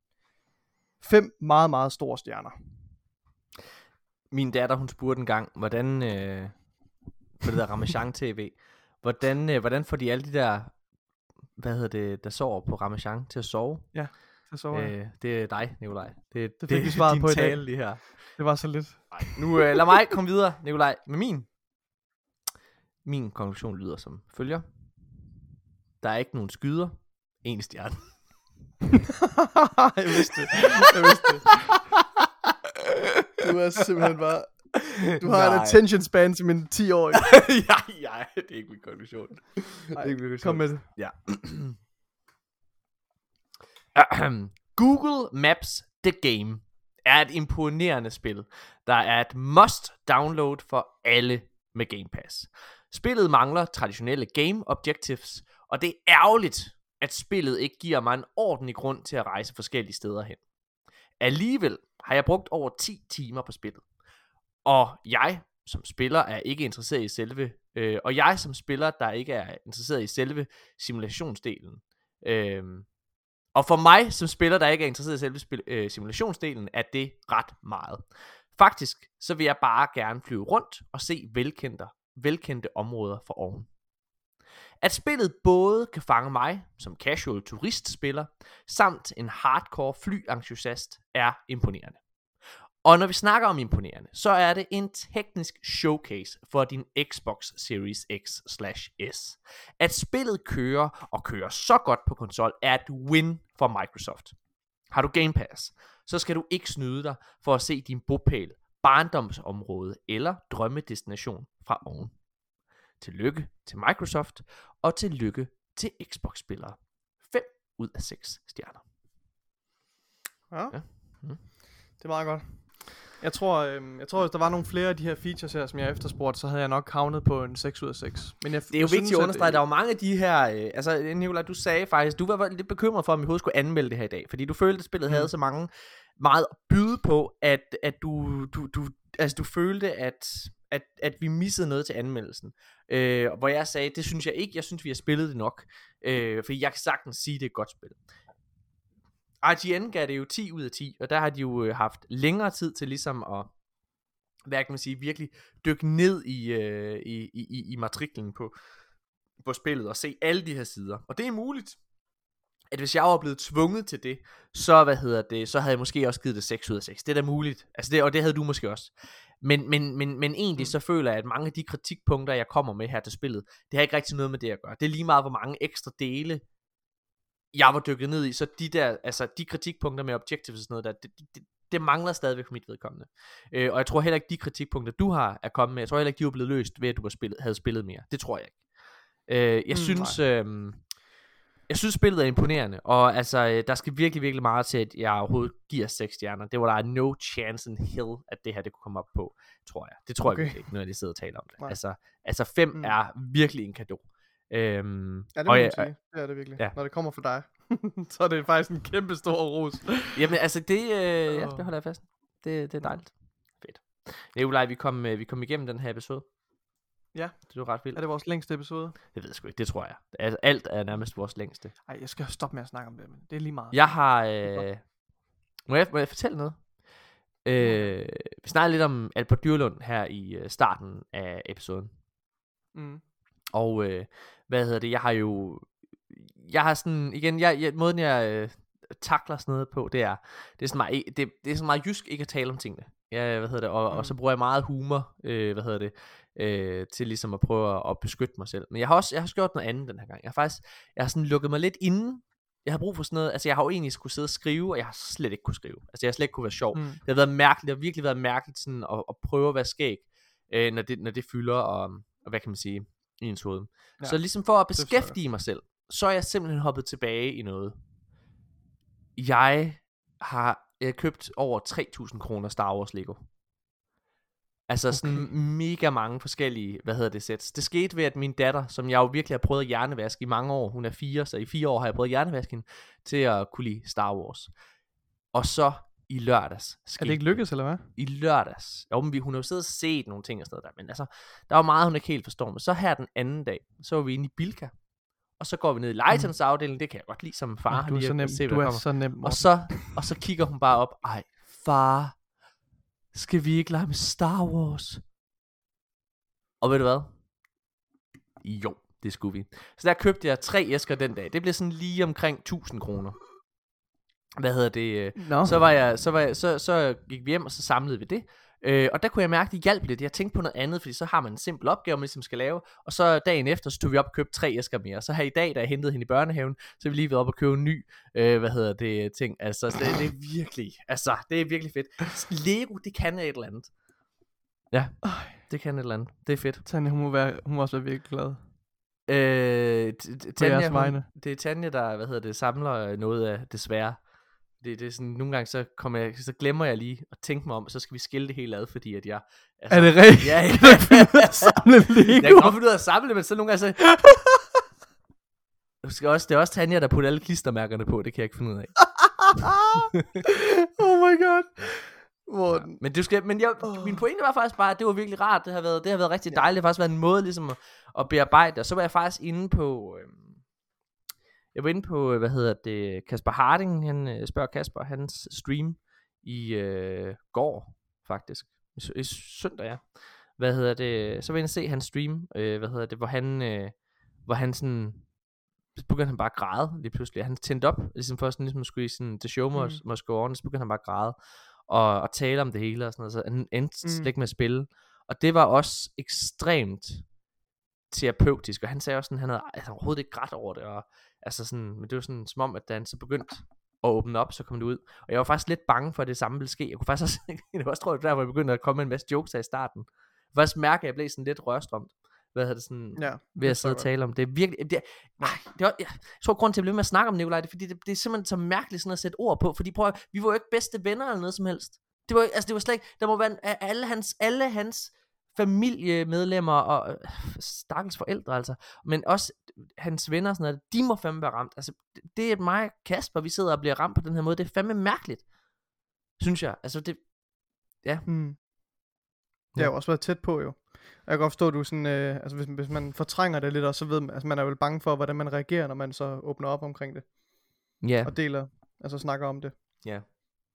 5 meget, meget store stjerner. Min datter, hun spurgte en gang, hvordan på det der Ramachan TV, hvordan får de alle de der, der sover på Ramachan til at sove? Ja, til at sove. Det er dig, Nikolaj. Det fik vi svaret på i dag. Lige her. Det var så lidt. Nu lad mig komme videre, Nikolaj, med min konklusion lyder som følger. Der er ikke nogen skyder. En stjerne. Jeg vidste det. Du er simpelthen bare... Du har en attention span som en 10-årig. ja, det er ikke min konklusion. Kom med det. Ja. Google Maps The Game er et imponerende spil, der er et must download for alle med Game Pass. Spillet mangler traditionelle game objectives, og det er ærgerligt, at spillet ikke giver mig en ordentlig grund til at rejse forskellige steder hen. Alligevel har jeg brugt over 10 timer på spillet, og jeg som spiller er ikke interesseret i selve simulationsdelen. Og for mig som spiller, der ikke er interesseret i selve simulationsdelen, er det ret meget. Faktisk så vil jeg bare gerne flyve rundt og se velkendte områder for oven. At spillet både kan fange mig som casual turistspiller, samt en hardcore flyentusiast er imponerende. Og når vi snakker om imponerende, så er det en teknisk showcase for din Xbox Series X/S. At spillet kører så godt på konsol er et win for Microsoft. Har du Game Pass, så skal du ikke snyde dig for at se din bopæl, barndomsområde eller drømmedestination fra oven. Tillykke til Microsoft, og tillykke til Xbox-spillere. 5 ud af 6 stjerner. Ja. Det er meget godt. Jeg tror, hvis der var nogle flere af de her features her, som jeg efterspurgte, så havde jeg nok havnet på en 6 ud af 6. Men det er jo vigtigt at understrege, der er jo mange af de her... Nicolaj, du sagde faktisk, du var lidt bekymret for, om vi overhovedet skulle anmelde det her i dag. Fordi du følte, at spillet havde så meget at byde på, at du følte, at vi missede noget til anmeldelsen. Hvor jeg sagde, det synes jeg ikke. Jeg synes, vi har spillet det nok. Fordi jeg kan sagtens sige, det er et godt spil. IGN gav det jo 10 ud af 10, og der har de jo haft længere tid til ligesom hvad kan man sige, virkelig dykke ned i matriklen på spillet og se alle de her sider. Og det er muligt, at hvis jeg var blevet tvunget til det, så så havde jeg måske også givet det 6 ud af 6. Det er da muligt. Altså og det havde du måske også. Men egentlig så føler jeg, at mange af de kritikpunkter, jeg kommer med her til spillet, det har ikke rigtig noget med det at gøre. Det er lige meget, hvor mange ekstra dele jeg var dykket ned i, så de kritikpunkter med objectives og sådan noget der, det mangler stadigvæk for mit vedkommende. Og jeg tror heller ikke, de kritikpunkter, du har er kommet med, jeg tror heller ikke, de var blevet løst ved, at du havde spillet mere. Det tror jeg ikke. Jeg synes, spillet er imponerende, og altså, der skal virkelig, virkelig meget til, at jeg overhovedet giver 6 stjerner. Det var der no chance in hell, at det her det kunne komme op på, tror jeg. Det tror jeg virkelig ikke, når jeg sidder og taler om det. Altså 5 er virkelig en cadeau. Ja, det må man sige. Det er det virkelig. Ja. Når det kommer fra dig, så er det faktisk en kæmpe stor ros. Jamen altså, det holder jeg fast. Det er dejligt. Fedt. Nikolaj, vi kom igennem den her episode. Ja. Det er ret vildt. Er det vores længste episode? Det ved jeg sgu ikke, det tror jeg. Altså, alt er nærmest vores længste. Ej, jeg skal stoppe med at snakke om det, men det er lige meget. Jeg har... Må jeg fortælle noget? Vi snakkede lidt om Albert Dyrlund her i starten af episoden. Og jeg har sådan, igen, måden jeg takler sådan noget på, det er sådan meget, det er sådan meget jysk ikke at tale om tingene. Ja, og så bruger jeg meget humor, til ligesom at prøve at beskytte mig selv. Men jeg har også gjort noget andet den her gang. Jeg har sådan lukket mig lidt inde. Jeg har brug for sådan noget, altså jeg har jo egentlig skulle sidde og skrive, og jeg har slet ikke kunne skrive. Altså jeg har slet ikke kunne være sjov. Det har været mærkeligt, det har virkelig været mærkeligt sådan at prøve at være skæg, når det fylder, og hvad kan man sige, i ens hoved. Ja, så ligesom for at beskæftige mig selv, så er jeg simpelthen hoppet tilbage i noget. Jeg har købt over 3.000 kroner Star Wars Lego. Altså sådan mega mange forskellige, sets. Det skete ved, at min datter, som jeg jo virkelig har prøvet at hjernevaske i mange år, hun er 4, så i 4 år har jeg prøvet at hjernevaske hende, til at kunne lide Star Wars. Og så i lørdags. Er det ikke lykkedes, eller hvad? I lørdags. Jo, men hun har jo siddet og set nogle ting og sådan noget der, men altså, der var meget, hun ikke helt forstår. Men så her den anden dag, så var vi inde i Bilka, og så går vi ned i legetøjsafdelingen, det kan jeg godt lide som far. Du er så nem, du er så nem. Og så kigger hun bare op, ej, far, skal vi ikke lege med Star Wars? Og ved du hvad? Jo, det skulle vi. Så der købte jeg 3 æsker den dag. Det blev sådan lige omkring 1.000 kroner. Så gik vi hjem, og så samlede vi det. Og der kunne jeg mærke, at det hjalp lidt. Jeg tænkte på noget andet, fordi så har man en simpel opgave, man ligesom skal lave. Og så dagen efter, så tog vi op og købte 3 æsker mere. Så her i dag, da jeg hentede hende i børnehaven, så vi lige været op og købe en ny, ting. Altså, det er virkelig, det er virkelig fedt. Lego, det kan et eller andet. Ja, det kan et eller andet. Det er fedt. Tanja, hun må også være virkelig glad. Tanja, det er Tanja, der, samler noget af det svære. Det er sådan, nogle gange så glemmer jeg lige at tænke mig om, så skal vi skille det hele ad, fordi at jeg... Altså, er det rigtigt? Ja, samle Lego? Jeg kan godt finde ud af at samle det, men så nogle gange så... Det er også Tanja, der putter alle klistermærkerne på, det kan jeg ikke finde ud af. Oh my god. Ja, min pointe var faktisk bare, at det var virkelig rart. Det har været rigtig dejligt. Det har faktisk været en måde ligesom at bearbejde. Og så var jeg faktisk inde på... Jeg var inde på, Kasper Harding, han spørger Kasper, hans stream i går, faktisk. I søndag, ja. Så var jeg inde og se hans stream, hvor han sådan, så begyndte han bare at græde lige pludselig. Han tændte op, ligesom for sådan, ligesom skulle i sådan, the show must go on, så begyndte han bare at græde, og tale om det hele og sådan noget, så han endte slet ikke med at spille. Og det var også ekstremt terapeutisk, og han sagde også sådan, han havde overhovedet ikke grædt over det, og altså sådan, men det var sådan som om, at da han så begyndte at åbne op, så kom det ud, og jeg var faktisk lidt bange for, at det samme ville ske. Jeg kunne faktisk også, det var også, tror jeg, der hvor jeg begyndte at komme med en masse jokes af i starten. Jeg kunne faktisk mærke, at jeg blev sådan lidt rørstrømt, ved at sidde og tale om det. Virkelig, jeg tror, grunden til at blive med at snakke om Nikolaj, det er, fordi det er simpelthen så mærkeligt sådan at sætte ord på, fordi vi var jo ikke bedste venner eller noget som helst. Det var slet ikke, der må være alle hans familiemedlemmer og stakkels forældre altså, men også hans venner og sådan noget, de må fandme være ramt. Altså, det er mig og Kasper, vi sidder og bliver ramt på den her måde. Det er fandme mærkeligt, synes jeg. Altså, det, ja. Det har jo også været tæt på, jo. Jeg kan godt forstå, at du sådan, altså hvis man fortrænger det lidt, og så ved man, altså man er jo bange for, hvordan man reagerer, når man så åbner op omkring det. Ja. Og deler, altså snakker om det. Ja.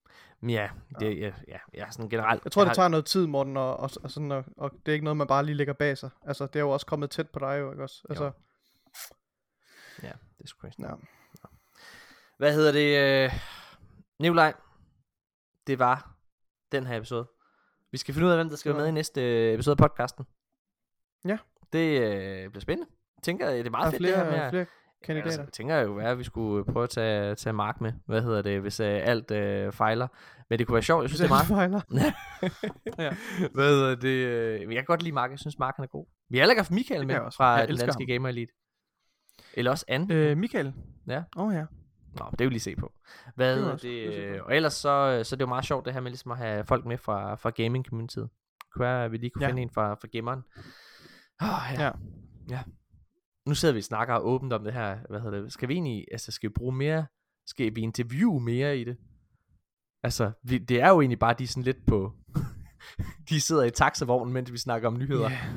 Ja, det ja, sådan generelt. Jeg tror, det tager noget tid, Morten, og sådan, og det er ikke noget, man bare lige lægger bag sig. Altså, det er jo også kommet tæt på dig, jo, ikke også? Altså, ja, det er sgu crazy. Ja. Hvad hedder det? Nikolaj, det var den her episode. Vi skal finde ud af, hvem der skal være med i næste episode af podcasten. Ja. Det bliver spændende. Jeg tænker, det er meget fedt det her med flere kandidater. Altså, jeg tænker jo, at vi skulle prøve at tage Mark med. Hvad hedder det, hvis alt fejler. Men det kunne være sjovt. Jeg synes, det er meget. Fejler. Ja. Hvad hedder det? Jeg kan godt lide Mark. Jeg synes, Mark han er god. Vi har heller ikke haft Michael med fra den danske Gamer Elite. Eller også Anne. Michael? Ja. Ja. Nå, det vil vi lige se på. Hvad hedder det? Og ellers så er det jo meget sjovt det her med ligesom at have folk med fra gaming communityet. Det kunne være, at vi lige kunne finde en fra gameren. Ja. Nu sidder vi og snakker åbent om det her. Hvad hedder det? Skal vi egentlig, altså skal vi bruge mere? Skal vi interviewe mere i det? Altså, det er jo egentlig bare, de er sådan lidt på... de sidder i taxavognen, mens vi snakker om nyheder. Yeah.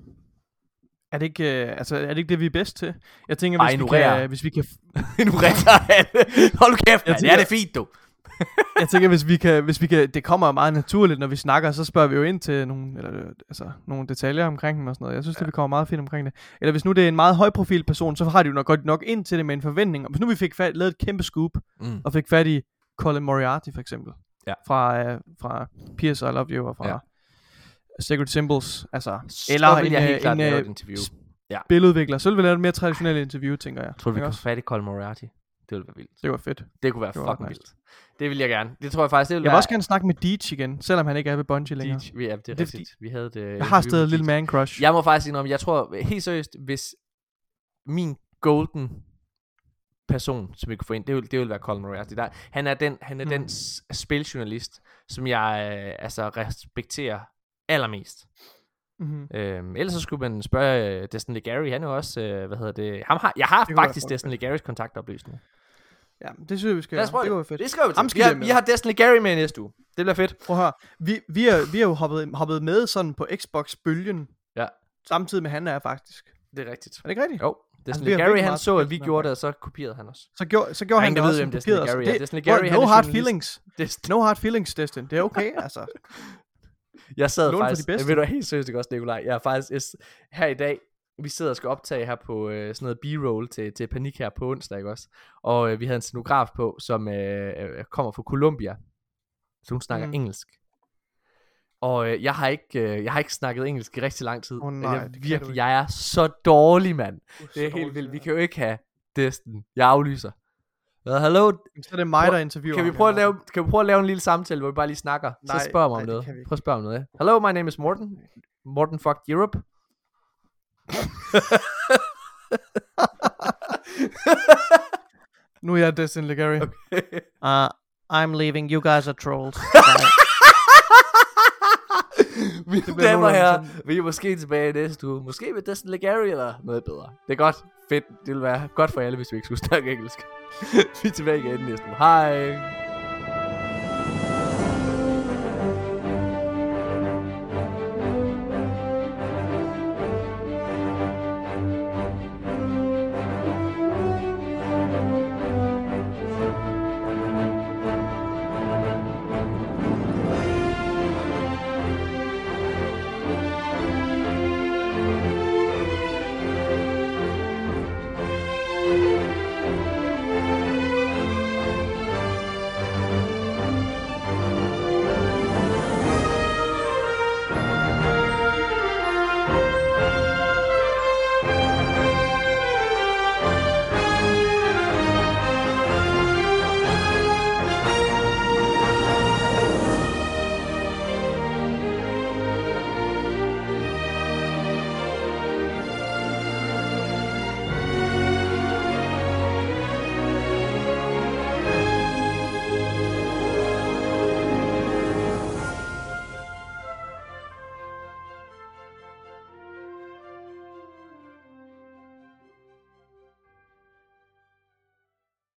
Er det ikke det, vi er bedst til? Jeg tænker, hvis vi kan... Ignorerer alle. Hold nu kæft, man. Ja, det er fint, du. Jeg tænker, hvis vi kan... Det kommer meget naturligt, når vi snakker, så spørger vi jo ind til nogle detaljer omkring dem og sådan noget. Jeg synes, det vi kommer meget fint omkring det. Eller hvis nu det er en meget højprofil person, så har de jo nok ind til det med en forventning. Hvis nu vi fik lavet et kæmpe scoop, og fik fat i Colin Moriarty for eksempel, fra P.S. I Love You og fra Sacred Symbols, altså, eller vil jeg helt klart lave et interview. Billedudvikler, så ville vi lave et mere traditionelt interview, tænker jeg. Jeg tror, vi kunne få fat i Colin Moriarty. Det ville være vildt. Det var fedt. Det kunne være fucking vildt. Det vil jeg gerne. Det tror jeg faktisk, det vil jeg vil også gerne snakke med Deej igen, selvom han ikke er ved Bungie længere. Ja, det er rigtigt. Vi havde det. Jeg har stadig en lille man crush. Jeg må faktisk indrømme, jeg tror helt seriøst, hvis min golden person, som vi kunne få ind, det vil være Colin Moriarty. Han er den spiljournalist, som jeg respekterer allermest. Ellers så skulle man spørge Destiny Legary. Han er jo også, jeg har faktisk Destiny Legarys kontaktoplysninger. Ja, det synes jeg, vi skal. Lad os prøve det. Går fedt. Det skal vi har Destiny Legary med næste uge. Det bliver fedt. Prøv at høre. Vi er jo hoppet med sådan på Xbox-bølgen. Ja. Samtidig med han er faktisk. Det er rigtigt. Er det ikke rigtigt? Jo. Destiny Legary, han så, at vi gjorde det, og så kopierede han også. Så gjorde han det også. Destiny Legary, no hard feelings. No hard feelings, Destiny. Det er okay, altså. Jeg sad faktisk, ved du helt seriøst ikke også, Nikolaj, jeg er faktisk her i dag, vi sidder og skal optage her på sådan noget B-roll til Panik her på onsdag, ikke også? Og vi havde en scenograf på, som kommer fra Colombia, så hun snakker engelsk. Og jeg har ikke snakket engelsk i rigtig lang tid. Jeg er så dårlig, mand. Det er helt vildt. Vi kan jo ikke have Destiny. Jeg aflyser. Hello. Så er det mig, der interviewer. Kan vi prøve at lave en lille samtale, hvor vi bare lige snakker? Så spørg mig om noget. Prøv at spørge om noget. Hello, my name is Morten. Morten fucked Europe. Nu er jeg Destiny Legary. Okay. I'm leaving. You guys are trolls. Mine damer her, vi er måske tilbage næste uge. Måske med Destiny Legary eller noget bedre. Det er godt. Fedt. Det ville være godt for alle, hvis vi ikke skulle snakke engelsk. Vi er tilbage igen næste uge. Hej.